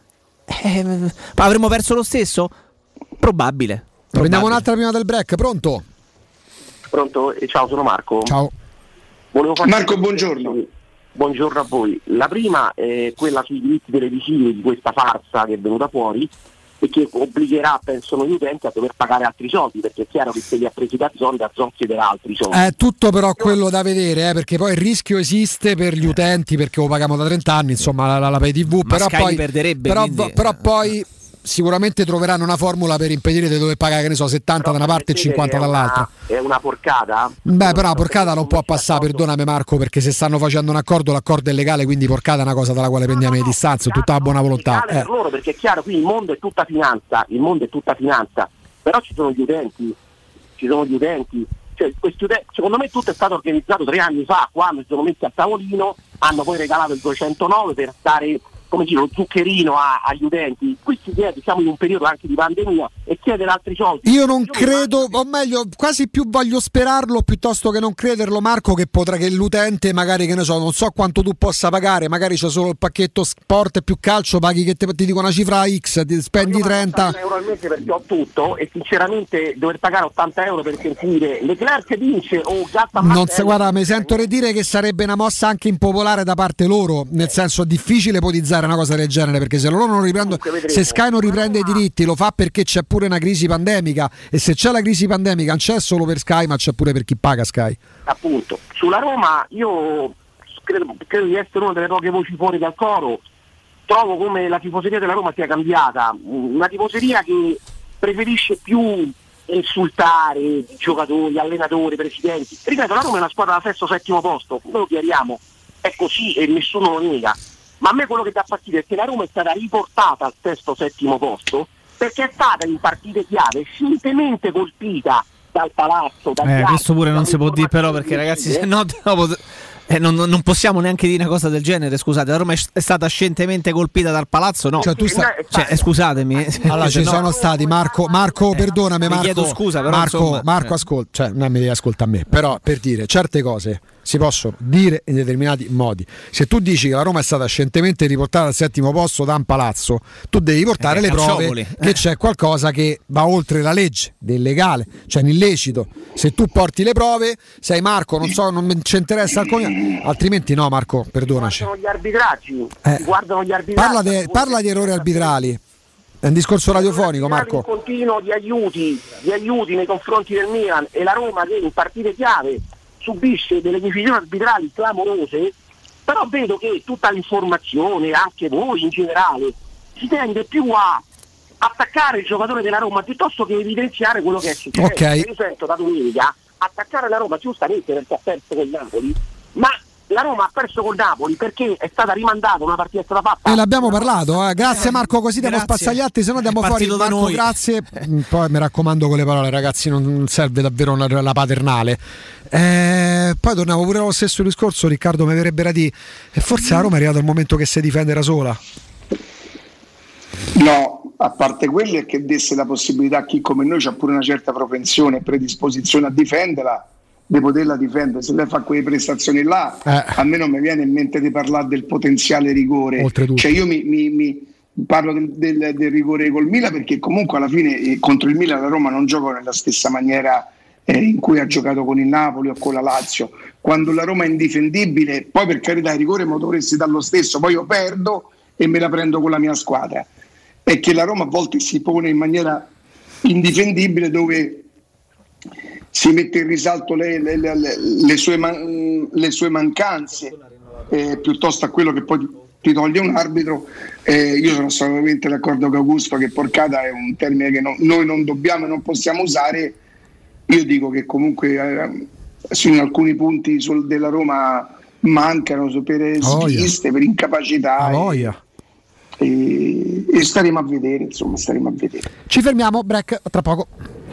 Avremmo perso lo stesso? Probabile. Prendiamo un'altra prima del break. Pronto? Ciao, sono Marco. Ciao. Marco, buongiorno. Buongiorno a voi. La prima è quella sui diritti televisivi di questa farsa che è venuta fuori e che obbligherà, penso, gli utenti a dover pagare altri soldi, perché è chiaro che se li ha presi da Zon chiederà altri soldi. È tutto però quello da vedere, perché poi il rischio esiste per gli utenti, perché lo paghiamo da 30 anni, insomma, la Pay TV, ma però Sky poi perderebbe, però poi sicuramente troveranno una formula per impedire di dover pagare, che ne so, 70 però da una parte e 50 dall'altra. È una porcata? Beh, però la porcata non può passare, perdonami Marco, perché se stanno facendo un accordo, l'accordo è legale, quindi porcata è una cosa dalla quale prendiamo le distanze, tutta la buona volontà. Per loro, perché è chiaro, qui il mondo è tutta finanza, però ci sono gli utenti. Cioè, secondo me tutto è stato organizzato 3 anni fa, quando si sono messi a tavolino, hanno poi regalato il 209 per dare, come dire, lo zuccherino agli utenti. Qui siamo in un periodo anche di pandemia e chiedere altri soldi. Io non credo, o meglio, quasi più voglio sperarlo piuttosto che non crederlo, Marco, che potrà, che l'utente magari, che ne so, non so quanto tu possa pagare, magari c'è solo il pacchetto sport e più calcio, paghi che ti dico una cifra X, ti spendi 30 euro al mese perché ho tutto, e sinceramente dover pagare 80 euro per sentire Leclerc vince o Gatta guarda, mi sento dire che sarebbe una mossa anche impopolare da parte loro, nel senso è difficile ipotizzare una cosa del genere, perché se loro non riprendono, se Sky non riprende i diritti, lo fa perché c'è pure una crisi pandemica, e se c'è la crisi pandemica non c'è solo per Sky, ma c'è pure per chi paga Sky. Appunto, sulla Roma io credo di essere una delle poche voci fuori dal coro. Trovo come la tifoseria della Roma sia cambiata, una tifoseria che preferisce più insultare i giocatori, allenatori, presidenti. Ripeto, la Roma è una squadra da 6º-7º posto, noi lo chiariamo, è così e nessuno lo nega. Ma a me quello che dà fastidio è che la Roma è stata riportata al 6º-7º posto perché è stata in partite chiave scientemente colpita dal palazzo, questo pure non si può dire, però, perché ragazzi, se no dopo Non possiamo neanche dire una cosa del genere, scusate. La Roma è stata scientemente colpita dal palazzo, no? Scusatemi. Allora ci sono stati Marco, perdonami, Marco. Chiedo scusa, però Marco ascolta, cioè non mi devi ascoltare a me, però per dire certe cose si possono dire in determinati modi. Se tu dici che la Roma è stata scientemente riportata al 7° posto da un palazzo, tu devi portare le prove che c'è qualcosa che va oltre la legge, del legale, cioè un illecito. Se tu porti le prove, sei Marco, non ci interessa alcun, altrimenti no, Marco, perdonaci. Guardano gli arbitraggi. Parla di errori arbitrali. È un discorso radiofonico, Marco. Un continuo di aiuti nei confronti del Milan, e la Roma che in partite chiave subisce delle decisioni arbitrali clamorose, però vedo che tutta l'informazione, anche voi in generale, si tende più a attaccare il giocatore della Roma piuttosto che evidenziare quello che è successo. Okay. Io sento da domenica attaccare la Roma giustamente perché ha perso con il Napoli, ma la Roma ha perso col Napoli perché è stata rimandata una partita, è stata fatta. E l'abbiamo parlato, grazie Marco, così diamo spazio agli altri, se no andiamo fuori. Marco, grazie. Poi mi raccomando con le parole, ragazzi, non serve davvero la paternale. Poi torniamo pure allo stesso discorso, Riccardo mi verrebbe da dire, e forse la Roma è arrivato il momento che si difende da sola. No, a parte quello è che desse la possibilità a chi come noi c'ha pure una certa propensione e predisposizione a difenderla, di poterla difendere. Se lei fa quelle prestazioni là, a me non mi viene in mente di parlare del potenziale rigore. Oltretutto. Cioè io mi parlo del rigore col Milan, perché comunque alla fine contro il Milan la Roma non gioca nella stessa maniera in cui ha giocato con il Napoli o con la Lazio. Quando la Roma è indifendibile, poi per carità il rigore me lo dovresti dare lo stesso, poi io perdo e me la prendo con la mia squadra. È che la Roma a volte si pone in maniera indifendibile, dove si mette in risalto le sue mancanze piuttosto a quello che poi ti toglie un arbitro. Io sono assolutamente d'accordo con Augusto che porcata è un termine che noi non dobbiamo e non possiamo usare. Io dico che comunque in alcuni punti della Roma mancano per sviste, per incapacità. E staremo a vedere, insomma, Ci fermiamo, break, tra poco.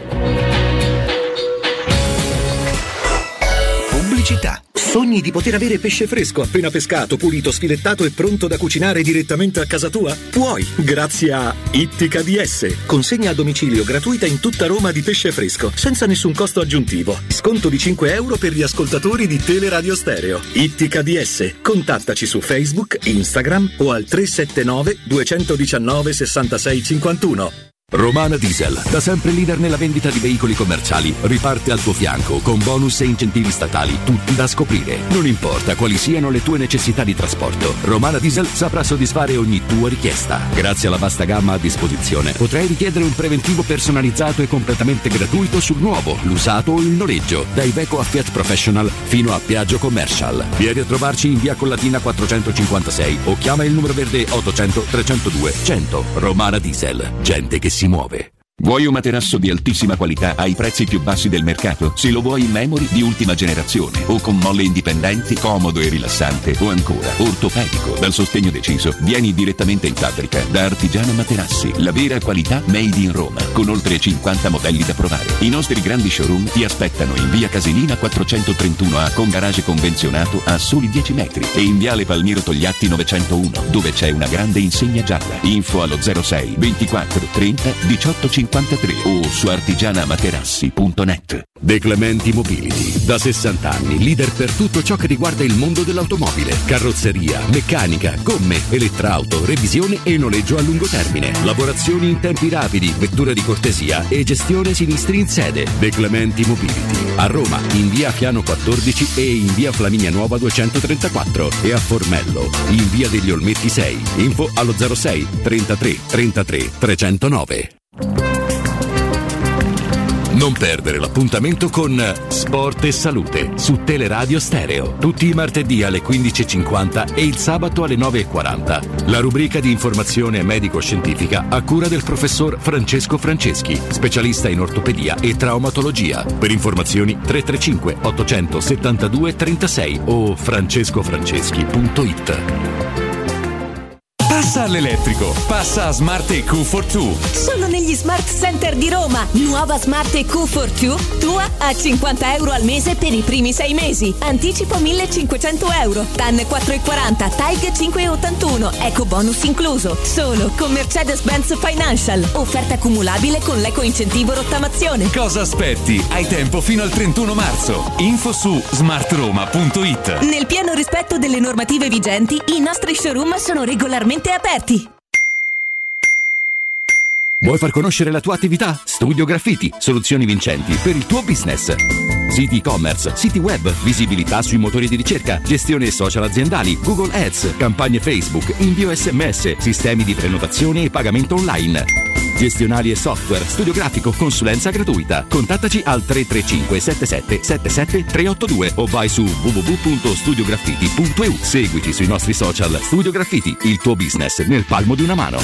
Pubblicità. Sogni di poter avere pesce fresco appena pescato, pulito, sfilettato e pronto da cucinare direttamente a casa tua? Puoi, grazie a Ittica DS. Consegna a domicilio gratuita in tutta Roma di pesce fresco, senza nessun costo aggiuntivo. Sconto di €5 per gli ascoltatori di Teleradio Stereo. Ittica DS. Contattaci su Facebook, Instagram o al 379 219 66 51. Romana Diesel, da sempre leader nella vendita di veicoli commerciali, riparte al tuo fianco con bonus e incentivi statali, tutti da scoprire. Non importa quali siano le tue necessità di trasporto, Romana Diesel saprà soddisfare ogni tua richiesta. Grazie alla vasta gamma a disposizione, potrai richiedere un preventivo personalizzato e completamente gratuito sul nuovo, l'usato o il noleggio, da Iveco a Fiat Professional fino a Piaggio Commercial. Vieni a trovarci in via Collatina 456 o chiama il numero verde 800 302 100. Romana Diesel, gente che si muove. Vuoi un materasso di altissima qualità ai prezzi più bassi del mercato? Se lo vuoi in memory di ultima generazione o con molle indipendenti, comodo e rilassante, o ancora ortopedico dal sostegno deciso, vieni direttamente in fabbrica da Artigiana Materassi, la vera qualità made in Roma, con oltre 50 modelli da provare. I nostri grandi showroom ti aspettano in via Casilina 431A con garage convenzionato a soli 10 metri e in viale Palmiro Togliatti 901, dove c'è una grande insegna gialla. Info allo 06 24 30 18 53 o su artigianamaterassi.net. De Clementi Mobility, da 60 anni, leader per tutto ciò che riguarda il mondo dell'automobile, carrozzeria, meccanica, gomme, elettrauto, revisione e noleggio a lungo termine, lavorazioni in tempi rapidi, vettura di cortesia e gestione sinistri in sede. De Clementi Mobility, a Roma in via Fiano 14 e in via Flaminia Nuova 234 e a Formello in via degli Olmetti 6. Info allo 06 33 33 309. Non perdere l'appuntamento con Sport e Salute su Teleradio Stereo, tutti i martedì alle 15.50 e il sabato alle 9.40. La rubrica di informazione medico-scientifica a cura del professor Francesco Franceschi, specialista in ortopedia e traumatologia. Per informazioni 335 872 36 o francescofranceschi.it. Passa all'elettrico, passa a Smart EQ For2. Solo negli Smart Center di Roma. Nuova Smart EQ For2, tua a 50 euro al mese per i primi 6 mesi. Anticipo 1.500 euro. TAN 4,40, TAG 5,81, eco bonus incluso. Solo con Mercedes-Benz Financial. Offerta cumulabile con l'eco incentivo rottamazione. Cosa aspetti? Hai tempo fino al 31 marzo. Info su smartroma.it. Nel pieno rispetto delle normative vigenti, i nostri showroom sono regolarmente aperti. Vuoi far conoscere la tua attività? Studio Graffiti, soluzioni vincenti per il tuo business. Siti e-commerce, siti web, visibilità sui motori di ricerca, gestione social aziendali, Google Ads, campagne Facebook, invio SMS, sistemi di prenotazione e pagamento online. Gestionali e software, studio grafico, consulenza gratuita. Contattaci al 335 77 77 382 o vai su www.studiograffiti.eu. Seguici sui nostri social. Studio Graffiti, il tuo business nel palmo di una mano.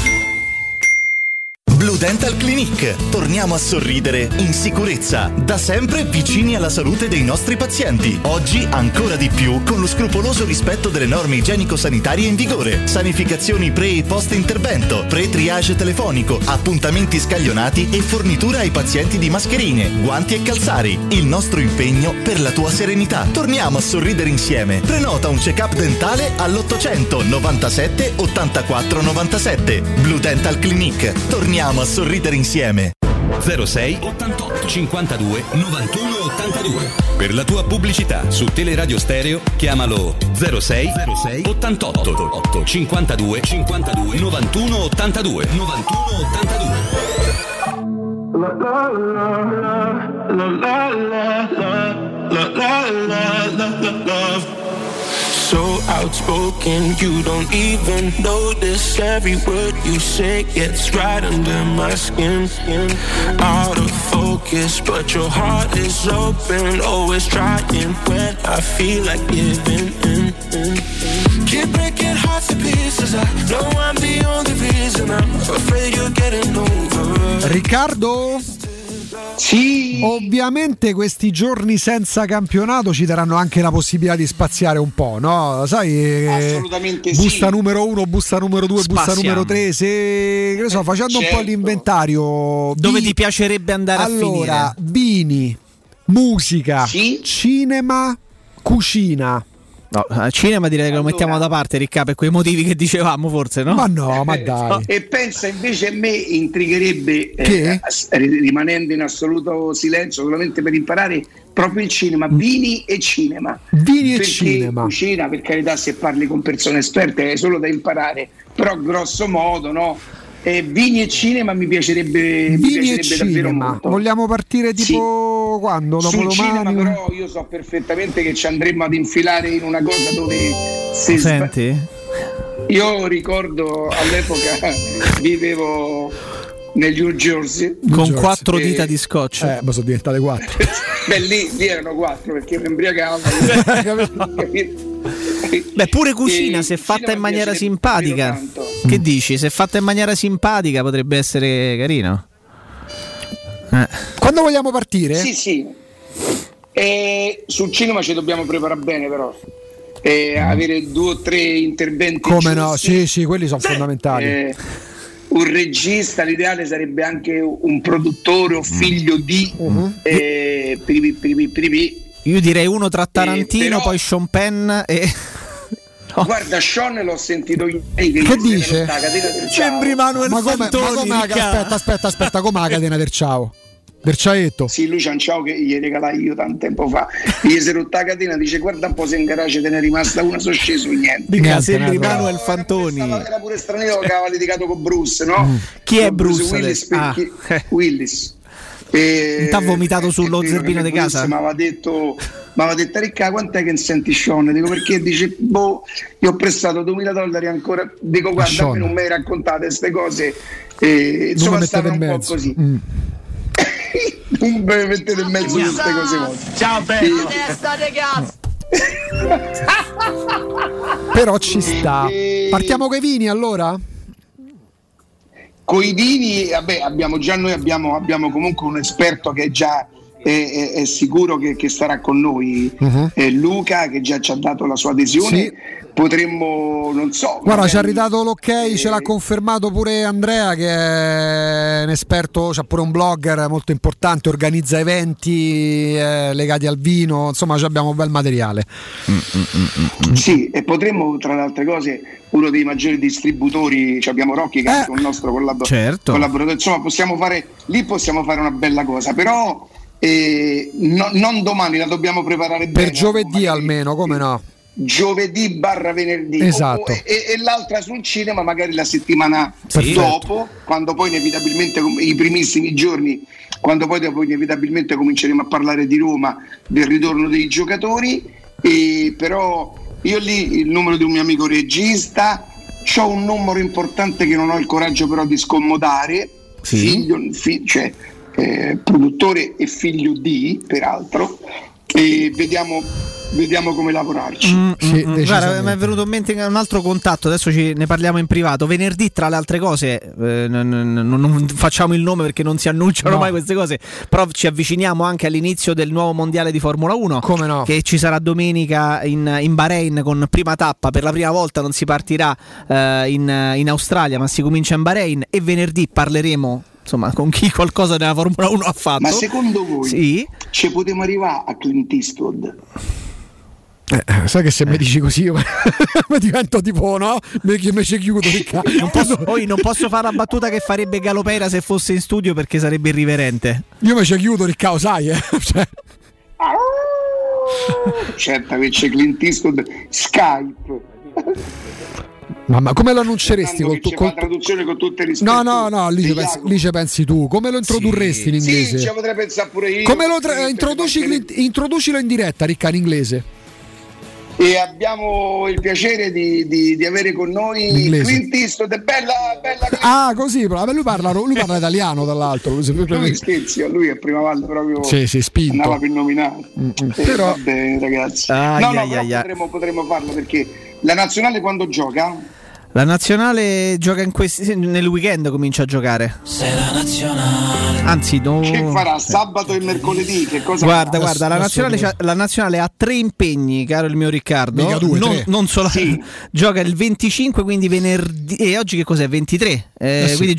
Blue Dental Clinic. Torniamo a sorridere in sicurezza, da sempre vicini alla salute dei nostri pazienti. Oggi ancora di più con lo scrupoloso rispetto delle norme igienico-sanitarie in vigore. Sanificazioni pre e post intervento, pre-triage telefonico, appuntamenti scaglionati e fornitura ai pazienti di mascherine, guanti e calzari. Il nostro impegno per la tua serenità. Torniamo a sorridere insieme. Prenota un check-up dentale all'800 97 84 97. Blue Dental Clinic. Torniamo a sorridere insieme. 06 88 52 91 82. Per la tua pubblicità su Teleradio Stereo chiamalo 06 88 52 52 91 82 91 82. La la la la la la la la. So outspoken, you don't even notice. Every word you say gets right under my skin. Out of focus, but your heart is open. Always trying when I feel like giving in. Keep breaking hearts to pieces. I know I'm the only reason. I'm afraid you're getting over. Riccardo? Sì. Ovviamente questi giorni senza campionato ci daranno anche la possibilità di spaziare un po', no? Sai, assolutamente busta sì. numero 1, busta numero 2, busta numero 3. Se che ne so, facendo un po' l'inventario, dove ti piacerebbe andare a finire? Allora, vini, musica, sì? cinema, cucina. No, cinema direi che lo mettiamo da parte, Ricca, per quei motivi che dicevamo, forse, no? Ma no, ma dai. E pensa, invece a me intrigherebbe, rimanendo in assoluto silenzio, solamente per imparare, proprio il cinema, vini e cinema. Vini e cinema. Cucina, per carità, se parli con persone esperte è solo da imparare, però grosso modo, no? Vini e cinema mi piacerebbe davvero molto. Vogliamo partire tipo quando? Dopo cinema, però io so perfettamente che ci andremmo ad infilare in una cosa dove senti? Io ricordo all'epoca vivevo nel New Jersey con 4 dita di scotch. Ma sono diventate 4. Beh, lì erano 4 perché mi imbriagavo. Beh, pure cucina, se fatta in maniera simpatica. Che dici? Se fatta in maniera simpatica potrebbe essere carino. Quando vogliamo partire? Sì. Sul cinema ci dobbiamo preparare bene, però. Avere 2 o 3 interventi. Come no? Sì, quelli sono fondamentali. Un regista, l'ideale sarebbe anche un produttore o figlio di Io direi uno tra Tarantino, poi Sean Penn e... No. Guarda, Sean l'ho sentito ieri che dice? Sembri Manuel Fantoni. Aspetta, com'è la catena del ciao? Del ciaetto? Sì, lui c'ha un ciao che gli regalai io tanto tempo fa. Gli si è rotta la catena, dice guarda un po' se in garage te ne è rimasta una, sono sceso niente. Sembri Manuel Fantoni. Era pure straniero che aveva litigato con Bruce, no? Chi è Bruce Willis? Willis. T'ha vomitato sullo zerbino di casa? Mi aveva detto Ricca, quant'è che senti Sean? Dico perché dice gli ho prestato $2.000 ancora. Dico guarda, a me non mi hai raccontate queste cose, insomma stavano un po' così. Non mi mettete in mezzo queste cose vostre. Ciao bello. Però ci sta. Partiamo coi vini allora? Coi vini, vabbè, abbiamo comunque un esperto che è già è sicuro che starà con noi. Luca, che già ci ha dato la sua adesione. Sì. Potremmo, non so. Guarda, ci ha ridato l'ok, ce l'ha confermato pure Andrea, che è un esperto, c'ha pure un blogger molto importante, organizza eventi legati al vino, insomma abbiamo un bel materiale. Sì, e potremmo, tra le altre cose, uno dei maggiori distributori, abbiamo Rocchi che è un nostro collaboratore, insomma possiamo fare una bella cosa, però non domani, la dobbiamo preparare per bene, giovedì almeno, come no? Giovedì/venerdì, esatto. E l'altra sul cinema magari la settimana dopo, quando poi inevitabilmente i primissimi giorni, quando poi dopo inevitabilmente cominceremo a parlare di Roma, del ritorno dei giocatori. E però io lì il numero di un mio amico regista, c'ho un numero importante che non ho il coraggio però di scomodare, produttore e figlio di, peraltro, e vediamo come lavorarci. Guarda, mi è venuto in mente un altro contatto, adesso ne parliamo in privato. Venerdì, tra le altre cose, non facciamo il nome perché non si annunciano mai queste cose, però ci avviciniamo anche all'inizio del nuovo mondiale di Formula 1, come no, che ci sarà domenica in Bahrain con prima tappa. Per la prima volta non si partirà in Australia, ma si comincia in Bahrain, e venerdì parleremo insomma con chi qualcosa nella Formula 1 ha fatto. Ma secondo voi ci potremo arrivare a Clint Eastwood? Sai che se mi dici così io mi divento tipo, no? Invece chiudo. Non posso fare la battuta che farebbe Galopera se fosse in studio, perché sarebbe irriverente. Io invece chiudo, Riccardo, sai, Certo che c'è Clint Eastwood, Skype. Ma come lo annunceresti? Con traduzione con tutte le rispetto. No, lì ci pensi tu. Come lo introdurresti in inglese? Sì, ci potrei pensare pure io. Come lo introducilo in diretta, Ricca, in inglese. E abbiamo il piacere di avere con noi Clint Eastwood, bella. Ah, così, lui parla italiano, dall'altro. Lui scherzi, lui è prima valle proprio. Sì, spinto. Andava per nominato. Però va bene, ragazzi. Potremmo farlo, perché la nazionale quando gioca? La nazionale gioca nel weekend, comincia a giocare. Sei la nazionale. Anzi, che farà sabato e mercoledì? Che cosa guarda, la nazionale ha 3 impegni, caro il mio Riccardo. Non solo. Sì. Gioca il 25, quindi venerdì. E oggi che cos'è? 23. Quindi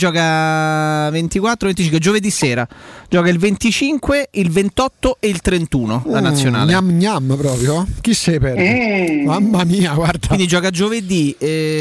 gioca 24, 25, giovedì sera. Gioca il 25, il 28 e il 31. La nazionale. Gnam proprio. Chi sei per? Mamma mia, guarda. Quindi gioca giovedì,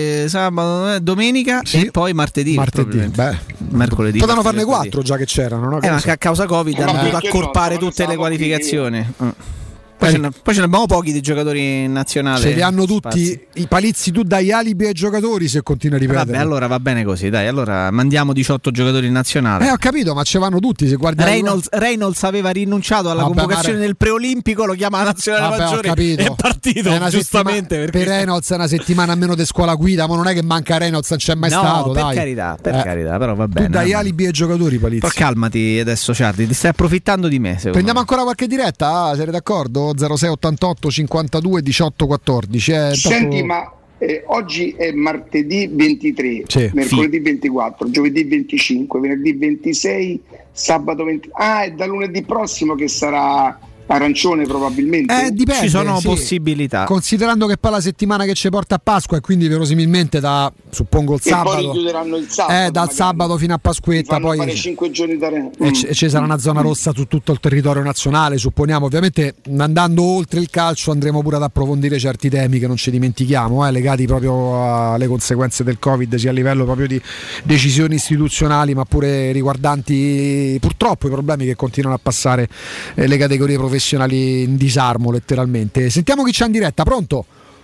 sabato, domenica e poi martedì. Mercoledì. Potevano farne 4 già che c'erano, no? Ma che a causa Covid hanno dovuto accorpare tutte le qualificazioni. Poi ce ne abbiamo pochi di giocatori nazionali. Ce li hanno tutti i Palizzi, tu dai alibi ai giocatori se continui a ripetere. Vabbè, allora va bene così, dai, allora mandiamo 18 giocatori in nazionale. Ho capito, ma ce vanno tutti, se guardi. Reynolds aveva rinunciato alla convocazione del preolimpico, lo chiama la nazionale maggiore, è partito giustamente. Per Reynolds è una settimana a meno di scuola guida, ma non è che manca Reynolds, non c'è mai stato. Per carità, però va bene. Tu dai alibi ai giocatori, Palizzi. Però calmati adesso, Ciardi, ti stai approfittando di me. Prendiamo ancora qualche diretta? Siete d'accordo? 0688 52 18 14. Senti, ma oggi è martedì 23, mercoledì 24, giovedì 25, venerdì 26, sabato 20. È da lunedì prossimo che sarà arancione probabilmente. Dipende, ci sono possibilità. Considerando che poi la settimana che ci porta a Pasqua e quindi verosimilmente da, suppongo, il sabato. Poi richiuderanno il sabato. Dal sabato fino a Pasquetta. Poi fare 5 giorni da e ci sarà una zona rossa su tutto il territorio nazionale, supponiamo. Ovviamente andando oltre il calcio andremo pure ad approfondire certi temi che non ci dimentichiamo, legati proprio alle conseguenze del Covid, sia a livello proprio di decisioni istituzionali, ma pure riguardanti purtroppo i problemi che continuano a passare le categorie professionali in disarmo letteralmente. Sentiamo chi c'è in diretta. Pronto?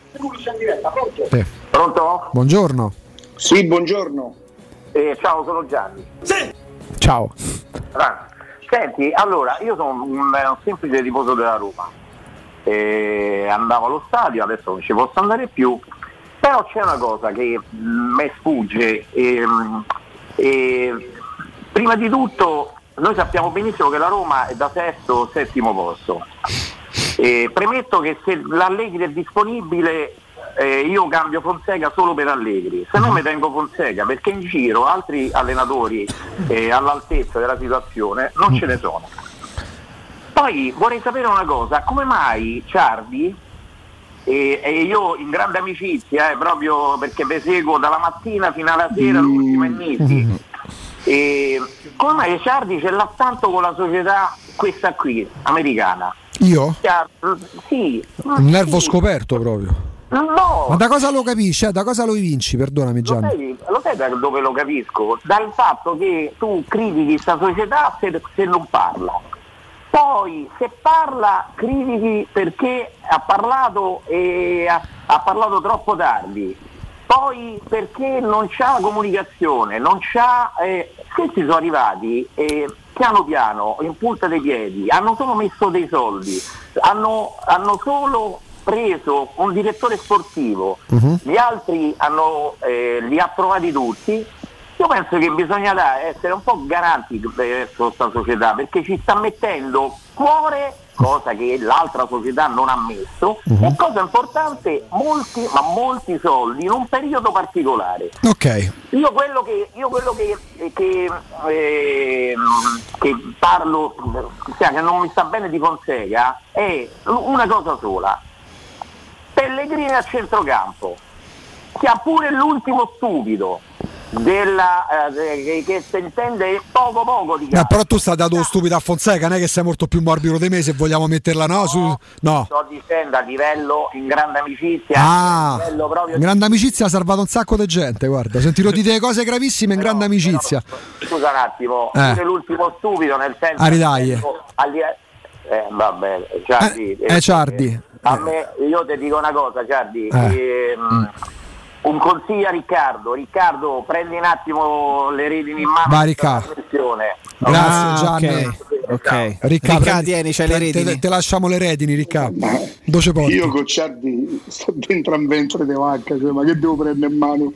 Sì. Pronto? Buongiorno. Sì, buongiorno. Ciao, sono Gianni. Sì. Ciao. Senti, allora, io sono un semplice tifoso della Roma. Andavo allo stadio, adesso non ci posso andare più, però c'è una cosa che mi sfugge. Prima di tutto, noi sappiamo benissimo che la Roma è da sesto o settimo posto. Premetto che se l'Allegri è disponibile, io cambio Fonseca solo per Allegri, se no mi tengo Fonseca, perché in giro altri allenatori all'altezza della situazione non ce ne sono. Poi vorrei sapere una cosa, come mai Ciardi, e io in grande amicizia, proprio perché vi seguo dalla mattina fino alla sera, l'ultima inizi, come mai Ciardi ce l'ha tanto con la società questa qui, americana? Io? Sì. Un nervo scoperto proprio. No. Ma da cosa lo capisci? Da cosa lo vinci? Perdonami Gianni. Lo sai da dove lo capisco? Dal fatto che tu critichi questa società se non parla. Poi se parla critichi perché ha parlato e ha parlato troppo tardi. Poi perché non c'ha comunicazione, non c'ha. Questi sono arrivati piano piano, in punta dei piedi, hanno solo messo dei soldi, hanno solo preso un direttore sportivo, gli altri li ha trovati tutti. Io penso che bisogna essere un po' garanti verso questa società, perché ci sta mettendo cuore, cosa che l'altra società non ha messo, e cosa importante, molti soldi in un periodo particolare. Ok. Io quello che parlo, che non mi sta bene di Fonseca, è una cosa sola: Pellegrini a centrocampo, che ha pure l'ultimo stupido che si intende poco di però tu stai dato stupido a Fonseca, non è che sei molto più morbido di me se vogliamo metterla no. Sto dicendo a livello in grande amicizia, in grande amicizia ha salvato un sacco di gente, guarda, ho sentito dire cose gravissime in grande amicizia. Scusa un attimo, pure l'ultimo stupido, nel senso vabbè, Ciardi, a me, io ti dico una cosa, Ciardi, un consiglio a Riccardo, prendi un attimo le redini in mano. Vai Riccardo. Grazie Gianni. Ok. Riccardo, tieni, c'hai le redini. Te lasciamo le redini, Riccardo. Io con Ciardi sto dentro un ventre di vacca, cioè, ma che devo prendere in mano?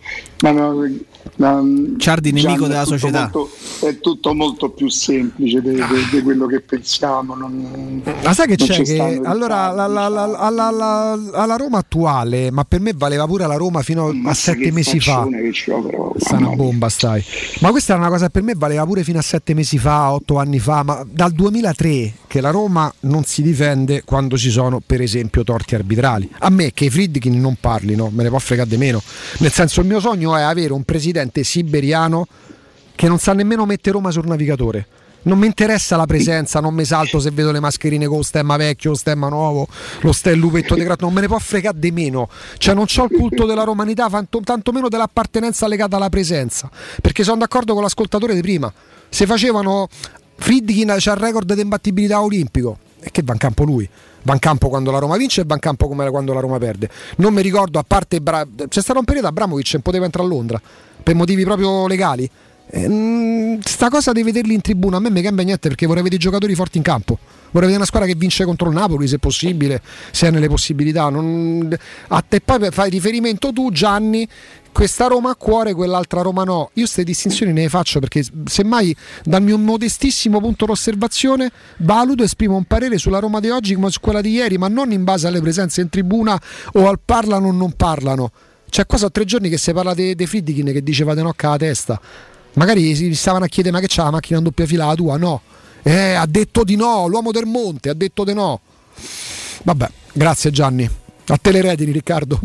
Ciardi nemico della società. È tutto molto più semplice di quello che pensiamo. Ma sai che c'è? Che allora alla Roma attuale, ma per me valeva pure la Roma fino a 7 mesi fa. Sta una bomba, stai. Ma questa è una cosa che per me valeva pure fino a 7 mesi fa, 8 anni fa, ma dal 2003 che la Roma non si difende quando ci sono per esempio torti arbitrali. A me che i Friedkin non parlino me ne può fregare di meno, nel senso il mio sogno è avere un presidente siberiano che non sa nemmeno mettere Roma sul navigatore. Non mi interessa la presenza, non mi salto se vedo le mascherine con lo stemma vecchio, lo stemma nuovo, il lupetto decorato, non me ne può fregare di meno. Cioè non c'ho il culto della romanità, tanto meno dell'appartenenza legata alla presenza, perché sono d'accordo con l'ascoltatore di prima. Se facevano Friedkin c'ha il record di imbattibilità olimpico, e che va in campo lui? Va in campo quando la Roma vince e va in campo come quando la Roma perde. Non mi ricordo, a parte c'è stato un periodo Abramovic non poteva entrare a Londra per motivi proprio legali. Sta cosa di vederli in tribuna a me mi cambia niente, perché vorrei vedere i giocatori forti in campo, vorrei vedere una squadra che vince contro il Napoli se possibile, se ha nelle possibilità. A te poi fai riferimento tu, Gianni, questa Roma a cuore, quell'altra Roma no. Io queste distinzioni ne faccio perché semmai dal mio modestissimo punto d'osservazione valuto e esprimo un parere sulla Roma di oggi come su quella di ieri, ma non in base alle presenze in tribuna o al parlano o non parlano. Cioè qua sono 3 giorni che si parla dei Friedkin che diceva di nocca la testa. Magari si stavano a chiedere: ma che c'ha la macchina in doppia fila la tua? No, ha detto di no, l'uomo del monte ha detto di no. Vabbè, grazie Gianni. A te le redini, Riccardo.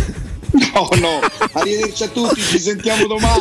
No, arrivederci a tutti, ci sentiamo domani.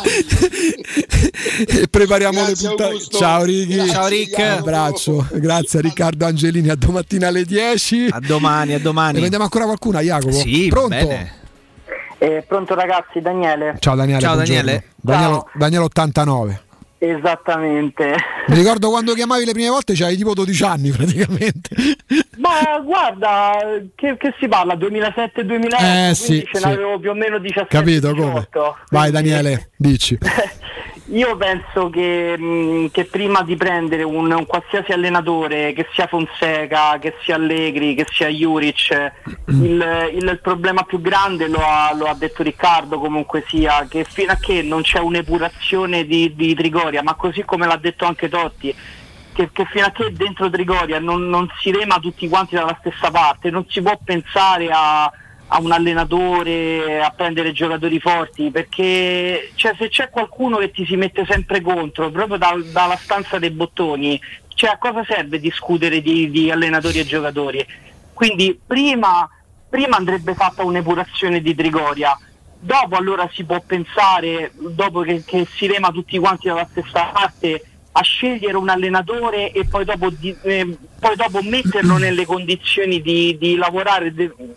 E prepariamo le puntate. Ciao Ricky. Ciao Rick. Un abbraccio. Grazie a Riccardo Angelini, a domattina alle 10. A domani. E prendiamo ancora qualcuna, Jacopo? Sì, pronto? Bene. Pronto ragazzi, Daniele. Ciao Daniele. Ciao Daniele. Daniele 89. Esattamente. Mi ricordo quando chiamavi le prime volte c'avevi tipo 12 anni praticamente. Ma guarda, che si parla? 2007-2008? Sì, ce n'avevo più o meno 17. Capito come? Vai Daniele, dici. Io penso che prima di prendere un qualsiasi allenatore, che sia Fonseca, che sia Allegri, che sia Juric, il problema più grande lo ha detto Riccardo, comunque sia, che fino a che non c'è un'epurazione di Trigoria, ma così come l'ha detto anche Totti, che fino a che dentro Trigoria non si rema tutti quanti dalla stessa parte, non si può pensare a un allenatore, a prendere giocatori forti, perché se c'è qualcuno che ti si mette sempre contro, proprio dalla stanza dei bottoni, Cioè, a cosa serve discutere di allenatori e giocatori? Quindi prima andrebbe fatta un'epurazione di Trigoria, dopo allora si può pensare, dopo che si rema tutti quanti dalla stessa parte, a scegliere un allenatore e poi dopo metterlo nelle condizioni di lavorare.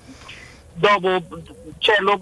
Dopo, cioè, lo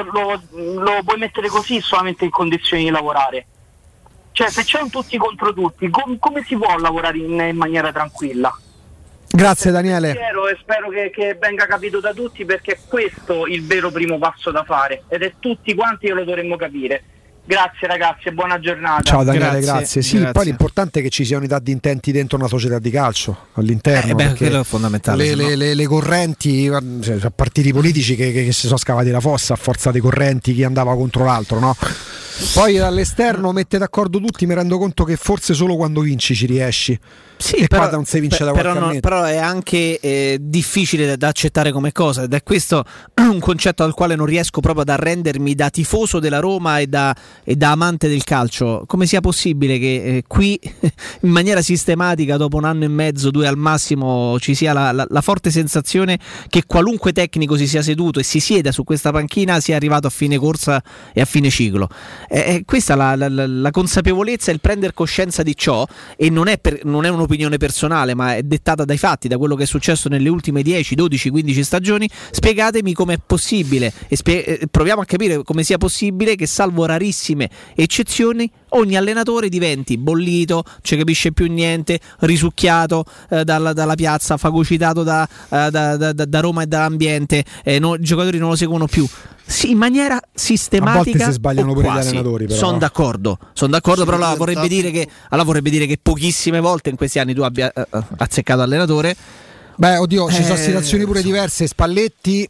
puoi mettere così solamente in condizioni di lavorare. Cioè, se c'è un tutti contro tutti, come si può lavorare in maniera tranquilla? Grazie Daniele. Spero che venga capito da tutti, perché è questo il vero primo passo da fare ed è tutti quanti che lo dovremmo capire. Grazie ragazzi e buona giornata. Ciao Daniele, grazie. Sì, grazie. Poi l'importante è che ci sia unità di intenti dentro una società di calcio all'interno. Quello è fondamentale. Le correnti, cioè, partiti politici che si sono scavati la fossa a forza dei correnti, chi andava contro l'altro, no? Poi dall'esterno mette d'accordo tutti, mi rendo conto che forse solo quando vinci ci riesci. Sì, e però, non si vince da qualche anno. Però è anche difficile da accettare come cosa, ed è questo un concetto al quale non riesco proprio ad arrendermi da tifoso della Roma e da amante del calcio. Come sia possibile che qui in maniera sistematica dopo un anno e mezzo, 2 al massimo, ci sia la forte sensazione che qualunque tecnico si sia seduto e si sieda su questa panchina sia arrivato a fine corsa e a fine ciclo. Questa la consapevolezza e il prendere coscienza di ciò, e non è un'opinione personale, ma è dettata dai fatti, da quello che è successo nelle ultime 10, 12, 15 stagioni. Spiegatemi com'è possibile e proviamo a capire come sia possibile che, salvo rarissime eccezioni, ogni allenatore diventi bollito, non ci capisce più niente, risucchiato dalla piazza, fagocitato da Roma e dall'ambiente, i giocatori non lo seguono più. Sì, in maniera sistematica. A volte si sbagliano pure gli allenatori, però. Sono d'accordo, però allora vorrebbe dire che pochissime volte in questi anni tu abbia azzeccato allenatore. Beh, oddio, ci sono situazioni pure diverse. Spalletti,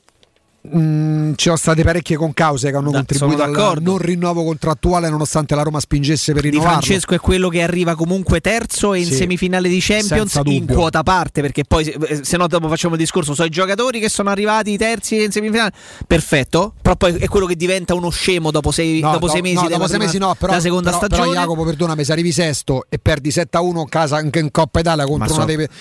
ci sono state parecchie concause che hanno contribuito al non rinnovo contrattuale, nonostante la Roma spingesse per rinnovarlo. Di Francesco è quello che arriva comunque terzo e in semifinale di Champions in quota parte, perché poi se no dopo facciamo il discorso, sono i giocatori che sono arrivati terzi in semifinale, perfetto, però poi è quello che diventa uno scemo dopo 6 mesi della seconda stagione. Però Jacopo, perdonami, se arrivi sesto e perdi 7-1 in casa anche in Coppa Italia contro una dei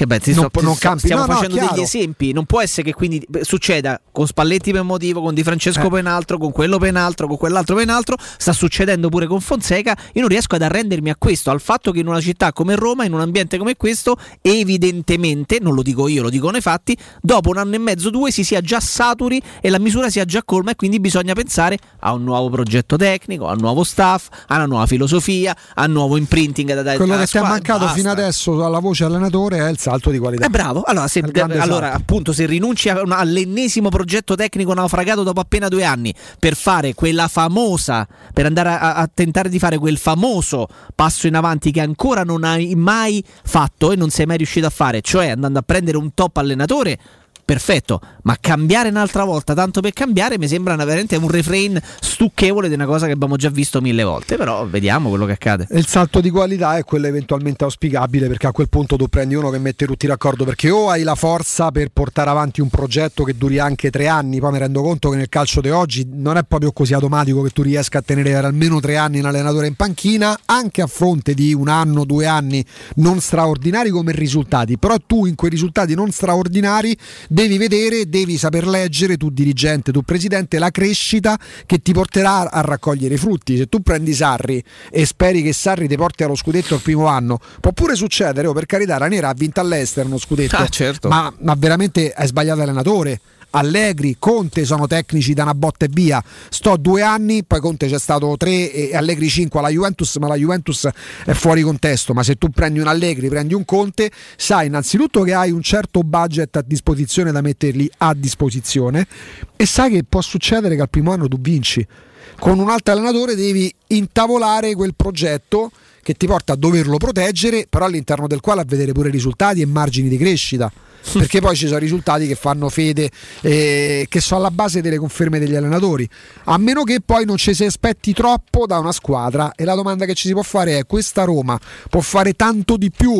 non campi. Stiamo facendo degli esempi, non può essere che quindi succeda con Spalletti per un motivo, con Di Francesco per un altro, con quello per un altro, con quell'altro per un altro. Sta succedendo pure con Fonseca. Io non riesco ad arrendermi a questo, al fatto che in una città come Roma, in un ambiente come questo, evidentemente, non lo dico io, lo dicono i fatti, dopo un anno e mezzo, 2 si sia già saturi e la misura sia già colma, e quindi bisogna pensare a un nuovo progetto tecnico, a un nuovo staff, a una nuova filosofia, a un nuovo imprinting da dare. Quello che ti è mancato fino adesso alla voce allenatore è il salto di qualità. Bravo, allora appunto, se rinunci all'ennesimo progetto tecnico naufragato dopo appena 2 anni per fare quella famosa, per andare a tentare di fare quel famoso passo in avanti che ancora non hai mai fatto e non sei mai riuscito a fare, cioè andando a prendere un top allenatore, perfetto, ma cambiare un'altra volta tanto per cambiare mi sembra veramente un refrain stucchevole di una cosa che abbiamo già visto 1000 volte, però vediamo quello che accade. Il salto di qualità è quello eventualmente auspicabile, perché a quel punto tu prendi uno che mette tutti d'accordo, perché o hai la forza per portare avanti un progetto che duri anche 3 anni, poi mi rendo conto che nel calcio di oggi non è proprio così automatico che tu riesca a tenere per almeno 3 anni un allenatore in panchina, anche a fronte di 1 anno, 2 anni non straordinari come risultati, però tu in quei risultati non straordinari devi vedere, devi saper leggere, tu dirigente, tu presidente, la crescita che ti porterà a raccogliere i frutti. Se tu prendi Sarri e speri che Sarri ti porti allo scudetto il primo anno, può pure succedere, per carità, Ranieri ha vinto all'estero uno scudetto, certo. ma veramente hai sbagliato allenatore. Allegri, Conte sono tecnici da una botta e via. Sto 2 anni, poi Conte c'è stato 3 e Allegri 5 alla Juventus, ma la Juventus è fuori contesto. Ma se tu prendi un Allegri, prendi un Conte, sai innanzitutto che hai un certo budget a disposizione da metterli a disposizione, e sai che può succedere che al primo anno tu vinci. Con un altro allenatore devi intavolare quel progetto che ti porta a doverlo proteggere, però all'interno del quale a vedere pure risultati e margini di crescita, perché poi ci sono risultati che fanno fede, che sono alla base delle conferme degli allenatori, a meno che poi non ci si aspetti troppo da una squadra. E la domanda che ci si può fare è: questa Roma può fare tanto di più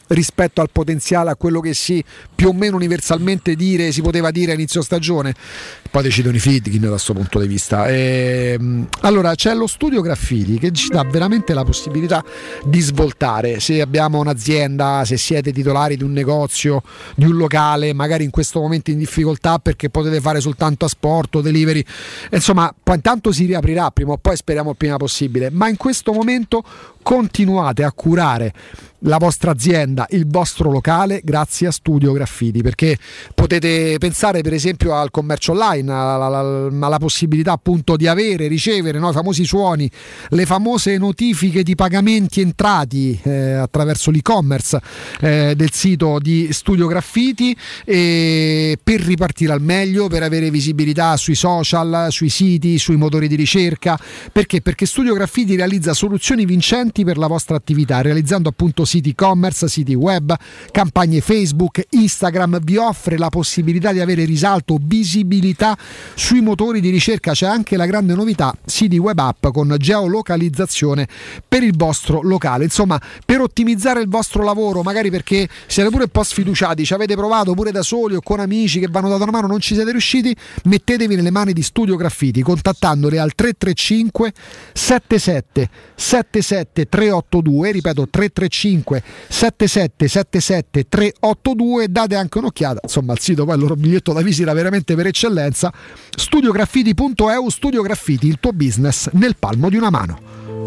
rispetto al potenziale, a quello che più o meno universalmente si poteva dire a inizio stagione. Poi decidono i Friedkin da questo punto di vista. Allora c'è lo studio Graffiti che ci dà veramente la possibilità di svoltare. Se abbiamo un'azienda, se siete titolari di un negozio, di un locale, magari in questo momento in difficoltà perché potete fare soltanto asporto, delivery, insomma, poi intanto si riaprirà prima o poi, speriamo il prima possibile, ma in questo momento continuate a curare la vostra azienda, il vostro locale grazie a Studio Graffiti, perché potete pensare per esempio al commercio online, alla possibilità appunto di ricevere i famosi suoni, le famose notifiche di pagamenti entrati attraverso l'e-commerce del sito di Studio Graffiti, per ripartire al meglio, per avere visibilità sui social, sui siti, sui motori di ricerca. Perché Studio Graffiti realizza soluzioni vincenti per la vostra attività, realizzando appunto siti e-commerce, siti web, campagne Facebook, Instagram. Vi offre la possibilità di avere risalto, visibilità sui motori di ricerca. C'è anche la grande novità, siti web app con geolocalizzazione per il vostro locale. Insomma, per ottimizzare il vostro lavoro, magari perché siete pure un po' sfiduciati, ci avete provato pure da soli o con amici che vi hanno dato una mano, non ci siete riusciti, mettetevi nelle mani di Studio Graffiti contattandoli al 335 77 77 382, ripeto 335 77 77 382. Date anche un'occhiata insomma al sito, poi il loro biglietto da visita veramente per eccellenza, studiograffiti.eu. Studio Graffiti, il tuo business nel palmo di una mano.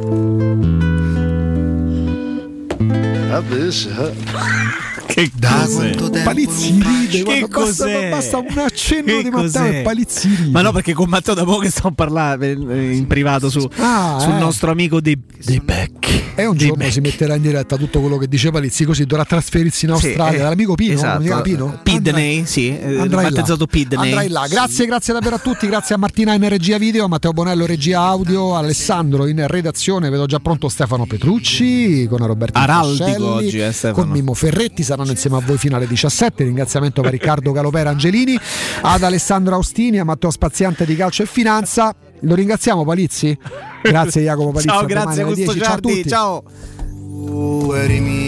Che cos'è? Palizzi ride. Che cos'è? Basta un accenno di Matteo e Palizzi ride. Ma no, perché con Matteo da poco che stiamo parlando in privato sul nostro amico dei Becchi. E un giorno si metterà in diretta tutto quello che dice Palizzi, così dovrà trasferirsi in Australia dall'amico Pino. Esatto. Pidney, battezzato Pidney. Andrai là. Grazie davvero a tutti, grazie a Martina in regia video, a Matteo Bonello regia audio, Alessandro in redazione, vedo già pronto Stefano Petrucci con Roberto Araldico oggi, con Mimmo Ferretti, saranno insieme a voi fino alle 17. Ringraziamento per Riccardo Galopera Angelini, ad Alessandro Austini, a Matteo Spaziante di Calcio e Finanza. Lo ringraziamo Palizzi? Grazie Jacopo Palizzi. Ciao, grazie Augusto Ciardi, ciao.